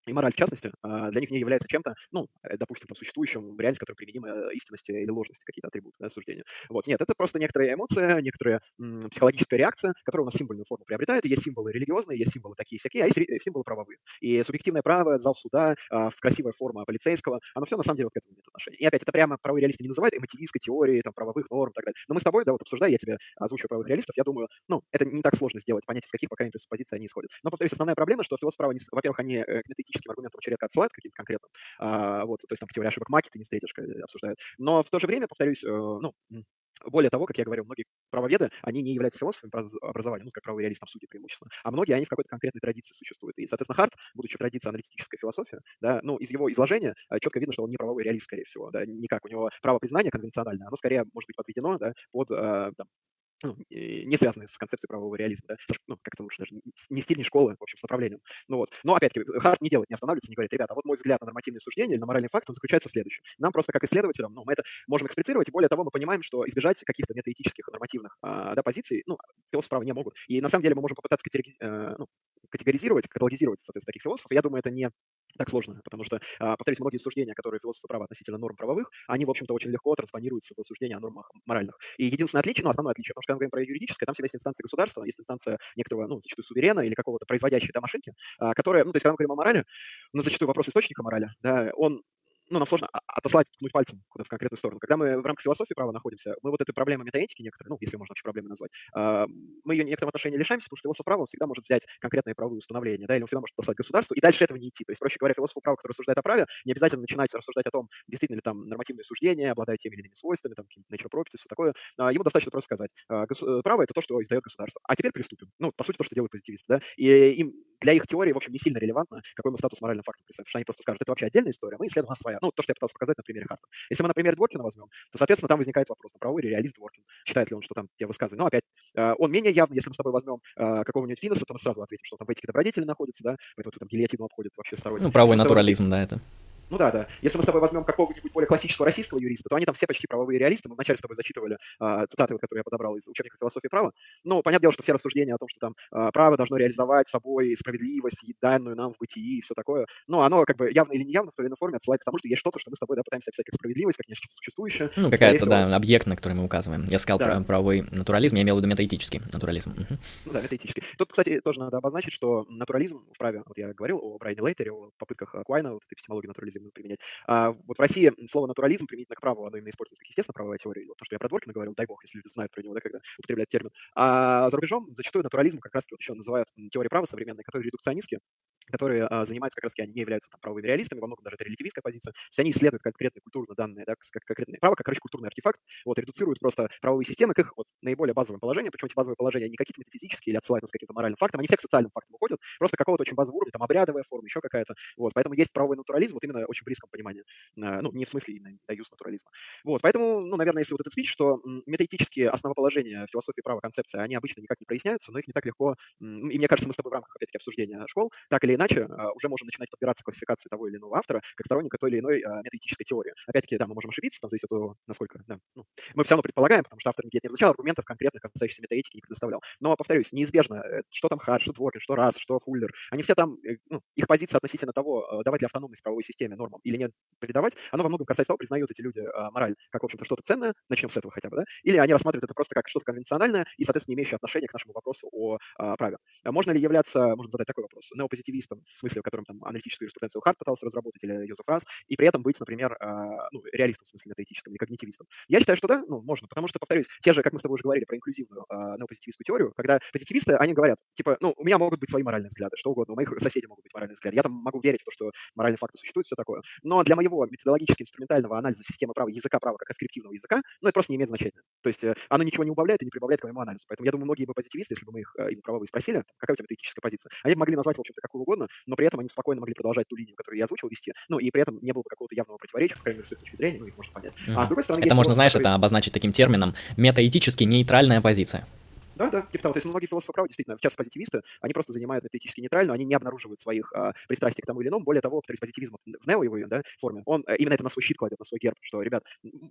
и мораль в частности, а, для них не является чем-то, ну, э, допустим, там, существующим в реальности, которым применимы э, истинности или ложности, какие-то атрибуты, да, суждения. Вот, нет, это просто некоторая эмоция, некоторая м, психологическая реакция, которая у нас символьную форму приобретает. И есть символы религиозные, есть символы такие-сякие, а есть ре- символы правовые. И субъективное право, зал суда, а, в красивая форма полицейского, оно все на самом деле вот к этому имеет отношение. И опять, это прямо правовые реалисты не называют эмотивистской теорией, там, правовых норм и так далее. Но мы с тобой, да, вот обсуждая, я тебе озвучиваю правовых реалистов, я думаю, ну, это не так сложно сделать, понять, из каких, по крайней мере, позиций они исходят. Но, повторюсь, основная проблема, что философы права, не с- во-первых, они э, к метаэтическим аргументам очень редко отсылают каким-то конкретным, а, вот, то есть там по теории ошибок Маки ты не встретишь, когда обсуждают. Но в то же время, повторюсь, э, ну, м, более того, как я говорил, многие правоведы, они не являются философами по образ- образованию, ну, как правовые реалисты в суде преимущественно, а многие, они в какой-то конкретной традиции существуют. И, соответственно, Харт, будучи в традиции аналитической философии, да, ну, из его изложения э, четко видно, что он не правовой реалист, скорее всего, да, никак. У него право признания конвенциональное, оно скорее может быть подведено, да, под э, там, ну, э, не связанные с концепцией правового реализма, да, со ш- ну, как-то лучше даже, не не стиль, не школы, в общем, с направлением. Ну вот. Но опять-таки, Харт не делает, не останавливается, не говорит, ребята, а вот мой взгляд на нормативные суждения или на моральный факт, он заключается в следующем. Нам просто как исследователям, ну, мы это можем эксплицировать, и более того, мы понимаем, что избежать каких-то метаэтических и нормативных а, да, позиций, ну, философы права не могут. И на самом деле мы можем попытаться категориз- э, ну, категоризировать, каталогизировать, соответственно, таких философов. Я думаю, это не так сложно, потому что, а, повторюсь, многие суждения, которые философы права относительно норм правовых, они, в общем-то, очень легко транспонируются в суждения о нормах моральных. И единственное отличие, ну, основное отличие, потому что когда мы говорим про юридическое, там всегда есть инстанция государства, есть инстанция некоторого, ну, зачастую суверена или какого-то производящей, да, машинки, а, которая, ну, то есть, когда мы говорим о морали, ну, зачастую вопрос источника морали, да, он ну, нам сложно а- отослать, ткнуть пальцем куда-то в конкретную сторону. Когда мы в рамках философии права находимся, мы вот этой проблемы метаэтики некоторые, ну, если можно вообще проблемой назвать, а, мы ее в некотором отношении лишаемся, потому что философ права он всегда может взять конкретные правовые установления, да, или он всегда может послать государству, и дальше этого не идти. То есть, проще говоря, философу права, который рассуждает о праве, не обязательно начинать рассуждать о том, действительно ли там нормативные суждения обладают теми или иными свойствами, там, какие-то nature properties, все такое. А, ему достаточно просто сказать, а, гос- э, право — это то, что издает государство. А теперь приступим. Ну, по сути, то, что делают позитивисты, да, и им для их теории, в общем, не сильно релевантно, какой мы статус моральным фактом представим, потому что они просто скажут, это вообще отдельная история, мы исследуем, она своя. Ну, то, что я пытался показать на примере Харта. Если мы на примере Дворкина возьмем, то, соответственно, там возникает вопрос, на правовой ли реалист Дворкин, считает ли он, что там те высказывания. Но опять, э, он менее явный, если мы с тобой возьмем э, какого-нибудь Финеса, то мы сразу ответим, что он там в этике добродетели находится, да, поэтому там гильотину обходит вообще сторонник. Ну, правовой Если мы с тобой возьмем натурализм, да, это. ну да, да. Если мы с тобой возьмем какого-нибудь более классического российского юриста, то они там все почти правовые реалисты. Мы вначале с тобой зачитывали а, цитаты, вот, которые я подобрал из учебника философии права. Ну, понятное дело, что все рассуждения о том, что там а, право должно реализовать собой справедливость, и данную нам в бытии и все такое, ну, оно как бы явно или неявно в той или иной форме отсылает к тому, что есть что-то, что мы с тобой да, пытаемся описать как справедливость, как нечто существующее. Ну, И, скорее какая-то, всего, да, объект, на который мы указываем. Я сказал про да, правовой натурализм, я имел в виду метаэтический натурализм. Мгм. ну да, метаэтически. Тут, кстати, тоже надо обозначить, что натурализм в праве, вот я говорил о Брайане Лейтере, о попытках а, Куайна вот этой эпистемологии натурализма применять. А вот в России слово натурализм применительно к праву, оно именно используется как естественно-правовая теория. Вот то, что я про Дворкина говорил, дай бог, если люди знают про него, да, когда употребляют термин. А за рубежом зачастую натурализм как раз вот еще называют м, теорией права современной, которые редукционистские, которые а, занимаются как раз таки, они не являются там, правовыми реалистами, во многом даже это релятивистская позиция. То есть они исследуют конкретные культурно данные, да, как конкретные право, как, короче, культурный артефакт, вот, редуцируют просто правовые системы к их вот, наиболее базовым положениям, причем эти базовые положения не какие-то метафизические или отсылают нас к каким-то моральным фактам, они все к социальным фактам уходят, просто какого-то очень базового уровня, там, обрядовая форма, еще какая-то. Вот, поэтому есть правовой натурализм, вот именно очень близком понимании. А, ну, не в смысле именно даюс натурализма. Вот, поэтому, ну, наверное, если вот этот спич, что м, метаэтические основоположения философии права, концепции, они обычно никак не проясняются, но их не так легко, м, и мне кажется, мы с тобой в рамках, опять-таки, обсуждения школ, так или иначе, а, уже можем начинать подбираться к классификации того или иного автора как сторонника той или иной а, метаэтической теории. Опять-таки, да, мы можем ошибиться, там зависит от того, насколько, да, ну, мы все равно предполагаем, потому что автор никаких не изучал, аргументов конкретных, касающихся метаэтики, не предоставлял. Но, повторюсь, неизбежно, э, что там Харт, что Дворкин, что Расс, что Фуллер, они все там, э, ну, их позиция относительно того, э, давать ли автономность правовой системе нормам или нет придавать, оно во многом касается того, признают эти люди э, мораль как, в общем-то, что-то ценное, начнем с этого хотя бы, да, или они рассматривают это просто как что-то конвенциональное и, соответственно, не имеющее отношения к нашему вопросу о а, праве. А можно ли являться, можно задать такой вопрос, неопозитивистом, в смысле, в котором там аналитическую юриспруденцию Харт пытался разработать, или Йозеф Расс, и при этом быть, например, а, ну, реалистом, в смысле, метаэтическим, или когнитивистом? Я считаю, что да, ну, можно, потому что, повторюсь, те же, как мы с тобой уже говорили про инклюзивную а, неопозитивистскую теорию, когда позитивисты, они говорят, типа, ну, у меня могут быть свои моральные взгляды, что угодно, у моих соседей могут быть моральные взгляды, я там могу верить в то, что моральные факты существуют, все такое, но для моего методологически инструментального анализа системы права, языка права как аскриптивного языка, ну, это просто не имеет значения. То есть э, оно ничего не убавляет и не прибавляет к моему анализу. Поэтому я думаю, многие бы позитивисты, если бы мы их э, именно правовые спросили, там, какая у тебя метаэтическая позиция, они бы могли назвать, в общем-то, какую угодно, но при этом они спокойно могли продолжать ту линию, которую я озвучил, вести, ну, и при этом не было бы какого-то явного противоречия, по крайней мере, с этой точки зрения, ну, их можно понять. А с Мгм. другой стороны, Это есть можно, философы, знаешь, которые это обозначить таким термином метаэтически нейтральная позиция. да, да, типа того. То есть многие философы права, действительно, в частности позитивисты, они просто занимают метаэтически нейтрально, они не обнаруживают своих а, пристрастий к тому или иному. Более того, повторюсь, позитивизм вот в нео его да, форме, он э, именно это на свой щит кладет, на свой герб, что, ребят, мы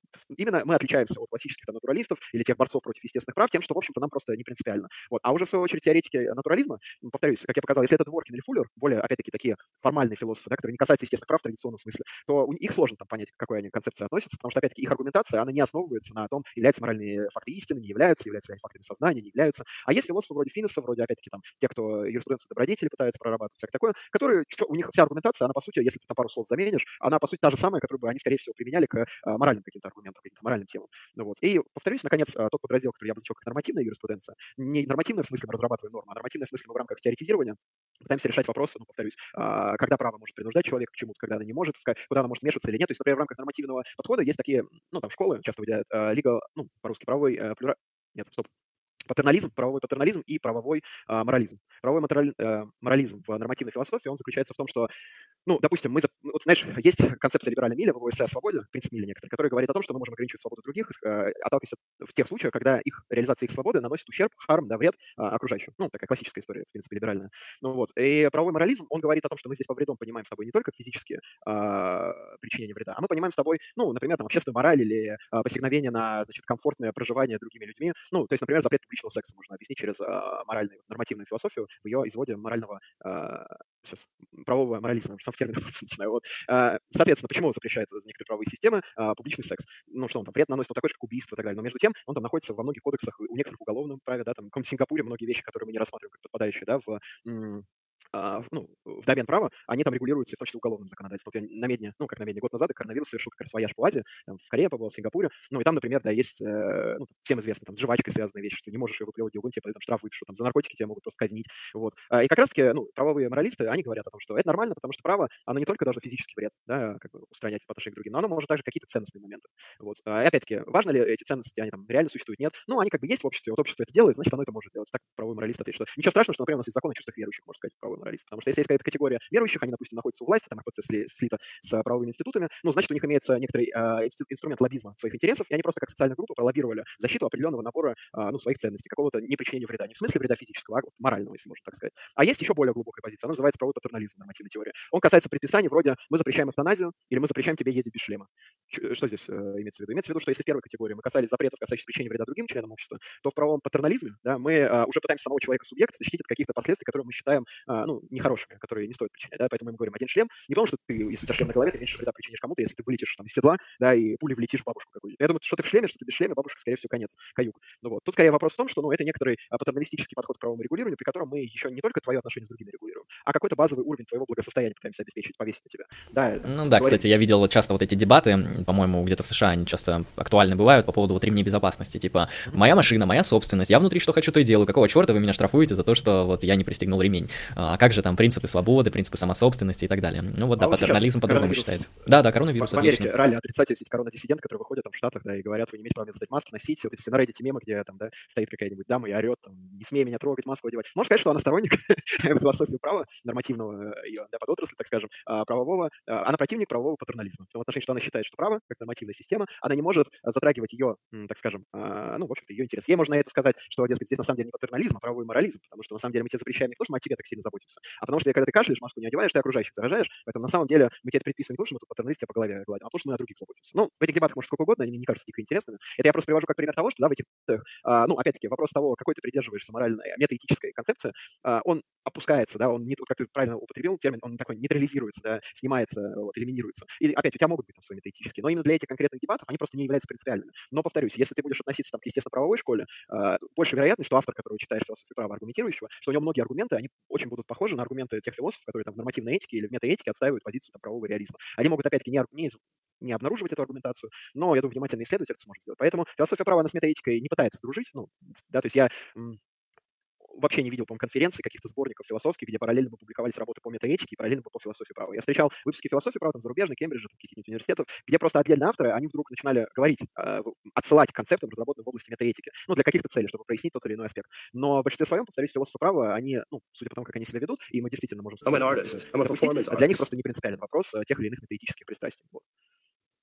именно мы отличаемся от классических там, натуралистов или тех борцов против естественных прав тем, что, в общем-то, нам просто не принципиально. Вот. А уже, в свою очередь, теоретики натурализма, повторюсь, как я показал, если это Дворкин или Фуллер, более, опять-таки, такие формальные философы, да, которые не касаются естественных прав в традиционном смысле, то у их сложно там понять, к какой они концепции относятся, потому что, опять-таки, их аргументация, она не основывается на том, являются моральные факты истины, не являются, являются ли они фактами сознания, не являются. А есть философы вроде Финеса, вроде, опять-таки, там, те, кто юриспруденцию добродетели пытаются прорабатывать, всякое такое, которые, что, у них вся аргументация, она, по сути, если ты там пару слов заменишь, она, по сути, та же самая, которую бы они, скорее всего, применяли к а, моральным каким-то аргументам, каким-то моральным темам. Ну, вот. И, повторюсь, наконец, а, тот подраздел, который я обозначил как нормативная юриспруденция, не нормативная в смысле мы разрабатываем нормы, а нормативная в смысле мы в рамках теоретизирования пытаемся решать вопросы, ну, повторюсь, а, когда право может принуждать человека к чему-то, когда она не может, куда она может вмешиваться или нет. То есть, например, в рамках нормативного подхода есть такие, ну, там, школы часто выделяют а, legal, ну, по-русски правовой а, плюра... Нет, стоп. Патернализм, правовой патернализм и правовой а, морализм. Правовой материали- э, морализм в нормативной философии, он заключается в том, что ну, допустим, мы, вот знаешь, есть концепция либеральной Милля в ОСЦ о свободе, принцип Милля некоторый, который говорит о том, что мы можем ограничивать свободу других, э, отталкиваясь от, в тех случаях, когда их реализация их свободы наносит ущерб, харм, да, вред а, окружающим. Ну, такая классическая история, в принципе, либеральная. Ну вот. И правовой морализм, он говорит о том, что мы здесь по вредом понимаем с тобой не только физические а, причинения вреда, а мы понимаем с тобой, ну, например, там, общественную мораль или а, посягновение на, значит, комфортное проживание другими людьми. Ну, то есть, например, запрет публичного секса можно объяснить через а, моральную, нормативную философию в ее изводе морального а, сейчас, правового морализма, сам в терминах начинаю. Вот. А, соответственно, почему запрещается из некоторые правовые системы а, публичный секс? Ну, что он там вред наносит, он такой же, как убийство и так далее. Но между тем, он там находится во многих кодексах, у некоторых в уголовном праве, да, там, в каком-то Сингапуре многие вещи, которые мы не рассматриваем как подпадающие, да, в м, а, ну, в домен права, они там регулируются в том числе уголовным законодательством. Вот я на медне, ну, как на медне, год назад коронавирус совершил как раз вояж по Азии, там, в Корее побывал, в Сингапуре, ну, и там, например, да, есть, э, ну, всем известно, там, с жвачкой связанные вещи, что ты не можешь ее выплевывать в тебе там штраф выпишут, там, за наркотики тебя могут просто казнить, вот. А, и как раз-таки, ну, правовые моралисты, они говорят о том, что это нормально, потому что право, оно не только должно физический вред, да, как бы устранять по отношению к другим, но оно может также какие-то ценностные моменты, вот. А, и опять-таки, важно ли эти ценности, они там реально существуют, нет, ну, они как бы есть в обществе, вот общество это делает, значит, оно это может делать. Так правовой моралист ответит, что ничего страшного, что, например, у нас есть закон о чувствах верующих, можно сказать, правовой моралист, потому что если есть какая-то категория верующих, они, допустим, находятся у власти, там эр пэ цэ сли, слита с правовыми институтами, ну, значит, у них имеется некоторый э, инструмент лоббизма своих интересов, и они просто как социальная группа пролоббировали защиту определенного набора э, ну, своих ценностей, какого-то непричинения вреда, не в смысле вреда физического, а вот морального, если можно так сказать. А есть еще более глубокая позиция, она называется правовой патернализм в нормативной теории. Он касается предписаний вроде «мы запрещаем эвтаназию» или «мы запрещаем тебе ездить без шлема». Ч- что здесь э, имеется в виду? Имеется в виду, что если в первой категории мы касались запретов, касающихся причинения вреда другим членам общества, то в правовом патернализме да, мы э, уже пытаемся самого человека-субъекта защитить от каких-то последствий, которые мы считаем э, ну, нехорошими, которые не стоит причинять. Да? Поэтому мы говорим один шлем. Не потому, что ты, если у тебя шлем на голове, ты меньше вреда причинишь кому-то, если ты вылетишь там, из седла, да, и пулей влетишь в бабушку какую-то. Я думаю, что ты в шлеме, что ты без шлема, бабушка, скорее всего, конец, каюк. Ну, вот. Тут скорее вопрос в том, что ну, это некоторый а, патерналистический подход к правовому регулированию, при котором мы еще не только твое отношение с другими регулируем, а какой-то базовый уровень твоего благосостояния пытаемся обеспечить, повесить на тебя. Да, там, Ну да, говорим. Кстати, я видел часто вот эти дебаты, по-моему, где-то в США они часто актуальны бывают по поводу вот ремней безопасности, типа «моя машина, моя собственность, я внутри что хочу, то и делаю, какого черта вы меня штрафуете за то, что вот я не пристегнул ремень? А как же там принципы свободы, принципы самособственности и так далее?» Ну вот, да, А вот патернализм по-другому считается. Да, да, коронавирус, в Америке отлично. ралли отрицателей, все эти коронадиссиденты, которые выходят там в Штатах, да, и говорят, вы не имеете права задать маски, носить, вот эти все на Reddit мемы, где там, да, стоит какая-нибудь дама и орет, там, не смей меня трогать, маску одевать. Можно сказать, что она сторонник философии права, нормативного ее, да, подотрасли, так скажем, а, правового, а, она противник правового патернализма. В том отношении, что она считает, что право, как нормативная система, она не может затрагивать ее, так скажем, а, ну, в общем-то, ее интерес. Ей можно это сказать, что, дескать, здесь на самом деле не патернализм, а правовой морализм, потому что на самом деле мы тебе запрещаем не потому, что мы о тебе так сильно заботимся, а потому что когда ты кашляешь, маску не одеваешь, ты окружающих заражаешь, поэтому на самом деле мы тебе это предписываем не потому, что мы тут патерналисты по голове гладим, а потому, что мы о других заботимся. Ну, в этих дебатах может сколько угодно, они мне не кажутся дико интересными. Это я просто привожу как пример того, что, да, в этих дебатах, а, ну, опять-таки, вопрос того, какой ты придерживаешься моральной, метаэтической концепции, а, он опускается, да, он, не, как ты правильно употребил термин, он такой нейтрализируется, да, снимается, вот, элиминируется. И опять, у тебя могут быть там свои метаэтические, но именно для этих конкретных дебатов они просто не являются принципиальными. Но, повторюсь, если ты будешь относиться там, к естественно-правовой школе, а, больше вероятность, что автор, которого читаешь философию права аргументирующего, что у него многие аргументы, они очень будут похожи на аргументы тех философов, которые там в нормативной этике или в метаэтике отстаивают позицию там, правового реализма. Они могут, опять-таки, не, не не обнаруживать эту аргументацию, но, я думаю, внимательный исследователь это сможет сделать. Поэтому философия права, она с метаэтикой не пытается дружить, ну, да, то есть я м, вообще не видел, по-моему, конференций, каких-то сборников философских, где параллельно бы публиковались работы по метаэтике и параллельно бы по философии права. Я встречал выпуски философии права, там, зарубежных, Кембриджа, там, каких-нибудь университетов, где просто отдельные авторы, они вдруг начинали говорить, э, отсылать к концептам, разработанным в области метаэтики, ну, для каких-то целей, чтобы прояснить тот или иной аспект. Но в большинстве своем, повторюсь, философы права, они, ну, судя по тому, как они себя ведут, и мы действительно можем I'm an artist. I'm a допустить, performance для них artist. просто не принципиален вопрос э, тех или иных метаэтических пристрастий. Вот.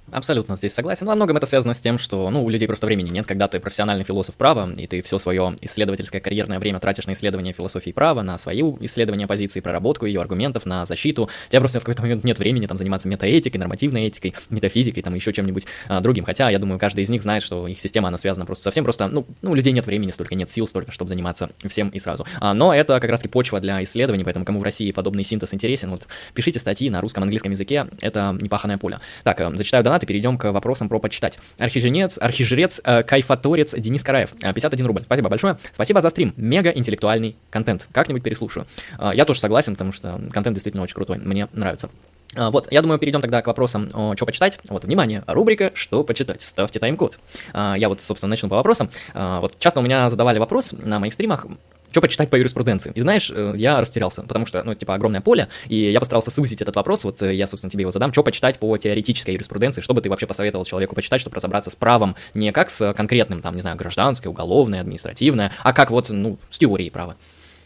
Абсолютно здесь согласен. Во многом это связано с тем, что, ну, у людей просто времени нет, когда ты профессиональный философ права, и ты все свое исследовательское карьерное время тратишь на исследование философии права, на свои исследования позиции, проработку ее аргументов, на защиту. У тебя просто в какой-то момент нет времени там заниматься метаэтикой, нормативной этикой, метафизикой, там еще чем-нибудь а, другим. Хотя, я думаю, каждый из них знает, что их система, она связана просто совсем просто, ну, ну, у людей нет времени столько, нет сил столько, чтобы заниматься всем и сразу. А, но это как раз-таки почва для исследований, поэтому кому в России подобный синтез интересен, вот пишите статьи на русском, английском языке, это непаханное поле. Так, зачитаю донаты, перейдем к вопросам про почитать. Архижрец, архижрец, э, кайфаторец Денис Караев, э, пятьдесят один рубль. Спасибо большое. Спасибо за стрим. Мега интеллектуальный контент. Как-нибудь переслушаю. Э, я тоже согласен, потому что контент действительно очень крутой. Мне нравится. Uh, вот, я думаю, перейдем тогда к вопросам, что почитать. Вот, внимание, рубрика «Что почитать?». Ставьте тайм-код. Uh, я вот, собственно, начну по вопросам. Uh, вот, часто у меня задавали вопрос на моих стримах, что почитать по юриспруденции. И знаешь, я растерялся, потому что, ну, типа, огромное поле, и я постарался сузить этот вопрос, вот я, собственно, тебе его задам, что почитать по теоретической юриспруденции, что бы ты вообще посоветовал человеку почитать, чтобы разобраться с правом не как с конкретным, там, не знаю, гражданское, уголовное, административное, а как вот, ну, с теорией права.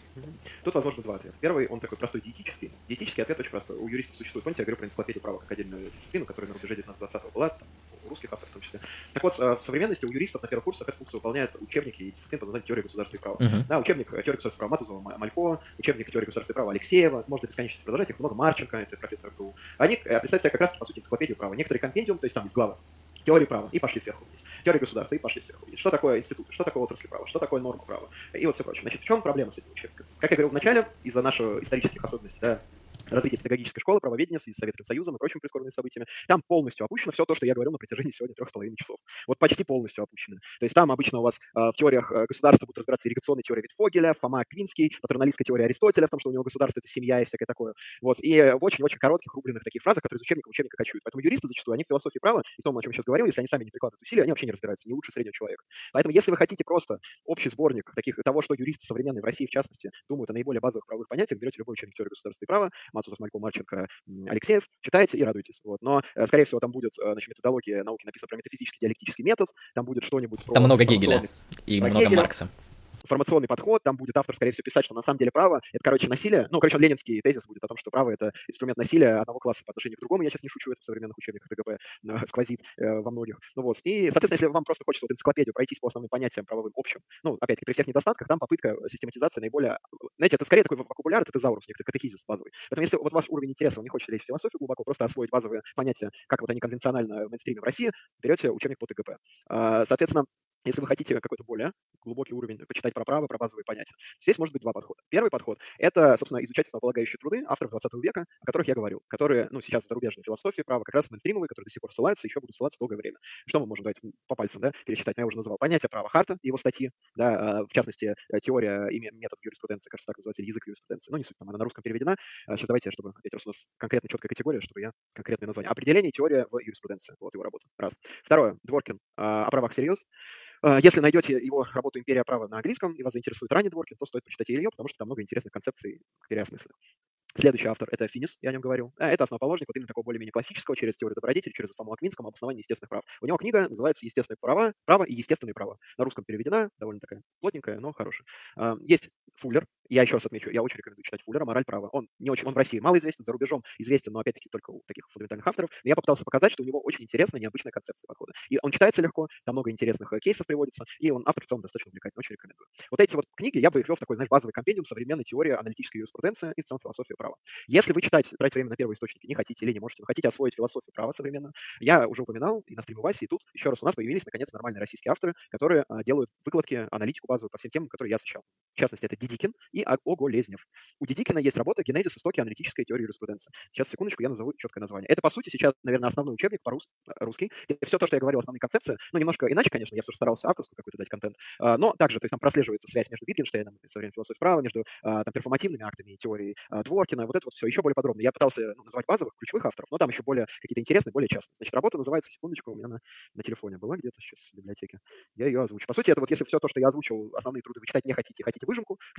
Тут, возможно, два ответа. Первый, он такой простой диетический. Диетический ответ очень простой. У юристов существует, помните, я говорю про энциклопедию права как отдельную дисциплину, которая на рубеже девятнадцатого двадцатого была, там, у русских авторов в том числе. Так вот, в современности у юристов на первых курсах эту функцию выполняют учебники и дисциплины под названием «Теория государства и права». Uh-huh. Да, учебник «Теория государства и права» Матузова, Малько, учебник «Теория государства и права» Алексеева, можно бесконечно продолжать, их много, Марченко, это профессор ГУ. Они, представьте себе, как раз, по сути, энциклопедию права. Некоторый компендиум, то есть там есть главы теории права, и пошли сверху вниз. Теория государства, и пошли сверху вниз. Что такое институты, что такое отрасли права, что такое норма права, и вот все прочее. Значит, в чем проблема с этим учебником? Как я говорил в начале, из-за наших исторических особенностей, да, развитие педагогической школы, правоведения в связи с Советским Союзом и прочими прискорбными событиями, там полностью опущено все то, что я говорил на протяжении сегодня трех с половиной часов. Вот почти полностью опущено. То есть там обычно у вас э, в теориях э, государства будут разбираться ирригационная теория Витфогеля, Фома Аквинский, патерналистская теория Аристотеля, в том, что у него государство — это семья и всякое такое. Вот. И в очень-очень коротких, рубленных таких фразах, которые из учебника в учебника кочуют. Поэтому юристы зачастую, они в философии права, и в том, о чем я сейчас говорил, если они сами не прикладывают усилия, они вообще не разбираются, не лучше среднего человека. Поэтому если вы хотите просто общий сборник таких, того, что юристы современные в России, в частности, думают о наиболее базовых правовых понятиях, берете любой учебник теории государства и права, Матузов, Малько, Марченко, Алексеев, читайте и радуйтесь. Вот. Но, скорее всего, там будет, значит, методология науки написана про метафизический диалектический метод, там будет что-нибудь про... Там много Гегеля и много Гегеля. Маркса. Информационный подход, там будет автор, скорее всего, писать, что на самом деле право — это, короче, насилие. Ну, короче, ленинский тезис будет о том, что право — это инструмент насилия одного класса по отношению к другому. Я сейчас не шучу, это в современных учебниках ТГП э, сквозит э, во многих. Ну вот. И, соответственно, если вам просто хочется вот энциклопедию пройтись по основным понятиям правовым общим, ну, опять-таки, при всех недостатках, там попытка систематизации наиболее... Знаете, это скорее такой вокабуляр, это тезаурус, некоторый катехизис базовый. Поэтому если вот ваш уровень интереса, вы не хотите лезть в философию глубоко, просто освоить базовые понятия, как вот они конвенционально в мейнстриме в России, берете учебник по ТГП. Э, соответственно, если вы хотите какой-то более глубокий уровень почитать про право, про базовые понятия, здесь может быть два подхода. Первый подход — это, собственно, изучать основополагающие труды авторов двадцатого века, о которых я говорил, которые, ну, сейчас в зарубежной философии права как раз мейнстримовые, которые до сих пор ссылаются, еще будут ссылаться долгое время. Что мы можем, давайте по пальцам, да, пересчитать? Я уже называл понятие права Харта, его статьи, да, в частности, теория и метод юриспруденции, кажется, так называется, язык юриспруденции. Ну, не суть, там она на русском переведена. Сейчас давайте, чтобы, опять раз у нас конкретно четкая категория, чтобы я конкретное название. Определение теория в юриспруденции. Вот его работа. Раз. Второе. Дворкин о правах всерьез. Если найдете его работу «Империя права» на английском и вас заинтересует ранний Дворкин, то стоит почитать ее, потому что там много интересных концепций к переосмысленно. Следующий автор — это Финис, я о нем говорил. Это основоположник вот именно такого более-менее классического через теорию добродетели, через Фому Аквинскому обоснование естественных прав. У него книга называется «Естественные права, право и естественные права». На русском переведена, довольно такая плотненькая, но хорошая. Есть Фуллер. Я еще раз отмечу, я очень рекомендую читать Фуллера «Мораль права». Он не очень, он в России мало известен, за рубежом известен, но опять-таки только у таких фундаментальных авторов. Но я попытался показать, что у него очень интересная, необычная концепция подхода. И он читается легко, там много интересных кейсов приводится, и он автор в целом достаточно увлекательный, очень рекомендую. Вот эти вот книги я бы их вел в такой, знаешь, базовый компендиум современной теории аналитической юриспруденции и в целом философии права. Если вы читать, тратить время на первые источники не хотите или не можете, вы хотите освоить философию права современную, я уже упоминал и на стриме Васи, и тут еще раз у нас появились наконец нормальные российские авторы, которые а, делают выкладки, аналитику базовую по всем темам, которые я освещал. В частности, это Дедикин и Оголезнев. У Дедикина есть работа «Генезис, истоки аналитической теории юриспруденции». Сейчас, секундочку, я назову четкое название. Это, по сути, сейчас, наверное, основной учебник по-русски. Все то, что я говорил, основные концепции, ну, немножко иначе, конечно, я все же старался авторскую какой-то дать контент, но также, то есть там прослеживается связь между Витгенштейном и современной философией права, между там перформативными актами и теорией Дворкина, вот это вот все еще более подробно. Я пытался ну, называть базовых, ключевых авторов, но там еще более какие-то интересные, более частные. Значит, работа называется, секундочку, у меня на, на телефоне была где-то сейчас в библиотеке. Я ее озвучу. По сути, это вот если все то, что я озвучил, основные труды вы читать не хотите, хотите выжимку, книжка там страниц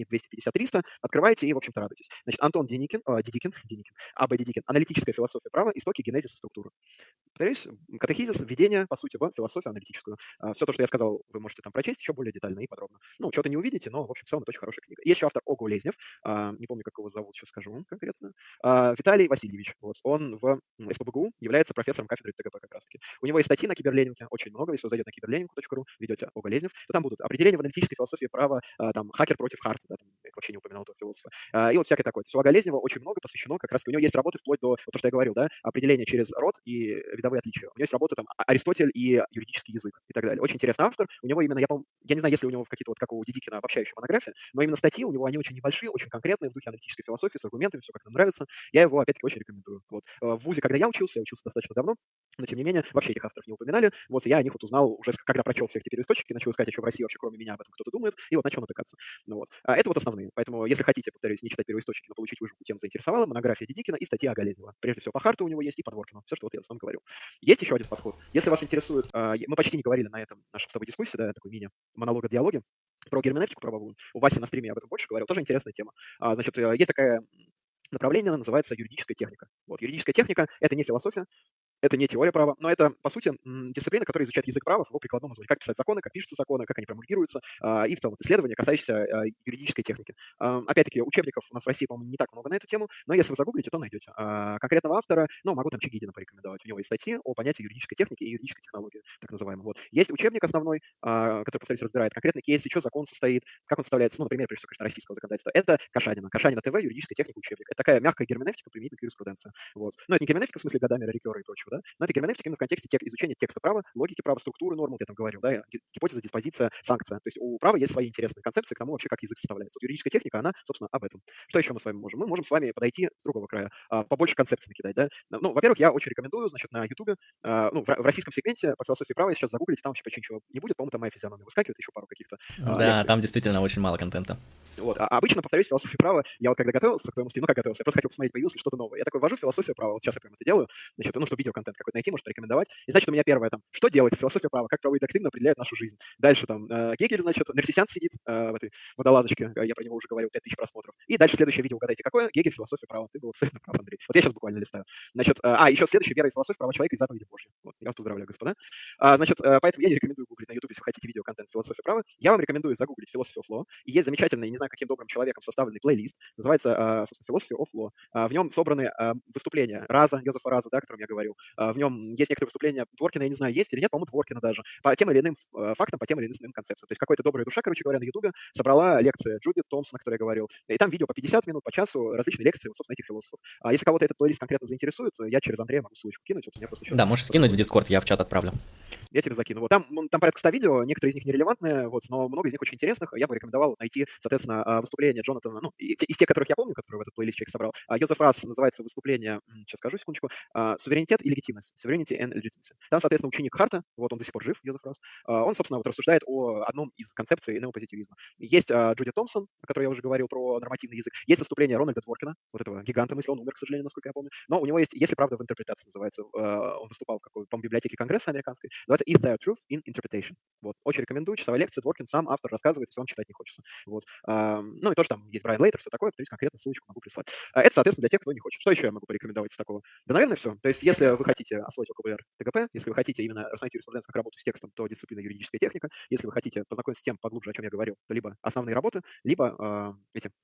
страниц двести пятьдесят триста, открываете и, в общем-то, радуйтесь. Значит, Антон Деникин, э, Дедикин, Деникин, А Б. Дедикин, «Аналитическая философия права. Истоки, генезис и структура». Повторюсь, катехизис, введение, по сути, в философию аналитическую. Все то, что я сказал, вы можете там прочесть еще более детально и подробно. Ну, что-то не увидите, но, в общем, в целом, это очень хорошая книга. Есть еще автор Ого Лезнев, а, не помню, как его зовут, сейчас скажу вам конкретно, а, Виталий Васильевич. Вот. Он в С П Б Г У является профессором кафедры Т Г П как раз-таки. У него есть статьи на киберленинге, очень много. Если вы зайдете на киберленинг точка ру, ведете Ого Лезнев, то там будут определения в аналитической философии права, а, там, хакер против Харта, да, там, я вообще не упоминал этого философа. А, и вот всякое такое. То есть у Ого Лезнева очень много посвящено, как раз у него есть работы вплоть до, вот то, что я говорил, да, определения через род и видовые отличия. У него есть работа там Аристотель и юридический язык и так далее. Очень интересный автор. У него именно, я помню, я не знаю, если у него какие-то вот как у Дедикина обобщающие монографии, но именно статьи у него, они очень небольшие, очень конкретные, в духе аналитической философии, с аргументами, все как нам нравится. Я его, опять-таки, очень рекомендую. Вот. В ВУЗе, когда я учился, я учился достаточно давно, но, тем не менее, вообще этих авторов не упоминали. Вот я о них вот узнал уже, когда прочел все эти первоисточники, начал искать еще в России вообще, кроме меня, об этом кто-то думает, и вот начал натыкаться. Ну, вот. А это вот основные. Поэтому, если хотите, повторюсь, не читать первоисточники, но получить выжимку, тем заинтересовала, монография Дедикина и статья Ого Лезнева. Прежде всего, по Харту у него есть и по Дворкину. Все, что вот я в основном говорю. Есть еще один подход. Если вас интересует, мы почти не говорили на этом нашей с тобой дискуссии, да, такой мини-монолога-диалоге, про герменевтику правовую. У Васи на стриме я об этом больше говорил. Тоже интересная тема. А, значит, есть такое направление, оно называется юридическая техника. Вот, юридическая техника — это не философия, это не теория права, но это, по сути, дисциплина, которая изучает язык права в его прикладном названии. Как писать законы, как пишутся законы, как они промульгируются, и в целом исследования, касающиеся юридической техники. Опять-таки, учебников у нас в России, по-моему, не так много на эту тему, но если вы загуглите, то найдете. Конкретного автора, ну, могу там Чигидина порекомендовать. У него есть статьи о понятии юридической техники и юридической технологии, так называемой. Вот. Есть учебник основной, который, повторюсь, разбирает конкретный кейс, из чего закон состоит, как он составляется, ну, например, прежде всего, конечно, российского законодательства. Это Кашанина. Кашанина ТВ, юридическая техника, учебник. Это такая мягкая герменевтика, применительная к юриспруденции. Вот. Ну, это не герменевтика в смысле годами Рикера и прочего, да, но это герменевтика именно в контексте тек- изучения текста права, логики права, структуры норм, вот я там говорил, да, гипотеза, диспозиция, санкция. То есть у права есть свои интересные концепции к тому вообще, как язык составляется. Вот юридическая техника, она, собственно, об этом. Что еще мы с вами можем? Мы можем с вами подойти с другого края, а, побольше концепций накидать, да. Ну, во-первых, я очень рекомендую, значит, на Ютубе, а, ну, в, в российском сегменте по философии права, если сейчас загуглите, там вообще почти ничего не будет, по-моему, там моя физиономия выскакивает, еще пару каких-то а, Да, лекций. там действительно очень мало контента. Вот. А обычно, повторюсь, философия права, я вот когда готовился к твоему стриму, ну как готовился, я просто хотел посмотреть, появилось ли что-то новое. Я такой ввожу философию права, вот сейчас я прям это делаю, значит, ну, чтобы видеоконтент какой-то найти, может, порекомендовать. И значит, у меня первое там, что делать, философия права, как правовые доктрины определяют нашу жизнь. Дальше там э, Гегель, значит, Нерсисян сидит э, в этой водолазочке, я про него уже говорил, пять тысяч просмотров. И дальше следующее видео, угадайте, какое? Гегель, философия права. Ты был абсолютно прав, Андрей. Вот я сейчас буквально листаю. Значит, э, а, еще следующее, вера и философия права человека и заповеди Божьи. Вот, я вас поздравляю, господа. А, значит, э, поэтому я не рекомендую гуглить на YouTube, если вы хотите видеоконтент философия права. Я вам рекомендую загуглить Philosophy of Law. И есть замечательный, не знаю, каким добрым человеком составленный плейлист, называется, собственно, Philosophy of Law. В нем собраны выступления Раза, Йозефа Раза, да, о котором я говорил. В нем есть некоторые выступления Дворкина, я не знаю, есть или нет, по-моему, Дворкина даже, по тем или иным фактам, по тем или иным концепциям. То есть какая-то добрая душа, короче говоря, на Ютубе собрала лекции Джуди Томпсон, о которой я говорил. И там видео по пятьдесят минут, по часу, различные лекции, собственно, этих философов. А если кого-то этот плейлист конкретно заинтересует, я через Андрея могу ссылочку кинуть. Вот у меня просто сейчас... Да, можешь скинуть в Дискорд, я в чат отправлю. Я тебе закину. Вот там, там порядка ста видео, некоторые из них нерелевантные, вот, но много из них очень интересных. Я бы рекомендовал найти, соответственно, выступление Джонатана, ну, из тех, которых я помню, которые в этот плейлист человек собрал. Йозеф Расс называется выступление, сейчас скажу, секундочку, «Суверенитет и легитимность». Sovereignty and legitimacy. Там, соответственно, ученик Харта, вот он до сих пор жив, Йозеф Расс, он, собственно, вот рассуждает о одном из концепций неопозитивизма. Есть Джуди Томпсон, о которой я уже говорил, про нормативный язык. Есть выступление Рональда Дворкина, вот этого гиганта мысли, он умер, к сожалению, насколько я помню. Но у него есть «Если правда в интерпретации» называется. Он выступал в какой-то, по-моему, библиотеке Конгресса американской. Называется «If there truth in interpretation». Вот. Очень рекомендую. Часовая лекция. Дворкин сам, автор, рассказывает, если вам читать не хочется. Вот. А, ну и тоже там есть Брайан Лейтер, все такое, повторюсь, конкретно ссылочку могу прислать. А это, соответственно, для тех, кто не хочет. Что еще я могу порекомендовать из такого? Да, наверное, все. То есть, если вы хотите освоить вокабуляр Т Г П, если вы хотите именно рассмотреть юриспруденцию как работу с текстом, то дисциплина юридическая техника. Если вы хотите познакомиться с тем поглубже, о чем я говорил, то либо основные работы, либо э, эти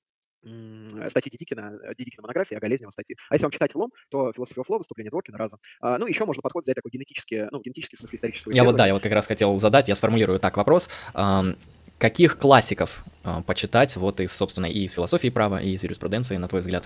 статьи Дедикина, Дедикина монографии, Ого Лезнева статьи. А если вам читать в лом, то Philosophy of Law, выступление Дворкина, Раза. А, ну, еще можно подход взять такой генетический, ну, генетический в смысле исторического исследования. Я вот, да, я вот как раз хотел задать, я сформулирую так вопрос. Каких классиков почитать вот из, собственно, и из философии права, и из юриспруденции, на твой взгляд?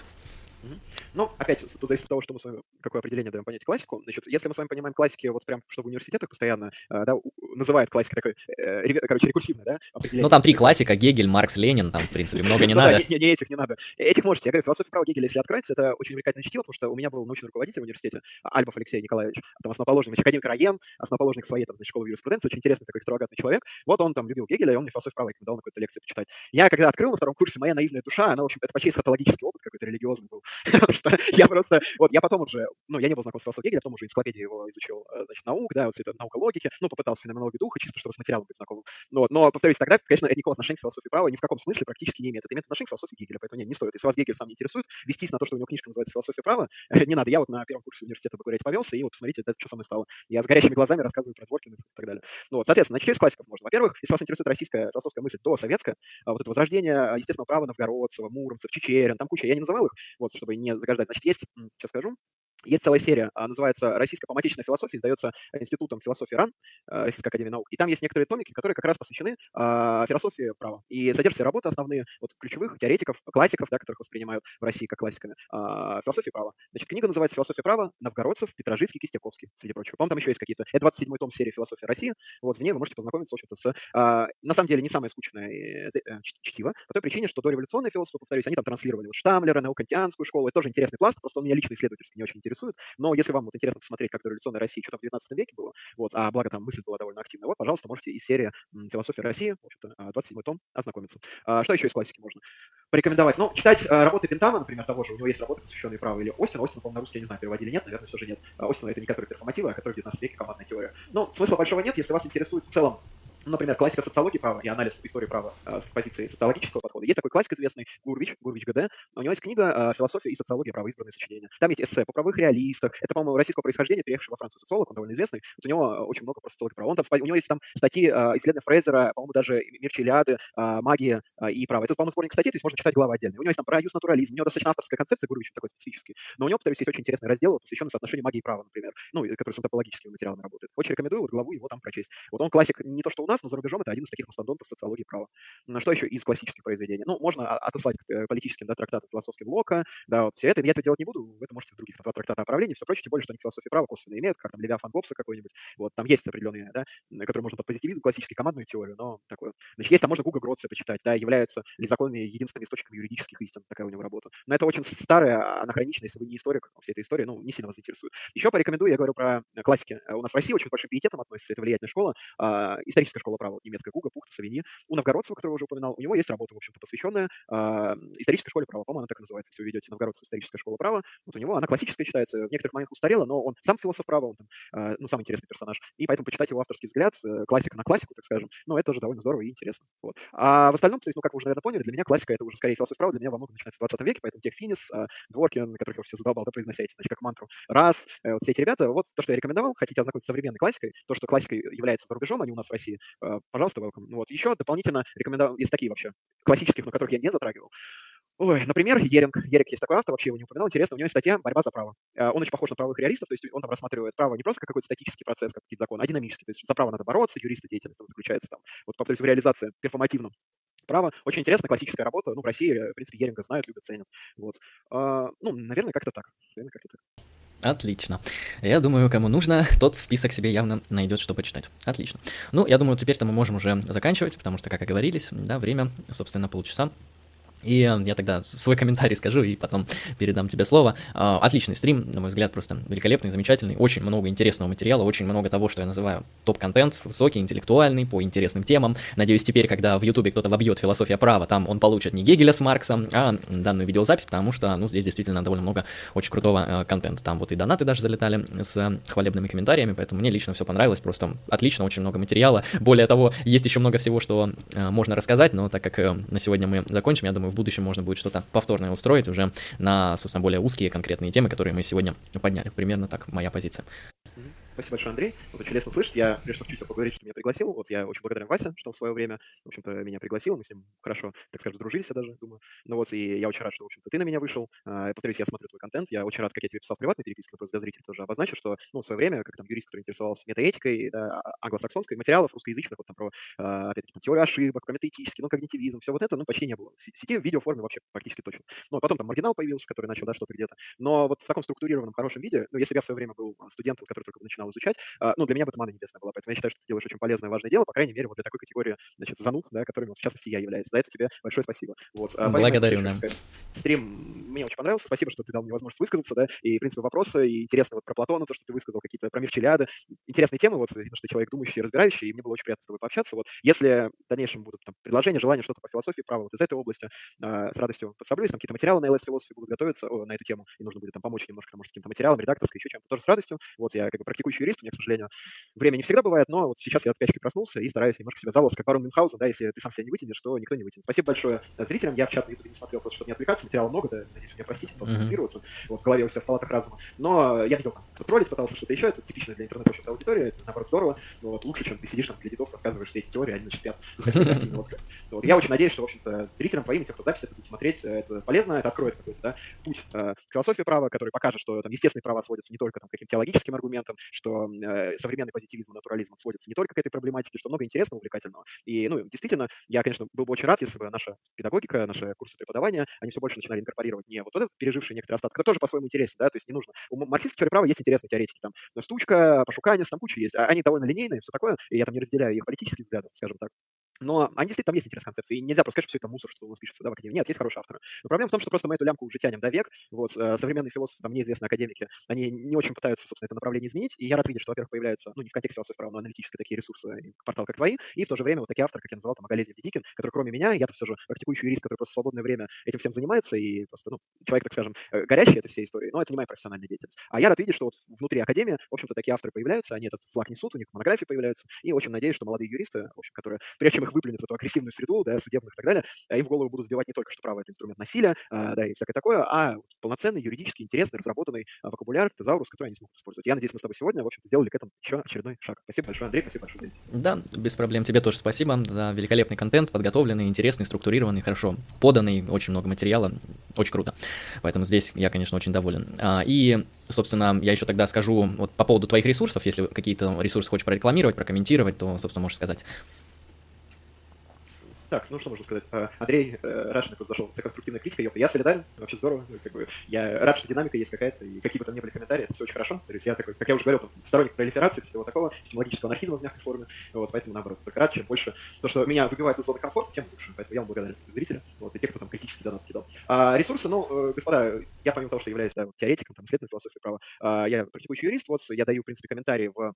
Ну, опять, зависит от того, что мы с вами, какое определение даем понятию классику. Значит, если мы с вами понимаем классики, вот прям, что в университетах постоянно, да, называют классикой такой, э, короче, рекурсивное, да, определение. Ну, там три классика: Гегель, Маркс, Ленин, там, в принципе, много не надо. Не этих не надо. Этих можете. Я говорю, философия права Гегеля, если откроете, это очень увлекательное чтиво, потому что у меня был научный руководитель в университете, Альбов Алексей Николаевич, там основоположник, академик Раен, основоположник своей там, школы юриспруденции, очень интересный такой экстравагантный человек. Вот он там любил Гегеля, и он мне философию права рекомендовал на какой-то лекции почитать. Я когда открыл на втором курсе, моя наивная душа, она, в общем, это почти эсхатологический опыт какой-то религиозный был. что я просто, вот я потом уже, ну, я не был знаком с философией Гегеля, потом уже энциклопедию его изучил, э, значит, наук, да, вот все это наука логики, ну, попытался феноменологию духа, чисто чтобы с материалом быть знакомым. Но, вот, но, повторюсь, тогда, конечно, это никакого отношения к философии права ни в каком смысле практически не имеет. Это имеет отношение к философии Гегеля, поэтому нет, не стоит. Если вас Гегель сам не интересует, вестись на то, что у него книжка называется «Философия права», не надо. Я вот на первом курсе университета Бакалавриата повелся, и вот посмотрите, это что со мной стало. Я с горящими глазами рассказываю про Дворкина и так далее. Ну, вот, соответственно, начать с классиков можно. Во-первых, если вас интересует российская философская мысль до советская, вот это возрождение естественного права Новгородцева, Муромцев, Чичерин, там куча, я не называл их, вот, чтобы не заграждать. Значит, есть, сейчас скажу, есть целая серия, а, называется «Российская поматичная философия», издается Институтом философии РАН, э, Российской академии наук. И там есть некоторые томики, которые как раз посвящены а, философии права. И содержат все работы основные вот, ключевых теоретиков, классиков, да, которых воспринимают в России как классиками, а, философии права. Значит, книга называется «Философия права», Новгородцев, Петрожицкий, Кистяковский, среди прочего. По-моему, там еще есть какие-то. Это двадцать седьмой том серии «Философия России». Вот в ней вы можете познакомиться, в общем-то, с, а, на самом деле, не самое скучное э, э, чтиво, по той причине, что дореволюционные философы, повторюсь, они там транслировали вот Штамлера, неокантианскую школу. Это тоже интересный пласт, просто он меня лично исследовательски не очень интересует. Но если вам вот интересно посмотреть, как до революционной России, что там в девятнадцатом веке было, вот, а благо там мысль была довольно активная, вот, пожалуйста, можете из серии «Философия России», в общем-то, двадцать седьмой том, ознакомиться. А, что еще из классики можно порекомендовать? Ну, читать а, работы Бентама, например, того же, у него есть работы, посвященные праву, или Остина. Остина, по-моему, на русский, я не знаю, переводили, нет, наверное, все же нет. А, Остина — это не который перформативы, а который в девятнадцатом веке командная теория. Но смысла большого нет, если вас интересует в целом, например, классика социологии права и анализ истории права э, с позиции социологического подхода. Есть такой классик известный Гурвич, Гурвич ГД. У него есть книга э, «Философия и социология права. Избранные сочинения». Там есть эссе по правовых реалистах. Это, по-моему, российского происхождения, переехавший во Францию социолог, он довольно известный. Вот у него очень много про социологию права. Он там, у него есть там статьи э, исследования Фрейзера, по-моему, даже «Мир Челиады», э, «Магия» э, и право. Это, по-моему, сборник статей, то есть можно читать главы отдельные. У него есть там про юс-натурализм. У него достаточно авторская концепция, Гурвич такой специфический. Но у него, повторюсь, есть очень интересный раздел, посвященный соотношению магии и права, например, ну, который с антропологическими материалами работает. Очень рекомендую вот главу его там прочесть. Вот он классик не то что у нас, но за рубежом это один из таких мастодонтов социологии права. Ну, что еще из классических произведений? Ну, можно отослать к политическим, да, трактатам философским Лока, да, вот все это. Я это делать не буду, вы это можете в других, там, два трактата о правлении, все прочее, тем более, что они философии права косвенно имеют, как там Левиафан Гоббса какой-нибудь, вот, там есть определенные, да, которые можно под позитивизм, классический, командную теорию, но такое. Значит, есть там, можно Гуга Гроция почитать, да, являются ли законы единственными источниками юридических истин, такая у него работа. Но это очень старая, анахроничная, если вы не историк, вся эта история, ну, не сильно вас заинтересует. Еще порекомендую, я говорю про классики. У нас в России очень большим пиететом относится, это влиятельная школа, э, историческая школа права, немецкая Гуга, Пухта, Савиньи. У Новгородцева, которого уже упоминал, у него есть работа, в общем-то, посвященная э, исторической школе права. По-моему, она так и называется. Если вы ведете Новгородцева историческая школа права, вот у него она классическая считается, в некоторых моментах устарела, но он сам философ права, он там, э, ну, самый интересный персонаж. И поэтому почитать его авторский взгляд, э, классика на классику, так скажем, ну, это тоже довольно здорово и интересно. Вот. А в остальном, то есть, ну, как вы уже, наверное, поняли, для меня классика — это уже скорее философия права, для меня во многом начинается в двадцатом веке, поэтому тех Финис, э, Дворкин, которых я все задолбал, да, произносяйте, значит, как мантру, раз, э, вот все эти ребята, вот то, что я рекомендовал, хотите ознакомиться с современной классикой, то, что классикой является за рубежом, а не у нас в России, э, пожалуйста, welcome. Вот. Еще дополнительно рекомендовал, есть такие вообще классических, но которых я не затрагивал. Ой, например, Еринг. Еринг есть такой автор, вообще его не упоминал. Интересно, у него есть статья «Борьба за право». Он очень похож на правовых реалистов, то есть он там рассматривает право не просто как какой-то статический процесс, как какие-то законы, а динамический. То есть за право надо бороться, юриста деятельность там заключается там, вот, повторюсь, в реализации перформативном права. Очень интересно, классическая работа. Ну, в России, в принципе, Еринга знают, любят, ценят. Вот. А, ну, наверное, как-то так. Наверное, как-то так. Отлично. Я думаю, кому нужно, тот в список себе явно найдет, что почитать. Отлично. Ну, я думаю, теперь-то мы можем уже заканчивать, потому что, как и говорились, да, время, собственно, полчаса. И я тогда свой комментарий скажу и потом передам тебе слово. Отличный стрим, на мой взгляд, просто великолепный, замечательный. Очень много интересного материала, очень много того, что я называю топ-контент, высокий, интеллектуальный, по интересным темам. Надеюсь, теперь, когда в Ютубе кто-то вобьет «Философия права», там он получит не Гегеля с Марксом, а данную видеозапись, потому что, ну, здесь действительно довольно много очень крутого контента. Там вот и донаты даже залетали с хвалебными комментариями, поэтому мне лично все понравилось, просто отлично, очень много материала. Более того, есть еще много всего, что можно рассказать, но так как на сегодня мы закончим, я думаю, в будущем можно будет что-то повторное устроить уже на, собственно, более узкие конкретные темы, которые мы сегодня подняли. Примерно так моя позиция. Спасибо большое, Андрей. Вот очень лестно слышать. Я, прежде всего, хочу поблагодарить, что меня пригласил. Вот я очень благодарен Васе, что он в свое время, в общем-то, меня пригласил. Мы с ним хорошо, так скажем, дружились, я даже думаю. Ну вот, и я очень рад, что, в общем-то, ты на меня вышел. А, повторюсь, я смотрю твой контент. Я очень рад, как я тебе писал в приватной переписке, но просто для зрителей тоже обозначу, что, ну, в свое время, как там юрист, который интересовался метаэтикой, да, англосаксонской, материалов русскоязычных, вот там про, а, опять-таки, там, теорию ошибок, про метаэтический, ну, когнитивизм, все вот это, ну, почти не было. В сети в видеоформе вообще практически точно. Ну, а потом там маргинал появился, который начал, да, что-то где-то. Но вот в таком структурированном, хорошем виде, ну, если бы я в свое время был студентом, который только начинал начинал изучать. А, ну, для меня бы это мана небесная была, поэтому я считаю, что ты делаешь очень полезное, важное дело, по крайней мере, вот для такой категории, значит, зануд, да, которыми, вот, в частности, я являюсь. За это тебе большое спасибо. Вот. А помимо этого, Благодарю, еще да. хочу сказать, стрим мне очень понравился, спасибо, что ты дал мне возможность высказаться, да, и, в принципе, вопросы, и интересно вот про Платона, то, что ты высказал, какие-то про мир Челиады, интересные темы, вот, видно, что ты человек думающий и разбирающий, и мне было очень приятно с тобой пообщаться, вот. Если в дальнейшем будут там предложения, желания, что-то по философии права вот из этой области, э, с радостью подсоблюсь, там какие-то материалы на эл эс Philosophy будут готовиться о, на эту тему, и нужно будет там помочь немножко, там, может, каким-то материалом, редакторской, еще чем-то, тоже с радостью. Вот я как бы практикующий юрист, у меня, к сожалению, время не всегда бывает, но вот сейчас я от спячки проснулся и стараюсь немножко себя залазить, как барон Мюнхгаузен, да, если ты сам себя не вытянешь, то никто не вытянет. Спасибо большое зрителям, я в чат на YouTube не смотрел, просто чтобы не отвлекаться, материала много, да, надеюсь, вы меня простите, пытался концентрироваться, вот в голове у себя в палатах разума, но я видел, там, троллить пытался что-то еще, это типично для интернета, в общем-то, аудитория, это, наоборот, здорово, вот, лучше, чем ты сидишь там для дедов, рассказываешь все эти теории, они, значит, спят. Вот, вот, я очень надеюсь, что, в общем-то, зрителям твоим, тем, кто запись это будет смотреть, это полезно, это откроет какой-то, да, путь э, к философии права, который покажет, что там естественные права сводятся не только там, к каким-то теологическим аргументам, что э, современный позитивизм и натурализм сводится не только к этой проблематике, что много интересного, увлекательного. И, ну, действительно, я, конечно, был бы очень рад, если бы наша педагогика, наши курсы преподавания, они все больше начинали инкорпорировать не вот этот переживший некоторый остаток, который тоже по-своему интересен, да, то есть не нужно. У марксистской теории права есть интересные теоретики, там, Стучка, Пашуканец, там куча есть, а они довольно линейные, все такое, и я там не разделяю их политических взглядов, скажем так. Но они действительно, там есть интересные концепции, и нельзя просто сказать, что все это мусор, что у нас пишется, да, в академии. Нет, есть хорошие авторы. Но проблема в том, что просто мы эту лямку уже тянем до век. Вот, э, современные философы, там, неизвестные академики, они не очень пытаются, собственно, это направление изменить. И я рад видеть, что, во-первых, появляются, ну, не в контексте философии права, но аналитические такие ресурсы, порталы, как твои, и в то же время вот такие авторы, как я называл, там, Агалезия Ведикин, который, кроме меня, я-то все же практикующий юрист, который просто в свободное время этим всем занимается, и просто, ну, человек, так скажем, горящий этой всей истории, но это не моя профессиональная деятельность. А я рад видеть, что вот внутри академии, в общем-то, такие авторы появляются, они этот флаг несут, у них монографии появляются, и очень надеюсь, что молодые юристы, в общем, которые, прежде чем их выплюнут в эту агрессивную среду, да, судебных и так далее, им в голову будут вбивать не только, что право — это инструмент насилия, да, и всякое такое, а полноценный, юридически интересный, разработанный вокабуляр, тезаурус, который они смогут использовать. Я надеюсь, мы с тобой сегодня, в общем-то, сделали к этому еще очередной шаг. Спасибо большое, Андрей, спасибо большое за это. Да, без проблем. Тебе тоже спасибо за великолепный контент, подготовленный, интересный, структурированный, хорошо поданный, очень много материала, очень круто. Поэтому здесь я, конечно, очень доволен. И, собственно, я еще тогда скажу вот по поводу твоих ресурсов, если какие-то ресурсы хочешь прорекламировать, прокомментировать, то, собственно, можешь сказать. Так, ну что можно сказать? Андрей Рашин просто зашел за конструктивной критикой. Ёпта, я солидарен, вообще здорово. Как бы, я рад, что динамика есть какая-то, и какие бы там ни были комментарии, это все очень хорошо. То есть я такой, как я уже говорил, там, сторонник пролиферации, всего такого, эпистемологического анархизма в мягкой форме. Вот, поэтому, наоборот, только рад, чем больше то, что меня выбивает из зоны комфорта, тем лучше. Поэтому я вам благодарен зрителям, вот, и те, кто там критически донат кидал. А, ресурсы, ну, господа, я помимо того, что являюсь да, теоретиком, там, исследователем философии права, а, я практикующий юрист, вот, я даю, в принципе, комментарии в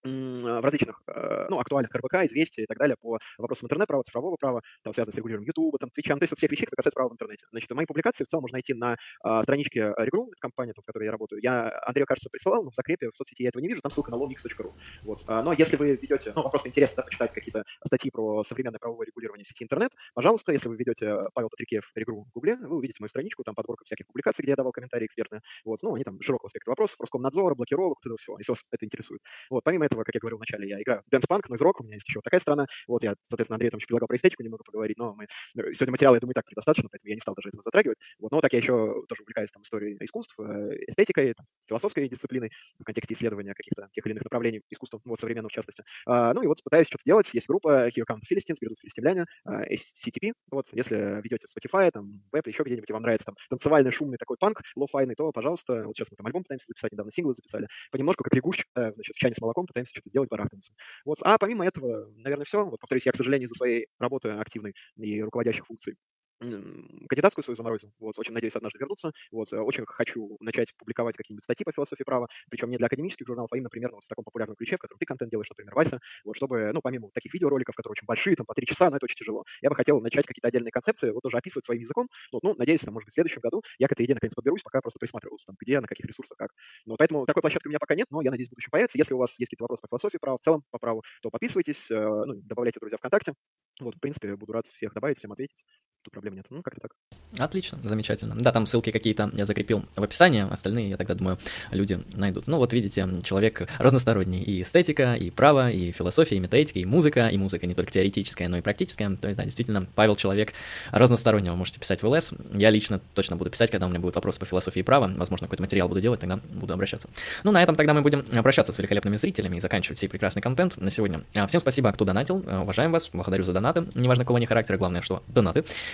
в различных, ну, актуальных эр бэ ка, известия и так далее по вопросам интернет-права, цифрового права, там, связанных с регулированием Ютуба, там, Твича, ну, то есть вот всех вещей, которые касаются права в интернете. Значит, мои публикации в целом можно найти на а, страничке Regru, это компания, там, в которой я работаю. Я Андрею, кажется, присылал, но в закрепе в соцсети я этого не вижу, там ссылка на lomix точка ру. Вот. А, но если вы ведете, ну, вам просто интересно, да, почитать какие-то статьи про современное правовое регулирование сети интернет, пожалуйста, если вы ведете Павел Патрикеев Regru в Гугле, вы увидите мою страничку, там подборка всяких публикаций, где я давал комментарии экспертные. Вот. Ну, они там широкого спектра вопросов, Роскомнадзора, блокировок, вот этого всего, если вас это интересует. Вот. Помимо этого, как я говорил вначале, я играю Dance Punk, Noise Rock, у меня есть еще вот такая сторона. Вот я, соответственно, Андрей там еще предлагал про эстетику немного поговорить, но мы сегодня материала, я думаю, и так предостаточно, поэтому я не стал даже этого затрагивать. Вот, но так я еще тоже увлекаюсь там историей искусств, эстетикой, там, философской дисциплиной в контексте исследования каких-то тех или иных направлений искусства, вот современного в частности. А, ну и вот пытаюсь что-то делать. Есть группа Here Come the Philistines, грядут филистимляне, эс си ти пи. Вот, если ведете в Spotify, там, веб или еще где-нибудь, и вам нравится там танцевальный, шумный такой панк, лоу-файный, то, пожалуйста, вот сейчас мы там альбом пытаемся записать, недавно синглы записали, понемножку, как лягушечка, значит, в чане с молоком пытаемся что-то сделать, барахтаемся. Вот. А помимо этого, наверное, все. Вот, повторюсь, я, к сожалению, из-за своей работы активной и руководящих функций кандидатскую свою заморозил. Вот, очень надеюсь однажды вернуться. Вот, очень хочу начать публиковать какие-нибудь статьи по философии права, причем не для академических журналов, а именно примерно вот в таком популярном ключе, в котором ты контент делаешь, например, Вася, вот, чтобы, ну, помимо таких видеороликов, которые очень большие, там, по три часа, но это очень тяжело, я бы хотел начать какие-то отдельные концепции, вот, тоже описывать своим языком. Вот, ну, надеюсь, там, может быть, в следующем году я к этой идее наконец подберусь, пока просто присматривался, там, где, на каких ресурсах, как. Ну, поэтому такой площадки у меня пока нет, но я надеюсь, в будущем появится. Если у вас есть какие-то вопросы по философии права, в целом по праву, то подписывайтесь, ну, добавляйте друзья ВКонтакте. Вот, в принципе, буду рад всех добавить, всем ответить. Тут проблем нет. Ну, как-то так. Отлично, замечательно. Да, там ссылки какие-то я закрепил в описании, остальные, я тогда думаю, люди найдут. Ну, вот видите, человек разносторонний. И эстетика, и право, и философия, и метаэтика, и музыка. И музыка не только теоретическая, но и практическая. То есть, да, действительно, Павел человек разносторонний. Вы можете писать в эл эс. Я лично точно буду писать, когда у меня будут вопросы по философии и права. Возможно, какой-то материал буду делать, тогда буду обращаться. Ну, на этом тогда мы будем прощаться с великолепными зрителями и заканчивать сей прекрасный контент на сегодня. Всем спасибо, кто донатил. Уважаем вас, благодарю за донаты. Неважно, какого они характера, главное, что донаты.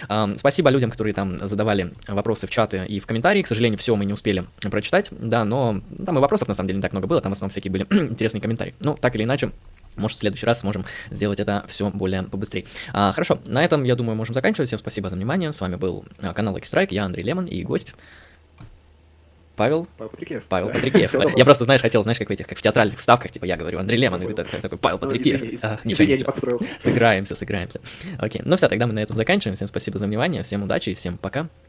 А, спасибо людям, которые там задавали вопросы в чаты и в комментарии. К сожалению, все мы не успели прочитать, да, но там и вопросов на самом деле не так много было, там в основном всякие были интересные комментарии. Ну, так или иначе, может, в следующий раз сможем сделать это все более побыстрее. А, хорошо, на этом, я думаю, можем заканчивать. Всем спасибо за внимание. С вами был канал Lucky Strike, я Андрей Лемон и гость Павел. Павел Патрикеев. Павел да. Патрикеев. Я просто, знаешь, хотел, знаешь, как в этих, как в театральных вставках, типа я говорю Андрей Лемон, и ты такой Павел ну, Патрикеев. Извини, а, ничего, я не подстроил. Сыграемся, сыграемся. Окей, ну все, тогда мы на этом заканчиваем. Всем спасибо за внимание, всем удачи и всем пока.